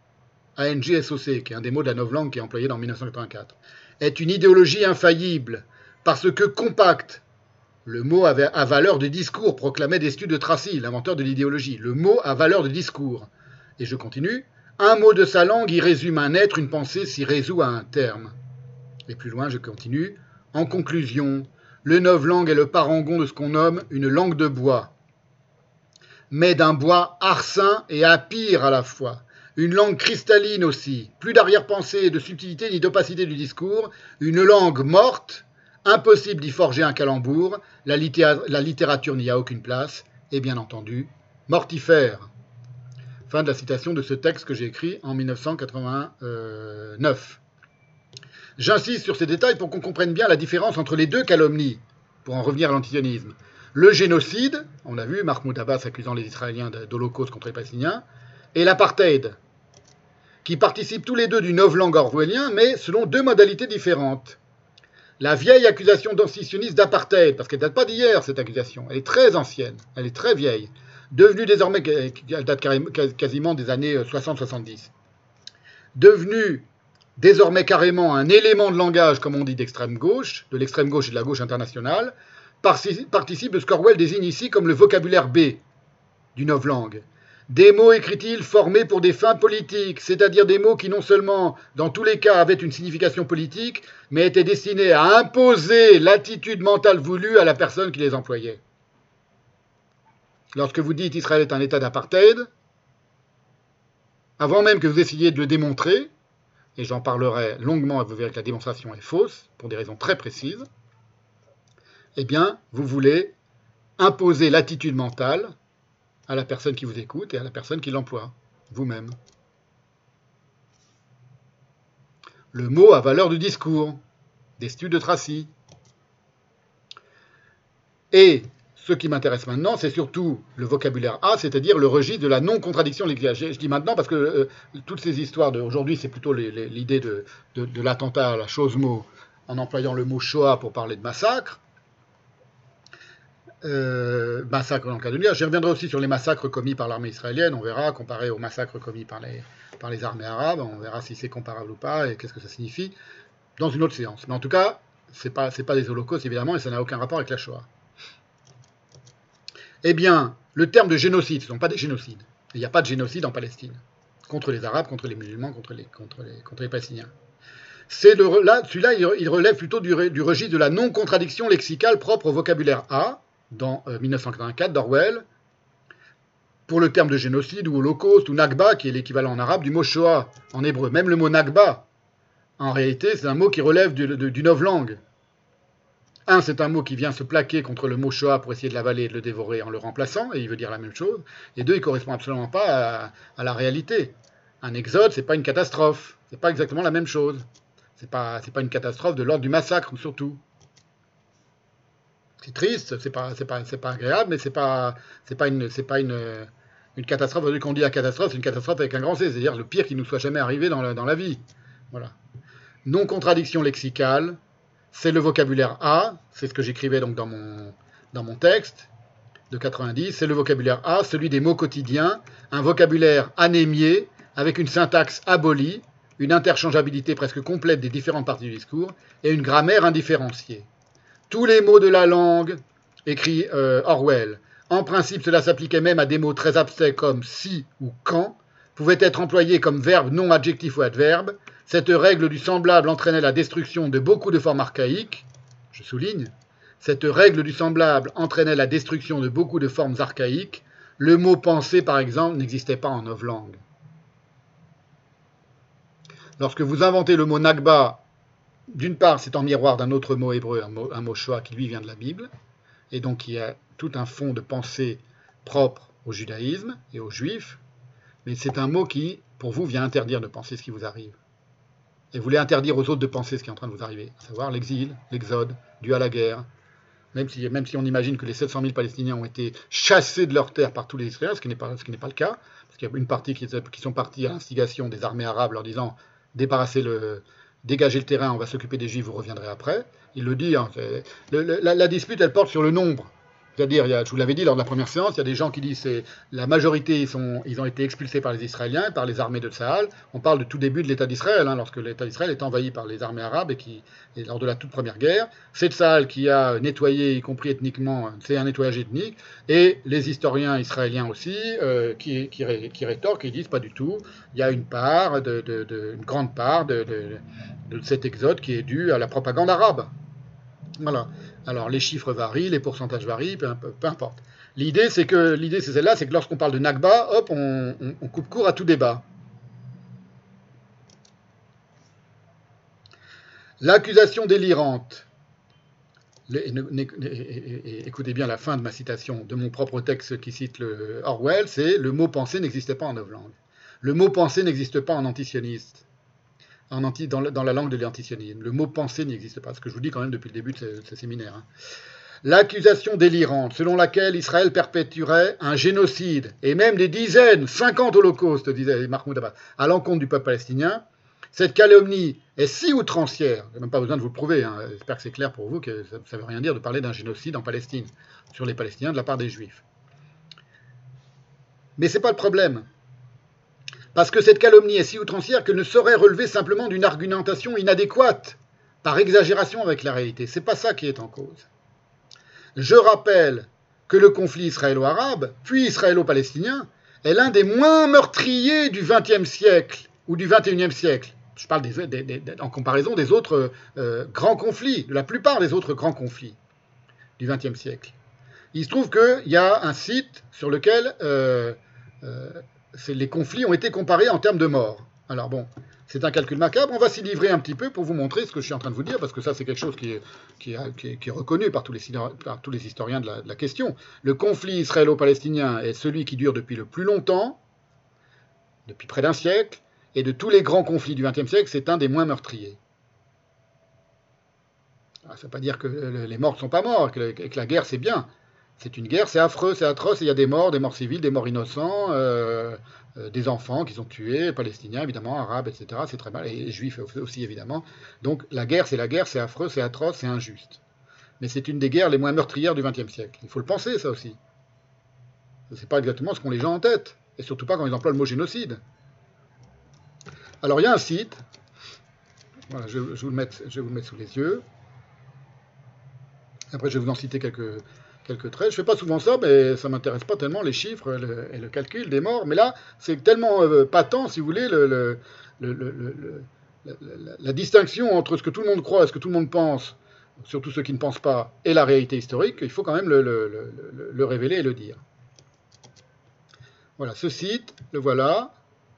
A N G S O C, qui est un des mots de la novlangue qui est employé dans mille neuf cent quatre-vingt-quatre, est une idéologie infaillible, parce que compacte. Le mot avait à valeur de discours, proclamait d'Estu de Tracy, l'inventeur de l'idéologie. Le mot a valeur de discours. Et je continue. Un mot de sa langue y résume un être, une pensée s'y résout à un terme. Et plus loin, je continue. En conclusion, le novlangue est le parangon de ce qu'on nomme une langue de bois, mais d'un bois arcin et apire à la fois. Une langue cristalline aussi, plus d'arrière-pensée, de subtilité ni d'opacité du discours, une langue morte, impossible d'y forger un calembour, la, littéra- la littérature n'y a aucune place, et bien entendu, mortifère. Fin de la citation de ce texte que j'ai écrit en mille neuf cent quatre-vingt-neuf. J'insiste sur ces détails pour qu'on comprenne bien la différence entre les deux calomnies, pour en revenir à l'antisionisme. Le génocide, on a vu Mahmoud Abbas accusant les Israéliens d'holocauste contre les Palestiniens, et l'apartheid, qui participent tous les deux du novlangue orwellien, mais selon deux modalités différentes. La vieille accusation d'antisioniste d'apartheid, parce qu'elle ne date pas d'hier, cette accusation, elle est très ancienne, elle est très vieille, devenue désormais, elle date quasiment des années soixante soixante-dix, devenue désormais carrément un élément de langage, comme on dit, d'extrême gauche, de l'extrême gauche et de la gauche internationale, participe de ce qu'Orwell désigne ici comme le vocabulaire B du novlangue. Des mots, écrit-il, formés pour des fins politiques, c'est-à-dire des mots qui non seulement, dans tous les cas, avaient une signification politique, mais étaient destinés à imposer l'attitude mentale voulue à la personne qui les employait. Lorsque vous dites Israël est un état d'apartheid, avant même que vous essayiez de le démontrer, et j'en parlerai longuement et vous verrez que la démonstration est fausse, pour des raisons très précises, eh bien, vous voulez imposer l'attitude mentale à la personne qui vous écoute et à la personne qui l'emploie, vous-même. Le mot a valeur de discours, d'Estu de Tracy. Et ce qui m'intéresse maintenant, c'est surtout le vocabulaire A, c'est-à-dire le registre de la non-contradiction lexicale. Je dis maintenant parce que euh, toutes ces histoires d'aujourd'hui, c'est plutôt les, les, l'idée de, de, de l'attentat à la chose-mot en employant le mot Shoah pour parler de massacre. Euh, massacre dans le cas de l'I A. Je reviendrai aussi sur les massacres commis par l'armée israélienne, on verra, comparé aux massacres commis par les, par les armées arabes, on verra si c'est comparable ou pas et qu'est-ce que ça signifie dans une autre séance. Mais en tout cas, ce n'est pas, c'est pas des holocaustes évidemment et ça n'a aucun rapport avec la Shoah. Eh bien, le terme de génocide, ce ne sont pas des génocides. Il n'y a pas de génocide en Palestine, contre les Arabes, contre les musulmans, contre les, contre les, contre les Palestiniens. C'est le, là, celui-là, il relève plutôt du, du registre de la non-contradiction lexicale propre au vocabulaire A, dans euh, mille neuf cent quatre-vingt-quatre d'Orwell, pour le terme de génocide ou holocauste ou Nakba, qui est l'équivalent en arabe du mot Shoah en hébreu. Même le mot Nakba, en réalité, c'est un mot qui relève du, du, du novlangue. Un, c'est un mot qui vient se plaquer contre le mot Shoah pour essayer de l'avaler et de le dévorer en le remplaçant, et il veut dire la même chose. Et deux, il ne correspond absolument pas à, à la réalité. Un exode, c'est pas une catastrophe. C'est pas exactement la même chose. C'est pas, c'est pas une catastrophe de l'ordre du massacre, surtout. C'est triste, c'est pas, c'est pas, c'est pas agréable, mais c'est pas, c'est pas une, c'est pas une, une catastrophe. Quand on dit la catastrophe, c'est une catastrophe avec un grand C, c'est-à-dire le pire qui nous soit jamais arrivé dans la, dans la vie. Voilà. Non-contradiction lexicale, c'est le vocabulaire A, c'est ce que j'écrivais donc dans mon, dans mon texte de quatre-vingt-dix, c'est le vocabulaire A, celui des mots quotidiens, un vocabulaire anémié, avec une syntaxe abolie, une interchangeabilité presque complète des différentes parties du discours, et une grammaire indifférenciée. Tous les mots de la langue, écrit euh, Orwell, en principe cela s'appliquait même à des mots très abstraits comme si ou quand, pouvaient être employés comme verbe non adjectif ou adverbe. Cette règle du semblable entraînait la destruction de beaucoup de formes archaïques, je souligne, cette règle du semblable entraînait la destruction de beaucoup de formes archaïques. Le mot penser, par exemple, n'existait pas en novlangue. Lorsque vous inventez le mot Nakba, d'une part, c'est en miroir d'un autre mot hébreu, un mot, un mot Shoah qui lui vient de la Bible, et donc qui a tout un fond de pensée propre au judaïsme et aux juifs, mais c'est un mot qui, pour vous, vient interdire de penser ce qui vous arrive. Et vous voulez interdire aux autres de penser ce qui est en train de vous arriver, à savoir l'exil, l'exode, dû à la guerre. Même si, même si on imagine que les sept cent mille Palestiniens ont été chassés de leur terre par tous les Israéliens, ce qui n'est pas, ce qui n'est pas le cas, parce qu'il y a une partie qui, qui sont partis à l'instigation des armées arabes leur disant « débarrassez le, dégagez le terrain, on va s'occuper des Juifs, vous reviendrez après ». Il le dit, hein, le, le, la, la dispute, elle porte sur le nombre. C'est-à-dire, il y a, je vous l'avais dit lors de la première séance, il y a des gens qui disent que la majorité, ils, sont, ils ont été expulsés par les Israéliens, par les armées de Tsahal. On parle de tout début de l'État d'Israël, hein, lorsque l'État d'Israël est envahi par les armées arabes et, qui, et lors de la toute première guerre. C'est Tsahal qui a nettoyé, y compris ethniquement, c'est un nettoyage ethnique, et les historiens israéliens aussi, euh, qui, qui, qui rétorquent, qui disent pas du tout. Il y a une part, de, de, de, une grande part de, de, de cet exode qui est due à la propagande arabe. Voilà. Alors les chiffres varient, les pourcentages varient, peu, peu, peu importe. L'idée c'est que l'idée c'est celle-là, c'est que lorsqu'on parle de Nakba, hop, on, on, on coupe court à tout débat. L'accusation délirante. Les, ne, ne, ne, écoutez bien la fin de ma citation de mon propre texte qui cite le Orwell, c'est le mot penser n'existait pas en novlangue. Le mot penser n'existe pas en antisioniste. En anti, dans, dans la langue de l'antisionisme. Le mot penser n'existe pas, ce que je vous dis quand même depuis le début de ce, ce séminaire. Hein. L'accusation délirante, selon laquelle Israël perpétuerait un génocide, et même des dizaines, cinquante holocaustes, disait Mahmoud Abbas, à l'encontre du peuple palestinien, cette calomnie est si outrancière, je n'ai même pas besoin de vous le prouver, hein, j'espère que c'est clair pour vous, que ça ne veut rien dire de parler d'un génocide en Palestine, sur les Palestiniens de la part des Juifs. Mais ce n'est pas le problème. Parce que cette calomnie est si outrancière qu'elle ne saurait relever simplement d'une argumentation inadéquate, par exagération avec la réalité. C'est pas ça qui est en cause. Je rappelle que le conflit israélo-arabe, puis israélo-palestinien, est l'un des moins meurtriers du vingtième siècle, ou du vingt et unième siècle. Je parle des, des, des, en comparaison des autres euh, grands conflits, de la plupart des autres grands conflits du vingtième siècle. Il se trouve qu'il y a un site sur lequel... Euh, euh, les conflits ont été comparés en termes de morts. Alors bon, c'est un calcul macabre, on va s'y livrer un petit peu pour vous montrer ce que je suis en train de vous dire, parce que ça c'est quelque chose qui est, qui est, qui est, qui est reconnu par tous, les, par tous les historiens de la, de la question. Le conflit israélo-palestinien est celui qui dure depuis le plus longtemps, depuis près d'un siècle, et de tous les grands conflits du vingtième siècle, c'est un des moins meurtriers. Alors, ça ne veut pas dire que les morts ne sont pas morts, que, que la guerre c'est bien. C'est une guerre, c'est affreux, c'est atroce, et il y a des morts, des morts civiles, des morts innocents, euh, euh, des enfants qui sont tués, palestiniens évidemment, arabes, et cetera. C'est très mal, et juifs aussi évidemment. Donc la guerre, c'est la guerre, c'est affreux, c'est atroce, c'est injuste. Mais c'est une des guerres les moins meurtrières du vingtième siècle. Il faut le penser, ça aussi. Ce n'est pas exactement ce qu'ont les gens en tête, et surtout pas quand ils emploient le mot génocide. Alors il y a un site, voilà, je, je, vais vous le mettre, je vais vous le mettre sous les yeux. Après, je vais vous en citer quelques... quelques traits. Je ne fais pas souvent ça, mais ça ne m'intéresse pas tellement, les chiffres le, et le calcul des morts. Mais là, c'est tellement euh, patent, si vous voulez, le, le, le, le, le, la, la, la distinction entre ce que tout le monde croit et ce que tout le monde pense, surtout ceux qui ne pensent pas, et la réalité historique, il faut quand même le, le, le, le révéler et le dire. Voilà, ce site, le voilà.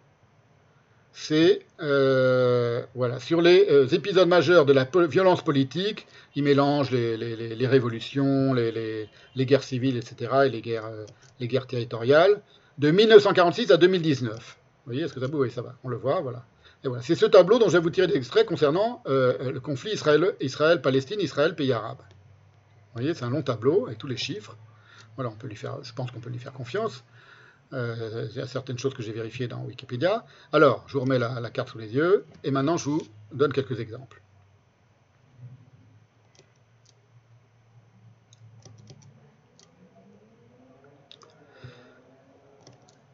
C'est euh, voilà, sur les euh, épisodes majeurs de la po- violence politique, il mélange les, les, les révolutions, les, les, les guerres civiles, et cetera, et les guerres, euh, les guerres territoriales, de mille neuf cent quarante-six à deux mille dix-neuf. Vous voyez, est-ce que ça bouge? Oui, ça va, on le voit, voilà. Et voilà, c'est ce tableau dont je vais vous tirer des extraits concernant euh, le conflit Israël, Israël-Palestine, Israël-pays arabe. Vous voyez, c'est un long tableau avec tous les chiffres. Voilà, on peut lui faire, je pense qu'on peut lui faire confiance. Euh, il y a certaines choses que j'ai vérifiées dans Wikipédia. Alors, je vous remets la, la carte sous les yeux, et maintenant je vous donne quelques exemples.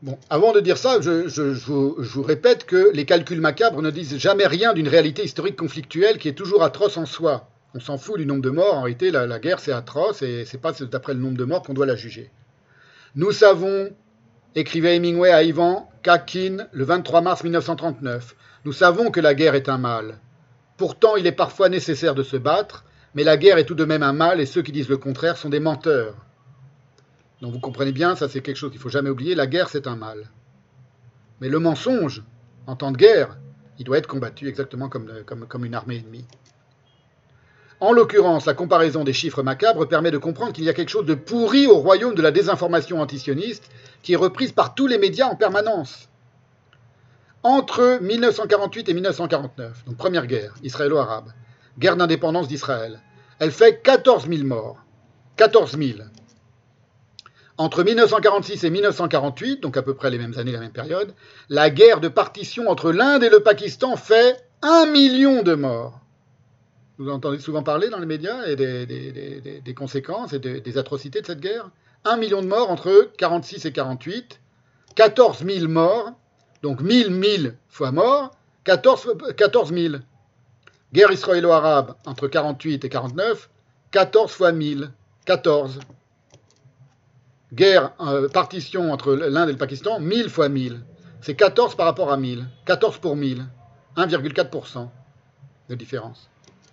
Bon, avant de dire ça, je, je, je, vous, je vous répète que les calculs macabres ne disent jamais rien d'une réalité historique conflictuelle qui est toujours atroce en soi. On s'en fout du nombre de morts. En réalité, la, la guerre, c'est atroce et c'est pas d'après le nombre de morts qu'on doit la juger. Nous savons, écrivait Hemingway à Ivan Kakin le vingt-trois mars mille neuf cent trente-neuf, nous savons que la guerre est un mal. Pourtant, il est parfois nécessaire de se battre, mais la guerre est tout de même un mal et ceux qui disent le contraire sont des menteurs. Donc vous comprenez bien, ça c'est quelque chose qu'il ne faut jamais oublier, la guerre c'est un mal. Mais le mensonge, en temps de guerre, il doit être combattu exactement comme, comme, comme une armée ennemie. En l'occurrence, la comparaison des chiffres macabres permet de comprendre qu'il y a quelque chose de pourri au royaume de la désinformation antisioniste qui est reprise par tous les médias en permanence. Entre mille neuf cent quarante-huit et mille neuf cent quarante-neuf, donc première guerre israélo-arabe, guerre d'indépendance d'Israël, elle fait quatorze mille morts. quatorze mille. Entre mille neuf cent quarante-six et mille neuf cent quarante-huit, donc à peu près les mêmes années, la même période, la guerre de partition entre l'Inde et le Pakistan fait un million de morts. Vous entendez souvent parler dans les médias et des, des, des, des conséquences et des, des atrocités de cette guerre. Un million de morts entre quarante-six et quarante-huit, quatorze mille morts, donc mille, mille fois morts, quatorze mille. Guerre israélo-arabe entre quarante-huit et quarante-neuf, quatorze fois mille, quatorze. Guerre, euh, partition entre l'Inde et le Pakistan, mille fois mille. C'est quatorze par rapport à mille. quatorze pour mille. un virgule quatre pour cent de différence.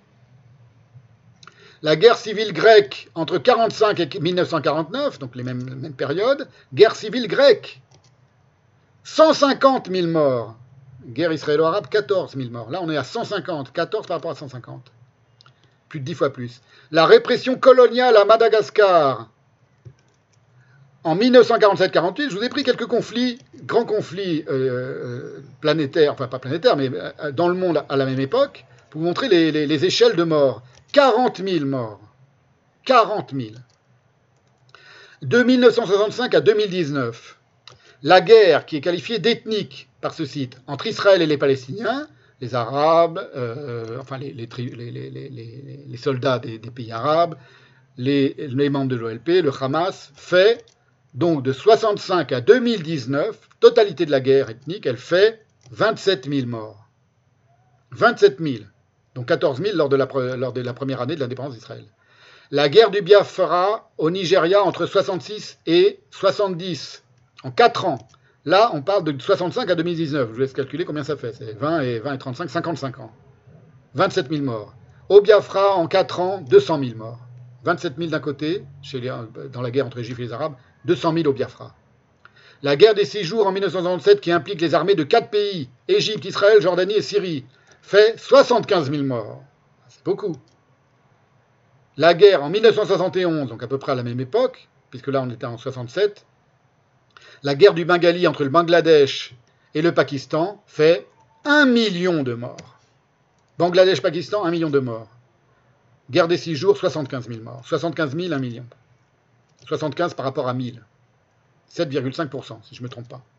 La guerre civile grecque entre quarante-cinq et mille neuf cent quarante-neuf, donc les mêmes, les mêmes périodes, guerre civile grecque, cent cinquante mille morts. Guerre israélo-arabe, quatorze mille morts. Là, on est à cent cinquante, quatorze par rapport à cent cinquante. Plus de dix fois plus. La répression coloniale à Madagascar, en mille neuf cent quarante-sept quarante-huit, je vous ai pris quelques conflits, grands conflits euh, planétaires, enfin pas planétaires, mais dans le monde à la même époque, pour vous montrer les, les, les échelles de morts. quarante mille morts. quarante mille. De mille neuf cent soixante-cinq à deux mille dix-neuf, la guerre qui est qualifiée d'ethnique par ce site entre Israël et les Palestiniens, les Arabes, euh, enfin les, les, les, les, les, les soldats des, des pays arabes, les, les membres de l'O L P, le Hamas, fait donc de soixante-cinq à deux mille dix-neuf, totalité de la guerre ethnique, elle fait vingt-sept mille morts. vingt-sept mille. Donc quatorze mille lors de, la, lors de la première année de l'indépendance d'Israël. La guerre du Biafra au Nigeria entre soixante-six et soixante-dix, en quatre ans. Là, on parle de soixante-cinq à deux mille dix-neuf. Je vous laisse calculer combien ça fait. C'est vingt et vingt et trente-cinq, cinquante-cinq ans. vingt-sept mille morts. Au Biafra, en quatre ans, deux cent mille morts. vingt-sept mille d'un côté, chez les, dans la guerre entre les Juifs et les Arabes, deux cent mille au Biafra. La guerre des six jours en mille neuf cent soixante-sept, qui implique les armées de quatre pays, Égypte, Israël, Jordanie et Syrie, fait soixante-quinze mille morts. C'est beaucoup. La guerre en mille neuf cent soixante et onze, donc à peu près à la même époque, puisque là on était en soixante-sept, la guerre du Bengali entre le Bangladesh et le Pakistan fait un million de morts. Bangladesh-Pakistan, un million de morts. Guerre des six jours, soixante-quinze mille morts. soixante-quinze mille, un million. soixante-quinze par rapport à mille. sept virgule cinq pour cent, si je ne me trompe pas.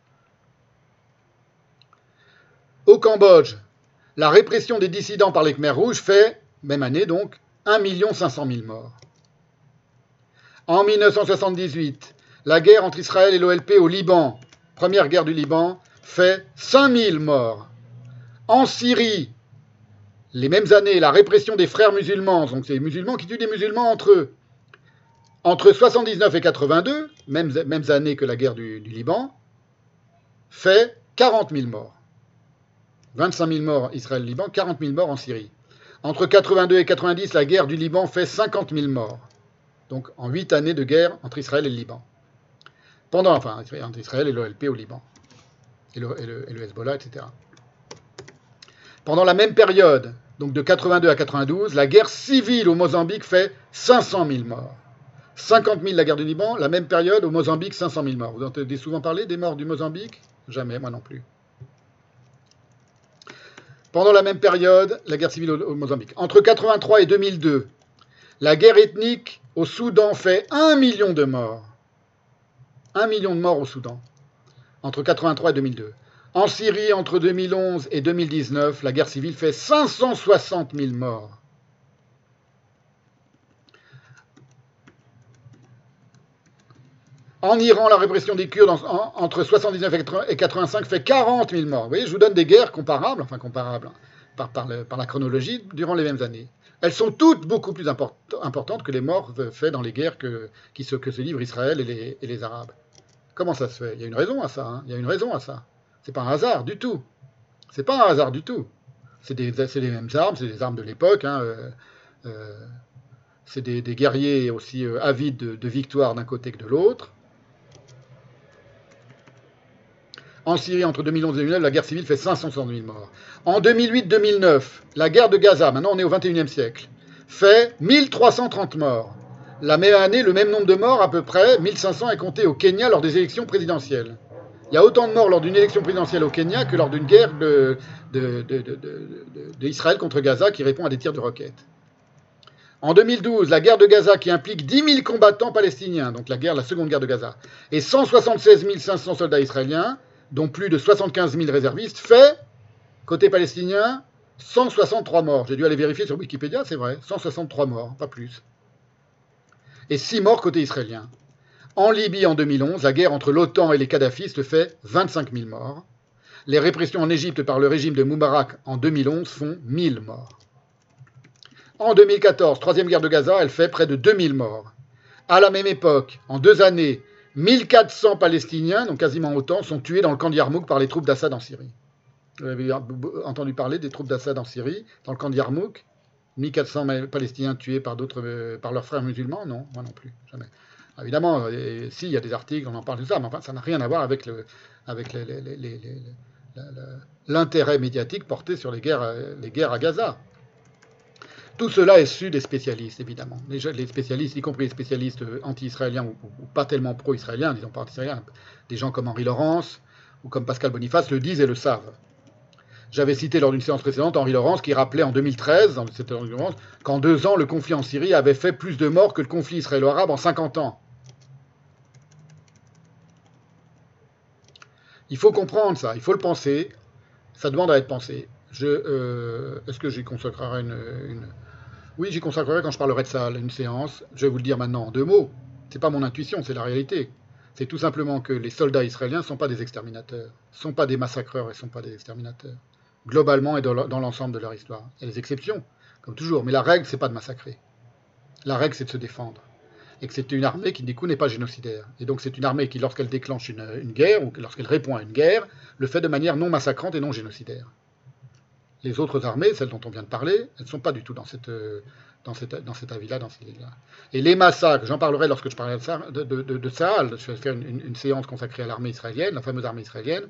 Au Cambodge, la répression des dissidents par les Khmers rouges fait, même année donc, un million cinq cent mille morts. En mille neuf cent soixante-dix-huit, la guerre entre Israël et l'O L P au Liban, première guerre du Liban, fait cinq mille morts. En Syrie, les mêmes années, la répression des frères musulmans, donc c'est les musulmans qui tuent des musulmans entre eux, entre soixante-dix-neuf et quatre-vingt-deux, mêmes, mêmes années que la guerre du, du Liban, fait quarante mille morts. vingt-cinq mille morts Israël-Liban, quarante mille morts en Syrie. Entre quatre-vingt-deux et quatre-vingt-dix, la guerre du Liban fait cinquante mille morts. Donc en huit années de guerre entre Israël et le Liban. Pendant, enfin, entre Israël et l'O L P au Liban. Et le, et le, et le Hezbollah, et cetera. Pendant la même période, donc de quatre-vingt-deux à quatre-vingt-douze, la guerre civile au Mozambique fait cinq cent mille morts. cinquante mille la guerre du Liban, la même période au Mozambique, cinq cent mille morts. Vous entendez souvent parler des morts du Mozambique? Jamais, moi non plus. Pendant la même période, la guerre civile au Mozambique. Entre quatre-vingt-trois et deux mille deux, la guerre ethnique au Soudan fait un million de morts. un million de morts au Soudan. Entre quatre-vingt-trois et deux mille deux. En Syrie, entre deux mille onze et deux mille dix-neuf, la guerre civile fait cinq cent soixante mille morts. En Iran, la répression des Kurdes en, en, entre soixante-dix-neuf et quatre-vingt-cinq fait quarante mille morts. Vous voyez, je vous donne des guerres comparables, enfin comparables, hein, par, par, le, par la chronologie, durant les mêmes années. Elles sont toutes beaucoup plus import, importantes que les morts faits dans les guerres que, qui se, que se livrent Israël et les, et les Arabes. Comment ça se fait? Il y a une raison à ça. Hein. Il y a une raison à ça. C'est pas un hasard du tout. C'est pas un hasard du tout. C'est des, les mêmes armes, c'est des armes de l'époque. Hein, euh, euh, c'est des, des guerriers aussi euh, avides de, de victoire d'un côté que de l'autre. En Syrie, entre deux mille onze et deux mille neuf, la guerre civile fait cinq cent soixante mille morts. En deux mille huit deux mille neuf, la guerre de Gaza, maintenant on est au vingt et unième siècle, fait mille trois cent trente morts. La même année, le même nombre de morts, à peu près, mille cinq cents, est compté au Kenya lors des élections présidentielles. Il y a autant de morts lors d'une élection présidentielle au Kenya que lors d'une guerre de, de, de, de, de, d'Israël contre Gaza qui répond à des tirs de roquettes. En deux mille douze, la guerre de Gaza qui implique dix mille combattants palestiniens, donc la guerre, la seconde guerre de Gaza, et cent soixante-seize mille cinq cents soldats israéliens, dont plus de soixante-quinze mille réservistes, fait, côté palestinien, cent soixante-trois morts. J'ai dû aller vérifier sur Wikipédia, c'est vrai, cent soixante-trois morts, pas plus. Et six morts côté israélien. En Libye, en deux mille onze, la guerre entre l'OTAN et les kadhafistes fait vingt-cinq mille morts. Les répressions en Égypte par le régime de Moubarak en deux mille onze font mille morts. En deux mille quatorze, troisième guerre de Gaza, elle fait près de deux mille morts. À la même époque, en deux années, mille quatre cents Palestiniens, donc quasiment autant, sont tués dans le camp de Yarmouk par les troupes d'Assad en Syrie. Vous avez entendu parler des troupes d'Assad en Syrie, dans le camp de Yarmouk? mille quatre cents Palestiniens tués par, d'autres, par leurs frères musulmans? Non, moi non plus, jamais. Évidemment, et, si, il y a des articles, on en parle de ça, mais enfin, ça n'a rien à voir avec, le, avec les, les, les, les, les, l'intérêt médiatique porté sur les guerres, les guerres à Gaza. Tout cela est su des spécialistes, évidemment. Les, les spécialistes, y compris les spécialistes anti-israéliens ou, ou, ou pas tellement pro-israéliens, disons pas anti-israéliens, des gens comme Henri Laurence ou comme Pascal Boniface le disent et le savent. J'avais cité lors d'une séance précédente Henri Laurence qui rappelait en deux mille treize, dans cette conférence, qu'en deux ans, le conflit en Syrie avait fait plus de morts que le conflit israélo-arabe en cinquante ans. Il faut comprendre ça, il faut le penser, ça demande à être pensé. Je, euh, est-ce que j'y consacrerai une, une... Oui, j'y consacrerai quand je parlerai de ça, une séance. Je vais vous le dire maintenant en deux mots. C'est pas mon intuition, c'est la réalité. C'est tout simplement que les soldats israéliens ne sont pas des exterminateurs, ne sont pas des massacreurs et ne sont pas des exterminateurs. Globalement et dans l'ensemble de leur histoire. Il y a des exceptions, comme toujours, mais la règle, c'est pas de massacrer. La règle, c'est de se défendre. Et que c'est une armée qui, du coup, n'est pas génocidaire. Et donc, c'est une armée qui, lorsqu'elle déclenche une, une guerre, ou lorsqu'elle répond à une guerre, le fait de manière non massacrante et non génocidaire. Les autres armées, celles dont on vient de parler, elles ne sont pas du tout dans, cette, dans, cette, dans cet avis-là, dans cette idée-là. Et les massacres, j'en parlerai lorsque je parlerai de, de, de, de Tsahal, je vais faire une, une, une séance consacrée à l'armée israélienne, la fameuse armée israélienne.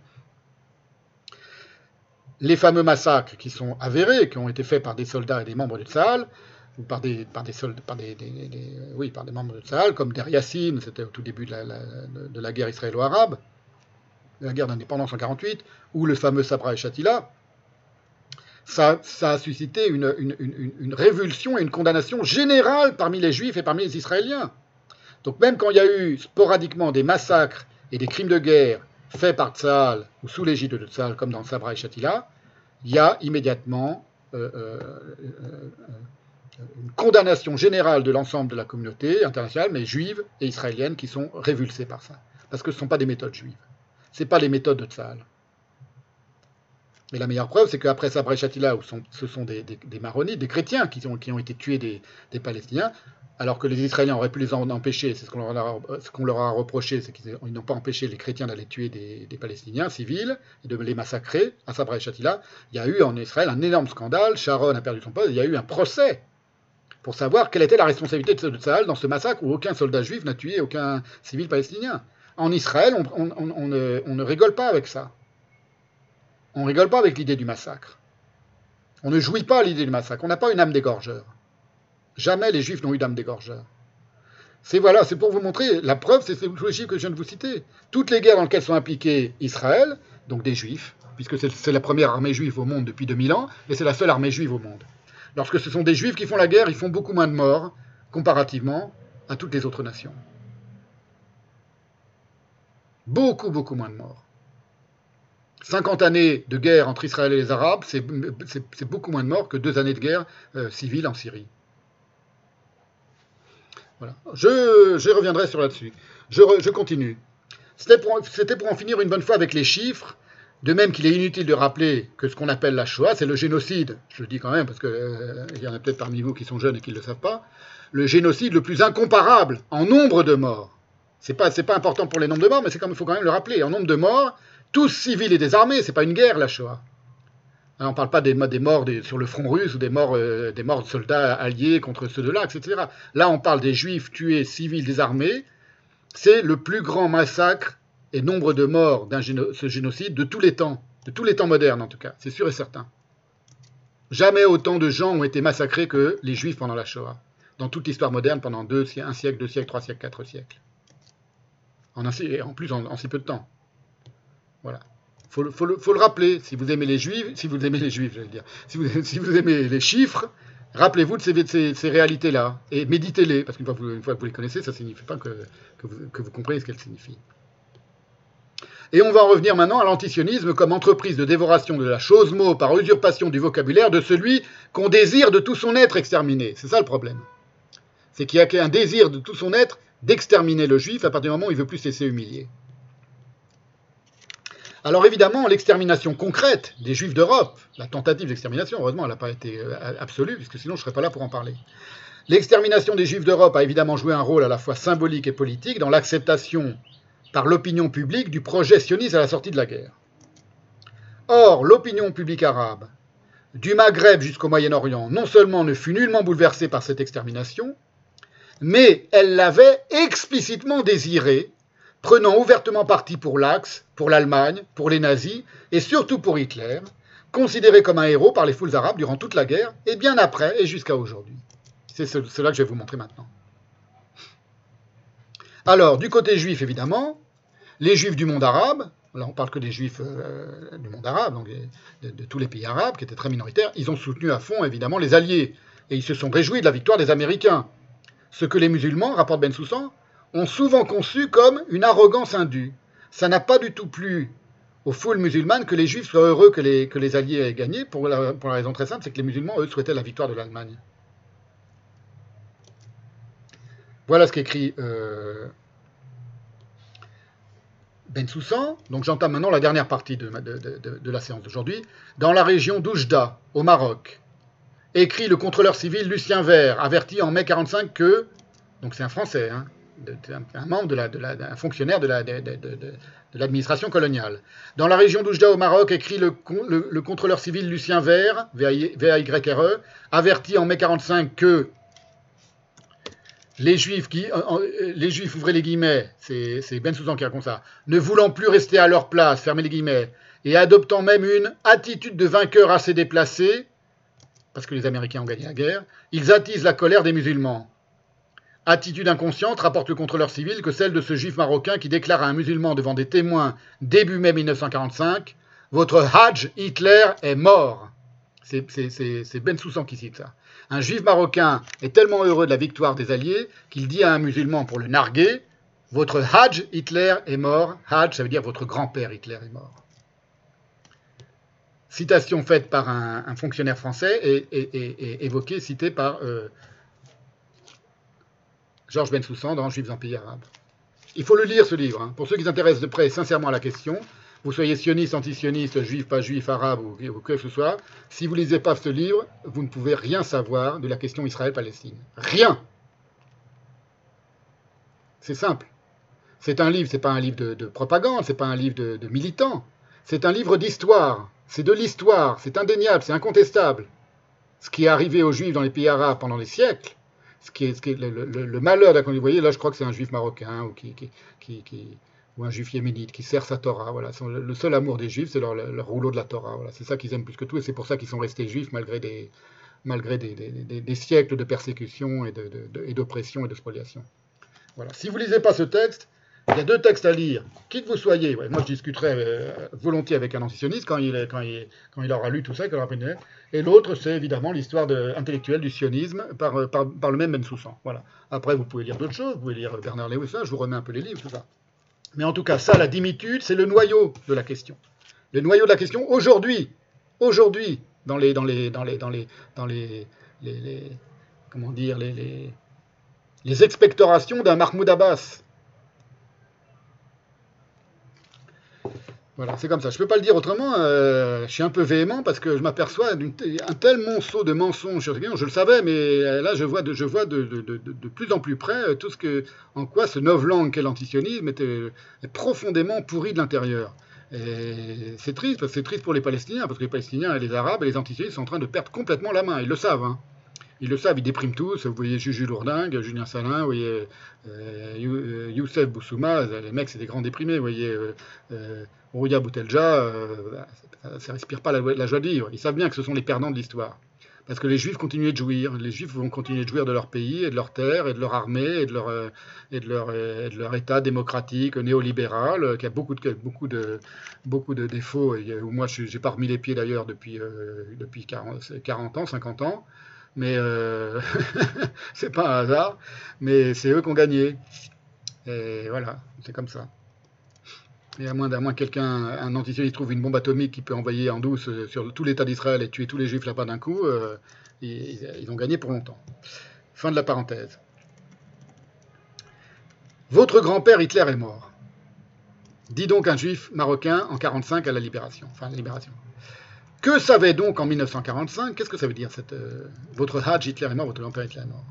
Les fameux massacres qui sont avérés, qui ont été faits par des soldats et des membres de Tsahal, ou par des, par des soldats, par des, des, des, des, oui, par des membres de Tsahal, comme Der Yassin, c'était au tout début de la, la, de la guerre israélo-arabe, de la guerre d'indépendance en quarante-huit, ou le fameux Sabra et Shatila, ça, ça a suscité une, une, une, une révulsion et une condamnation générale parmi les Juifs et parmi les Israéliens. Donc même quand il y a eu sporadiquement des massacres et des crimes de guerre faits par Tsahal ou sous l'égide de Tsahal, comme dans Sabra et Shatila, il y a immédiatement euh, euh, euh, une condamnation générale de l'ensemble de la communauté internationale, mais juive et israélienne, qui sont révulsées par ça. Parce que ce ne sont pas des méthodes juives. Ce ne sont pas les méthodes de Tsahal. Mais la meilleure preuve, c'est qu'après Sabra et Shatila, où sont, ce sont des, des, des maronites, des chrétiens qui ont, qui ont été tués des, des Palestiniens, alors que les Israéliens auraient pu les en empêcher, c'est ce qu'on leur a, ce qu'on leur a reproché, c'est qu'ils n'ont pas empêché les chrétiens d'aller tuer des, des Palestiniens civils et de les massacrer à Sabra et Shatila. Il y a eu en Israël un énorme scandale, Sharon a perdu son poste, il y a eu un procès pour savoir quelle était la responsabilité de Tsahal dans ce massacre où aucun soldat juif n'a tué aucun civil palestinien. En Israël, on, on, on, on, ne, on ne rigole pas avec ça. On ne rigole pas avec l'idée du massacre. On ne jouit pas à l'idée du massacre. On n'a pas une âme d'égorgeur. Jamais les Juifs n'ont eu d'âme d'égorgeur. C'est voilà, c'est pour vous montrer, la preuve, c'est tous les chiffres que je viens de vous citer. Toutes les guerres dans lesquelles sont impliqués Israël, donc des Juifs, puisque c'est la première armée juive au monde depuis deux mille ans, et c'est la seule armée juive au monde. Lorsque ce sont des Juifs qui font la guerre, ils font beaucoup moins de morts, comparativement à toutes les autres nations. Beaucoup, beaucoup moins de morts. cinquante années de guerre entre Israël et les Arabes, c'est beaucoup moins de morts que deux années de guerre euh, civile en Syrie. Voilà. Je, je reviendrai sur là-dessus. Je, re, je continue. C'était pour, c'était pour en finir une bonne fois avec les chiffres, de même qu'il est inutile de rappeler que ce qu'on appelle la Shoah, c'est le génocide, je le dis quand même parce qu'il euh, y en a peut-être parmi vous qui sont jeunes et qui ne le savent pas, le génocide le plus incomparable en nombre de morts. C'est pas, c'est pas important pour les nombres de morts, mais c'est comme, il faut quand même le rappeler. En nombre de morts, tous civils et désarmés, c'est pas une guerre la Shoah. On ne parle pas des, des morts des, sur le front russe ou des morts, euh, des morts de soldats alliés contre ceux de l'Axe, et cetera. Là, on parle des juifs tués, civils, désarmés. C'est le plus grand massacre et nombre de morts d'un géno- ce génocide de tous les temps, de tous les temps modernes en tout cas, c'est sûr et certain. Jamais autant de gens ont été massacrés que les juifs pendant la Shoah, dans toute l'histoire moderne pendant deux, un siècle, deux siècles, trois siècles, quatre siècles. En, un, en plus en, en si peu de temps. Voilà. Faut, faut, le, faut le rappeler, si vous aimez les juifs, si vous aimez les juifs, je veux dire, si vous, si vous aimez les chiffres, rappelez-vous de ces, de ces, ces réalités-là, et méditez-les, parce qu'une fois, une fois que vous les connaissez, ça ne signifie pas que, que, vous, que vous compreniez ce qu'elles signifient. Et on va en revenir maintenant à l'antisionisme comme entreprise de dévoration de la chose mot par usurpation du vocabulaire de celui qu'on désire de tout son être exterminer. C'est ça le problème. C'est qu'il y a un désir de tout son être d'exterminer le juif à partir du moment où il ne veut plus se laisser humilier. Alors évidemment, l'extermination concrète des juifs d'Europe, la tentative d'extermination, heureusement, elle n'a pas été absolue, puisque sinon je ne serais pas là pour en parler. L'extermination des juifs d'Europe a évidemment joué un rôle à la fois symbolique et politique dans l'acceptation par l'opinion publique du projet sioniste à la sortie de la guerre. Or, l'opinion publique arabe, du Maghreb jusqu'au Moyen-Orient, non seulement ne fut nullement bouleversée par cette extermination, mais elle l'avait explicitement désirée, prenant ouvertement parti pour l'Axe, pour l'Allemagne, pour les nazis, et surtout pour Hitler, considéré comme un héros par les foules arabes durant toute la guerre, et bien après, et jusqu'à aujourd'hui. C'est cela que je vais vous montrer maintenant. Alors, du côté juif, évidemment, les juifs du monde arabe, là on parle que des juifs euh, du monde arabe, donc de, de tous les pays arabes, qui étaient très minoritaires, ils ont soutenu à fond, évidemment, les alliés, et ils se sont réjouis de la victoire des Américains. Ce que les musulmans, rapporte Ben Soussan, ont souvent conçu comme une arrogance indue. Ça n'a pas du tout plu aux foules musulmanes que les juifs soient heureux que les, que les alliés aient gagné, pour la, pour la raison très simple, c'est que les musulmans, eux, souhaitaient la victoire de l'Allemagne. Voilà ce qu'écrit euh, Ben Soussan. Donc j'entame maintenant la dernière partie de, de, de, de la séance d'aujourd'hui. Dans la région d'Oujda, au Maroc, écrit le contrôleur civil Lucien Vert, averti en mai quarante-cinq que, donc c'est un Français, hein, de, de, un membre, de la, de la, un fonctionnaire de, la, de, de, de, de l'administration coloniale. Dans la région d'Oujda, au Maroc, écrit le, le, le contrôleur civil Lucien Vert, V A Y R E, averti en mai quarante-cinq que les Juifs, qui, euh, les Juifs, ouvrez les guillemets, c'est, c'est Ben Soussan qui raconte ça, ne voulant plus rester à leur place, fermez les guillemets, et adoptant même une attitude de vainqueur assez déplacée, parce que les Américains ont gagné la guerre, ils attisent la colère des musulmans. Attitude inconsciente, rapporte le contrôleur civil, que celle de ce juif marocain qui déclare à un musulman devant des témoins début mai mille neuf cent quarante-cinq « Votre Hajj, Hitler, est mort ». C'est, c'est, c'est, c'est Ben Soussan qui cite ça. Un juif marocain est tellement heureux de la victoire des Alliés qu'il dit à un musulman pour le narguer « Votre Hajj, Hitler, est mort ». Hajj, ça veut dire « Votre grand-père, Hitler, est mort ». Citation faite par un, un fonctionnaire français et, et, et, et évoquée, citée par euh, Georges Ben Soussan dans Juifs en pays arabe. Il faut le lire, ce livre. Hein. Pour ceux qui s'intéressent de près sincèrement à la question, vous soyez sioniste, antisioniste, juif, pas juif, arabe ou, ou que ce soit, si vous ne lisez pas ce livre, vous ne pouvez rien savoir de la question Israël-Palestine. Rien. C'est simple. C'est un livre, c'est pas un livre de, de propagande, c'est pas un livre de, de militant. C'est un livre d'histoire. C'est de l'histoire. C'est indéniable, c'est incontestable. Ce qui est arrivé aux Juifs dans les pays arabes pendant des siècles, ce qui est, ce qui est le, le, le malheur, là, quand vous voyez, là, je crois que c'est un Juif marocain ou qui, qui, qui, qui ou un juif yéménite qui sert sa Torah. Voilà. Le seul amour des juifs, c'est leur, leur rouleau de la Torah. Voilà. C'est ça qu'ils aiment plus que tout, et c'est pour ça qu'ils sont restés juifs malgré des, malgré des, des, des, des siècles de persécution et, de, de, de, et d'oppression et de spoliation. Voilà. Si vous ne lisez pas ce texte, il y a deux textes à lire. Qui que vous soyez, ouais, moi je discuterai euh, volontiers avec un antisioniste quand il, quand, il, quand il aura lu tout ça, qu'il aura appris. Et l'autre, c'est évidemment l'histoire de, intellectuelle du sionisme par, par, par le même Ben Soussan. Voilà. Après, vous pouvez lire d'autres choses, vous pouvez lire Bernard Lewin, je vous remets un peu les livres, tout ça. Mais en tout cas, ça, la dimitude, c'est le noyau de la question. Le noyau de la question, aujourd'hui, aujourd'hui, dans les, dans les, dans les, dans les, dans les, les, les comment dire, les, les, les expectorations d'un Mahmoud Abbas, Voilà, c'est comme ça. Je ne peux pas le dire autrement. Euh, je suis un peu véhément parce que je m'aperçois d'un tel monceau de mensonges sur ce client. Je le savais, mais là, je vois de, je vois de, de, de, de plus en plus près tout ce que, en quoi ce novlangue qu'est l'antisionisme était, est profondément pourri de l'intérieur. Et c'est triste, parce que c'est triste pour les Palestiniens, parce que les Palestiniens et les Arabes et les antisionistes sont en train de perdre complètement la main. Ils le savent, hein. Ils le savent, ils dépriment tous. Vous voyez Juju Lourdingue, Julien Salin, vous voyez euh, Youssef Boussouma, les mecs, c'est des grands déprimés. Vous voyez euh, euh, Rouya Boutelja, euh, ça ne respire pas la, la joie de vivre. Ils savent bien que ce sont les perdants de l'histoire. Parce que les Juifs continuent de jouir. Les Juifs vont continuer de jouir de leur pays, et de leur terre, et de leur armée, et de leur, euh, et de leur, euh, et de leur État démocratique, néolibéral, euh, qui a beaucoup de, beaucoup de, beaucoup de défauts. Et, où moi, je n'ai pas remis les pieds d'ailleurs depuis, euh, depuis quarante, quarante ans, cinquante ans. Mais euh, c'est pas un hasard, mais c'est eux qui ont gagné. Et voilà, c'est comme ça. Et à moins, à moins que quelqu'un, un antisioniste trouve une bombe atomique qui peut envoyer en douce sur tout l'État d'Israël et tuer tous les juifs là-bas d'un coup, euh, ils, ils ont gagné pour longtemps. Fin de la parenthèse. Votre grand-père Hitler est mort. Dit donc un juif marocain en quarante-cinq à la libération. Enfin, la libération. Que savait donc en mille neuf cent quarante-cinq, qu'est-ce que ça veut dire cette, euh, votre Hadj Hitler est mort, votre grand-père Hitler est mort.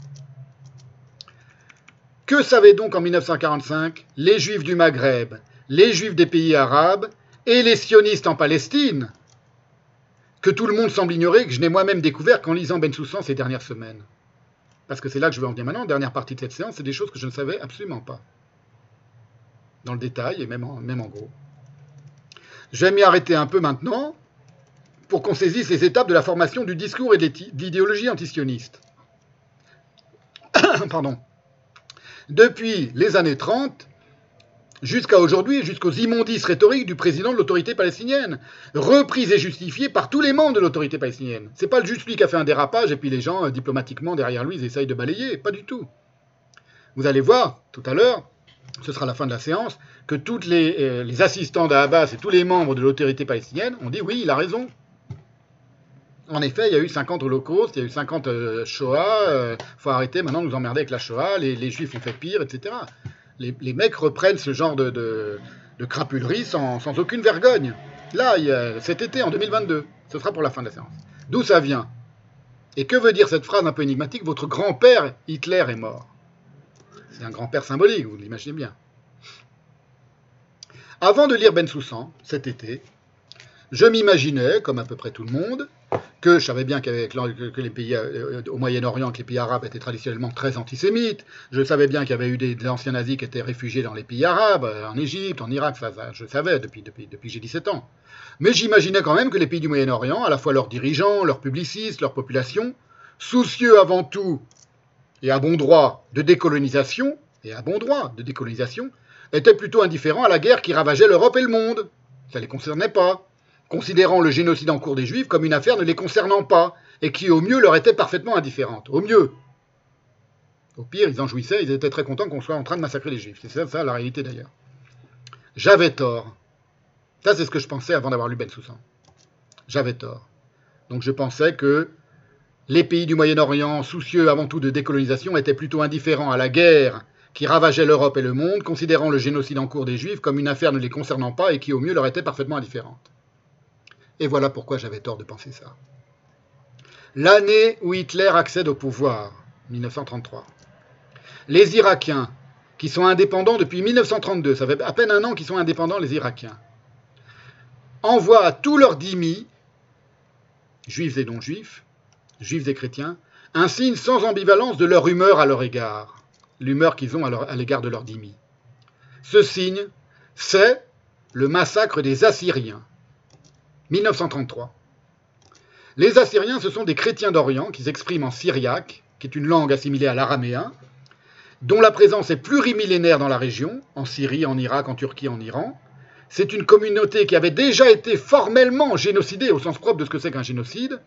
Que savaient donc en mille neuf cent quarante-cinq les juifs du Maghreb, les juifs des pays arabes et les sionistes en Palestine, que tout le monde semble ignorer, que je n'ai moi-même découvert qu'en lisant Ben Soussan ces dernières semaines. Parce que c'est là que je veux en venir maintenant, dernière partie de cette séance, c'est des choses que je ne savais absolument pas. Dans le détail et même en, même en gros. Je vais m'y arrêter un peu maintenant, pour qu'on saisisse les étapes de la formation du discours et de l'idéologie antisioniste. Pardon. Depuis les années trente, jusqu'à aujourd'hui, jusqu'aux immondices rhétoriques du président de l'autorité palestinienne, reprises et justifiées par tous les membres de l'autorité palestinienne. C'est pas juste lui qui a fait un dérapage et puis les gens, diplomatiquement, derrière lui, ils essayent de balayer. Pas du tout. Vous allez voir, tout à l'heure, ce sera la fin de la séance, que tous les, euh, les assistants d'Abbas et tous les membres de l'autorité palestinienne ont dit oui, il a raison. En effet, il y a eu cinquante holocaustes, il y a eu cinquante euh, Shoah, il euh, faut arrêter maintenant de nous emmerder avec la Shoah, les, les Juifs ont fait pire, et cetera. Les, les mecs reprennent ce genre de, de, de crapulerie sans, sans aucune vergogne. Là, il y a, cet été, en deux mille vingt-deux, ce sera pour la fin de la séance. D'où ça vient? Et que veut dire cette phrase un peu énigmatique? Votre grand-père Hitler est mort. C'est un grand-père symbolique, vous l'imaginez bien. Avant de lire Ben Soussan, cet été, je m'imaginais, comme à peu près tout le monde, que je savais bien qu'avec, que les pays euh, au Moyen-Orient, que les pays arabes étaient traditionnellement très antisémites. Je savais bien qu'il y avait eu des, des anciens nazis qui étaient réfugiés dans les pays arabes, en Égypte, en Irak, ça, ça je savais depuis, depuis, depuis que j'ai dix-sept ans. Mais j'imaginais quand même que les pays du Moyen-Orient, à la fois leurs dirigeants, leurs publicistes, leur population, soucieux avant tout et à bon droit de décolonisation, et à bon droit de décolonisation, étaient plutôt indifférents à la guerre qui ravageait l'Europe et le monde. Ça ne les concernait pas, considérant le génocide en cours des Juifs comme une affaire ne les concernant pas, et qui au mieux leur était parfaitement indifférente. Au mieux. Au pire, ils en jouissaient, ils étaient très contents qu'on soit en train de massacrer les Juifs. C'est ça, ça la réalité d'ailleurs. J'avais tort. Ça, c'est ce que je pensais avant d'avoir lu Ben Soussan. J'avais tort. Donc je pensais que les pays du Moyen-Orient, soucieux avant tout de décolonisation, étaient plutôt indifférents à la guerre qui ravageait l'Europe et le monde, considérant le génocide en cours des Juifs comme une affaire ne les concernant pas et qui au mieux leur était parfaitement indifférente. Et voilà pourquoi j'avais tort de penser ça. L'année où Hitler accède au pouvoir, mille neuf cent trente-trois. Les Irakiens, qui sont indépendants depuis mille neuf cent trente-deux, ça fait à peine un an qu'ils sont indépendants, les Irakiens, envoient à tous leurs dhimmis, juifs et non-juifs, juifs et chrétiens, un signe sans ambivalence de leur humeur à leur égard, l'humeur qu'ils ont à, leur, à l'égard de leurs dhimmis. Ce signe, c'est le massacre des Assyriens, mille neuf cent trente-trois. Les Assyriens, ce sont des chrétiens d'Orient qui s'expriment en syriaque, qui est une langue assimilée à l'araméen, dont la présence est plurimillénaire dans la région, en Syrie, en Irak, en Turquie, en Iran. C'est une communauté qui avait déjà été formellement génocidée, au sens propre de ce que c'est qu'un génocide.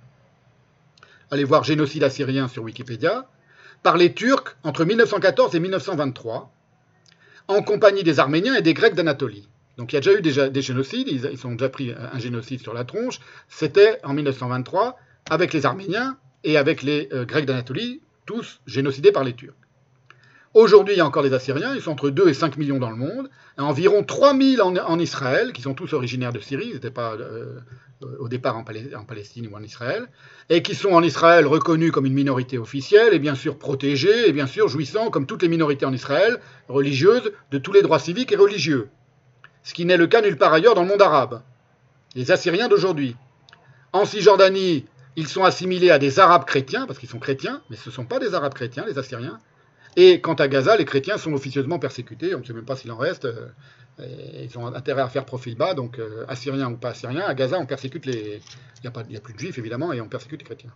Allez voir génocide assyrien sur Wikipédia, par les Turcs entre mille neuf cent quatorze et mille neuf cent vingt-trois, en compagnie des Arméniens et des Grecs d'Anatolie. Donc il y a déjà eu des, des génocides, ils, ils ont déjà pris un génocide sur la tronche, c'était en mille neuf cent vingt-trois, avec les Arméniens et avec les euh, Grecs d'Anatolie, tous génocidés par les Turcs. Aujourd'hui, il y a encore des Assyriens, ils sont entre deux et cinq millions dans le monde, et environ trois mille en, en Israël, qui sont tous originaires de Syrie, ils n'étaient pas euh, au départ en, Palais, en Palestine ou en Israël, et qui sont en Israël reconnus comme une minorité officielle, et bien sûr protégés, et bien sûr jouissant, comme toutes les minorités en Israël, religieuses, de tous les droits civiques et religieux. Ce qui n'est le cas nulle part ailleurs dans le monde arabe. Les Assyriens d'aujourd'hui. En Cisjordanie, ils sont assimilés à des Arabes chrétiens, parce qu'ils sont chrétiens, mais ce ne sont pas des Arabes chrétiens, les Assyriens. Et quant à Gaza, les chrétiens sont officieusement persécutés, on ne sait même pas s'il en reste, euh, ils ont intérêt à faire profil bas, donc euh, assyriens ou pas assyriens, à Gaza on persécute les... Il n'y a, a plus de juifs évidemment, et on persécute les chrétiens.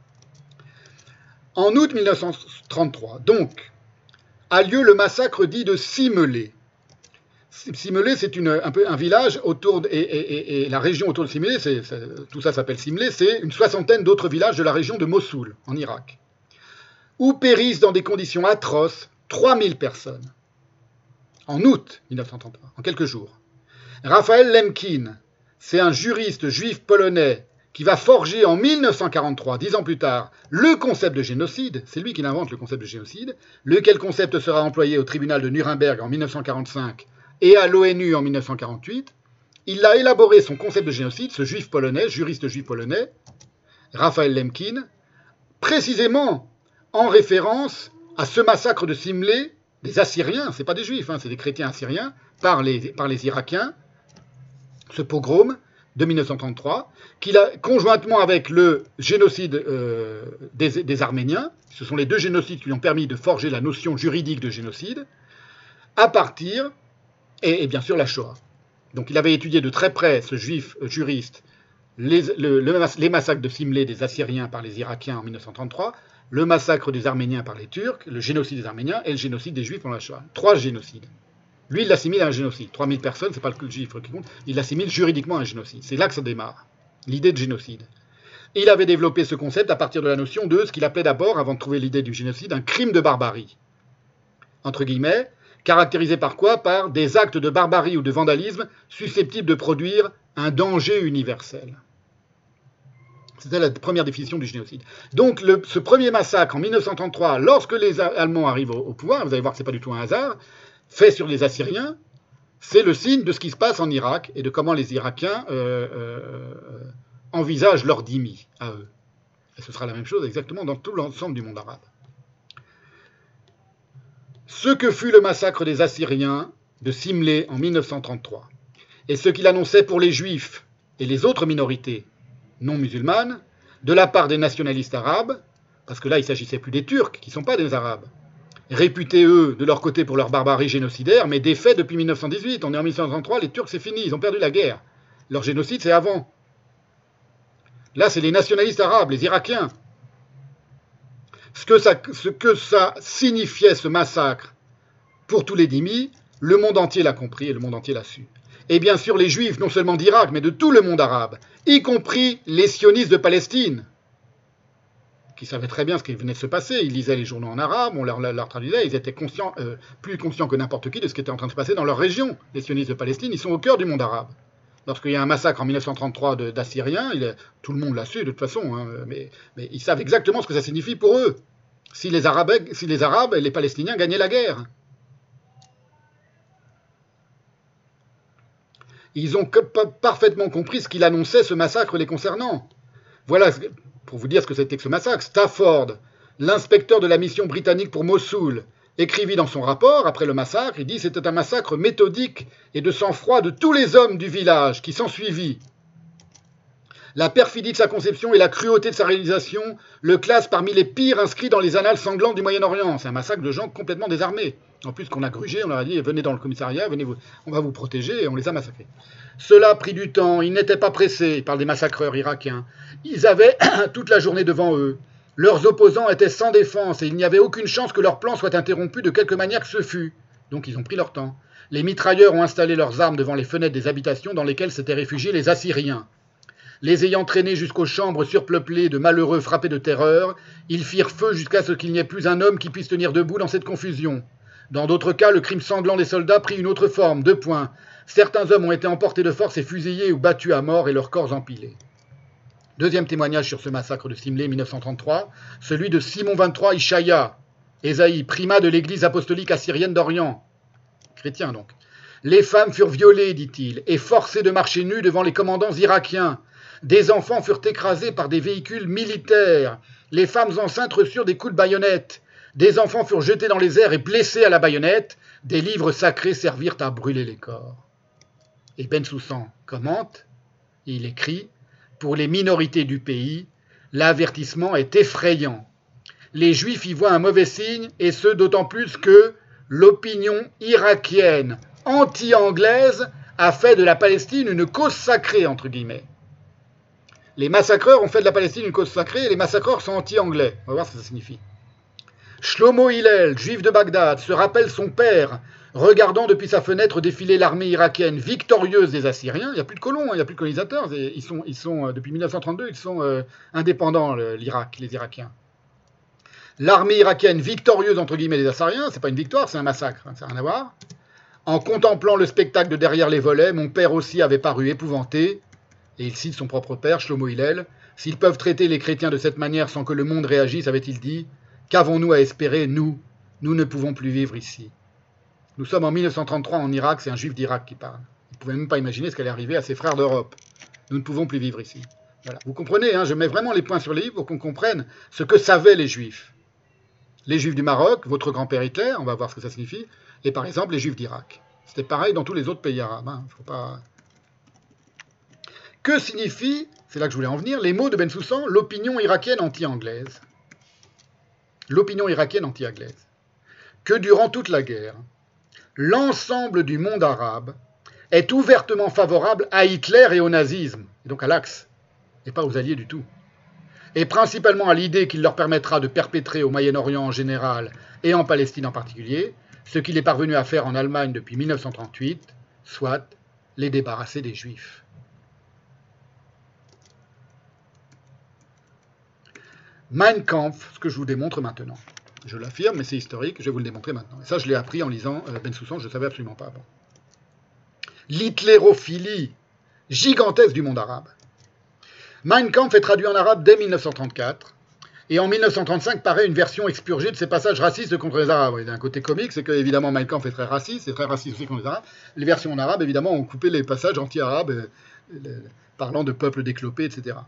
En août mille neuf cent trente-trois, donc, a lieu le massacre dit de Simlé. Simlé, c'est une, un, peu, un village autour de, et, et, et la région autour de Simlé, c'est, c'est, tout ça s'appelle Simlé, c'est une soixantaine d'autres villages de la région de Mossoul, en Irak, où périssent dans des conditions atroces trois mille personnes. En août mille neuf cent trente-trois, en quelques jours. Raphaël Lemkin, c'est un juriste juif polonais qui va forger en mille neuf cent quarante-trois, dix ans plus tard, le concept de génocide, c'est lui qui invente le concept de génocide, lequel concept sera employé au tribunal de Nuremberg en mille neuf cent quarante-cinq et à l'ONU en mille neuf cent quarante-huit. Il a élaboré son concept de génocide, ce juif polonais, juriste juif polonais, Raphaël Lemkin, précisément en référence à ce massacre de Simlé des Assyriens, c'est pas des Juifs, hein, c'est des chrétiens assyriens, par les, par les Irakiens, ce pogrom de mille neuf cent trente-trois, qu'il a, conjointement avec le génocide euh, des, des Arméniens, ce sont les deux génocides qui lui ont permis de forger la notion juridique de génocide, à partir, et, et bien sûr la Shoah. Donc il avait étudié de très près, ce juif euh, juriste, les, le, le, les massacres de Simlé des Assyriens par les Irakiens en mille neuf cent trente-trois, le massacre des Arméniens par les Turcs, le génocide des Arméniens et le génocide des Juifs pendant la Shoah. Trois génocides. Lui, il l'assimile à un génocide. trois mille personnes, c'est pas le chiffre qui compte, il l'assimile juridiquement à un génocide. C'est là que ça démarre, l'idée de génocide. Et il avait développé ce concept à partir de la notion de ce qu'il appelait d'abord, avant de trouver l'idée du génocide, un crime de barbarie. Entre guillemets, caractérisé par quoi? Par des actes de barbarie ou de vandalisme susceptibles de produire un danger universel. C'était la première définition du génocide. Donc le, ce premier massacre en mille neuf cent trente-trois, lorsque les Allemands arrivent au, au pouvoir, vous allez voir que ce n'est pas du tout un hasard, fait sur les Assyriens, c'est le signe de ce qui se passe en Irak et de comment les Irakiens euh, euh, envisagent leur dhimmi à eux. Et ce sera la même chose exactement dans tout l'ensemble du monde arabe. Ce que fut le massacre des Assyriens de Simlé en mille neuf cent trente-trois, et ce qu'il annonçait pour les Juifs et les autres minorités non musulmanes, de la part des nationalistes arabes, parce que là il ne s'agissait plus des Turcs, qui ne sont pas des Arabes, réputés eux de leur côté pour leur barbarie génocidaire, mais défaits depuis mille neuf cent dix-huit. On est en mille neuf cent trente-trois, les Turcs c'est fini, ils ont perdu la guerre. Leur génocide c'est avant. Là c'est les nationalistes arabes, les Irakiens. Ce que ça, ce que ça signifiait ce massacre pour tous les dhimmis, le monde entier l'a compris et le monde entier l'a su. Et bien sûr les Juifs, non seulement d'Irak, mais de tout le monde arabe, y compris les sionistes de Palestine, qui savaient très bien ce qui venait de se passer. Ils lisaient les journaux en arabe, on leur, leur traduisait, ils étaient conscients, euh, plus conscients que n'importe qui de ce qui était en train de se passer dans leur région. Les sionistes de Palestine, ils sont au cœur du monde arabe. Lorsqu'il y a un massacre en mille neuf cent trente-trois de, d'Assyriens, il, tout le monde l'a su de toute façon, hein, mais, mais ils savent exactement ce que ça signifie pour eux, si les Arabes, si les Arabes et les Palestiniens gagnaient la guerre. Ils ont parfaitement compris ce qu'il annonçait, ce massacre les concernant. Voilà, pour vous dire ce que c'était que ce massacre. Stafford, l'inspecteur de la mission britannique pour Mossoul, écrivit dans son rapport, après le massacre, il dit que c'était un massacre méthodique et de sang-froid de tous les hommes du village qui s'ensuivit. La perfidie de sa conception et la cruauté de sa réalisation le classent parmi les pires inscrits dans les annales sanglantes du Moyen-Orient. C'est un massacre de gens complètement désarmés. En plus qu'on a grugé, on leur a dit « venez dans le commissariat, venez vous, on va vous protéger » et on les a massacrés. Cela a pris du temps, ils n'étaient pas pressés, il parle des massacreurs irakiens. Ils avaient toute la journée devant eux. Leurs opposants étaient sans défense et il n'y avait aucune chance que leur plan soit interrompu de quelque manière que ce fût. Donc ils ont pris leur temps. Les mitrailleurs ont installé leurs armes devant les fenêtres des habitations dans lesquelles s'étaient réfugiés les Assyriens. Les ayant traînés jusqu'aux chambres surpeuplées de malheureux frappés de terreur, ils firent feu jusqu'à ce qu'il n'y ait plus un homme qui puisse tenir debout dans cette confusion. Dans d'autres cas, le crime sanglant des soldats prit une autre forme, deux points. Certains hommes ont été emportés de force et fusillés ou battus à mort et leurs corps empilés. Deuxième témoignage sur ce massacre de Simlé mille neuf cent trente-trois, celui de Simon vingt-trois Ishaya, Ésaïe, primat de l'église apostolique assyrienne d'Orient, chrétien donc. Les femmes furent violées, dit-il, et forcées de marcher nues devant les commandants irakiens. Des enfants furent écrasés par des véhicules militaires. Les femmes enceintes reçurent des coups de baïonnette. Des enfants furent jetés dans les airs et blessés à la baïonnette. Des livres sacrés servirent à brûler les corps. Et Bensoussan commente, il écrit, pour les minorités du pays, l'avertissement est effrayant. Les Juifs y voient un mauvais signe, et ce d'autant plus que l'opinion irakienne anti-anglaise a fait de la Palestine une cause sacrée, entre guillemets. Les massacreurs ont fait de la Palestine une cause sacrée, et les massacreurs sont anti-anglais. On va voir ce que ça signifie. Shlomo Hillel, juif de Bagdad, se rappelle son père, regardant depuis sa fenêtre défiler l'armée irakienne victorieuse des Assyriens. Il n'y a plus de colons, il n'y a plus de colonisateurs. Ils sont, ils sont, depuis mille neuf cent trente-deux, ils sont euh, indépendants, l'Irak, les Irakiens. L'armée irakienne victorieuse, entre guillemets, des Assyriens, c'est pas une victoire, c'est un massacre, ça n'a rien à voir. En contemplant le spectacle de derrière les volets, mon père aussi avait paru épouvanté, et il cite son propre père, Shlomo Hillel, « S'ils peuvent traiter les chrétiens de cette manière sans que le monde réagisse, avait-il dit, qu'avons-nous à espérer, nous? Nous ne pouvons plus vivre ici. » Nous sommes en mille neuf cent trente-trois en Irak, c'est un juif d'Irak qui parle. Vous ne pouvez même pas imaginer ce qu'allait arriver à ses frères d'Europe. Nous ne pouvons plus vivre ici. Voilà. Vous comprenez, hein, je mets vraiment les points sur les i pour qu'on comprenne ce que savaient les juifs. Les juifs du Maroc, votre grand-père Hitler, on va voir ce que ça signifie, et par exemple les juifs d'Irak. C'était pareil dans tous les autres pays arabes. Hein, faut pas... Que signifient, c'est là que je voulais en venir, les mots de Bensoussan, l'opinion irakienne anti-anglaise? L'opinion irakienne anti-anglaise. Que durant toute la guerre, l'ensemble du monde arabe est ouvertement favorable à Hitler et au nazisme, et donc à l'Axe, et pas aux alliés du tout. Et principalement à l'idée qu'il leur permettra de perpétrer au Moyen-Orient en général et en Palestine en particulier, ce qu'il est parvenu à faire en Allemagne depuis mille neuf cent trente-huit, soit les débarrasser des Juifs. Mein Kampf, ce que je vous démontre maintenant. Je l'affirme, mais c'est historique, je vais vous le démontrer maintenant. Et ça, je l'ai appris en lisant euh, Bensoussan, je ne savais absolument pas avant. L'hitlérophilie gigantesque du monde arabe. Mein Kampf est traduit en arabe dès mille neuf cent trente-quatre, et en mille neuf cent trente-cinq paraît une version expurgée de ces passages racistes contre les Arabes. Il y a un côté comique, c'est que évidemment Mein Kampf est très raciste, c'est très raciste aussi contre les Arabes. Les versions en arabe, évidemment, ont coupé les passages anti-arabes, euh, euh, parlant de peuples déclopés, et cetera.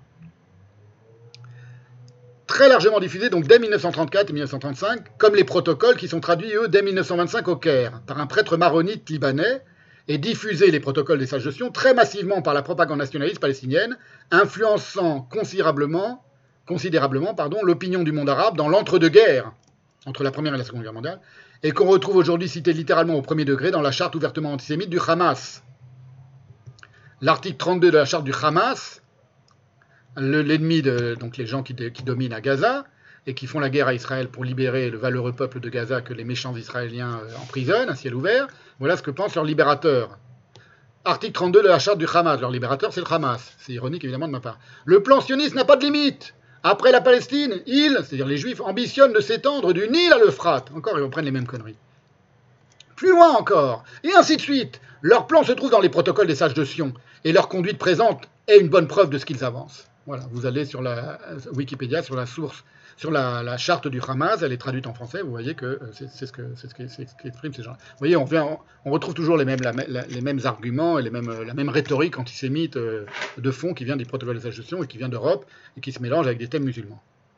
Très largement diffusé, donc dès mille neuf cent trente-quatre et mille neuf cent trente-cinq, comme les protocoles qui sont traduits, eux, dès mille neuf cent vingt-cinq au Caire, par un prêtre maronite libanais, et diffusés, les protocoles des sages de Sion, très massivement par la propagande nationaliste palestinienne, influençant considérablement, considérablement pardon, l'opinion du monde arabe dans l'entre-deux-guerres, entre la Première et la Seconde Guerre mondiale, et qu'on retrouve aujourd'hui cité littéralement au premier degré dans la charte ouvertement antisémite du Hamas. L'article trente-deux de la charte du Hamas, l'ennemi, de, donc les gens qui, qui dominent à Gaza, et qui font la guerre à Israël pour libérer le valeureux peuple de Gaza que les méchants Israéliens emprisonnent à ciel ouvert, voilà ce que pense leur libérateur. Article trente-deux de la charte du Hamas. Leur libérateur, c'est le Hamas. C'est ironique, évidemment, de ma part. Le plan sioniste n'a pas de limite. Après la Palestine, ils, c'est-à-dire les Juifs, ambitionnent de s'étendre du Nil à l'Euphrate. Encore, ils reprennent les mêmes conneries. Plus loin encore, et ainsi de suite. Leur plan se trouve dans les protocoles des sages de Sion, et leur conduite présente est une bonne preuve de ce qu'ils avancent. Voilà, vous allez sur la Wikipédia, sur la source, sur la, la charte du Hamas, elle est traduite en français, vous voyez que c'est, c'est ce que c'est ce qui exprime ces gens. Vous voyez, on, vient, on, on retrouve toujours les mêmes, la, la, les mêmes arguments et les mêmes, la même rhétorique antisémite euh, de fond qui vient des protocoles de sages de Sion et qui vient d'Europe et qui se mélange avec des thèmes musulmans.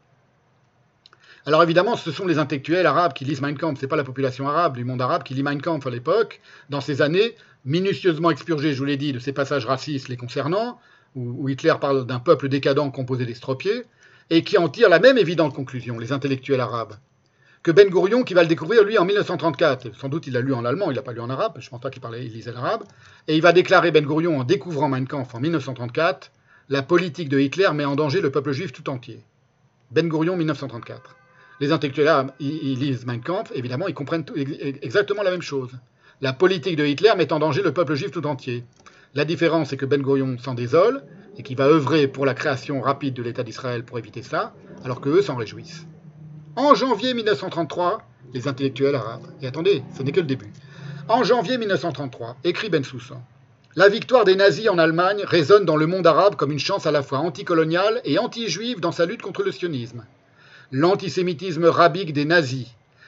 Alors évidemment, ce sont les intellectuels arabes qui lisent Mein Kampf, ce n'est pas la population arabe du monde arabe qui lit Mein Kampf à l'époque, dans ces années, minutieusement expurgées, je vous l'ai dit, de ces passages racistes les concernant, où Hitler parle d'un peuple décadent composé d'estropiés, et qui en tire la même évidente conclusion, les intellectuels arabes, que Ben Gourion, qui va le découvrir, lui, en mille neuf cent trente-quatre. Sans doute il l'a lu en allemand, il l'a pas lu en arabe, je ne pense pas qu'il parlait, il lisait l'arabe, et il va déclarer, Ben Gourion, en découvrant Mein Kampf en mille neuf cent trente-quatre, la politique de Hitler met en danger le peuple juif tout entier. Ben Gourion, mille neuf cent trente-quatre. Les intellectuels arabes, ils, ils lisent Mein Kampf, évidemment, ils comprennent tout, exactement la même chose. La politique de Hitler met en danger le peuple juif tout entier. La différence, c'est que Ben Gourion s'en désole et qu'il va œuvrer pour la création rapide de l'État d'Israël pour éviter ça, alors qu'eux s'en réjouissent. En janvier mille neuf cent trente-trois, les intellectuels arabes, et attendez, ce n'est que le début, en janvier mille neuf cent trente-trois, écrit Bensoussan, la victoire des nazis en Allemagne résonne dans le monde arabe comme une chance à la fois anticoloniale et anti-juive dans sa lutte contre le sionisme. L'antisémitisme rabique des nazis,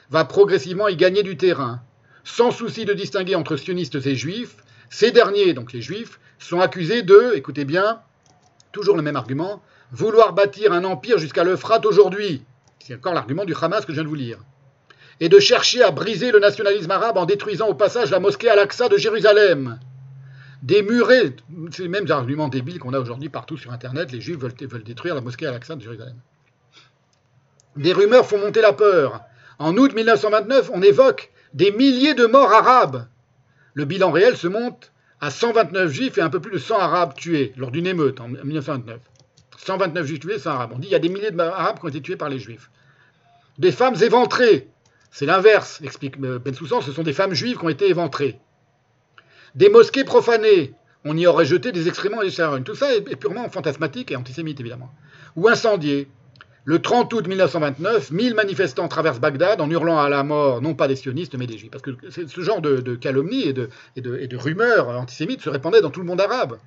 va progressivement y gagner du terrain. Sans souci de distinguer entre sionistes et juifs, ces derniers, donc les juifs, sont accusés de, écoutez bien, toujours le même argument, vouloir bâtir un empire jusqu'à l'Euphrate aujourd'hui. C'est encore l'argument du Hamas que je viens de vous lire. Et de chercher à briser le nationalisme arabe en détruisant au passage la mosquée Al-Aqsa de Jérusalem. Des murets, c'est les mêmes arguments débiles qu'on a aujourd'hui partout sur Internet, les juifs veulent, veulent détruire la mosquée Al-Aqsa de Jérusalem. Des rumeurs font monter la peur. En août mille neuf cent vingt-neuf, on évoque des milliers de morts arabes. Le bilan réel se monte à cent vingt-neuf juifs et un peu plus de cent arabes tués lors d'une émeute en mille neuf cent vingt-neuf. cent vingt-neuf juifs tués, cent arabes. On dit qu'il y a des milliers d'arabes qui ont été tués par les juifs. Des femmes éventrées. C'est l'inverse, explique Bensoussan, ce sont des femmes juives qui ont été éventrées. Des mosquées profanées. On y aurait jeté des excréments et des charognes. Tout ça est purement fantasmatique et antisémite, évidemment. Ou incendiées. Le trente août mille neuf cent vingt-neuf, mille manifestants traversent Bagdad en hurlant à la mort, non pas des sionistes, mais des juifs. Parce que ce genre de, de calomnies et de, et, de, et de rumeurs antisémites se répandaient dans tout le monde arabe.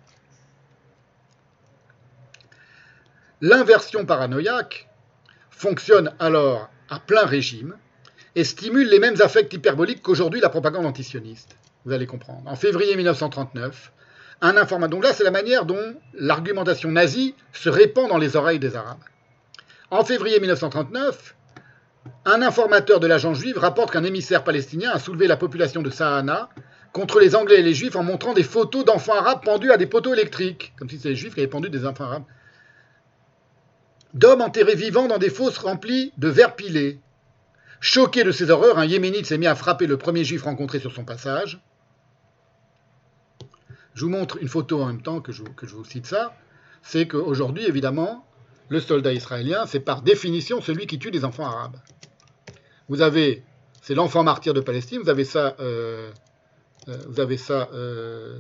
L'inversion paranoïaque fonctionne alors à plein régime et stimule les mêmes affects hyperboliques qu'aujourd'hui la propagande antisioniste. Vous allez comprendre. En février mille neuf cent trente-neuf, un informateur... Donc là, c'est la manière dont l'argumentation nazie se répand dans les oreilles des Arabes. En février mille neuf cent trente-neuf, un informateur de l'agence juive rapporte qu'un émissaire palestinien a soulevé la population de Sahana contre les Anglais et les Juifs en montrant des photos d'enfants arabes pendus à des poteaux électriques, comme si c'était les Juifs qui avaient pendu des enfants arabes, d'hommes enterrés vivants dans des fosses remplies de verre pilé. Choqué de ces horreurs, un Yéménite s'est mis à frapper le premier Juif rencontré sur son passage. Je vous montre une photo en même temps que je, que je vous cite ça. C'est qu'aujourd'hui, évidemment, le soldat israélien, c'est par définition celui qui tue des enfants arabes. Vous avez, c'est l'enfant martyr de Palestine, vous avez ça, euh, euh, vous avez ça, euh,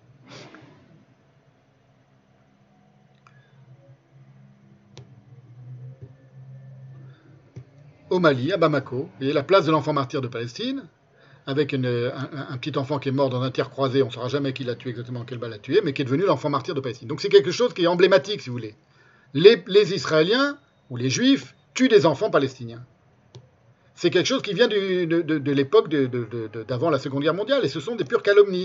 au Mali, à Bamako, vous voyez la place de l'enfant martyr de Palestine, avec une, un, un petit enfant qui est mort dans un tir croisé, on ne saura jamais qui l'a tué exactement, quelle balle l'a tué, mais qui est devenu l'enfant martyr de Palestine. Donc c'est quelque chose qui est emblématique, si vous voulez. Les, les Israéliens, ou les Juifs, tuent des enfants palestiniens. C'est quelque chose qui vient du, de, de, de l'époque de, de, de, d'avant la Seconde Guerre mondiale, et ce sont des pures calomnies.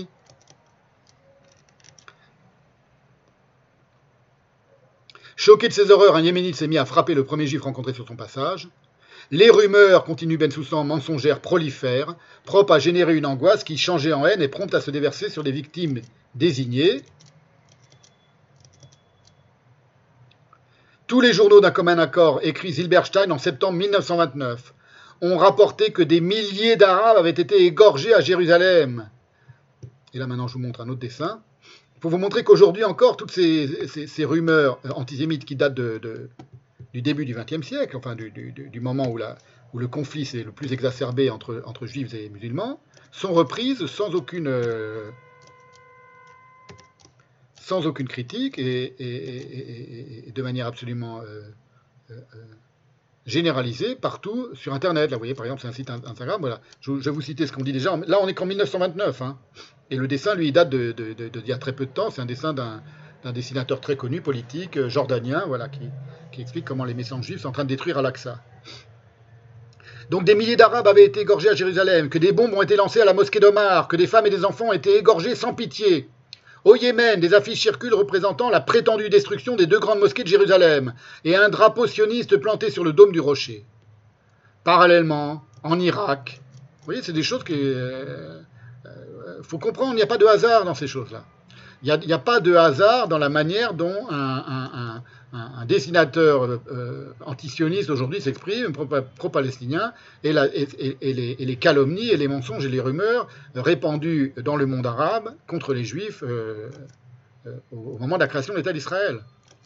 Choqué de ces horreurs, un Yéménite s'est mis à frapper le premier Juif rencontré sur son passage. Les rumeurs, continue Bensoussan, mensongères prolifèrent, propres à générer une angoisse qui, changée en haine, est prompte à se déverser sur des victimes désignées. Tous les journaux d'un commun accord, écrit Zilberstein en septembre mille neuf cent vingt-neuf, ont rapporté que des milliers d'Arabes avaient été égorgés à Jérusalem. Et là maintenant je vous montre un autre dessin, pour vous montrer qu'aujourd'hui encore, toutes ces, ces, ces rumeurs antisémites qui datent de, de, du début du vingtième siècle, enfin du, du, du moment où, la, où le conflit s'est le plus exacerbé entre, entre juifs et musulmans, sont reprises sans aucune... Euh, sans aucune critique et, et, et, et de manière absolument euh, euh, généralisée partout sur Internet. Là, vous voyez, par exemple, c'est un site Instagram. Voilà. Je, je vais vous citer ce qu'on dit déjà. Là, on est qu'en mille neuf cent vingt-neuf. Hein. Et le dessin, lui, il date de, de, de, de, d'il y a très peu de temps. C'est un dessin d'un, d'un dessinateur très connu, politique, euh, jordanien, voilà, qui, qui explique comment les méchants juifs sont en train de détruire Al-Aqsa. Donc des milliers d'Arabes avaient été égorgés à Jérusalem, que des bombes ont été lancées à la mosquée d'Omar, que des femmes et des enfants ont été égorgés sans pitié. Au Yémen, des affiches circulent représentant la prétendue destruction des deux grandes mosquées de Jérusalem et un drapeau sioniste planté sur le dôme du rocher. Parallèlement, en Irak, vous voyez, c'est des choses qu'il euh, euh, faut comprendre, il n'y a pas de hasard dans ces choses-là. Il n'y a, a pas de hasard dans la manière dont un, un, un, un dessinateur euh, antisioniste aujourd'hui s'exprime, pro-palestinien, et, la, et, et, et, les, et les calomnies et les mensonges et les rumeurs répandus dans le monde arabe contre les juifs euh, euh, au moment de la création de l'État d'Israël.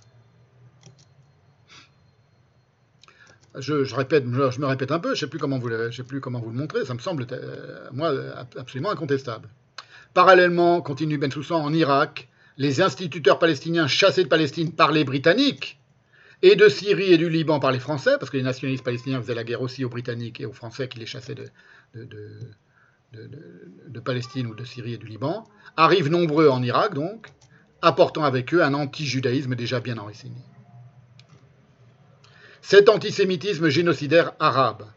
Je, je, répète, je, je me répète un peu, je ne sais plus comment vous le, je sais plus comment vous le montrer, ça me semble, euh, moi, absolument incontestable. Parallèlement, continue Bensoussan, en Irak, les instituteurs palestiniens chassés de Palestine par les Britanniques, et de Syrie et du Liban par les Français, parce que les nationalistes palestiniens faisaient la guerre aussi aux Britanniques et aux Français qui les chassaient de, de, de, de, de, de Palestine ou de Syrie et du Liban, arrivent nombreux en Irak, donc, apportant avec eux un anti-judaïsme déjà bien enraciné. Cet antisémitisme génocidaire arabe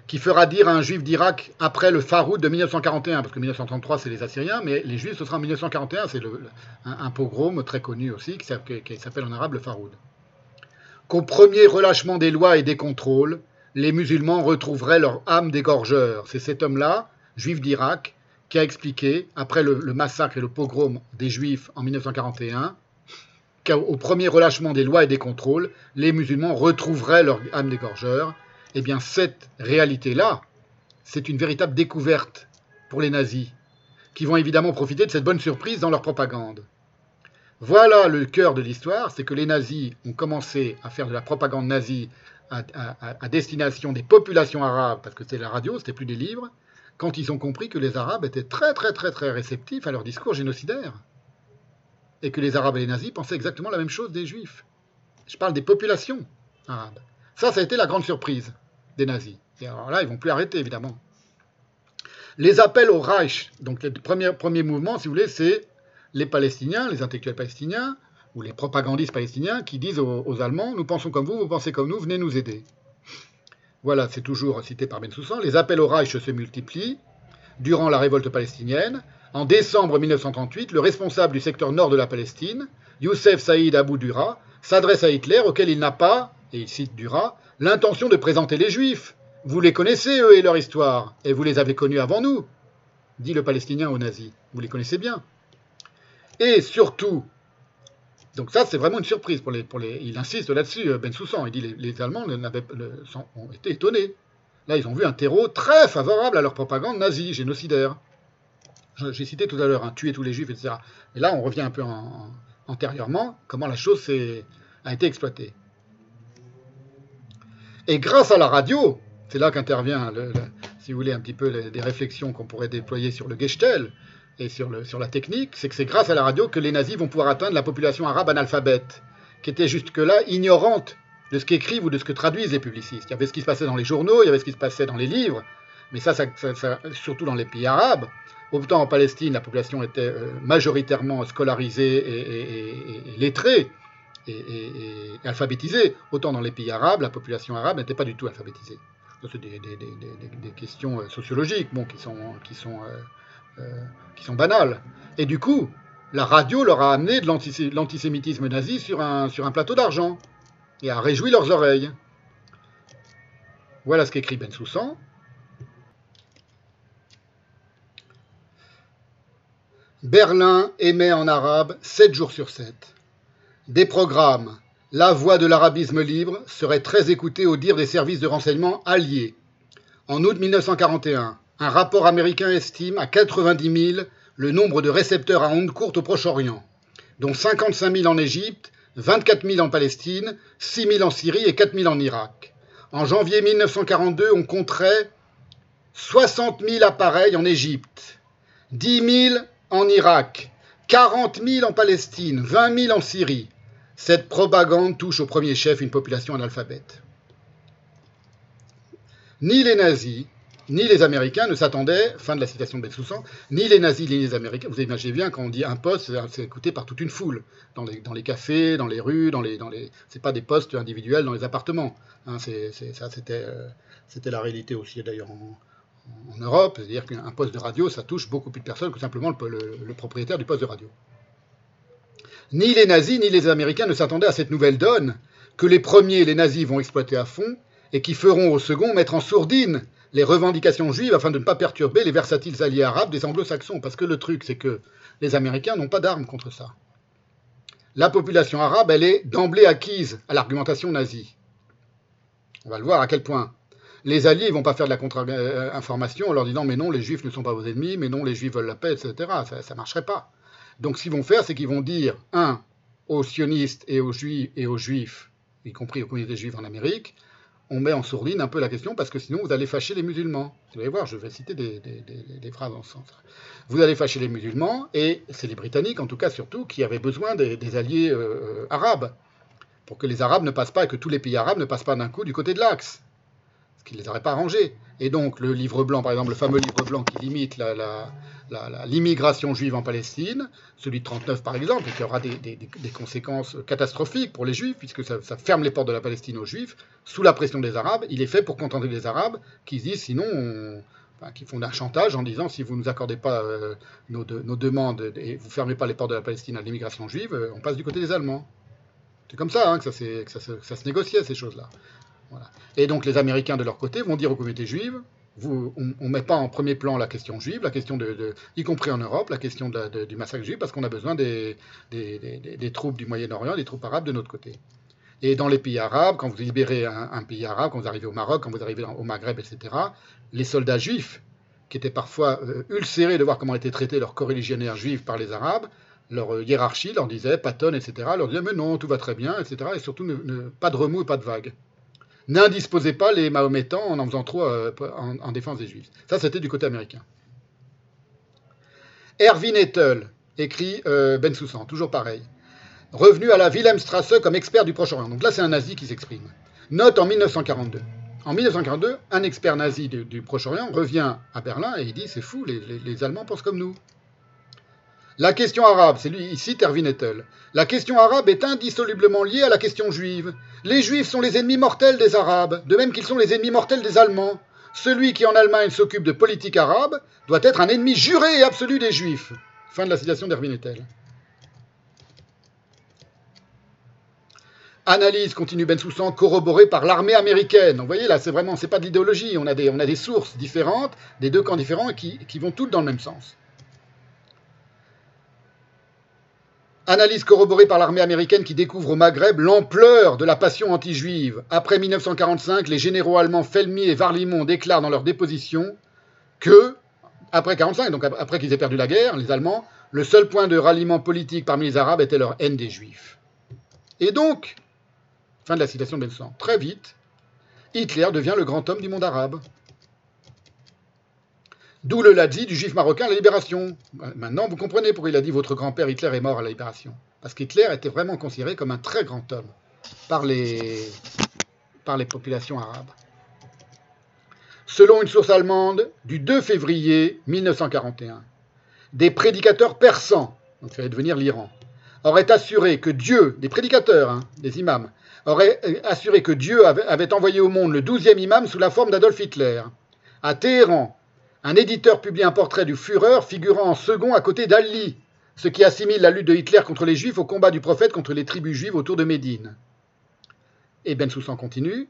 qui fera dire à un juif d'Irak après le Faroud de mille neuf cent quarante et un, parce que mille neuf cent trente-trois c'est les Assyriens, mais les juifs ce sera en mille neuf cent quarante et un, c'est le, le, un, un pogrom très connu aussi, qui s'appelle en arabe le Faroud. Qu'au premier relâchement des lois et des contrôles, les musulmans retrouveraient leur âme d'égorgeur. C'est cet homme-là, juif d'Irak, qui a expliqué, après le, le massacre et le pogrom des juifs en mille neuf cent quarante et un, qu'au premier relâchement des lois et des contrôles, les musulmans retrouveraient leur âme d'égorgeur. Eh bien, cette réalité-là, c'est une véritable découverte pour les nazis, qui vont évidemment profiter de cette bonne surprise dans leur propagande. Voilà le cœur de l'histoire, c'est que les nazis ont commencé à faire de la propagande nazie à, à, à destination des populations arabes, parce que c'était la radio, c'était plus des livres, quand ils ont compris que les Arabes étaient très très très très réceptifs à leur discours génocidaire, et que les Arabes et les nazis pensaient exactement la même chose des Juifs. Je parle des populations arabes. Ça, ça a été la grande surprise des nazis. Et alors là, ils ne vont plus arrêter, évidemment. Les appels au Reich, donc le premier, premier mouvement, si vous voulez, c'est les Palestiniens, les intellectuels palestiniens, ou les propagandistes palestiniens, qui disent aux, aux Allemands, nous pensons comme vous, vous pensez comme nous, venez nous aider. Voilà, c'est toujours cité par Bensoussan. Les appels au Reich se multiplient durant la révolte palestinienne. En décembre mille neuf cent trente-huit, le responsable du secteur nord de la Palestine, Youssef Saïd Abu Dura, s'adresse à Hitler, auquel il n'a pas, et il cite Dura, l'intention de présenter les Juifs. Vous les connaissez, eux et leur histoire, et vous les avez connus avant nous, dit le Palestinien aux nazis. Vous les connaissez bien. Et surtout, donc ça c'est vraiment une surprise pour les, pour les il insiste là-dessus, Bensoussan, il dit les, les Allemands n'avaient, le, sont, ont été étonnés. Là ils ont vu un terreau très favorable à leur propagande nazie, génocidaire. J'ai cité tout à l'heure, hein, tuer tous les juifs, et cetera. Et là on revient un peu en, en, antérieurement, comment la chose a été exploitée. Et grâce à la radio, c'est là qu'intervient, le, le, si vous voulez, un petit peu les, des réflexions qu'on pourrait déployer sur le Gestell, et sur, le, sur la technique, c'est que c'est grâce à la radio que les nazis vont pouvoir atteindre la population arabe analphabète, qui était jusque-là ignorante de ce qu'écrivent ou de ce que traduisent les publicistes. Il y avait ce qui se passait dans les journaux, il y avait ce qui se passait dans les livres, mais ça, ça, ça, ça surtout dans les pays arabes. Autant en Palestine, la population était euh, majoritairement scolarisée et, et, et, et lettrée et, et, et alphabétisée, autant dans les pays arabes, la population arabe n'était pas du tout alphabétisée. C'est des, des, des, des, des questions sociologiques bon, qui sont... Qui sont euh, Euh, qui sont banales. Et du coup, la radio leur a amené de l'antisémitisme nazi sur un, sur un plateau d'argent et a réjoui leurs oreilles. Voilà ce qu'écrit Bensoussan. Berlin émet en arabe sept jours sur sept. Des programmes. La voix de l'arabisme libre serait très écoutée au dire des services de renseignement alliés. En août mille neuf cent quarante et un, un rapport américain estime à quatre-vingt-dix mille le nombre de récepteurs à ondes courtes au Proche-Orient, dont cinquante-cinq mille en Égypte, vingt-quatre mille en Palestine, six mille en Syrie et quatre mille en Irak. En janvier mille neuf cent quarante-deux, on compterait soixante mille appareils en Égypte, dix mille en Irak, quarante mille en Palestine, vingt mille en Syrie. Cette propagande touche au premier chef une population analphabète. Ni les nazis, ni les Américains ne s'attendaient, fin de la citation de Bensoussan, ni les nazis ni les Américains, vous imaginez bien quand on dit un poste, c'est écouté par toute une foule, dans les, dans les cafés, dans les rues, dans les, dans les, c'est pas des postes individuels dans les appartements, hein, c'est, c'est, ça c'était, euh, c'était la réalité aussi d'ailleurs en, en Europe, c'est-à-dire qu'un poste de radio, ça touche beaucoup plus de personnes que simplement le, le, le propriétaire du poste de radio. Ni les nazis ni les Américains ne s'attendaient à cette nouvelle donne, que les premiers, les nazis, vont exploiter à fond, et qui feront au second mettre en sourdine les revendications juives afin de ne pas perturber les versatiles alliés arabes des anglo-saxons. Parce que le truc, c'est que les Américains n'ont pas d'armes contre ça. La population arabe, elle est d'emblée acquise à l'argumentation nazie. On va le voir à quel point. Les alliés ne vont pas faire de la contre-information en leur disant « mais non, les juifs ne sont pas vos ennemis, mais non, les juifs veulent la paix, et cetera » Ça ne marcherait pas. Donc ce qu'ils vont faire, c'est qu'ils vont dire, un, aux sionistes et aux juifs, et aux juifs, y compris aux communautés juives en Amérique, on met en sourdine un peu la question, parce que sinon vous allez fâcher les musulmans. Vous allez voir, je vais citer des, des, des, des phrases en ce sens. Vous allez fâcher les musulmans, et c'est les Britanniques, en tout cas surtout, qui avaient besoin des, des alliés euh, arabes, pour que les Arabes ne passent pas, et que tous les pays arabes ne passent pas d'un coup du côté de l'Axe. ce qui ne les aurait pas arrangés. Et donc le livre blanc, par exemple, le fameux livre blanc qui limite la, la, la, la, l'immigration juive en Palestine, celui de trente-neuf par exemple, qui aura des, des, des conséquences catastrophiques pour les juifs, puisque ça, ça ferme les portes de la Palestine aux juifs, sous la pression des Arabes, il est fait pour contenter les Arabes, qui se disent sinon... On, Enfin, qui font un chantage en disant si vous ne nous accordez pas euh, nos, de, nos demandes et vous ne fermez pas les portes de la Palestine à l'immigration juive, euh, on passe du côté des Allemands. C'est comme ça hein, que, ça que, ça, que ça se négociait, ces choses-là. Voilà. Et donc les Américains, de leur côté, vont dire aux communautés juives, vous, on ne met pas en premier plan la question juive, la question de, de y compris en Europe, la question de, de, du massacre juif, parce qu'on a besoin des, des, des, des troupes du Moyen-Orient, des troupes arabes de notre côté. Et dans les pays arabes, quand vous libérez un, un pays arabe, quand vous arrivez au Maroc, quand vous arrivez au Maghreb, et cetera, les soldats juifs, qui étaient parfois euh, ulcérés de voir comment étaient traités leurs coreligionnaires juifs par les Arabes, leur euh, hiérarchie leur disait, Patton, et cetera, leur disait, mais non, tout va très bien, et cetera, et surtout, ne, ne, pas de remous et pas de vagues. N'indisposez pas les Mahométans en en faisant trop euh, en, en défense des Juifs. Ça, c'était du côté américain. Erwin Ettel, écrit euh, Ben Soussan, toujours pareil. Revenu à la Wilhelmstrasse comme expert du Proche-Orient. Donc là, c'est un nazi qui s'exprime. Note en mille neuf cent quarante-deux. En mille neuf cent quarante-deux, un expert nazi du, du Proche-Orient revient à Berlin et il dit « c'est fou, les, les, les Allemands pensent comme nous ». La question arabe, c'est lui, il cite Erwin Ettel. La question arabe est indissolublement liée à la question juive. Les Juifs sont les ennemis mortels des Arabes, de même qu'ils sont les ennemis mortels des Allemands. Celui qui en Allemagne s'occupe de politique arabe doit être un ennemi juré et absolu des Juifs. Fin de la citation d'Erwin Ettel. Analyse, continue Ben Soussan, corroborée par l'armée américaine. Vous voyez, là, c'est vraiment, c'est pas de l'idéologie. On a des, on a des sources différentes, des deux camps différents, et qui, qui vont toutes dans le même sens. Analyse corroborée par l'armée américaine qui découvre au Maghreb l'ampleur de la passion anti-juive. Après mille neuf cent quarante-cinq, les généraux allemands Felmy et Warlimont déclarent dans leur déposition que, après quarante-cinq, donc après qu'ils aient perdu la guerre, les Allemands, le seul point de ralliement politique parmi les Arabes était leur haine des Juifs. Et donc, fin de la citation de Ben Soussan. Très vite, Hitler devient le grand homme du monde arabe. D'où le ladzi du juif marocain à la libération. Maintenant, vous comprenez pourquoi il a dit « votre grand-père Hitler est mort à la libération ». Parce qu'Hitler était vraiment considéré comme un très grand homme par les, par les populations arabes. Selon une source allemande du deux février mille neuf cent quarante et un, des prédicateurs persans, donc ça va devenir l'Iran, auraient assuré que Dieu, des prédicateurs, hein, des imams, auraient assuré que Dieu avait, avait envoyé au monde le douzième imam sous la forme d'Adolf Hitler. À Téhéran, un éditeur publie un portrait du Führer figurant en second à côté d'Ali, ce qui assimile la lutte de Hitler contre les Juifs au combat du prophète contre les tribus juives autour de Médine. Et Ben Soussan continue.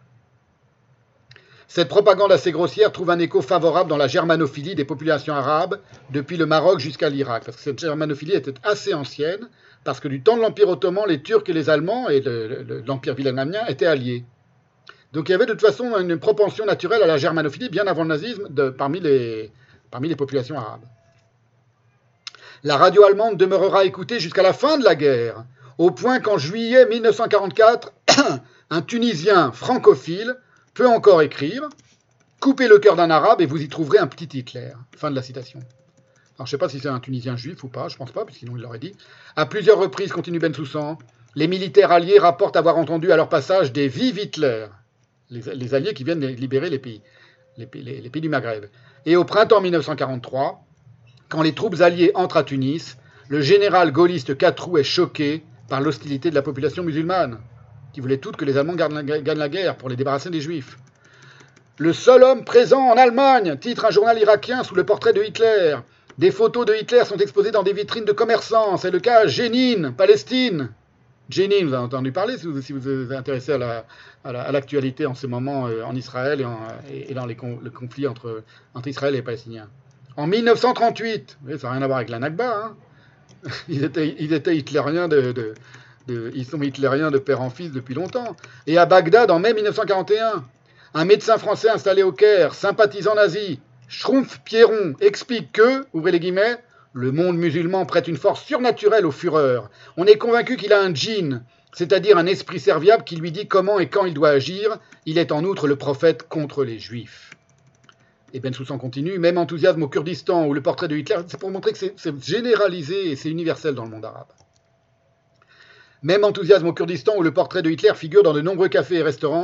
Cette propagande assez grossière trouve un écho favorable dans la germanophilie des populations arabes depuis le Maroc jusqu'à l'Irak, parce que cette germanophilie était assez ancienne, parce que du temps de l'Empire ottoman, les Turcs et les Allemands et le, le, l'Empire wilhelmien étaient alliés. Donc il y avait de toute façon une propension naturelle à la germanophilie bien avant le nazisme de, parmi, les, parmi les populations arabes. La radio allemande demeurera écoutée jusqu'à la fin de la guerre, au point qu'en juillet mille neuf cent quarante-quatre, un Tunisien francophile peut encore écrire « Coupez le cœur d'un arabe et vous y trouverez un petit Hitler ». Fin de la citation. Alors je ne sais pas si c'est un Tunisien juif ou pas, je ne pense pas, parce que sinon il l'aurait dit. À plusieurs reprises, continue Ben Soussan, les militaires alliés rapportent avoir entendu à leur passage des « Vive Hitler », les, les alliés qui viennent libérer les pays, les, les, les pays du Maghreb. Et au printemps mille neuf cent quarante-trois, quand les troupes alliées entrent à Tunis, le général gaulliste Catroux est choqué par l'hostilité de la population musulmane, qui voulait toutes que les Allemands gagnent la guerre pour les débarrasser des Juifs. Le seul homme présent en Allemagne, titre un journal irakien sous le portrait de Hitler. Des photos de Hitler sont exposées dans des vitrines de commerçants. C'est le cas à Jénine, Palestine. Jénine, vous avez entendu parler si vous si vous êtes intéressé à, la, à, la, à l'actualité en ce moment euh, en Israël et, en, et, et dans les, le conflit entre, entre Israël et les Palestiniens. En mille neuf cent trente-huit, ça n'a rien à voir avec la Nakba, hein. ils, étaient, ils étaient hitlériens de... de De, ils sont hitlériens de père en fils depuis longtemps. Et à Bagdad, en mai mille neuf cent quarante et un, un médecin français installé au Caire, sympathisant nazi, Schrumpf Pierron, explique que, ouvrez les guillemets, le monde musulman prête une force surnaturelle au Führer. On est convaincu qu'il a un djinn, c'est-à-dire un esprit serviable qui lui dit comment et quand il doit agir. Il est en outre le prophète contre les Juifs. Et Ben Soussan continue, même enthousiasme au Kurdistan, où le portrait de Hitler, c'est pour montrer que c'est, c'est généralisé et c'est universel dans le monde arabe. Même enthousiasme au Kurdistan où le portrait de Hitler figure dans de nombreux cafés et restaurants,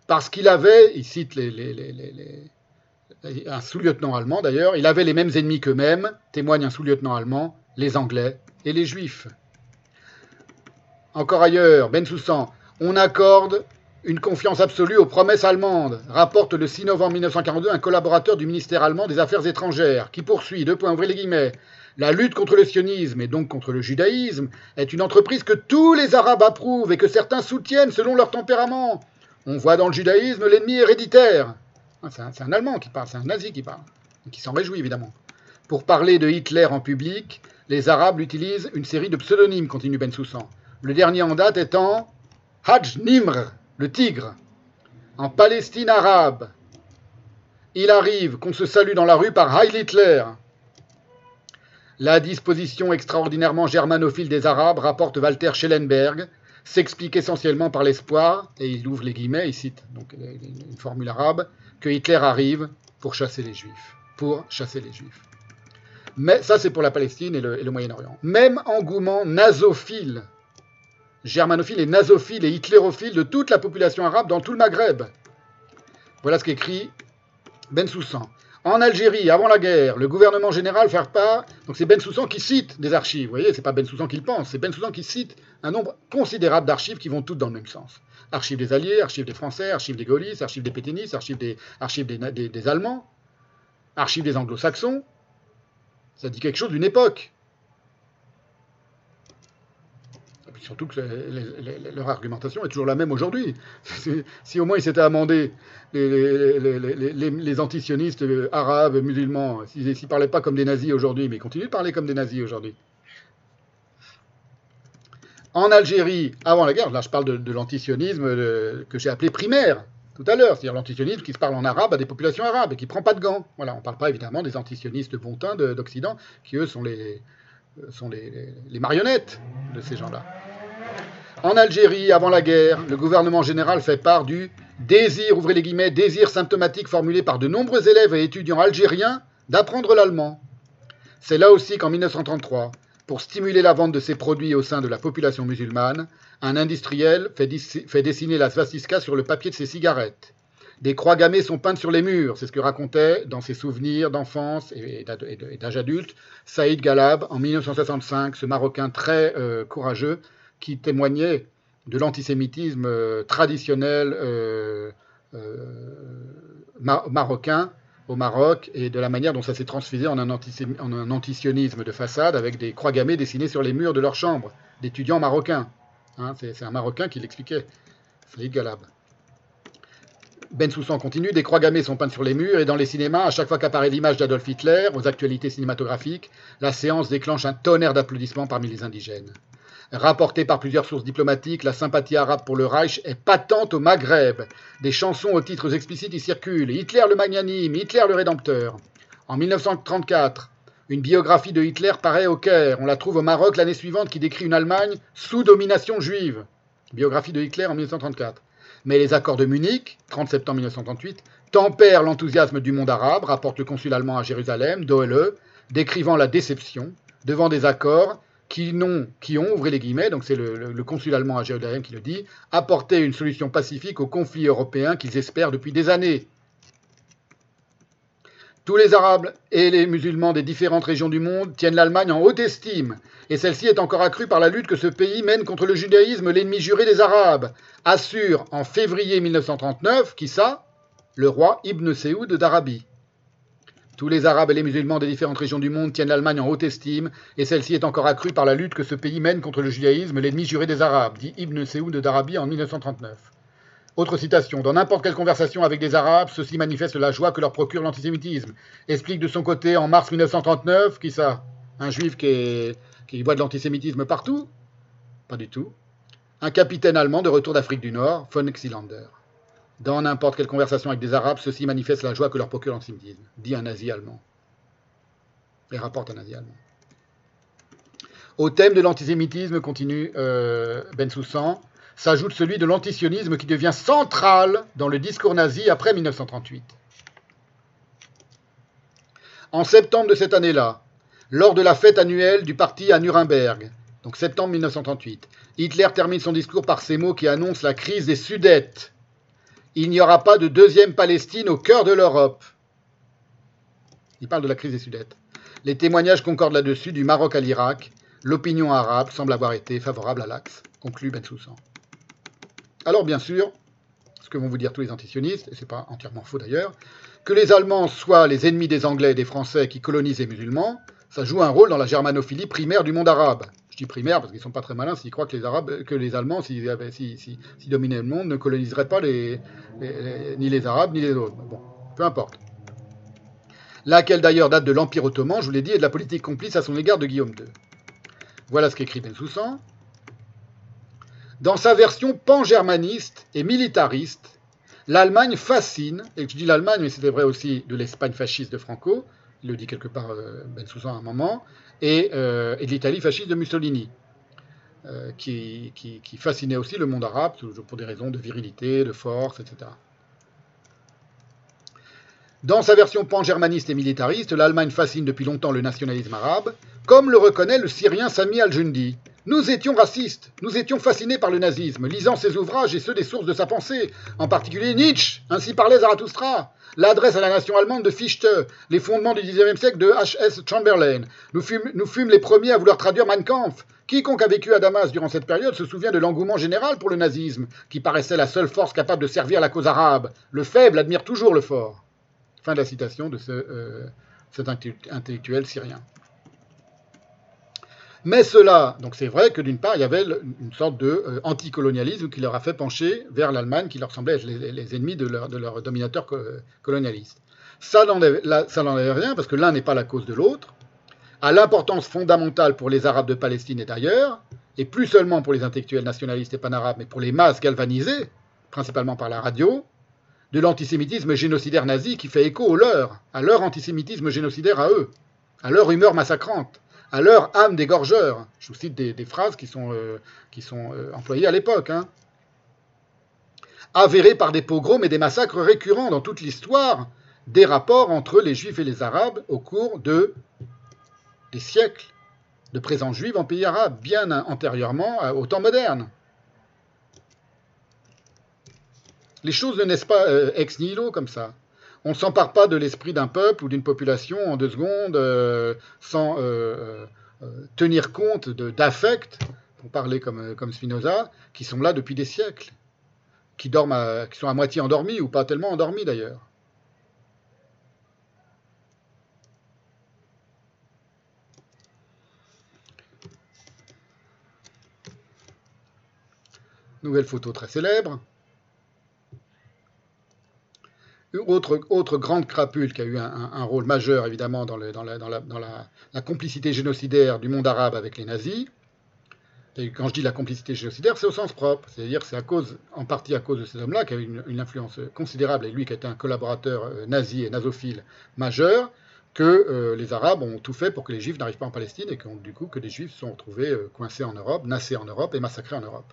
parce qu'il avait, il cite les, les, les, les, les, un sous-lieutenant allemand d'ailleurs, il avait les mêmes ennemis qu'eux-mêmes, témoigne un sous-lieutenant allemand, les Anglais et les Juifs. Encore ailleurs, Bensoussan, on accorde une confiance absolue aux promesses allemandes, rapporte le six novembre mille neuf cent quarante-deux un collaborateur du ministère allemand des Affaires étrangères, qui poursuit, deux points, ouvrez les guillemets, la lutte contre le sionisme et donc contre le judaïsme est une entreprise que tous les Arabes approuvent et que certains soutiennent selon leur tempérament. On voit dans le judaïsme l'ennemi héréditaire. C'est un, c'est un Allemand qui parle, c'est un nazi qui parle, et qui s'en réjouit évidemment. Pour parler de Hitler en public, les Arabes utilisent une série de pseudonymes, continue Bensoussan. Le dernier en date étant Hajj Nimr, le tigre. En Palestine arabe, il arrive qu'on se salue dans la rue par Heil Hitler. La disposition extraordinairement germanophile des Arabes, rapporte Walter Schellenberg, s'explique essentiellement par l'espoir, et il ouvre les guillemets, il cite donc une formule arabe, que Hitler arrive pour chasser les Juifs. Pour chasser les Juifs. Mais ça, c'est pour la Palestine et le, et le Moyen-Orient. Même engouement nasophile, germanophile et nasophile et hitlérophile de toute la population arabe dans tout le Maghreb. Voilà ce qu'écrit Bensoussan. En Algérie, avant la guerre, le gouvernement général fait part, donc c'est Bensoussan qui cite des archives, vous voyez, c'est pas Bensoussan qui le pense, c'est Bensoussan qui cite un nombre considérable d'archives qui vont toutes dans le même sens. Archives des Alliés, archives des Français, archives des Gaullistes, archives des Pétainistes, archives des, archives des, des, des Allemands, archives des Anglo-Saxons. Ça dit quelque chose d'une époque. Et puis surtout que les, les, les, leur argumentation est toujours la même aujourd'hui. Si, si au moins ils s'étaient amendés, les, les, les, les, les, les antisionistes arabes, musulmans, s'ils ne parlaient pas comme des nazis aujourd'hui, mais ils continuent de parler comme des nazis aujourd'hui. En Algérie, avant la guerre, là je parle de, de l'antisionisme de, que j'ai appelé primaire tout à l'heure, c'est-à-dire l'antisionisme qui se parle en arabe à des populations arabes et qui ne prend pas de gants. Voilà, on ne parle pas évidemment des antisionistes bontins d'Occident, qui eux sont les, sont les, les, les marionnettes de ces gens-là. En Algérie, avant la guerre, le gouvernement général fait part du désir, ouvrez les guillemets, désir symptomatique formulé par de nombreux élèves et étudiants algériens d'apprendre l'allemand. C'est là aussi qu'en mille neuf cent trente-trois, pour stimuler la vente de ces produits au sein de la population musulmane, un industriel fait, fait dessiner la svastika sur le papier de ses cigarettes. Des croix gammées sont peintes sur les murs, c'est ce que racontait dans ses souvenirs d'enfance et d'âge adulte Saïd Galab en mille neuf cent soixante-cinq, ce Marocain très euh, courageux qui témoignait de l'antisémitisme euh, traditionnel euh, euh, ma marocain au Maroc et de la manière dont ça s'est transfusé en un, en un antisionisme de façade avec des croix gammées dessinées sur les murs de leur chambre, d'étudiants marocains. Hein, c'est un Marocain qui l'expliquait, Saïd Galab. Bensoussan continue, des croix gammées sont peintes sur les murs et dans les cinémas, à chaque fois qu'apparaît l'image d'Adolf Hitler, aux actualités cinématographiques, la séance déclenche un tonnerre d'applaudissements parmi les indigènes. Rapportée par plusieurs sources diplomatiques, la sympathie arabe pour le Reich est patente au Maghreb. Des chansons aux titres explicites y circulent. Hitler le magnanime, Hitler le rédempteur. En mille neuf cent trente-quatre, une biographie de Hitler paraît au Caire. On la trouve au Maroc l'année suivante qui décrit une Allemagne sous domination juive. Biographie de Hitler en mille neuf cent trente-quatre. Mais les accords de Munich, trente septembre mille neuf cent trente-huit, tempèrent l'enthousiasme du monde arabe, rapporte le consul allemand à Jérusalem, Dohle, décrivant la déception devant des accords qui, qui ont, ouvrez les guillemets, donc c'est le, le, le consul allemand à Jérusalem qui le dit, apporté une solution pacifique au conflit européen qu'ils espèrent depuis des années. Tous les Arabes et les musulmans des différentes régions du monde tiennent l'Allemagne en haute estime, et celle-ci est encore accrue par la lutte que ce pays mène contre le judaïsme, l'ennemi juré des Arabes, assure en février mille neuf cent trente-neuf, qui ça? Le roi Ibn Saoud d'Arabie. Tous les Arabes et les musulmans des différentes régions du monde tiennent l'Allemagne en haute estime, et celle-ci est encore accrue par la lutte que ce pays mène contre le judaïsme, l'ennemi juré des Arabes, dit Ibn Saoud d'Arabie en mille neuf cent trente-neuf. Autre citation. Dans n'importe quelle conversation avec des Arabes, ceux-ci manifestent la joie que leur procure l'antisémitisme. Explique de son côté, en mars mille neuf cent trente-neuf, qui ça? Un juif qui, est, qui voit de l'antisémitisme partout? Pas du tout. Un capitaine allemand de retour d'Afrique du Nord, von Exilander. Dans n'importe quelle conversation avec des Arabes, ceux-ci manifestent la joie que leur procure l'antisémitisme, dit un nazi allemand. Et rapporte un nazi allemand. Au thème de l'antisémitisme, continue euh, Bensoussan, s'ajoute celui de l'antisionisme qui devient central dans le discours nazi après mille neuf cent trente-huit. En septembre de cette année-là, lors de la fête annuelle du parti à Nuremberg, donc septembre mille neuf cent trente-huit, Hitler termine son discours par ces mots qui annoncent la crise des Sudètes. Il n'y aura pas de deuxième Palestine au cœur de l'Europe. Il parle de la crise des Sudètes. Les témoignages concordent là-dessus, du Maroc à l'Irak. L'opinion arabe semble avoir été favorable à l'axe, conclut Bensoussan. Alors bien sûr, ce que vont vous dire tous les antisionistes, et ce n'est pas entièrement faux d'ailleurs, que les Allemands soient les ennemis des Anglais et des Français qui colonisent les musulmans, ça joue un rôle dans la germanophilie primaire du monde arabe. Je dis primaire parce qu'ils ne sont pas très malins s'ils croient que les, Arabes, que les Allemands, s'ils, avaient, s'ils, s'ils, s'ils dominaient le monde, ne coloniseraient pas les, les, les, ni les Arabes ni les autres. Bon, peu importe. Laquelle d'ailleurs date de l'Empire ottoman, je vous l'ai dit, et de la politique complice à son égard de Guillaume deux. Voilà ce qu'écrit Bensoussan. Dans sa version pan-germaniste et militariste, l'Allemagne fascine, et je dis l'Allemagne, mais c'était vrai aussi de l'Espagne fasciste de Franco, il le dit quelque part euh, Bensoussan à un moment, et, euh, et de l'Italie fasciste de Mussolini, euh, qui, qui, qui fascinait aussi le monde arabe, pour des raisons de virilité, de force, et cetera. Dans sa version pan-germaniste et militariste, l'Allemagne fascine depuis longtemps le nationalisme arabe, comme le reconnaît le Syrien Sami al-Jundi. Nous étions racistes, nous étions fascinés par le nazisme, lisant ses ouvrages et ceux des sources de sa pensée, en particulier Nietzsche, ainsi parlait Zarathustra, l'adresse à la nation allemande de Fichte, les fondements du dix-neuvième siècle de H S Chamberlain. Nous fûmes, nous fûmes les premiers à vouloir traduire Mein Kampf. Quiconque a vécu à Damas durant cette période se souvient de l'engouement général pour le nazisme, qui paraissait la seule force capable de servir la cause arabe. Le faible admire toujours le fort. Fin de la citation de ce, euh, cet intellectuel syrien. Mais cela, donc c'est vrai que d'une part, il y avait une sorte de euh, anticolonialisme qui leur a fait pencher vers l'Allemagne, qui leur semblait être les, les ennemis de leur, de leur dominateur co colonialiste. Ça n'enlève rien, parce que l'un n'est pas la cause de l'autre, a l'importance fondamentale pour les Arabes de Palestine et d'ailleurs, et plus seulement pour les intellectuels nationalistes et panarabes, mais pour les masses galvanisées, principalement par la radio, de l'antisémitisme génocidaire nazi qui fait écho au leur, à leur antisémitisme génocidaire à eux, à leur humeur massacrante, à leur âme dégorgeur. Je vous cite des, des phrases qui sont, euh, qui sont euh, employées à l'époque. Hein. Avérées par des pogroms et des massacres récurrents dans toute l'histoire des rapports entre les Juifs et les Arabes au cours de, des siècles de présence juive en pays arabe, bien antérieurement au temps moderne. Les choses ne naissent pas euh, ex nihilo comme ça. On ne s'empare pas de l'esprit d'un peuple ou d'une population en deux secondes euh, sans euh, euh, tenir compte d'affects, pour parler comme, comme Spinoza, qui sont là depuis des siècles, qui, dorment à, qui sont à moitié endormis ou pas tellement endormis d'ailleurs. Nouvelle photo très célèbre. Autre, autre grande crapule qui a eu un, un, un rôle majeur, évidemment, dans, le, dans, la, dans, la, dans la, la complicité génocidaire du monde arabe avec les nazis. Et quand je dis la complicité génocidaire, c'est au sens propre. C'est-à-dire que c'est à cause, en partie à cause de ces hommes-là, qui a eu une, une influence considérable, et lui qui était un collaborateur euh, nazi et nazophile majeur, que euh, les Arabes ont tout fait pour que les Juifs n'arrivent pas en Palestine, et que, du coup, que des Juifs se sont retrouvés euh, coincés en Europe, nassés en Europe et massacrés en Europe.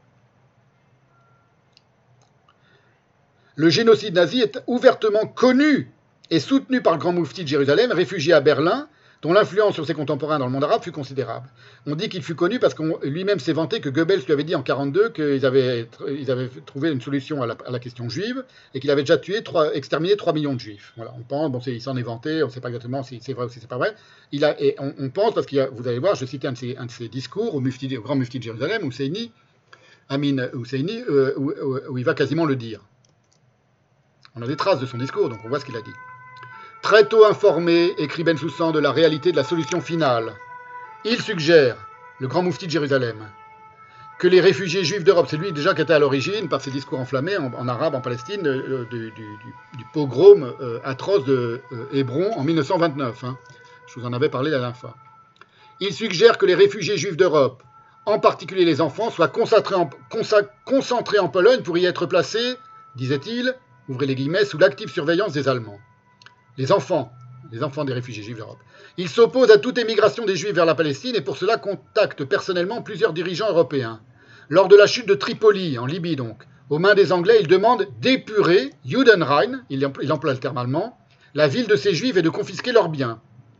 Le génocide nazi est ouvertement connu et soutenu par le grand moufti de Jérusalem, réfugié à Berlin, dont l'influence sur ses contemporains dans le monde arabe fut considérable. On dit qu'il fut connu parce que lui-même s'est vanté que Goebbels lui avait dit en mille neuf cent quarante-deux qu'ils avaient, ils avaient trouvé une solution à la, à la question juive et qu'il avait déjà tué, trois, exterminé trois millions de juifs. Voilà, on pense, bon, il s'en est vanté, on ne sait pas exactement si c'est vrai ou si c'est pas vrai. Il a, et on, on pense, parce que vous allez voir, je citais un de ses, un de ses discours au, mufti, au grand mufti de Jérusalem, Husseini, Amin Husseini, euh, où, où, où il va quasiment le dire. On a des traces de son discours, donc on voit ce qu'il a dit. Très tôt informé, écrit Bensoussan, de la réalité de la solution finale, il suggère, le grand moufti de Jérusalem, que les réfugiés juifs d'Europe, c'est lui déjà qui était à l'origine, par ses discours enflammés en, en arabe, en Palestine, euh, du, du, du pogrom euh, atroce de euh, Hébron en mille neuf cent vingt-neuf. Hein. Je vous en avais parlé la dernière fois. Il suggère que les réfugiés juifs d'Europe, en particulier les enfants, soient concentrés en, concentrés en Pologne pour y être placés, disait-il, ouvrez les guillemets, sous l'active surveillance des Allemands. Les enfants, les enfants des réfugiés juifs d'Europe. Il s'oppose à toute émigration des Juifs vers la Palestine et pour cela contacte personnellement plusieurs dirigeants européens. Lors de la chute de Tripoli, en Libye donc, aux mains des Anglais, il demande d'épurer, Judenrein, il emploie le terme allemand, la ville de ces Juifs et de confisquer leurs biens.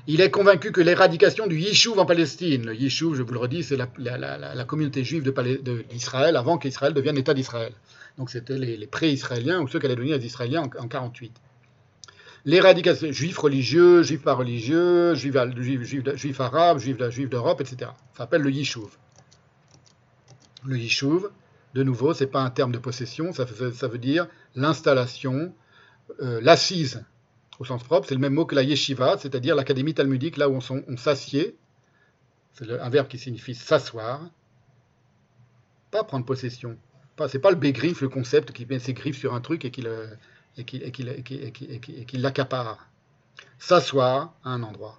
Il est convaincu que l'éradication du Yishuv en Palestine, le Yishuv, je vous le redis, c'est la, la, la, la communauté juive de Palais, de, d'Israël avant qu'Israël devienne l'État d'Israël. Donc c'était les, les pré-israéliens ou ceux qui allaient devenir les Israéliens en, en mille neuf cent quarante-huit. L'éradication, juifs religieux, juifs pas religieux, juifs, juifs, juifs, juifs arabes, juifs, juifs d'Europe, et cetera. Ça s'appelle le Yishuv. Le Yishuv, de nouveau, ce n'est pas un terme de possession, ça, ça veut dire l'installation, euh, l'assise, au sens propre, c'est le même mot que la yeshiva, c'est-à-dire l'académie talmudique, là où on, on s'assied, c'est le, un verbe qui signifie s'asseoir, pas prendre possession. Ce n'est pas le bégriffe, le concept qui met ses griffes sur un truc et qui, le, et qui, et qui, et qui, et qui, et qui, et qui l'accapare. S'asseoir à un endroit.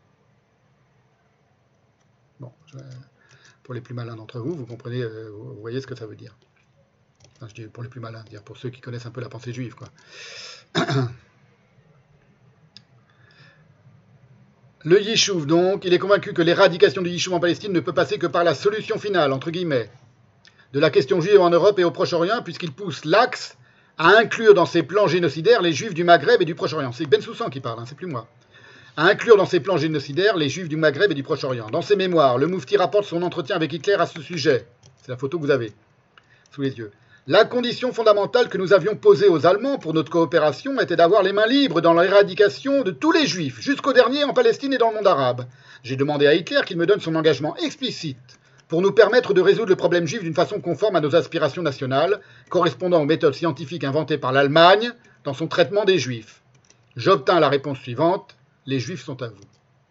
Bon, je, pour les plus malins d'entre vous, vous comprenez, euh, vous voyez ce que ça veut dire. Enfin, je dis pour les plus malins, dire pour ceux qui connaissent un peu la pensée juive, quoi. Le Yishuv, donc, il est convaincu que l'éradication du Yishuv en Palestine ne peut passer que par la solution finale, entre guillemets, de la question juive en Europe et au Proche-Orient, puisqu'il pousse l'Axe à inclure dans ses plans génocidaires les Juifs du Maghreb et du Proche-Orient. C'est Ben Soussan qui parle, hein, c'est plus moi. À inclure dans ses plans génocidaires les Juifs du Maghreb et du Proche-Orient. Dans ses mémoires, le Moufti rapporte son entretien avec Hitler à ce sujet. C'est la photo que vous avez sous les yeux. La condition fondamentale que nous avions posée aux Allemands pour notre coopération était d'avoir les mains libres dans l'éradication de tous les Juifs, jusqu'au dernier en Palestine et dans le monde arabe. J'ai demandé à Hitler qu'il me donne son engagement explicite pour nous permettre de résoudre le problème juif d'une façon conforme à nos aspirations nationales, correspondant aux méthodes scientifiques inventées par l'Allemagne dans son traitement des Juifs. J'obtins la réponse suivante: les Juifs sont à vous.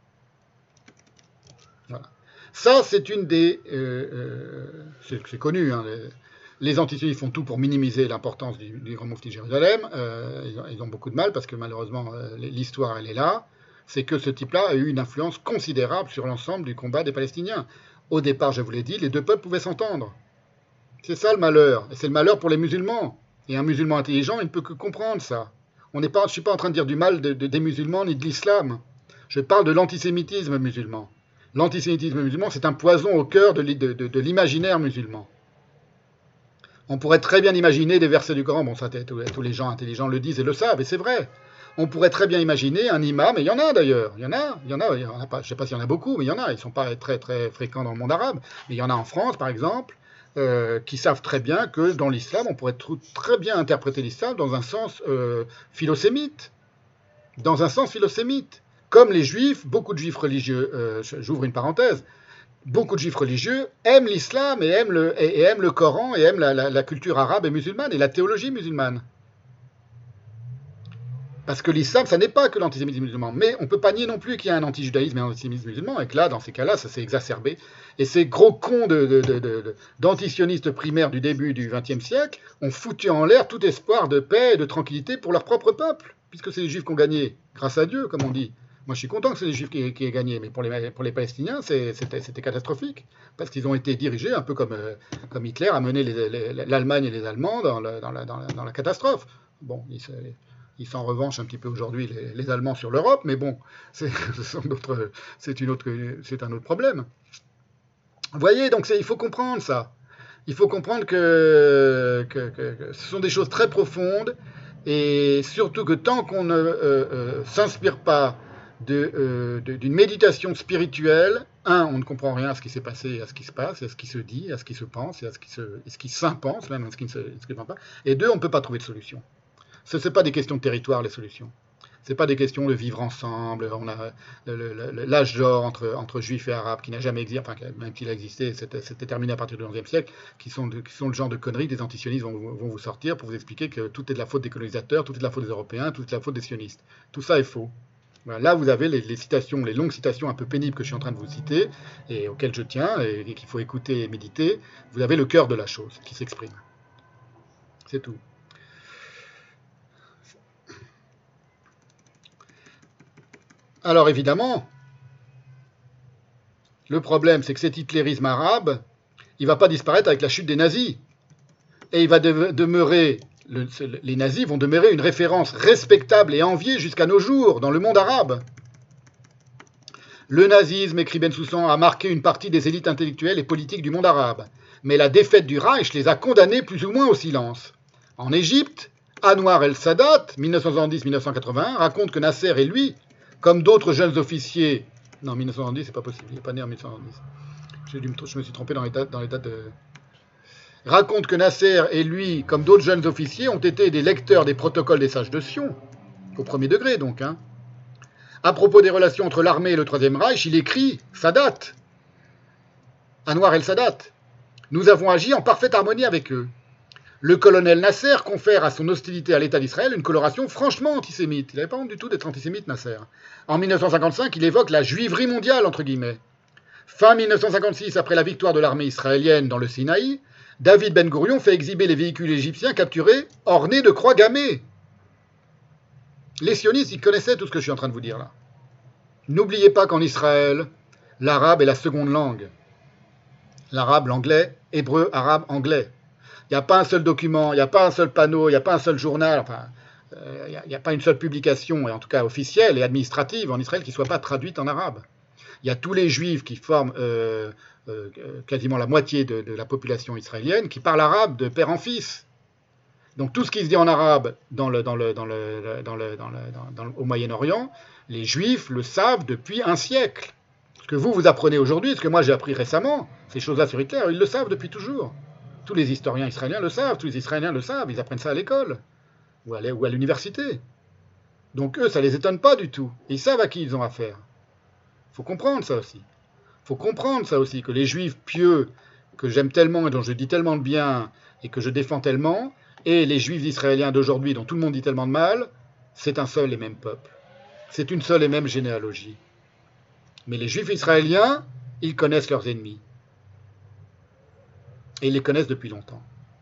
Voilà. Ça, c'est une des... Euh, euh, c'est, c'est connu, hein, les, les antisémites font tout pour minimiser l'importance du, du grand Moufti de Jérusalem. Euh, ils, ont, ils ont beaucoup de mal parce que malheureusement, euh, l'histoire, elle est là. C'est que ce type-là a eu une influence considérable sur l'ensemble du combat des Palestiniens. Au départ, je vous l'ai dit, les deux peuples pouvaient s'entendre. C'est ça le malheur. Et c'est le malheur pour les musulmans. Et un musulman intelligent, il ne peut que comprendre ça. On n'est pas, je ne suis pas en train de dire du mal de, de, des musulmans ni de l'islam. Je parle de l'antisémitisme musulman. L'antisémitisme musulman, c'est un poison au cœur de, de, de, de l'imaginaire musulman. On pourrait très bien imaginer des versets du Coran, bon ça tous les gens intelligents le disent et le savent, et c'est vrai. On pourrait très bien imaginer un imam, et il y en a d'ailleurs, il y en a, il y en a, il y en a pas, je ne sais pas s'il y en a beaucoup, mais il y en a, ils ne sont pas très très fréquents dans le monde arabe, mais il y en a en France par exemple, euh, qui savent très bien que dans l'islam, on pourrait tr- très bien interpréter l'islam dans un sens euh, philosémite, dans un sens philosémite. Comme les juifs, beaucoup de juifs religieux, euh, j'ouvre une parenthèse, beaucoup de juifs religieux aiment l'islam et aiment le, et, et aiment le Coran et aiment la, la, la culture arabe et musulmane et la théologie musulmane. Parce que l'islam, ça n'est pas que l'antisémitisme musulman. Mais on ne peut pas nier non plus qu'il y a un antijudaïsme et un antisémitisme musulman, et que là, dans ces cas-là, ça s'est exacerbé. Et ces gros cons de, de, de, de, d'antisionistes primaires du début du vingtième siècle ont foutu en l'air tout espoir de paix et de tranquillité pour leur propre peuple, puisque c'est les juifs qui ont gagné, grâce à Dieu, comme on dit. Moi, je suis content que c'est les juifs qui, qui aient gagné, mais pour les, pour les Palestiniens, c'est, c'était, c'était catastrophique, parce qu'ils ont été dirigés un peu comme, euh, comme Hitler a mené les, les, l'Allemagne et les Allemands dans, le, dans, la, dans, la, dans la catastrophe. Bon, ils se... Ils s'en revanchent un petit peu aujourd'hui, les, les Allemands, sur l'Europe, mais bon, c'est, c'est, une autre, c'est un autre problème. Vous voyez, donc c'est, il faut comprendre ça. Il faut comprendre que, que, que, que ce sont des choses très profondes, et surtout que tant qu'on ne euh, euh, s'inspire pas de, euh, de, d'une méditation spirituelle, un, on ne comprend rien à ce qui s'est passé, à ce qui se passe, à ce qui se dit, à ce qui se pense, et à ce qui, se, à ce qui s'impense, même à ce qui ne se, ce qui ne pense pas. Et deux, on ne peut pas trouver de solution. Ce n'est pas des questions de territoire, les solutions. Ce n'est pas des questions de vivre ensemble. On a le, le, l'âge d'or entre, entre juifs et arabes qui n'a jamais existé, enfin, même s'il a existé, c'était, c'était terminé à partir du onzième siècle, qui sont, de, qui sont le genre de conneries. Des antisionistes vont, vont vous sortir pour vous expliquer que tout est de la faute des colonisateurs, tout est de la faute des Européens, tout est de la faute des sionistes. Tout ça est faux. Voilà, là, vous avez les, les citations, les longues citations un peu pénibles que je suis en train de vous citer, et auxquelles je tiens, et, et qu'il faut écouter et méditer. Vous avez le cœur de la chose qui s'exprime. C'est tout. Alors évidemment, le problème, c'est que cet hitlérisme arabe, il ne va pas disparaître avec la chute des nazis. Et il va de- demeurer, le, les nazis vont demeurer une référence respectable et enviée jusqu'à nos jours dans le monde arabe. Le nazisme, écrit Ben Soussan, a marqué une partie des élites intellectuelles et politiques du monde arabe. Mais la défaite du Reich les a condamnés plus ou moins au silence. En Égypte, Anwar el-Sadat, mille neuf cent soixante-dix à mille neuf cent quatre-vingt-un, raconte que Nasser et lui comme d'autres jeunes officiers. Non, mille neuf cent soixante-dix, c'est pas possible, il n'est pas né en mille neuf cent soixante-dix. J'ai dû me, je me suis trompé dans les dates, dans les dates de... Raconte que Nasser et lui, comme d'autres jeunes officiers, ont été des lecteurs des protocoles des sages de Sion, au premier degré donc. Hein. À propos des relations entre l'armée et le Troisième Reich, il écrit, Sadat, Anwar el-Sadat, nous avons agi en parfaite harmonie avec eux. Le colonel Nasser confère à son hostilité à l'État d'Israël une coloration franchement antisémite. Il n'avait pas honte du tout d'être antisémite, Nasser. En mille neuf cent cinquante-cinq, il évoque la juiverie mondiale, entre guillemets. Fin mille neuf cent cinquante-six, après la victoire de l'armée israélienne dans le Sinaï, David Ben Gourion fait exhiber les véhicules égyptiens capturés ornés de croix gammées. Les sionistes, ils connaissaient tout ce que je suis en train de vous dire là. N'oubliez pas qu'en Israël, l'arabe est la seconde langue. L'arabe, l'anglais, hébreu, arabe, anglais. Il n'y a pas un seul document, il n'y a pas un seul panneau, il n'y a pas un seul journal, enfin, euh, il n'y a, a pas une seule publication, et en tout cas officielle et administrative en Israël, qui ne soit pas traduite en arabe. Il y a tous les juifs qui forment euh, euh, quasiment la moitié de, de la population israélienne qui parlent arabe de père en fils. Donc tout ce qui se dit en arabe dans le, dans le, dans le, dans le, dans le, dans le, au Moyen-Orient, les juifs le savent depuis un siècle. Ce que vous, vous apprenez aujourd'hui, ce que moi j'ai appris récemment, ces choses-là sur Hitler, ils le savent depuis toujours. Tous les historiens israéliens le savent, tous les Israéliens le savent, ils apprennent ça à l'école ou à l'université. Donc eux, ça ne les étonne pas du tout. Ils savent à qui ils ont affaire. Il faut comprendre ça aussi. Il faut comprendre ça aussi, que les juifs pieux, que j'aime tellement et dont je dis tellement de bien et que je défends tellement, et les juifs israéliens d'aujourd'hui dont tout le monde dit tellement de mal, c'est un seul et même peuple. C'est une seule et même généalogie. Mais les juifs israéliens, ils connaissent leurs ennemis. Et ils les connaissent depuis longtemps.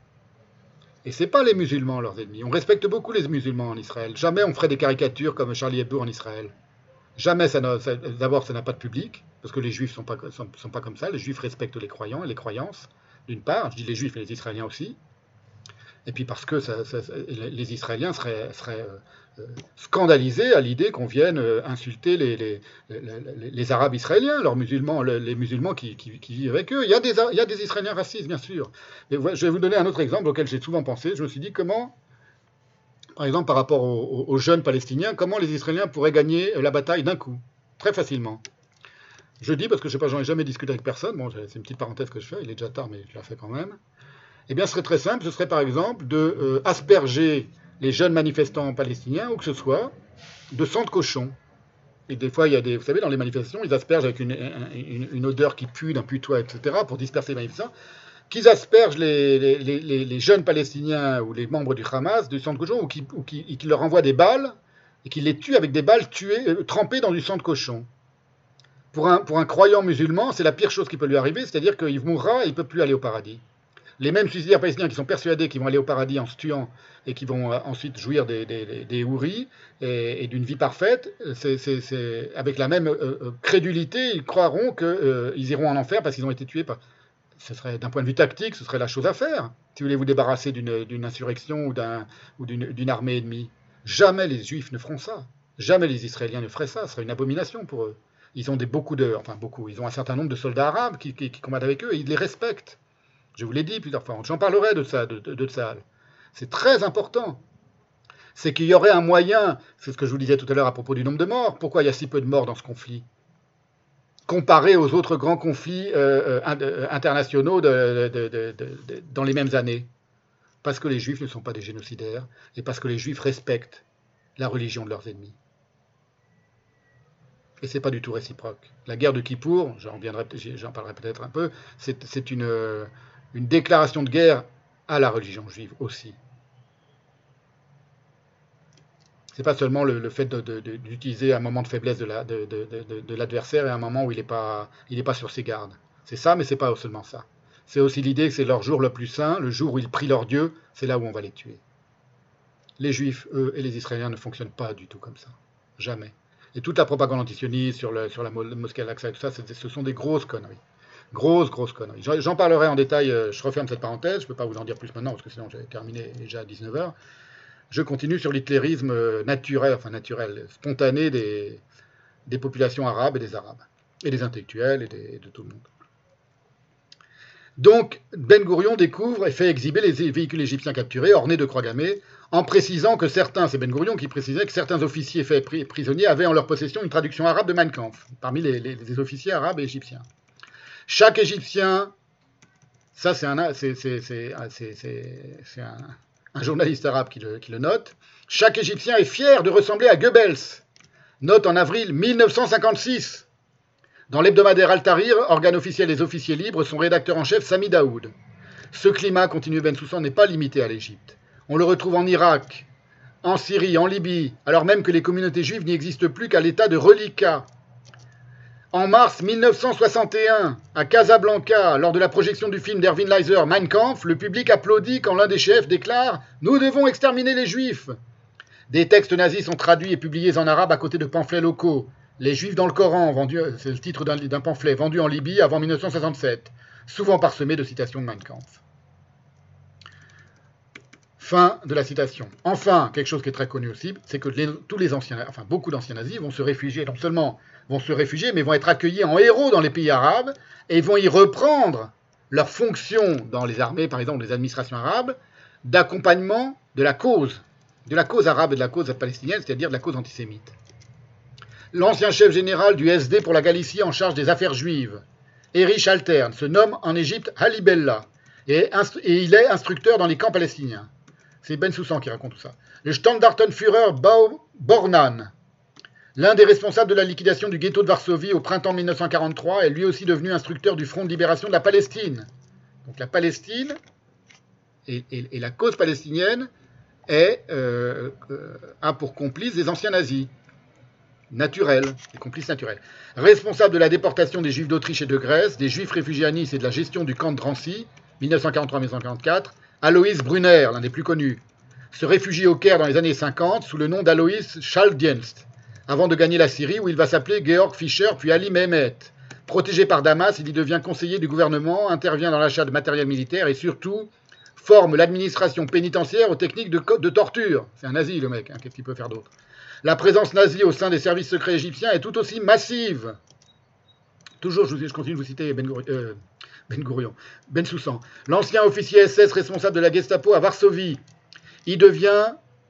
Et ce n'est pas les musulmans leurs ennemis. On respecte beaucoup les musulmans en Israël. Jamais on ferait des caricatures comme Charlie Hebdo en Israël. Jamais, ça ça, d'abord, ça n'a pas de public, parce que les juifs ne sont pas, sont, sont pas comme ça. Les juifs respectent les croyants et les croyances, d'une part. Je dis les juifs et les Israéliens aussi. Et puis parce que ça, ça, les Israéliens seraient, seraient euh, scandalisés à l'idée qu'on vienne insulter les, les, les, les Arabes israéliens, leurs musulmans, les musulmans qui, qui, qui vivent avec eux. Il y, a des, il y a des Israéliens racistes, bien sûr. Mais je vais vous donner un autre exemple auquel j'ai souvent pensé. Je me suis dit comment, par exemple par rapport aux, aux jeunes Palestiniens, comment les Israéliens pourraient gagner la bataille d'un coup, très facilement. Je dis, parce que je sais pas, j'en ai jamais discuté avec personne, bon, c'est une petite parenthèse que je fais, il est déjà tard, mais je la fais quand même. Eh bien, ce serait très simple, ce serait par exemple de euh, asperger les jeunes manifestants palestiniens, où que ce soit, de sang de cochon. Et des fois, il y a des, vous savez, dans les manifestations, ils aspergent avec une, une, une odeur qui pue d'un putois, et cetera, pour disperser les manifestants, qu'ils aspergent les, les, les, les jeunes Palestiniens ou les membres du Hamas du sang de cochon, ou qu'ils qu qu leur envoient des balles, et qu'ils les tuent avec des balles tuées, euh, trempées dans du sang de cochon. Pour un, pour un croyant musulman, c'est la pire chose qui peut lui arriver, c'est-à-dire qu'il mourra et il ne peut plus aller au paradis. Les mêmes suicidaires palestiniens qui sont persuadés qu'ils vont aller au paradis en se tuant et qui vont euh, ensuite jouir des, des, des houris et, et d'une vie parfaite, c'est, c'est, c'est, avec la même euh, crédulité, ils croiront qu'ils euh, iront en enfer parce qu'ils ont été tués par... Ce serait, d'un point de vue tactique, ce serait la chose à faire, si vous voulez vous débarrasser d'une, d'une insurrection ou, d'un, ou d'une, d'une armée ennemie. Jamais les Juifs ne feront ça. Jamais les Israéliens ne feraient ça. Ce serait une abomination pour eux. Ils ont des, beaucoup de... Enfin, beaucoup. Ils ont un certain nombre de soldats arabes qui, qui, qui combattent avec eux et ils les respectent. Je vous l'ai dit plusieurs fois, j'en parlerai de ça, de, de, de ça. C'est très important. C'est qu'il y aurait un moyen, c'est ce que je vous disais tout à l'heure à propos du nombre de morts. Pourquoi il y a si peu de morts dans ce conflit, comparé aux autres grands conflits euh, euh, internationaux de, de, de, de, de, dans les mêmes années? Parce que les Juifs ne sont pas des génocidaires, et parce que les Juifs respectent la religion de leurs ennemis. Et ce n'est pas du tout réciproque. La guerre de Kippour, j'en, reviendrai, j'en parlerai peut-être un peu, c'est, c'est une... une déclaration de guerre à la religion juive aussi. Ce n'est pas seulement le, le fait de, de, de, d'utiliser un moment de faiblesse de, la, de, de, de, de l'adversaire et un moment où il n'est pas, il n'est pas sur ses gardes. C'est ça, mais ce n'est pas seulement ça. C'est aussi l'idée que c'est leur jour le plus saint, le jour où ils prient leur Dieu, c'est là où on va les tuer. Les Juifs, eux, et les Israéliens ne fonctionnent pas du tout comme ça. Jamais. Et toute la propagande antisioniste sur, le, sur la mosquée Al-Aqsa et tout ça, ce sont des grosses conneries. Grosse, grosse connerie. J'en parlerai en détail, je referme cette parenthèse, je ne peux pas vous en dire plus maintenant, parce que sinon j'avais terminé déjà à dix-neuf heures. Je continue sur l'hitlérisme naturel, enfin naturel, spontané des, des populations arabes et des arabes, et des intellectuels et, des, et de tout le monde. Donc, Ben Gourion découvre et fait exhiber les véhicules égyptiens capturés, ornés de croix gammées, en précisant que certains, c'est Ben Gourion qui précisait que certains officiers faits prisonniers avaient en leur possession une traduction arabe de Mein Kampf, parmi les, les, les officiers arabes et égyptiens. Chaque Égyptien, ça c'est un, c'est, c'est, c'est, c'est un, un journaliste arabe qui le, qui le note, chaque Égyptien est fier de ressembler à Goebbels, note en avril mille neuf cent cinquante-six. Dans l'hebdomadaire Al-Tahrir, organe officiel des officiers libres, son rédacteur en chef Sami Daoud. Ce climat, continue Bensoussan, n'est pas limité à l'Égypte. On le retrouve en Irak, en Syrie, en Libye, alors même que les communautés juives n'y existent plus qu'à l'état de reliquat. En mars mille neuf cent soixante et un, à Casablanca, lors de la projection du film d'Erwin Leiser, Mein Kampf, le public applaudit quand l'un des chefs déclare « Nous devons exterminer les Juifs ». Des textes nazis sont traduits et publiés en arabe à côté de pamphlets locaux. Les Juifs dans le Coran, vendu, c'est le titre d'un, d'un pamphlet vendu en Libye avant mille neuf cent soixante-sept, souvent parsemé de citations de Mein Kampf. Fin de la citation. Enfin, quelque chose qui est très connu aussi, c'est que les, tous les anciens, enfin beaucoup d'anciens nazis vont se réfugier, non seulement vont se réfugier, mais vont être accueillis en héros dans les pays arabes et vont y reprendre leur fonction dans les armées, par exemple, des administrations arabes, d'accompagnement de la cause, de la cause arabe et de la cause palestinienne, c'est-à-dire de la cause antisémite. L'ancien chef général du S D pour la Galicie en charge des affaires juives, Erich Altern, se nomme en Égypte Halibellah et, instru- et il est instructeur dans les camps palestiniens. C'est Bensoussan qui raconte tout ça. Le Standartenführer Bau Bornan, l'un des responsables de la liquidation du ghetto de Varsovie au printemps mille neuf cent quarante-trois, est lui aussi devenu instructeur du Front de libération de la Palestine. Donc la Palestine et, et, et la cause palestinienne est, euh, euh, a pour complice des anciens nazis. Naturel, des complices naturels. Responsable de la déportation des Juifs d'Autriche et de Grèce, des Juifs réfugiés à Nice et de la gestion du camp de Drancy, mille neuf cent quarante-trois à mille neuf cent quarante-quatre, Alois Brunner, l'un des plus connus, se réfugie au Caire dans les années cinquante sous le nom d'Alois Schaldienst, avant de gagner la Syrie où il va s'appeler Georg Fischer puis Ali Mehmet. Protégé par Damas, il y devient conseiller du gouvernement, intervient dans l'achat de matériel militaire et surtout forme l'administration pénitentiaire aux techniques de, de torture. C'est un nazi le mec, hein, qu'est-ce qu'il peut faire d'autre? La présence nazie au sein des services secrets égyptiens est tout aussi massive. Toujours, je, je continue de vous citer Ben, Gour, euh, Ben Gourion, Bensoussan. L'ancien officier S S responsable de la Gestapo à Varsovie. Il devient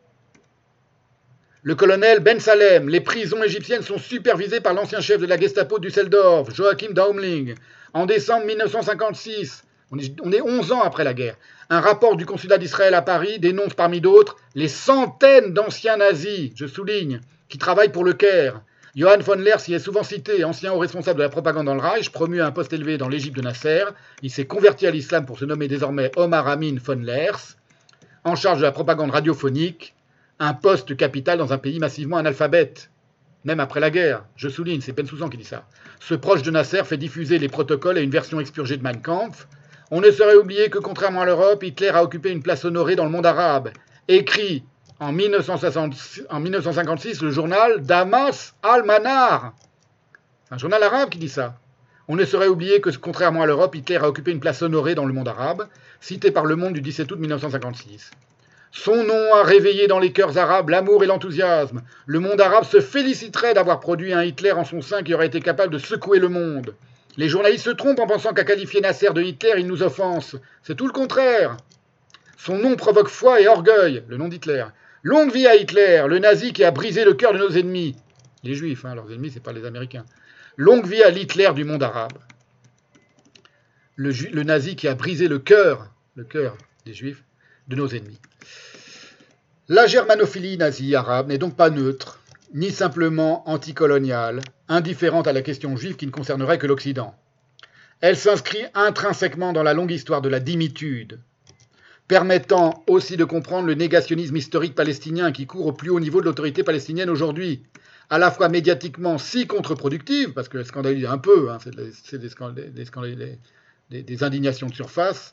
le colonel Ben Salem. Les prisons égyptiennes sont supervisées par l'ancien chef de la Gestapo de Düsseldorf, Joachim Daumling. En décembre mille neuf cent cinquante-six, on est, on est onze ans après la guerre, un rapport du consulat d'Israël à Paris dénonce parmi d'autres les centaines d'anciens nazis, je souligne, qui travaillent pour le Caire. Johann von Leers y est souvent cité, ancien haut responsable de la propagande dans le Reich, promu à un poste élevé dans l'Égypte de Nasser. Il s'est converti à l'islam pour se nommer désormais Omar Amin von Leers, en charge de la propagande radiophonique, un poste capital dans un pays massivement analphabète, même après la guerre. Je souligne, c'est Bensoussan qui dit ça. Ce proche de Nasser fait diffuser les protocoles et une version expurgée de Mein Kampf. On ne saurait oublier que, contrairement à l'Europe, Hitler a occupé une place honorée dans le monde arabe. Écrit en mille neuf cent cinquante-six, le journal Damas al-Manar. C'est un journal arabe qui dit ça. On ne saurait oublier que, contrairement à l'Europe, Hitler a occupé une place honorée dans le monde arabe, cité par Le Monde du dix-sept août mille neuf cent cinquante-six. Son nom a réveillé dans les cœurs arabes l'amour et l'enthousiasme. Le monde arabe se féliciterait d'avoir produit un Hitler en son sein qui aurait été capable de secouer le monde. Les journalistes se trompent en pensant qu'à qualifier Nasser de Hitler, il nous offense. C'est tout le contraire. Son nom provoque foi et orgueil, le nom d'Hitler. Longue vie à Hitler, le nazi qui a brisé le cœur de nos ennemis. Les juifs, hein, leurs ennemis, ce n'est pas les Américains. Longue vie à l'Hitler du monde arabe. Le, ju- le nazi qui a brisé le cœur, le cœur des juifs, de nos ennemis. La germanophilie nazie arabe n'est donc pas neutre, ni simplement anticoloniale, indifférente à la question juive qui ne concernerait que l'Occident. Elle s'inscrit intrinsèquement dans la longue histoire de la dimitude, permettant aussi de comprendre le négationnisme historique palestinien qui court au plus haut niveau de l'autorité palestinienne aujourd'hui, à la fois médiatiquement si contre-productive, parce que scandalise un peu, hein, c'est, des, c'est des, scandales, des, scandales, des, des indignations de surface,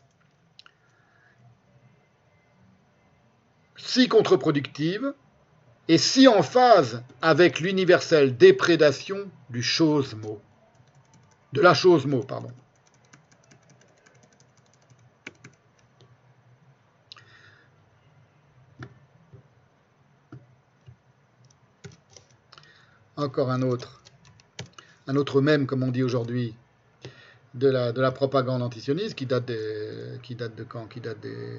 si contre-productive et si en phase avec l'universelle déprédation du chose-mot. De la chose-mot, pardon. Encore un autre. Un autre mème, comme on dit aujourd'hui. de la, de la propagande antisioniste qui date, des, qui date de quand Qui date des,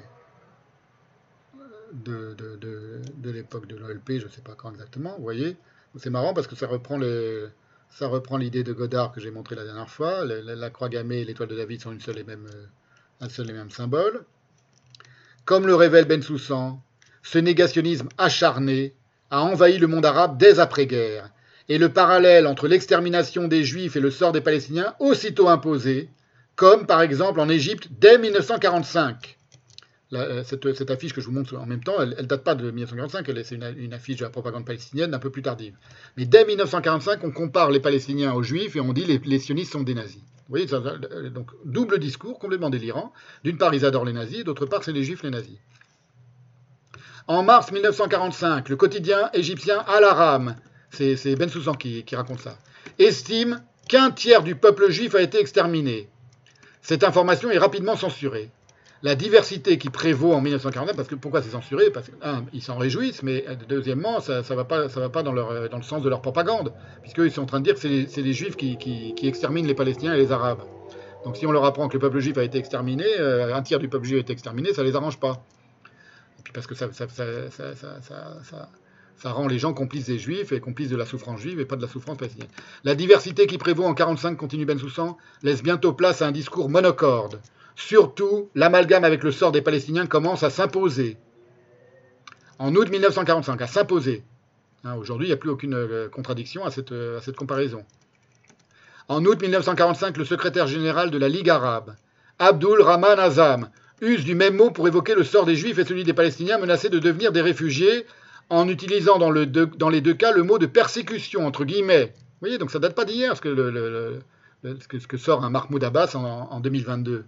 de, de, de, de l'époque de l'O L P, je ne sais pas quand exactement, vous voyez. C'est marrant parce que ça reprend les, ça reprend l'idée de Godard que j'ai montré la dernière fois. La, la, la croix gammée et l'étoile de David sont une seule et même, un seul et même symbole. Comme le révèle Bensoussan, ce négationnisme acharné a envahi le monde arabe dès après-guerre, et le parallèle entre l'extermination des Juifs et le sort des Palestiniens aussitôt imposé, comme par exemple en Égypte dès mille neuf cent quarante-cinq. La, cette, cette affiche que je vous montre en même temps, elle ne date pas de mille neuf cent quarante-cinq, elle, c'est une, une affiche de la propagande palestinienne un peu plus tardive. Mais dès mille neuf cent quarante-cinq, on compare les Palestiniens aux Juifs et on dit les, les sionistes sont des nazis. Vous voyez, ça, donc double discours complètement délirant. D'une part, ils adorent les nazis, d'autre part, c'est les Juifs les nazis. En mars mille neuf cent quarante-cinq, le quotidien égyptien Al-Aram, c'est, c'est Bensoussan qui, qui raconte ça, estime qu'un tiers du peuple juif a été exterminé. Cette information est rapidement censurée. La diversité qui prévaut en mille neuf cent quarante-neuf, parce que pourquoi c'est censuré? Parce que, un, ils s'en réjouissent, mais deuxièmement, ça ne va pas, ça va pas dans, leur, dans le sens de leur propagande, puisqu'ils sont en train de dire que c'est les, c'est les Juifs qui, qui, qui exterminent les Palestiniens et les Arabes. Donc si on leur apprend que le peuple juif a été exterminé, euh, un tiers du peuple juif a été exterminé, ça ne les arrange pas. Et puis parce que ça, ça, ça, ça, ça, ça, ça, ça rend les gens complices des Juifs et complices de la souffrance juive et pas de la souffrance palestinienne. La diversité qui prévaut en mille neuf cent quarante-cinq, continue Bensoussan, laisse bientôt place à un discours monocorde. Surtout, l'amalgame avec le sort des Palestiniens commence à s'imposer. En août mille neuf cent quarante-cinq, à s'imposer. Hein, aujourd'hui, il n'y a plus aucune euh, contradiction à cette, euh, à cette comparaison. En août mille neuf cent quarante-cinq, le secrétaire général de la Ligue arabe, Abdul Rahman Azam, use du même mot pour évoquer le sort des Juifs et celui des Palestiniens menacés de devenir des réfugiés, en utilisant dans, le deux, dans les deux cas le mot de persécution, entre guillemets. Vous voyez, donc ça ne date pas d'hier, ce que, le, le, le, ce que, ce que sort un Mahmoud Abbas en, en deux mille vingt-deux.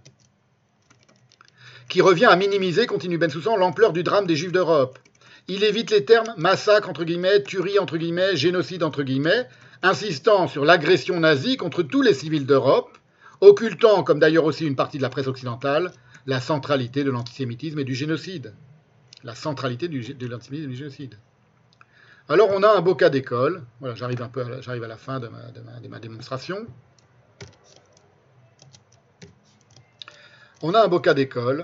Qui revient à minimiser, continue Bensoussan, l'ampleur du drame des Juifs d'Europe. Il évite les termes massacre, entre guillemets, tuerie, entre guillemets, génocide, entre guillemets, insistant sur l'agression nazie contre tous les civils d'Europe, occultant, comme d'ailleurs aussi une partie de la presse occidentale, la centralité de l'antisémitisme et du génocide. La centralité du, de l'antisémitisme et du génocide. Alors on a un beau cas d'école. Voilà, j'arrive un peu, à, j'arrive à la fin de ma, de ma, de ma démonstration. On a un beau cas d'école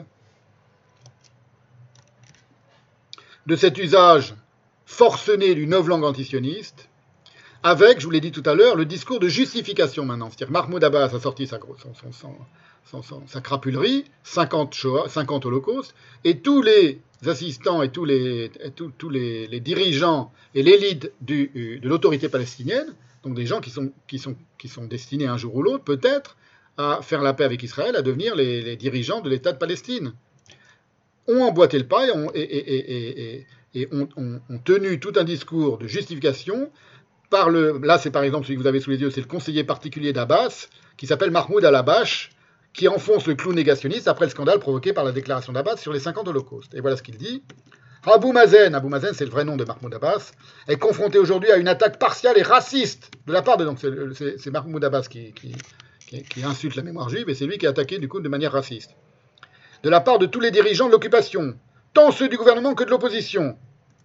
de cet usage forcené d'une novlangue antisioniste, avec, je vous l'ai dit tout à l'heure, le discours de justification maintenant. C'est-à-dire que Mahmoud Abbas a sorti sa, son, son, son, son, son, sa crapulerie, cinquante, Shoah, cinquante holocaustes, et tous les assistants et tous les, et tous, tous les, les dirigeants et l'élite du, de l'autorité palestinienne, donc des gens qui sont, qui, sont, qui sont destinés un jour ou l'autre, peut-être, à faire la paix avec Israël, à devenir les, les dirigeants de l'État de Palestine, ont emboîté le pas et ont, et, et, et, et, et ont, ont, ont tenu tout un discours de justification. Par le, là, c'est par exemple celui que vous avez sous les yeux, c'est le conseiller particulier d'Abbas, qui s'appelle Mahmoud Al-Abash, qui enfonce le clou négationniste après le scandale provoqué par la déclaration d'Abbas sur les cinquante holocaustes. Et voilà ce qu'il dit. Abou Mazen, Abou Mazen, c'est le vrai nom de Mahmoud Abbas, est confronté aujourd'hui à une attaque partiale et raciste de la part de... Donc c'est, c'est, c'est Mahmoud Abbas qui, qui, qui, qui insulte la mémoire juive, et c'est lui qui est attaqué du coup de manière raciste. De la part de tous les dirigeants de l'occupation, tant ceux du gouvernement que de l'opposition.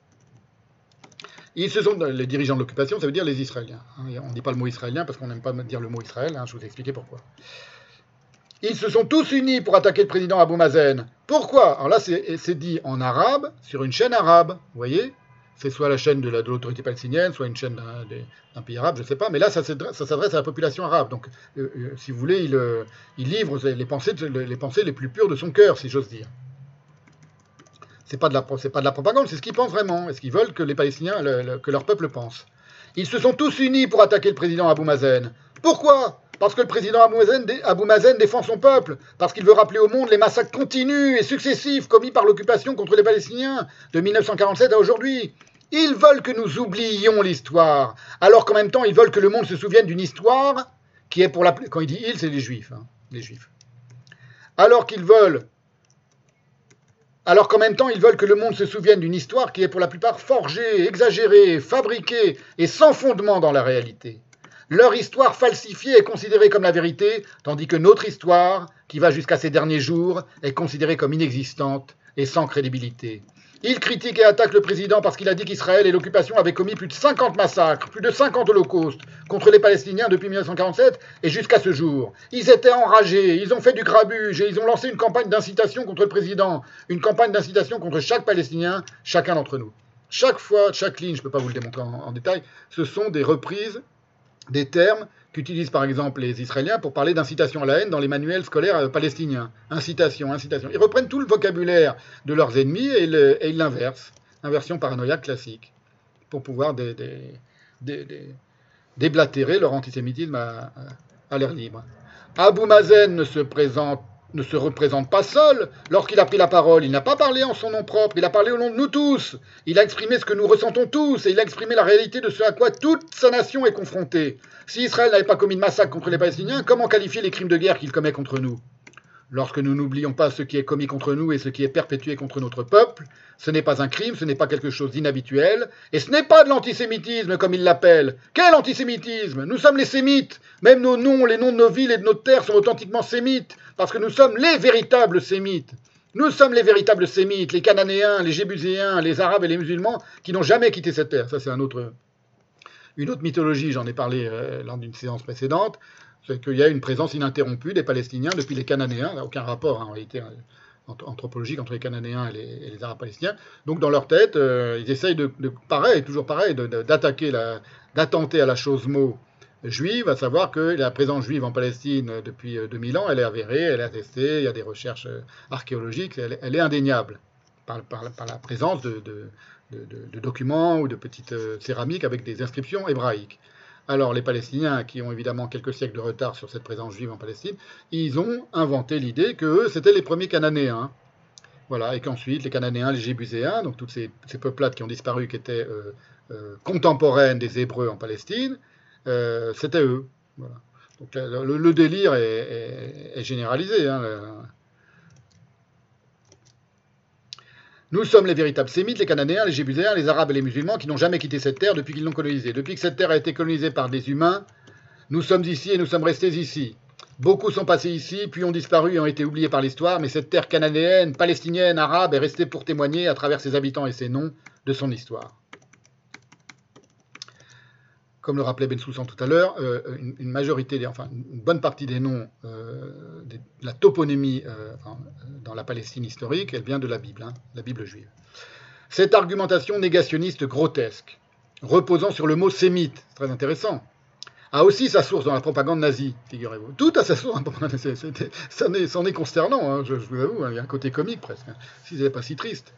Ils se sont, les dirigeants de l'occupation, ça veut dire les Israéliens. On ne dit pas le mot israélien parce qu'on n'aime pas dire le mot Israël, hein, je vous ai expliqué pourquoi. Ils se sont tous unis pour attaquer le président Abou Mazen. Pourquoi? Alors là, c'est, c'est dit en arabe, sur une chaîne arabe, vous voyez? C'est soit la chaîne de, la, de l'autorité palestinienne, soit une chaîne d'un, d'un pays arabe, je ne sais pas, mais là, ça, ça s'adresse à la population arabe. Donc, euh, euh, si vous voulez, il, euh, il livre les pensées, de, les pensées les plus pures de son cœur, si j'ose dire. C'est pas de la, c'est pas de la propagande, c'est ce qu'ils pensent vraiment, et ce qu'ils veulent que les Palestiniens, le, le, que leur peuple pense. Ils se sont tous unis pour attaquer le président Abou Mazen. Pourquoi? Parce que le président Abou Mazen, Abou Mazen défend son peuple, parce qu'il veut rappeler au monde les massacres continus et successifs commis par l'occupation contre les Palestiniens de mille neuf cent quarante-sept à aujourd'hui. Ils veulent que nous oublions l'histoire, alors qu'en même temps, ils veulent que le monde se souvienne d'une histoire qui est pour la... Quand il dit « ils », c'est les Juifs, hein, les Juifs. Alors qu'ils veulent... Alors qu'en même temps, ils veulent que le monde se souvienne d'une histoire qui est pour la plupart forgée, exagérée, fabriquée et sans fondement dans la réalité. Leur histoire falsifiée est considérée comme la vérité, tandis que notre histoire, qui va jusqu'à ces derniers jours, est considérée comme inexistante et sans crédibilité. Il critique et attaque le président parce qu'il a dit qu'Israël et l'occupation avaient commis plus de cinquante massacres, plus de cinquante holocaustes contre les Palestiniens depuis mille neuf cent quarante-sept et jusqu'à ce jour. Ils étaient enragés, ils ont fait du grabuge et ils ont lancé une campagne d'incitation contre le président, une campagne d'incitation contre chaque Palestinien, chacun d'entre nous. Chaque fois, chaque ligne, je ne peux pas vous le démontrer en, en détail, ce sont des reprises des termes qu'utilisent par exemple les Israéliens pour parler d'incitation à la haine dans les manuels scolaires palestiniens. Incitation, incitation. Ils reprennent tout le vocabulaire de leurs ennemis et, le, et ils l'inversent. Inversion paranoïaque classique. Pour pouvoir dé, dé, dé, dé, déblatérer leur antisémitisme à, à, à l'air libre. Abou Mazen ne se présente ne se représente pas seul. Lorsqu'il a pris la parole, il n'a pas parlé en son nom propre, il a parlé au nom de nous tous. Il a exprimé ce que nous ressentons tous, et il a exprimé la réalité de ce à quoi toute sa nation est confrontée. Si Israël n'avait pas commis de massacre contre les Palestiniens, comment qualifier les crimes de guerre qu'il commet contre nous ? Lorsque nous n'oublions pas ce qui est commis contre nous et ce qui est perpétué contre notre peuple, ce n'est pas un crime, ce n'est pas quelque chose d'inhabituel, et ce n'est pas de l'antisémitisme comme ils l'appellent. Quel antisémitisme ? Nous sommes les sémites. Même nos noms, les noms de nos villes et de nos terres sont authentiquement sémites, parce que nous sommes les véritables sémites. Nous sommes les véritables sémites, les Cananéens, les Jébuséens, les Arabes et les musulmans qui n'ont jamais quitté cette terre. Ça, c'est un autre, une autre mythologie, j'en ai parlé euh, lors d'une séance précédente. C'est qu'il y a une présence ininterrompue des Palestiniens depuis les Cananéens, aucun rapport hein, en réalité anthropologique entre les Cananéens et les, et les Arabes palestiniens. Donc dans leur tête, euh, ils essayent de, de pareil, toujours pareil, de, de, d'attaquer, la, d'attenter à la chose mot juive, à savoir que la présence juive en Palestine depuis deux mille ans, elle est avérée, elle est attestée, il y a des recherches archéologiques, elle, elle est indéniable par, par, par la présence de, de, de, de documents ou de petites céramiques avec des inscriptions hébraïques. Alors les Palestiniens, qui ont évidemment quelques siècles de retard sur cette présence juive en Palestine, ils ont inventé l'idée que eux, c'était les premiers Cananéens. Voilà, et qu'ensuite les Cananéens, les Jébuséens, donc toutes ces, ces peuplades qui ont disparu, qui étaient euh, euh, contemporaines des Hébreux en Palestine, euh, c'était eux. Voilà. Donc le, le délire est, est, est généralisé. Hein, le... Nous sommes les véritables sémites, les Cananéens, les Jébuséens, les Arabes et les musulmans qui n'ont jamais quitté cette terre depuis qu'ils l'ont colonisée. Depuis que cette terre a été colonisée par des humains, nous sommes ici et nous sommes restés ici. Beaucoup sont passés ici, puis ont disparu et ont été oubliés par l'histoire, mais cette terre cananéenne, palestinienne, arabe est restée pour témoigner, à travers ses habitants et ses noms, de son histoire. Comme le rappelait Bensoussan tout à l'heure, euh, une, une majorité, enfin une bonne partie des noms, euh, de la toponymie euh, dans la Palestine historique, elle vient de la Bible, hein, la Bible juive. Cette argumentation négationniste grotesque, reposant sur le mot sémite, c'est très intéressant, a aussi sa source dans la propagande nazie, figurez-vous. Tout a sa source dans la propagande nazie. C'en est, c'en est consternant, hein, je, je vous avoue, hein, il y a un côté comique presque, hein, si ce n'est pas si triste.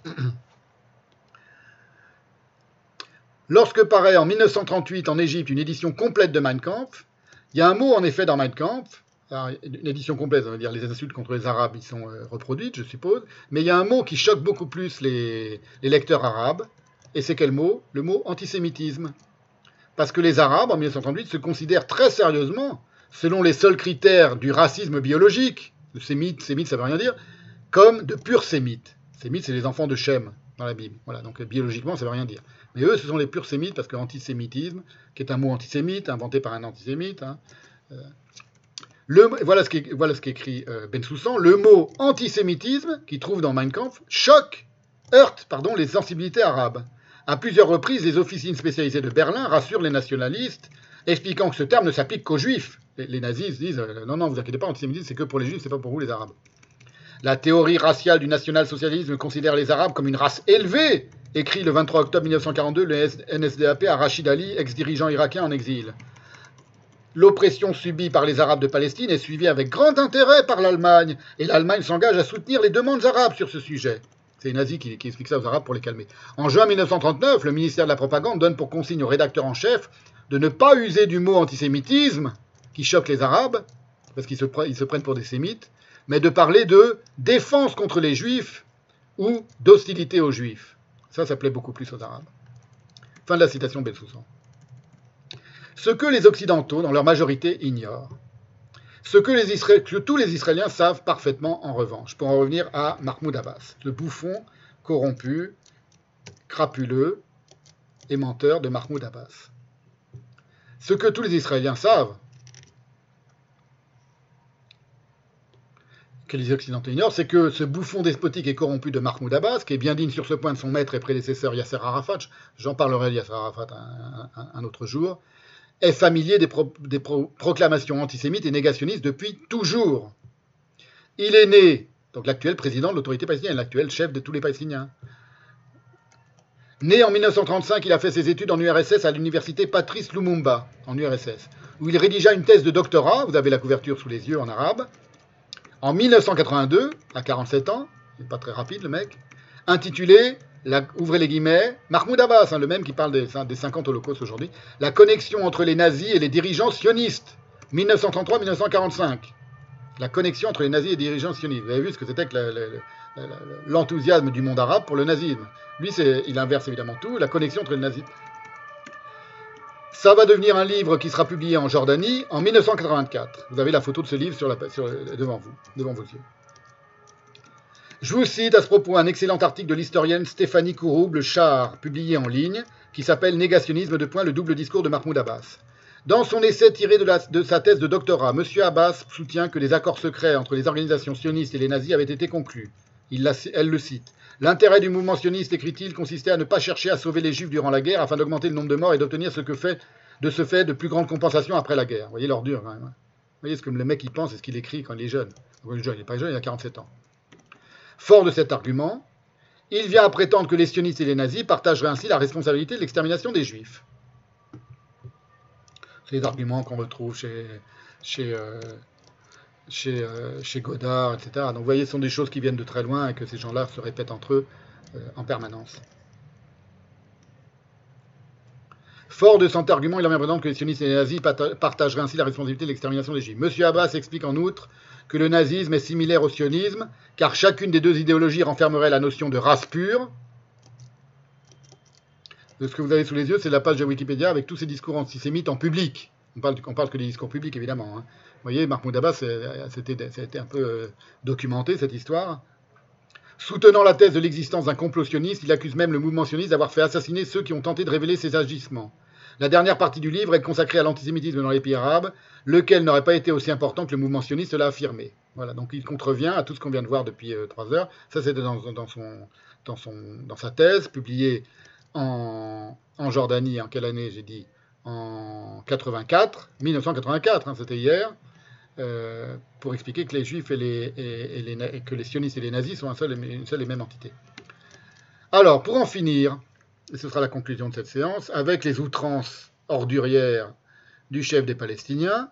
Lorsque paraît en mille neuf cent trente-huit en Égypte une édition complète de Mein Kampf, il y a un mot en effet dans Mein Kampf, alors, une édition complète, ça veut dire les insultes contre les Arabes, ils sont euh, reproduites, je suppose, mais il y a un mot qui choque beaucoup plus les, les lecteurs arabes, et c'est quel mot ? Le mot antisémitisme. Parce que les Arabes, en mille neuf cent trente-huit, se considèrent très sérieusement, selon les seuls critères du racisme biologique, le sémite, sémite ça veut rien dire, comme de purs sémites. Sémites, c'est les enfants de Shem dans la Bible. Voilà, donc biologiquement, ça veut rien dire. Mais eux, ce sont les purs sémites, parce que antisémitisme, qui est un mot antisémite, inventé par un antisémite, hein, euh, le, voilà ce qu'écrit voilà euh, Bensoussan, le mot antisémitisme, qu'il trouve dans Mein Kampf, choque, heurte pardon, les sensibilités arabes. À plusieurs reprises, les officines spécialisées de Berlin rassurent les nationalistes, expliquant que ce terme ne s'applique qu'aux juifs. Les, les nazis disent euh, non, non, vous inquiétez pas, antisémitisme, c'est que pour les juifs, c'est pas pour vous, les arabes. La théorie raciale du national-socialisme considère les arabes comme une race élevée, écrit le vingt-trois octobre mille neuf cent quarante-deux le N S D A P à Rachid Ali, ex-dirigeant irakien en exil. L'oppression subie par les Arabes de Palestine est suivie avec grand intérêt par l'Allemagne, et l'Allemagne s'engage à soutenir les demandes arabes sur ce sujet. C'est les nazis qui, qui expliquent ça aux Arabes pour les calmer. En juin mille neuf cent trente-neuf, le ministère de la Propagande donne pour consigne au rédacteur en chef de ne pas user du mot antisémitisme, qui choque les Arabes, parce qu'ils se, ils se prennent pour des sémites, mais de parler de défense contre les Juifs ou d'hostilité aux Juifs. Ça, ça plaît beaucoup plus aux Arabes. Fin de la citation Bensoussan. Ce que les Occidentaux, dans leur majorité, ignorent. Ce que, les Isra... que tous les Israéliens savent parfaitement, en revanche. Pour en revenir à Mahmoud Abbas, le bouffon, corrompu, crapuleux et menteur de Mahmoud Abbas. Ce que tous les Israéliens savent, que les Occidentaux ignorent, c'est que ce bouffon despotique et corrompu de Mahmoud Abbas, qui est bien digne sur ce point de son maître et prédécesseur Yasser Arafat, j'en parlerai de Yasser Arafat un, un, un autre jour, est familier des, pro, des pro, proclamations antisémites et négationnistes depuis toujours. Il est né, donc l'actuel président de l'autorité palestinienne, l'actuel chef de tous les Palestiniens. Né en mille neuf cent trente-cinq, il a fait ses études en U R S S à l'université Patrice Lumumba, en U R S S, où il rédigea une thèse de doctorat, vous avez la couverture sous les yeux en arabe, en mille neuf cent quatre-vingt-deux, à quarante-sept ans, c'est pas très rapide le mec, intitulée, la, ouvrez les guillemets, Mahmoud Abbas, hein, le même qui parle des, des cinquante holocaustes aujourd'hui, la connexion entre les nazis et les dirigeants sionistes, mille neuf cent trente-trois à mille neuf cent quarante-cinq. La connexion entre les nazis et les dirigeants sionistes. Vous avez vu ce que c'était que la, la, la, l'enthousiasme du monde arabe pour le nazisme. Lui, il inverse évidemment tout, la connexion entre les nazis. Ça va devenir un livre qui sera publié en Jordanie en mille neuf cent quatre-vingt-quatre. Vous avez la photo de ce livre sur la, sur, devant vous, devant vos yeux. Je vous cite à ce propos un excellent article de l'historienne Stéphanie Kourouble-Char, publié en ligne, qui s'appelle « Négationnisme de point, le double discours de Mahmoud Abbas ». Dans son essai tiré de, la, de sa thèse de doctorat, M. Abbas soutient que les accords secrets entre les organisations sionistes et les nazis avaient été conclus. Il la, elle le cite. L'intérêt du mouvement sioniste, écrit-il, consistait à ne pas chercher à sauver les juifs durant la guerre afin d'augmenter le nombre de morts et d'obtenir ce que fait, de ce fait de plus grandes compensations après la guerre. Vous voyez l'ordure quand même. Vous voyez ce que le mec il pense et ce qu'il écrit quand il est jeune. Il n'est pas jeune, il a quarante-sept ans. Fort de cet argument, il vient à prétendre que les sionistes et les nazis partageraient ainsi la responsabilité de l'extermination des juifs. C'est les arguments qu'on retrouve chez, chez, euh, chez, euh, chez Godard, et cetera. Donc vous voyez, ce sont des choses qui viennent de très loin et que ces gens-là se répètent entre eux euh, en permanence. Fort de cet argument, il a bien prétendre que les sionistes et les nazis partageraient ainsi la responsabilité de l'extermination des juifs. M. Abbas explique en outre que le nazisme est similaire au sionisme, car chacune des deux idéologies renfermerait la notion de race pure. Ce que vous avez sous les yeux, c'est la page de Wikipédia avec tous ces discours antisémites en public. On parle, on parle que des discours publics, évidemment. Hein. Vous voyez, Mahmoud Abbas, c'était un peu euh, documenté, cette histoire. Soutenant la thèse de l'existence d'un complot sioniste, il accuse même le mouvement sioniste d'avoir fait assassiner ceux qui ont tenté de révéler ses agissements. La dernière partie du livre est consacrée à l'antisémitisme dans les pays arabes, lequel n'aurait pas été aussi important que le mouvement sioniste l'a affirmé. Voilà, donc il contrevient à tout ce qu'on vient de voir depuis euh, trois heures. Ça, c'était dans, dans, son, dans, son, dans sa thèse, publiée En, en Jordanie, en quelle année j'ai dit? En quatre-vingt-quatre, mille neuf cent quatre-vingt-quatre, hein, c'était hier, euh, pour expliquer que les juifs et, les, et, et, les, et que les sionistes et les nazis sont un seul, une seule et même entité. Alors, pour en finir, et ce sera la conclusion de cette séance, avec les outrances ordurières du chef des Palestiniens,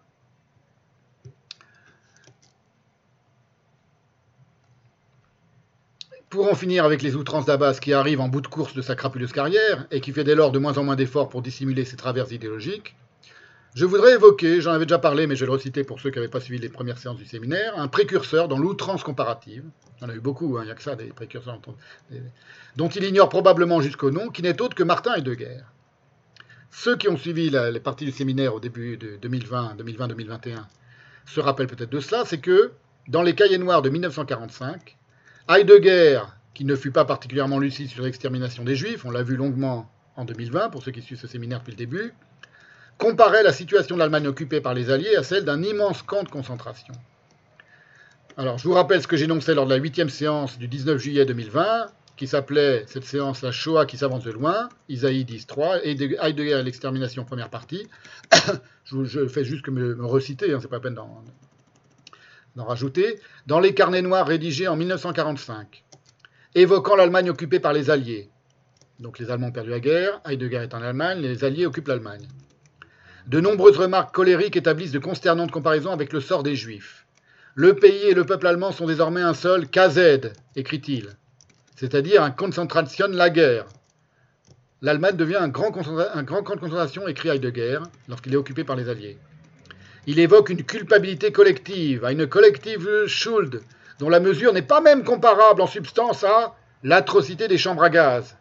Pour en finir avec les outrances d'Abbas qui arrivent en bout de course de sa crapuleuse carrière et qui fait dès lors de moins en moins d'efforts pour dissimuler ses travers idéologiques, je voudrais évoquer, j'en avais déjà parlé mais je vais le reciter pour ceux qui n'avaient pas suivi les premières séances du séminaire, un précurseur dans l'outrance comparative, il y en a eu beaucoup, hein, il n'y a que ça des précurseurs, dont il ignore probablement jusqu'au nom, qui n'est autre que Martin Heidegger. Ceux qui ont suivi la, les parties du séminaire au début de deux mille vingt, deux mille vingt, deux mille vingt et un se rappellent peut-être de cela, c'est que dans les cahiers noirs de mille neuf cent quarante-cinq, Heidegger, qui ne fut pas particulièrement lucide sur l'extermination des Juifs, on l'a vu longuement en deux mille vingt, pour ceux qui suivent ce séminaire depuis le début, comparait la situation de l'Allemagne occupée par les Alliés à celle d'un immense camp de concentration. Alors, je vous rappelle ce que j'énonçais lors de la huitième séance du dix-neuf juillet deux mille vingt, qui s'appelait, cette séance, la Shoah qui s'avance de loin, Isaïe dix trois, et Heidegger et l'extermination, première partie. je, je fais juste que me, me reciter, hein, c'est pas la peine d'en... d'en rajouter, dans les carnets noirs rédigés en mille neuf cent quarante-cinq, évoquant l'Allemagne occupée par les Alliés. Donc les Allemands ont perdu la guerre, Heidegger est en Allemagne, les Alliés occupent l'Allemagne. De nombreuses remarques colériques établissent de consternantes comparaisons avec le sort des Juifs. Le pays et le peuple allemand sont désormais un seul K Z, écrit-il, c'est-à-dire un Konzentrationslager. L'Allemagne devient un grand, un grand camp de concentration, écrit Heidegger, lorsqu'il est occupé par les Alliés. Il évoque une culpabilité collective, une collective Schuld, dont la mesure n'est pas même comparable en substance à l'atrocité des chambres à gaz,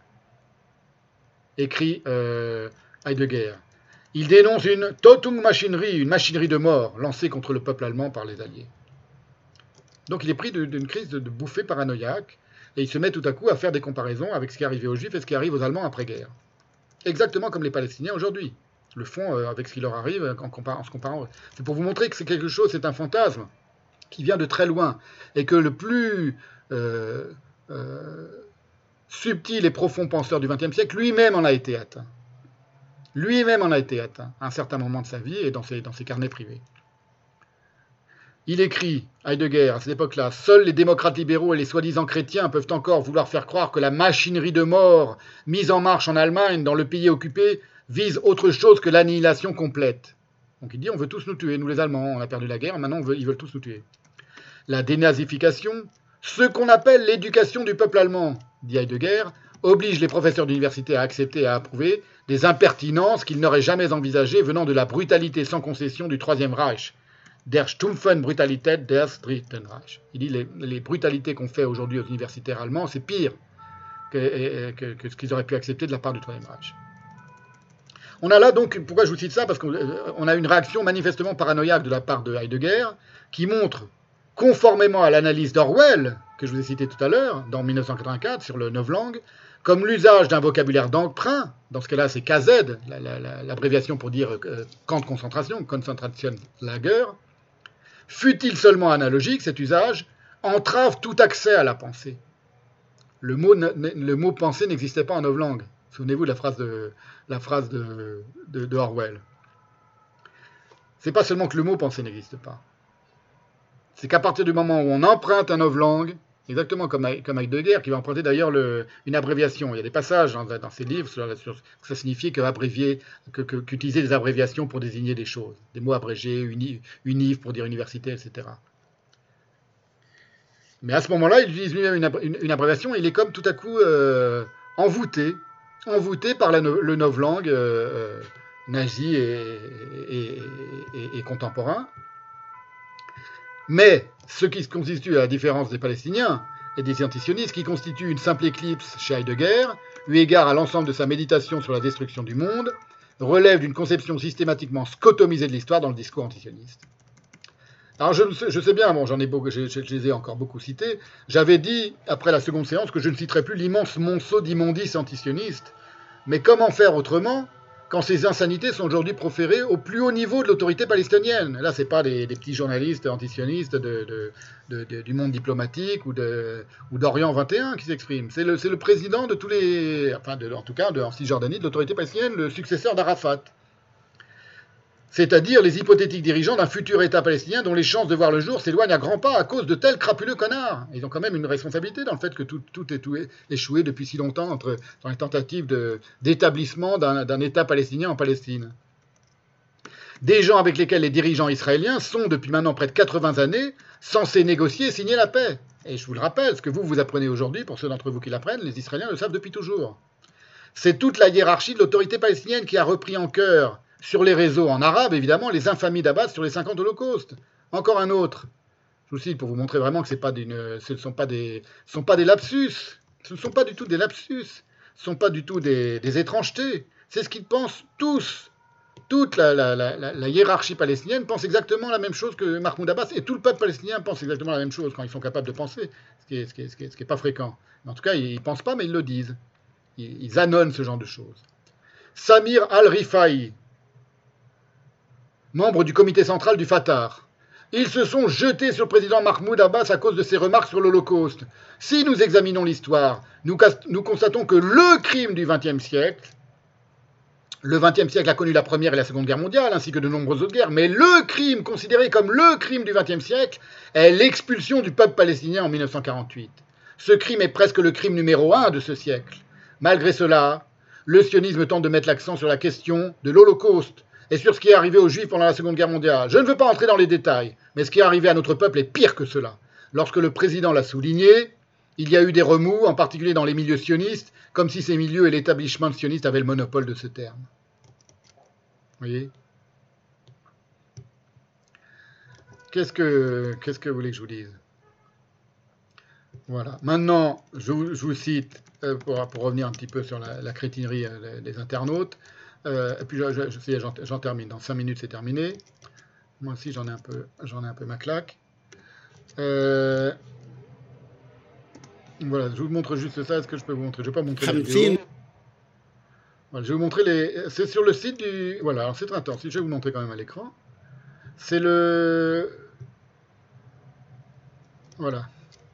écrit euh, Heidegger. Il dénonce une Tötungsmaschinerie, une machinerie de mort lancée contre le peuple allemand par les Alliés. Donc il est pris d'une crise de, de bouffée paranoïaque, et il se met tout à coup à faire des comparaisons avec ce qui est arrivé aux Juifs et ce qui arrive aux Allemands après-guerre. Exactement comme les Palestiniens aujourd'hui le font euh, avec ce qui leur arrive en, compar en se comparant. C'est pour vous montrer que c'est quelque chose, c'est un fantasme qui vient de très loin, et que le plus euh, euh, subtil et profond penseur du vingtième siècle, lui-même en a été atteint. Lui-même en a été atteint à un certain moment de sa vie et dans ses, dans ses carnets privés. Il écrit, Heidegger, à cette époque-là, « Seuls les démocrates libéraux et les soi-disant chrétiens peuvent encore vouloir faire croire que la machinerie de mort mise en marche en Allemagne, dans le pays occupé, vise autre chose que l'annihilation complète. » Donc il dit « On veut tous nous tuer, nous les Allemands, on a perdu la guerre, maintenant on veut, ils veulent tous nous tuer. » La dénazification, ce qu'on appelle l'éducation du peuple allemand, dit Heidegger, oblige les professeurs d'université à accepter et à approuver des impertinences qu'ils n'auraient jamais envisagées venant de la brutalité sans concession du Troisième Reich. Der stumpfen Brutalität des Dritten Reich. Il dit les, les brutalités qu'on fait aujourd'hui aux universitaires allemands, c'est pire que, que, que ce qu'ils auraient pu accepter de la part du Troisième Reich. On a là donc, pourquoi je vous cite ça? Parce qu'on a une réaction manifestement paranoïaque de la part de Heidegger, qui montre, conformément à l'analyse d'Orwell, que je vous ai cité tout à l'heure, dans mille neuf cent quatre-vingt-quatre, sur le novlangue, comme l'usage d'un vocabulaire d'emprunt, dans ce cas-là c'est K Z, l'abréviation pour dire euh, camp de concentration, Concentration Lager, fût-il seulement analogique, cet usage entrave tout accès à la pensée. Le mot, le mot pensée n'existait pas en novlangue. Souvenez-vous de la phrase de, la phrase de, de, de Orwell. C'est pas seulement que le mot pensée n'existe pas. C'est qu'à partir du moment où on emprunte un novlangue, exactement comme, comme Heidegger, qui va emprunter d'ailleurs le, une abréviation. Il y a des passages dans, dans ses livres sur, sur que ça signifiait qu'utiliser que, que, qu'utiliser des abréviations pour désigner des choses. Des mots abrégés, uni, univ pour dire université, et cetera. Mais à ce moment-là, il utilise lui-même une, une, une abréviation et il est comme tout à coup euh, envoûté, envoûté par la, le novlangue euh, nazi et, et, et, et contemporain. Mais ce qui constitue, à la différence des Palestiniens et des antisionistes, qui constitue une simple éclipse chez Heidegger, eu égard à l'ensemble de sa méditation sur la destruction du monde, relève d'une conception systématiquement scotomisée de l'histoire dans le discours antisioniste. Alors je, je sais bien, bon, j'en ai beaucoup, je, je, je les ai encore beaucoup cités, j'avais dit, après la seconde séance, que je ne citerais plus l'immense monceau d'immondices antisionistes, mais comment faire autrement quand ces insanités sont aujourd'hui proférées au plus haut niveau de l'autorité palestinienne? Là, ce n'est pas des, des petits journalistes antisionistes de, de, de, de, du monde diplomatique ou, de, ou d'Orient vingt et un qui s'expriment. C'est le, c'est le président de tous les... Enfin, de, en tout cas, de, en Cisjordanie, de l'autorité palestinienne, le successeur d'Arafat. C'est-à-dire les hypothétiques dirigeants d'un futur État palestinien dont les chances de voir le jour s'éloignent à grands pas à cause de tels crapuleux connards. Ils ont quand même une responsabilité dans le fait que tout, tout est tout échoué depuis si longtemps entre, dans les tentatives de, d'établissement d'un, d'un État palestinien en Palestine. Des gens avec lesquels les dirigeants israéliens sont, depuis maintenant près de quatre-vingts années, censés négocier et signer la paix. Et je vous le rappelle, ce que vous vous apprenez aujourd'hui, pour ceux d'entre vous qui l'apprennent, les Israéliens le savent depuis toujours. C'est toute la hiérarchie de l'autorité palestinienne qui a repris en cœur, sur les réseaux en arabe, évidemment, les infamies d'Abbas sur les cinquante holocaustes. Encore un autre. Je vous cite pour vous montrer vraiment que c'est pas d'une, ce ne sont pas des, ce sont pas des lapsus. Ce ne sont pas du tout des lapsus. Ce ne sont pas du tout des, des étrangetés. C'est ce qu'ils pensent tous. Toute la, la, la, la hiérarchie palestinienne pense exactement la même chose que Mahmoud Abbas. Et tout le peuple palestinien pense exactement la même chose quand ils sont capables de penser. Ce qui n'est ce qui est, ce qui est, ce qui est pas fréquent. Mais en tout cas, ils ne pensent pas, mais ils le disent. Ils, ils annonnent ce genre de choses. Samir al-Rifai, membre du comité central du Fatah. Ils se sont jetés sur le président Mahmoud Abbas à cause de ses remarques sur l'Holocauste. Si nous examinons l'histoire, nous, nous constatons que le crime du vingtième siècle, le vingtième siècle a connu la Première et la Seconde Guerre mondiale, ainsi que de nombreuses autres guerres, mais le crime considéré comme le crime du vingtième siècle est l'expulsion du peuple palestinien en mille neuf cent quarante-huit. Ce crime est presque le crime numéro un de ce siècle. Malgré cela, le sionisme tente de mettre l'accent sur la question de l'Holocauste, et sur ce qui est arrivé aux Juifs pendant la Seconde Guerre mondiale. Je ne veux pas entrer dans les détails, mais ce qui est arrivé à notre peuple est pire que cela. Lorsque le président l'a souligné, il y a eu des remous, en particulier dans les milieux sionistes, comme si ces milieux et l'établissement sioniste avaient le monopole de ce terme. Vous voyez ? Qu'est-ce que, qu'est-ce que vous voulez que je vous dise ? Voilà. Maintenant, je vous, je vous cite, euh, pour, pour revenir un petit peu sur la, la crétinerie euh, des internautes. Euh, et puis je, je, je, j'en, j'en termine. Dans cinq minutes, c'est terminé. Moi aussi, j'en ai un peu, j'en ai un peu ma claque. Euh, voilà, je vous montre juste ça. Est-ce que je peux vous montrer ? Je ne vais pas montrer les vidéos. Voilà, je vais vous montrer les. C'est sur le site du. Voilà, alors c'est très intense. Je vais vous montrer quand même à l'écran. C'est le. Voilà.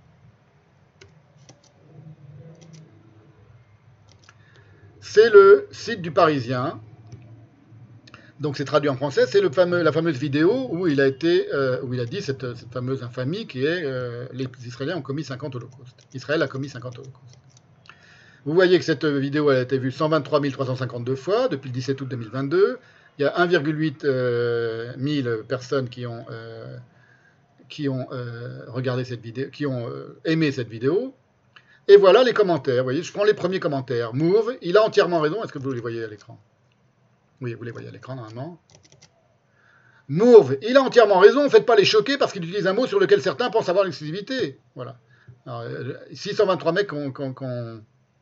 C'est le site du Parisien. Donc c'est traduit en français, c'est le fameux, la fameuse vidéo où il a été, euh, où il a dit cette, cette fameuse infamie qui est euh, les Israéliens ont commis cinquante holocaustes. Israël a commis cinquante holocaustes. Vous voyez que cette vidéo elle a été vue cent vingt-trois mille trois cent cinquante-deux fois depuis le dix-sept août deux mille vingt-deux. Il y a un virgule huit euh, mille personnes qui ont, euh, qui ont euh, regardé cette vidéo, qui ont euh, aimé cette vidéo. Et voilà les commentaires. Vous voyez, je prends les premiers commentaires. Move, il a entièrement raison. Est-ce que vous les voyez à l'écran? Oui, vous les voyez à l'écran normalement. Mourve, il a entièrement raison, ne faites pas les choquer parce qu'il utilise un mot sur lequel certains pensent avoir l'exclusivité. Voilà. Alors, six cent vingt-trois mecs qu'on... qu'on, qu'on...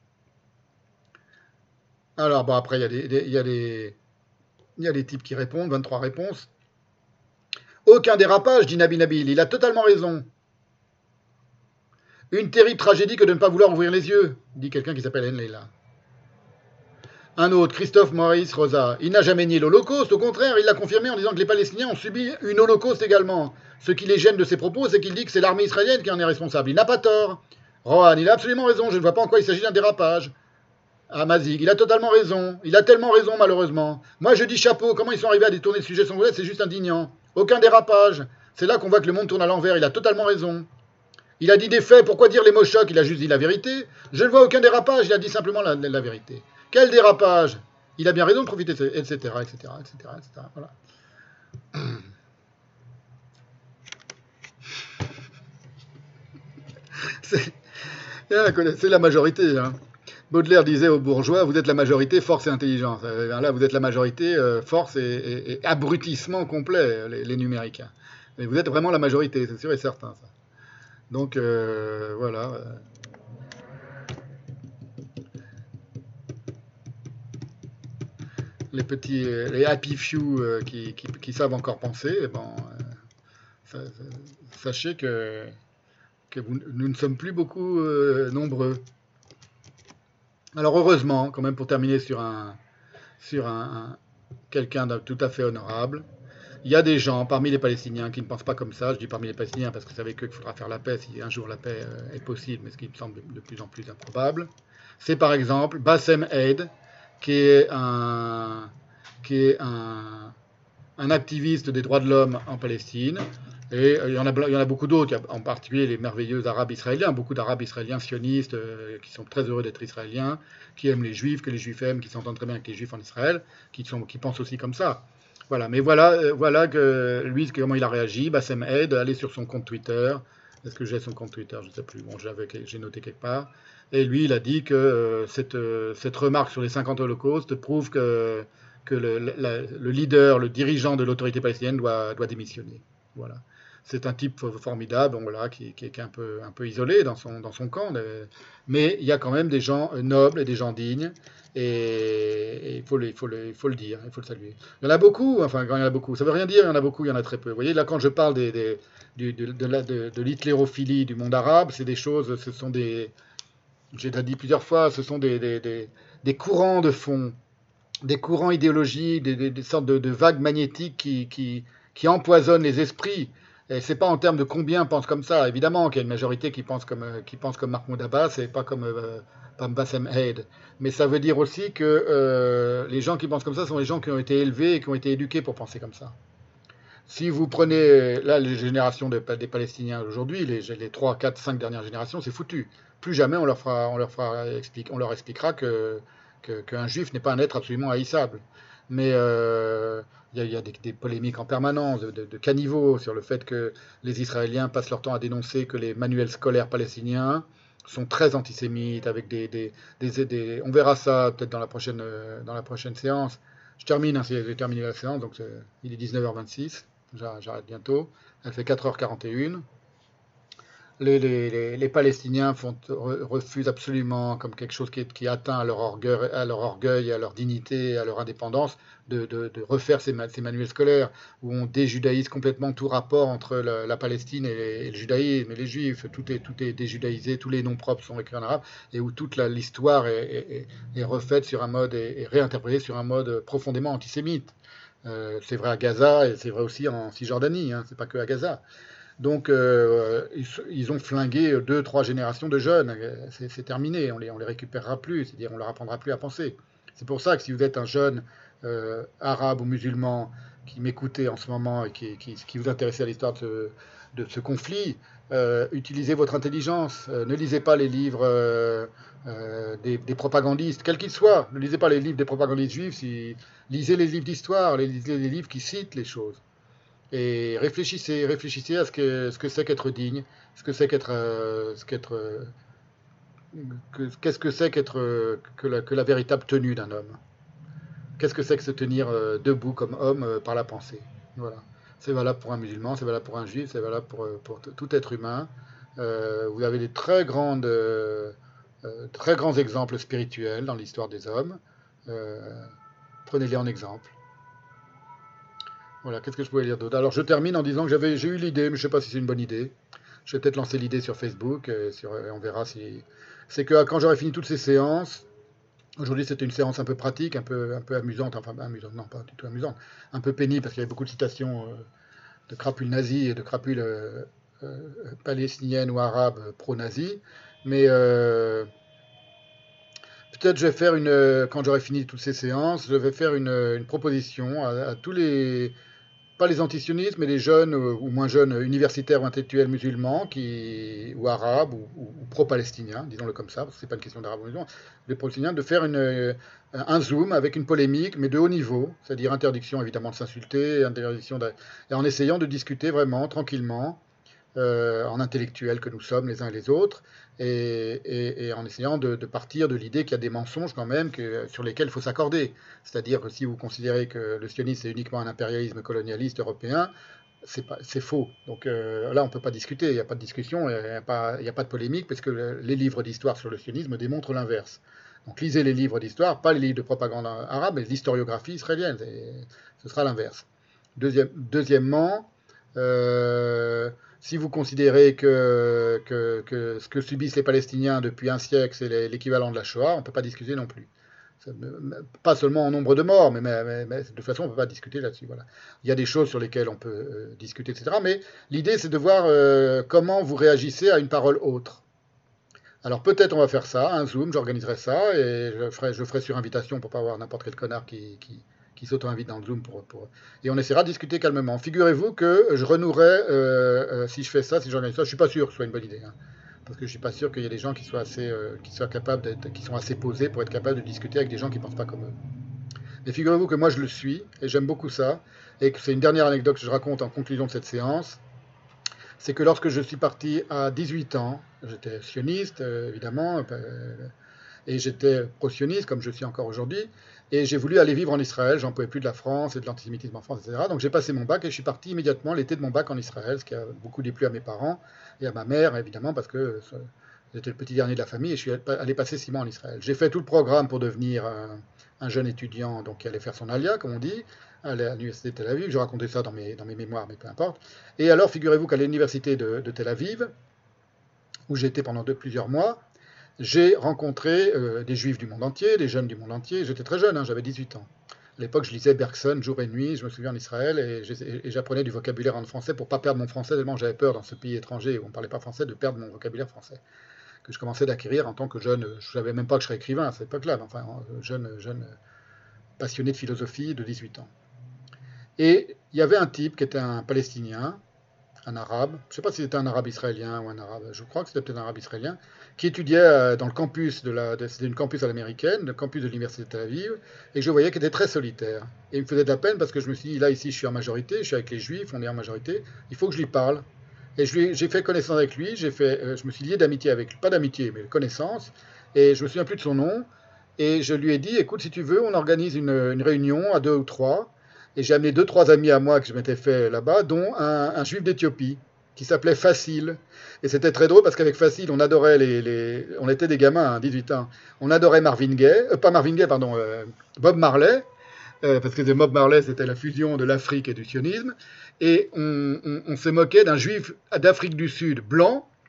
Alors, bon, après, il y a des, des, il y a des, il y a des types qui répondent, vingt-trois réponses. Aucun dérapage, dit Nabi Nabil, il a totalement raison. Une terrible tragédie que de ne pas vouloir ouvrir les yeux, dit quelqu'un qui s'appelle Enleila. Un autre, Christophe Maurice Rosa, il n'a jamais nié l'Holocauste, au contraire, il l'a confirmé en disant que les Palestiniens ont subi une Holocauste également. Ce qui les gêne de ses propos, c'est qu'il dit que c'est l'armée israélienne qui en est responsable. Il n'a pas tort. Rohan, il a absolument raison, je ne vois pas en quoi il s'agit d'un dérapage. Ah, Mazig, il a totalement raison. Il a tellement raison, malheureusement. Moi, je dis chapeau, comment ils sont arrivés à détourner le sujet sans volet, c'est juste indignant. Aucun dérapage. C'est là qu'on voit que le monde tourne à l'envers, il a totalement raison. Il a dit des faits, pourquoi dire les mots chocs? Il a juste dit la vérité. Je ne vois aucun dérapage, il a dit simplement la, la vérité. Quel dérapage? Il a bien raison de profiter, et cetera, et cetera, et cetera, et cetera. Voilà. C'est la majorité. Hein. Baudelaire disait aux bourgeois, vous êtes la majorité, force et intelligence. Là, vous êtes la majorité, force et, et, et abrutissement complet, les, les numériques. Mais vous êtes vraiment la majorité, c'est sûr et certain. Ça. Donc, euh, voilà. Les petits, les happy few euh, qui, qui, qui savent encore penser, bon, euh, sachez que, que vous, nous ne sommes plus beaucoup euh, nombreux. Alors heureusement, quand même pour terminer sur un, sur un, un quelqu'un de tout à fait honorable, il y a des gens parmi les Palestiniens qui ne pensent pas comme ça. Je dis parmi les Palestiniens parce que c'est avec eux qu'il faudra faire la paix si un jour la paix euh, est possible, mais ce qui me semble de plus en plus improbable. C'est par exemple Bassem Eid, qui est un, qui est un, un activiste des droits de l'homme en Palestine. Et il y en a, il y en a beaucoup d'autres, en particulier les merveilleux Arabes israéliens, beaucoup d'Arabes israéliens sionistes euh, qui sont très heureux d'être israéliens, qui aiment les Juifs, que les Juifs aiment, qui s'entendent très bien avec les Juifs en Israël, qui, sont, qui pensent aussi comme ça. Voilà, mais voilà, euh, voilà que lui, comment il a réagi. Bassem Eid, allez sur son compte Twitter. Est-ce que j'ai son compte Twitter? Je ne sais plus. Bon, j'ai noté quelque part. Et lui, il a dit que euh, cette, euh, cette remarque sur les cinquante holocaustes prouve que, que le, la, le leader, le dirigeant de l'autorité palestinienne doit, doit démissionner. Voilà. C'est un type formidable, bon, voilà, qui, qui est un peu, un peu isolé dans son, dans son camp. Mais il y a quand même des gens nobles et des gens dignes. Et il faut, il, faut le, il faut le dire, il faut le saluer. Il y en a beaucoup, enfin, quand il y en a beaucoup, ça ne veut rien dire, il y en a beaucoup, il y en a très peu. Vous voyez, là, quand je parle des, des, du, de, de, de, de l'hitlérophilie du monde arabe, c'est des choses, ce sont des. J'ai déjà dit plusieurs fois, ce sont des, des, des, des courants de fond, des courants idéologiques, des, des, des sortes de, de vagues magnétiques qui, qui, qui empoisonnent les esprits. Et c'est pas en termes de combien pensent comme ça. Évidemment qu'il y a une majorité qui pense comme, qui pense comme Mahmoud Abbas et pas comme euh, Bassem Eid. Mais ça veut dire aussi que euh, les gens qui pensent comme ça sont les gens qui ont été élevés et qui ont été éduqués pour penser comme ça. Si vous prenez là les générations de, des Palestiniens aujourd'hui, les, les trois, quatre, cinq dernières générations, c'est foutu. Plus jamais on leur, fera, on leur, fera explique, on leur expliquera que, que, qu'un juif n'est pas un être absolument haïssable. Mais euh, il y a, y a des, des polémiques en permanence de, de, de caniveau sur le fait que les Israéliens passent leur temps à dénoncer que les manuels scolaires palestiniens sont très antisémites, avec des, des, des, des on verra ça peut-être dans la prochaine dans la prochaine séance. Je termine, hein, j'ai terminé la séance, donc il est dix-neuf heures vingt-six, j'arrête bientôt. Elle fait quatre heures quarante et un. Les, les, les, les Palestiniens font, refusent absolument, comme quelque chose qui, est, qui atteint à leur, orgueil, à leur orgueil, à leur dignité, à leur indépendance, de, de, de refaire ces, ces manuels scolaires, où on déjudaïse complètement tout rapport entre la, la Palestine et, et le judaïsme et les juifs. Tout est, tout est déjudaïsé, tous les noms propres sont écrits en arabe, et où toute l'histoire est, est, est refaite sur un mode, et, et réinterprétée sur un mode profondément antisémite. Euh, c'est vrai à Gaza, et c'est vrai aussi en Cisjordanie, hein, c'est pas que à Gaza. Donc, euh, ils, ils ont flingué deux, trois générations de jeunes. C'est c'est terminé, on les, on les récupérera plus, c'est-à-dire on leur apprendra plus à penser. C'est pour ça que si vous êtes un jeune euh, arabe ou musulman qui m'écoutez en ce moment et qui, qui, qui vous intéressez à l'histoire de ce, de ce conflit, euh, utilisez votre intelligence. Euh, ne lisez pas les livres euh, euh, des, des propagandistes, quels qu'ils soient. Ne lisez pas les livres des propagandistes juifs. Si, lisez les livres d'histoire, lisez les livres qui citent les choses. Et réfléchissez, réfléchissez à ce que ce que c'est qu'être digne, ce que c'est qu'être, euh, ce qu'être, euh, que- qu'est-ce que c'est qu'être euh, que la, que la véritable tenue d'un homme. Qu'est-ce que c'est que se tenir euh, debout comme homme euh, par la pensée. Voilà. C'est valable pour un musulman, c'est valable pour un juif, c'est valable pour, euh, pour t- tout être humain. Euh, vous avez des très grandes, euh, euh, très grands exemples spirituels dans l'histoire des hommes. Euh, Prenez-les en exemple. Voilà, qu'est-ce que je pouvais dire d'autre? Alors je termine en disant que j'avais, j'ai eu l'idée, mais je ne sais pas si c'est une bonne idée. Je vais peut-être lancer l'idée sur Facebook, euh, sur- et on verra si. C'est que quand j'aurai fini toutes ces séances, aujourd'hui c'était une séance un peu pratique, un peu, un peu amusante, enfin amusante, non pas du tout amusante, un peu pénible parce qu'il y avait beaucoup de citations euh, de crapules nazies et de crapules euh, euh, palestiniennes ou arabes euh, pro-nazis. Mais euh, peut-être je vais faire une, euh, quand j'aurai fini toutes ces séances, je vais faire une, une proposition à, à tous les, pas les antisionistes, mais les jeunes euh, ou moins jeunes universitaires ou intellectuels musulmans qui, ou arabes ou, ou- ou pro-palestiniens, disons-le comme ça, parce que c'est pas une question d'arabe ou musulman, les palestiniens, de faire une, euh, un zoom avec une polémique, mais de haut niveau, c'est-à-dire interdiction évidemment de s'insulter, interdiction de- et en essayant de discuter vraiment tranquillement euh, en intellectuels que nous sommes les uns et les autres, et, et- et en essayant de, de partir de l'idée qu'il y a des mensonges quand même que- sur lesquels il faut s'accorder. C'est-à-dire que si vous considérez que le sionisme est uniquement un impérialisme colonialiste européen, c'est pas- c'est faux. Donc euh, là, on ne peut pas discuter, il n'y a pas de discussion, il n'y a, pas- il y a pas de polémique, parce que le- les livres d'histoire sur le sionisme démontrent l'inverse. Donc lisez les livres d'histoire, pas les livres de propagande arabe, mais l'historiographie israélienne, et ce sera l'inverse. Deuxième- deuxièmement, euh, si vous considérez que, que- que ce que subissent les Palestiniens depuis un siècle, c'est l'équivalent de la Shoah, on ne peut pas discuter non plus. Ça, pas seulement en nombre de morts, mais, mais- mais- mais de toute façon, on ne peut pas discuter là-dessus. Voilà. Il y a des choses sur lesquelles on peut euh, discuter, et cetera. Mais l'idée, c'est de voir euh, comment vous réagissez à une parole autre. Alors peut-être on va faire ça, un Zoom, j'organiserai ça, et je ferai, je ferai sur invitation pour pas avoir n'importe quel connard qui, qui, qui s'auto-invite dans le Zoom. Pour, pour- Et on essaiera de discuter calmement. Figurez-vous que je renouerai, euh, euh, si je fais ça, si j'organise ça, je suis pas sûr que ce soit une bonne idée. Hein, parce que je suis pas sûr qu'il y ait des gens qui soient assez, euh, qui soient capables d'être, qui sont assez posés pour être capables de discuter avec des gens qui pensent pas comme eux. Mais figurez-vous que moi je le suis, et j'aime beaucoup ça, et que c'est une dernière anecdote que je raconte en conclusion de cette séance, c'est que lorsque je suis parti à dix-huit ans, j'étais sioniste, euh, évidemment, euh, et j'étais pro-sioniste, comme je suis encore aujourd'hui, et j'ai voulu aller vivre en Israël, j'en pouvais plus de la France et de l'antisémitisme en France, et cetera. Donc j'ai passé mon bac et je suis parti immédiatement l'été de mon bac en Israël, ce qui a beaucoup déplu à mes parents et à ma mère, évidemment, parce que j'étais le petit dernier de la famille et je suis allé passer six mois en Israël. J'ai fait tout le programme pour devenir un, un jeune étudiant donc, qui allait faire son alia, comme on dit, à l'université de Tel Aviv. Je racontais ça dans mes, dans mes mémoires, mais peu importe. Et alors, figurez-vous qu'à l'université de, de Tel Aviv, où j'ai été pendant de, plusieurs mois, j'ai rencontré euh, des juifs du monde entier, des jeunes du monde entier. J'étais très jeune, hein, j'avais dix-huit ans. À l'époque, je lisais Bergson jour et nuit, je me souviens en Israël, et j'apprenais du vocabulaire en français pour ne pas perdre mon français, tellement j'avais peur dans ce pays étranger où on ne parlait pas français de perdre mon vocabulaire français, que je commençais d'acquérir en tant que jeune. Je ne savais même pas que je serais écrivain à cette époque-là, mais enfin, jeune, jeune passionné de philosophie de dix-huit ans. Et il y avait un type qui était un Palestinien, un arabe, je ne sais pas si c'était un arabe israélien ou un arabe, je crois que c'était peut-être un arabe israélien, qui étudiait dans le campus de la, de, c'était une campus à l'américaine, le campus de l'université de Tel Aviv, et je voyais qu'il était très solitaire. Et il me faisait de la peine parce que je me suis dit, là ici je suis en majorité, je suis avec les juifs, on est en majorité, il faut que je lui parle. Et j'ai fait connaissance avec lui, j'ai fait, euh, je me suis lié d'amitié avec lui, pas d'amitié, mais de connaissance, et je me souviens plus de son nom, et je lui ai dit, écoute, si tu veux, on organise une, une réunion à deux ou trois, et j'ai amené deux, trois amis à moi que je m'étais fait là-bas, dont un, un juif d'Éthiopie, qui s'appelait Facile. Et c'était très drôle parce qu'avec Facile, on adorait les, les... On était des gamins, hein, dix-huit ans. On adorait Marvin Gaye, euh, pas Marvin Gaye, pardon, euh, Bob Marley, euh, parce que Bob Marley, c'était la fusion de l'Afrique et du sionisme. Et on, on, on se moquait d'un juif d'Afrique du Sud blanc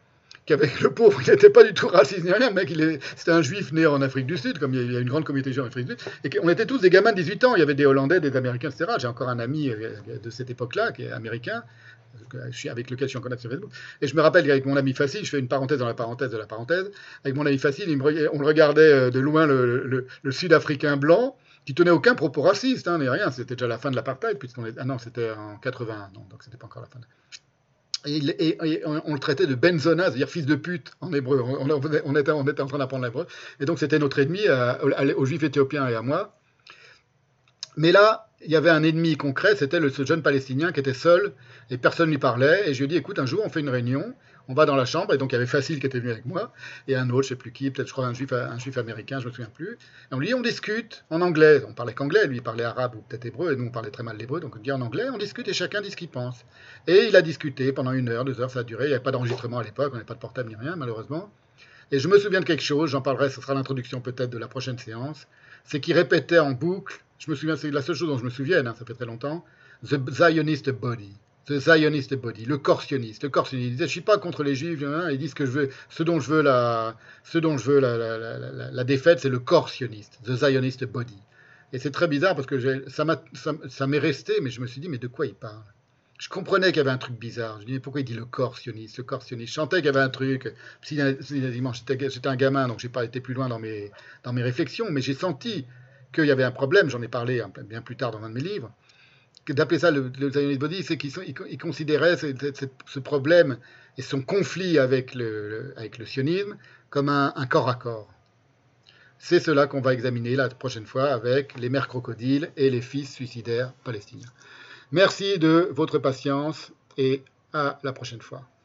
qu'avec le pauvre, il n'était pas du tout raciste ni rien, le mec, il est, c'était un juif né en Afrique du Sud, comme il y a une grande communauté juive en Afrique du Sud, et qu'on était tous des gamins de dix-huit ans, il y avait des Hollandais, des Américains, et cetera. J'ai encore un ami de cette époque-là, qui est américain, avec lequel je suis en contact sur Facebook, et je me rappelle qu'avec mon ami Facile, je fais une parenthèse dans la parenthèse de la parenthèse, avec mon ami Facile, il me, on le regardait de loin, le, le, le Sud-Africain blanc, qui tenait aucun propos raciste, hein, ni rien, c'était déjà la fin de l'apartheid, puisqu'on est, ah non, c'était en quatre-vingt-un, non, donc c'était pas encore la fin de... Et, et, et on, on le traitait de Benzona, c'est-à-dire fils de pute en hébreu. On, on, on, était, on était en train d'apprendre l'hébreu. Et donc c'était notre ennemi à, à, aux juifs éthiopiens et à moi. Mais là, il y avait un ennemi concret, c'était le, ce jeune Palestinien qui était seul et personne ne lui parlait. Et je lui ai dit, écoute, un jour on fait une réunion, on va dans la chambre, et donc il y avait Facile qui était venu avec moi, et un autre, je ne sais plus qui, peut-être je crois un juif, un juif américain, je ne me souviens plus. Et on lui dit, on discute en anglais. On parlait qu'anglais, lui il parlait arabe ou peut-être hébreu, et nous on parlait très mal l'hébreu, donc on dit en anglais, on discute et chacun dit ce qu'il pense. Et il a discuté pendant une heure, deux heures, ça a duré, il n'y avait pas d'enregistrement à l'époque, on n'avait pas de portable ni rien, malheureusement. Et je me souvion de quelque chose, j'en parlerai, ce sera l'introduction peut-être de la prochaine séance, c'est qu'il répétait en boucle, je me souviens, c'est la seule chose dont je me souviens, hein, ça fait très longtemps, The Zionist Body. The Zionist Body, le corps sioniste. Le corps sioniste. Il disait, je ne suis pas contre les juifs, hein, il dit ce que je veux, ce dont je veux la, ce dont je veux la, la, la, la, la défaite, c'est le corps sioniste, The Zionist Body. Et c'est très bizarre parce que ça, m'a, ça, ça m'est resté, mais je me suis dit, mais de quoi il parle? Je comprenais qu'il y avait un truc bizarre. Je me disais, pourquoi il dit le corps sioniste, le corps sioniste? Je sentais qu'il y avait un truc. J'étais, j'étais un gamin, donc je n'ai pas été plus loin dans mes, dans mes réflexions, mais j'ai senti qu'il y avait un problème. J'en ai parlé bien plus tard dans un de mes livres. D'appeler ça le, le Zionist Body, c'est qu'ils ils, ils considéraient ce, ce, ce problème et son conflit avec le, le, avec le sionisme comme un, un corps à corps. C'est cela qu'on va examiner la prochaine fois avec les mères crocodiles et les fils suicidaires palestiniens. Merci de votre patience et à la prochaine fois.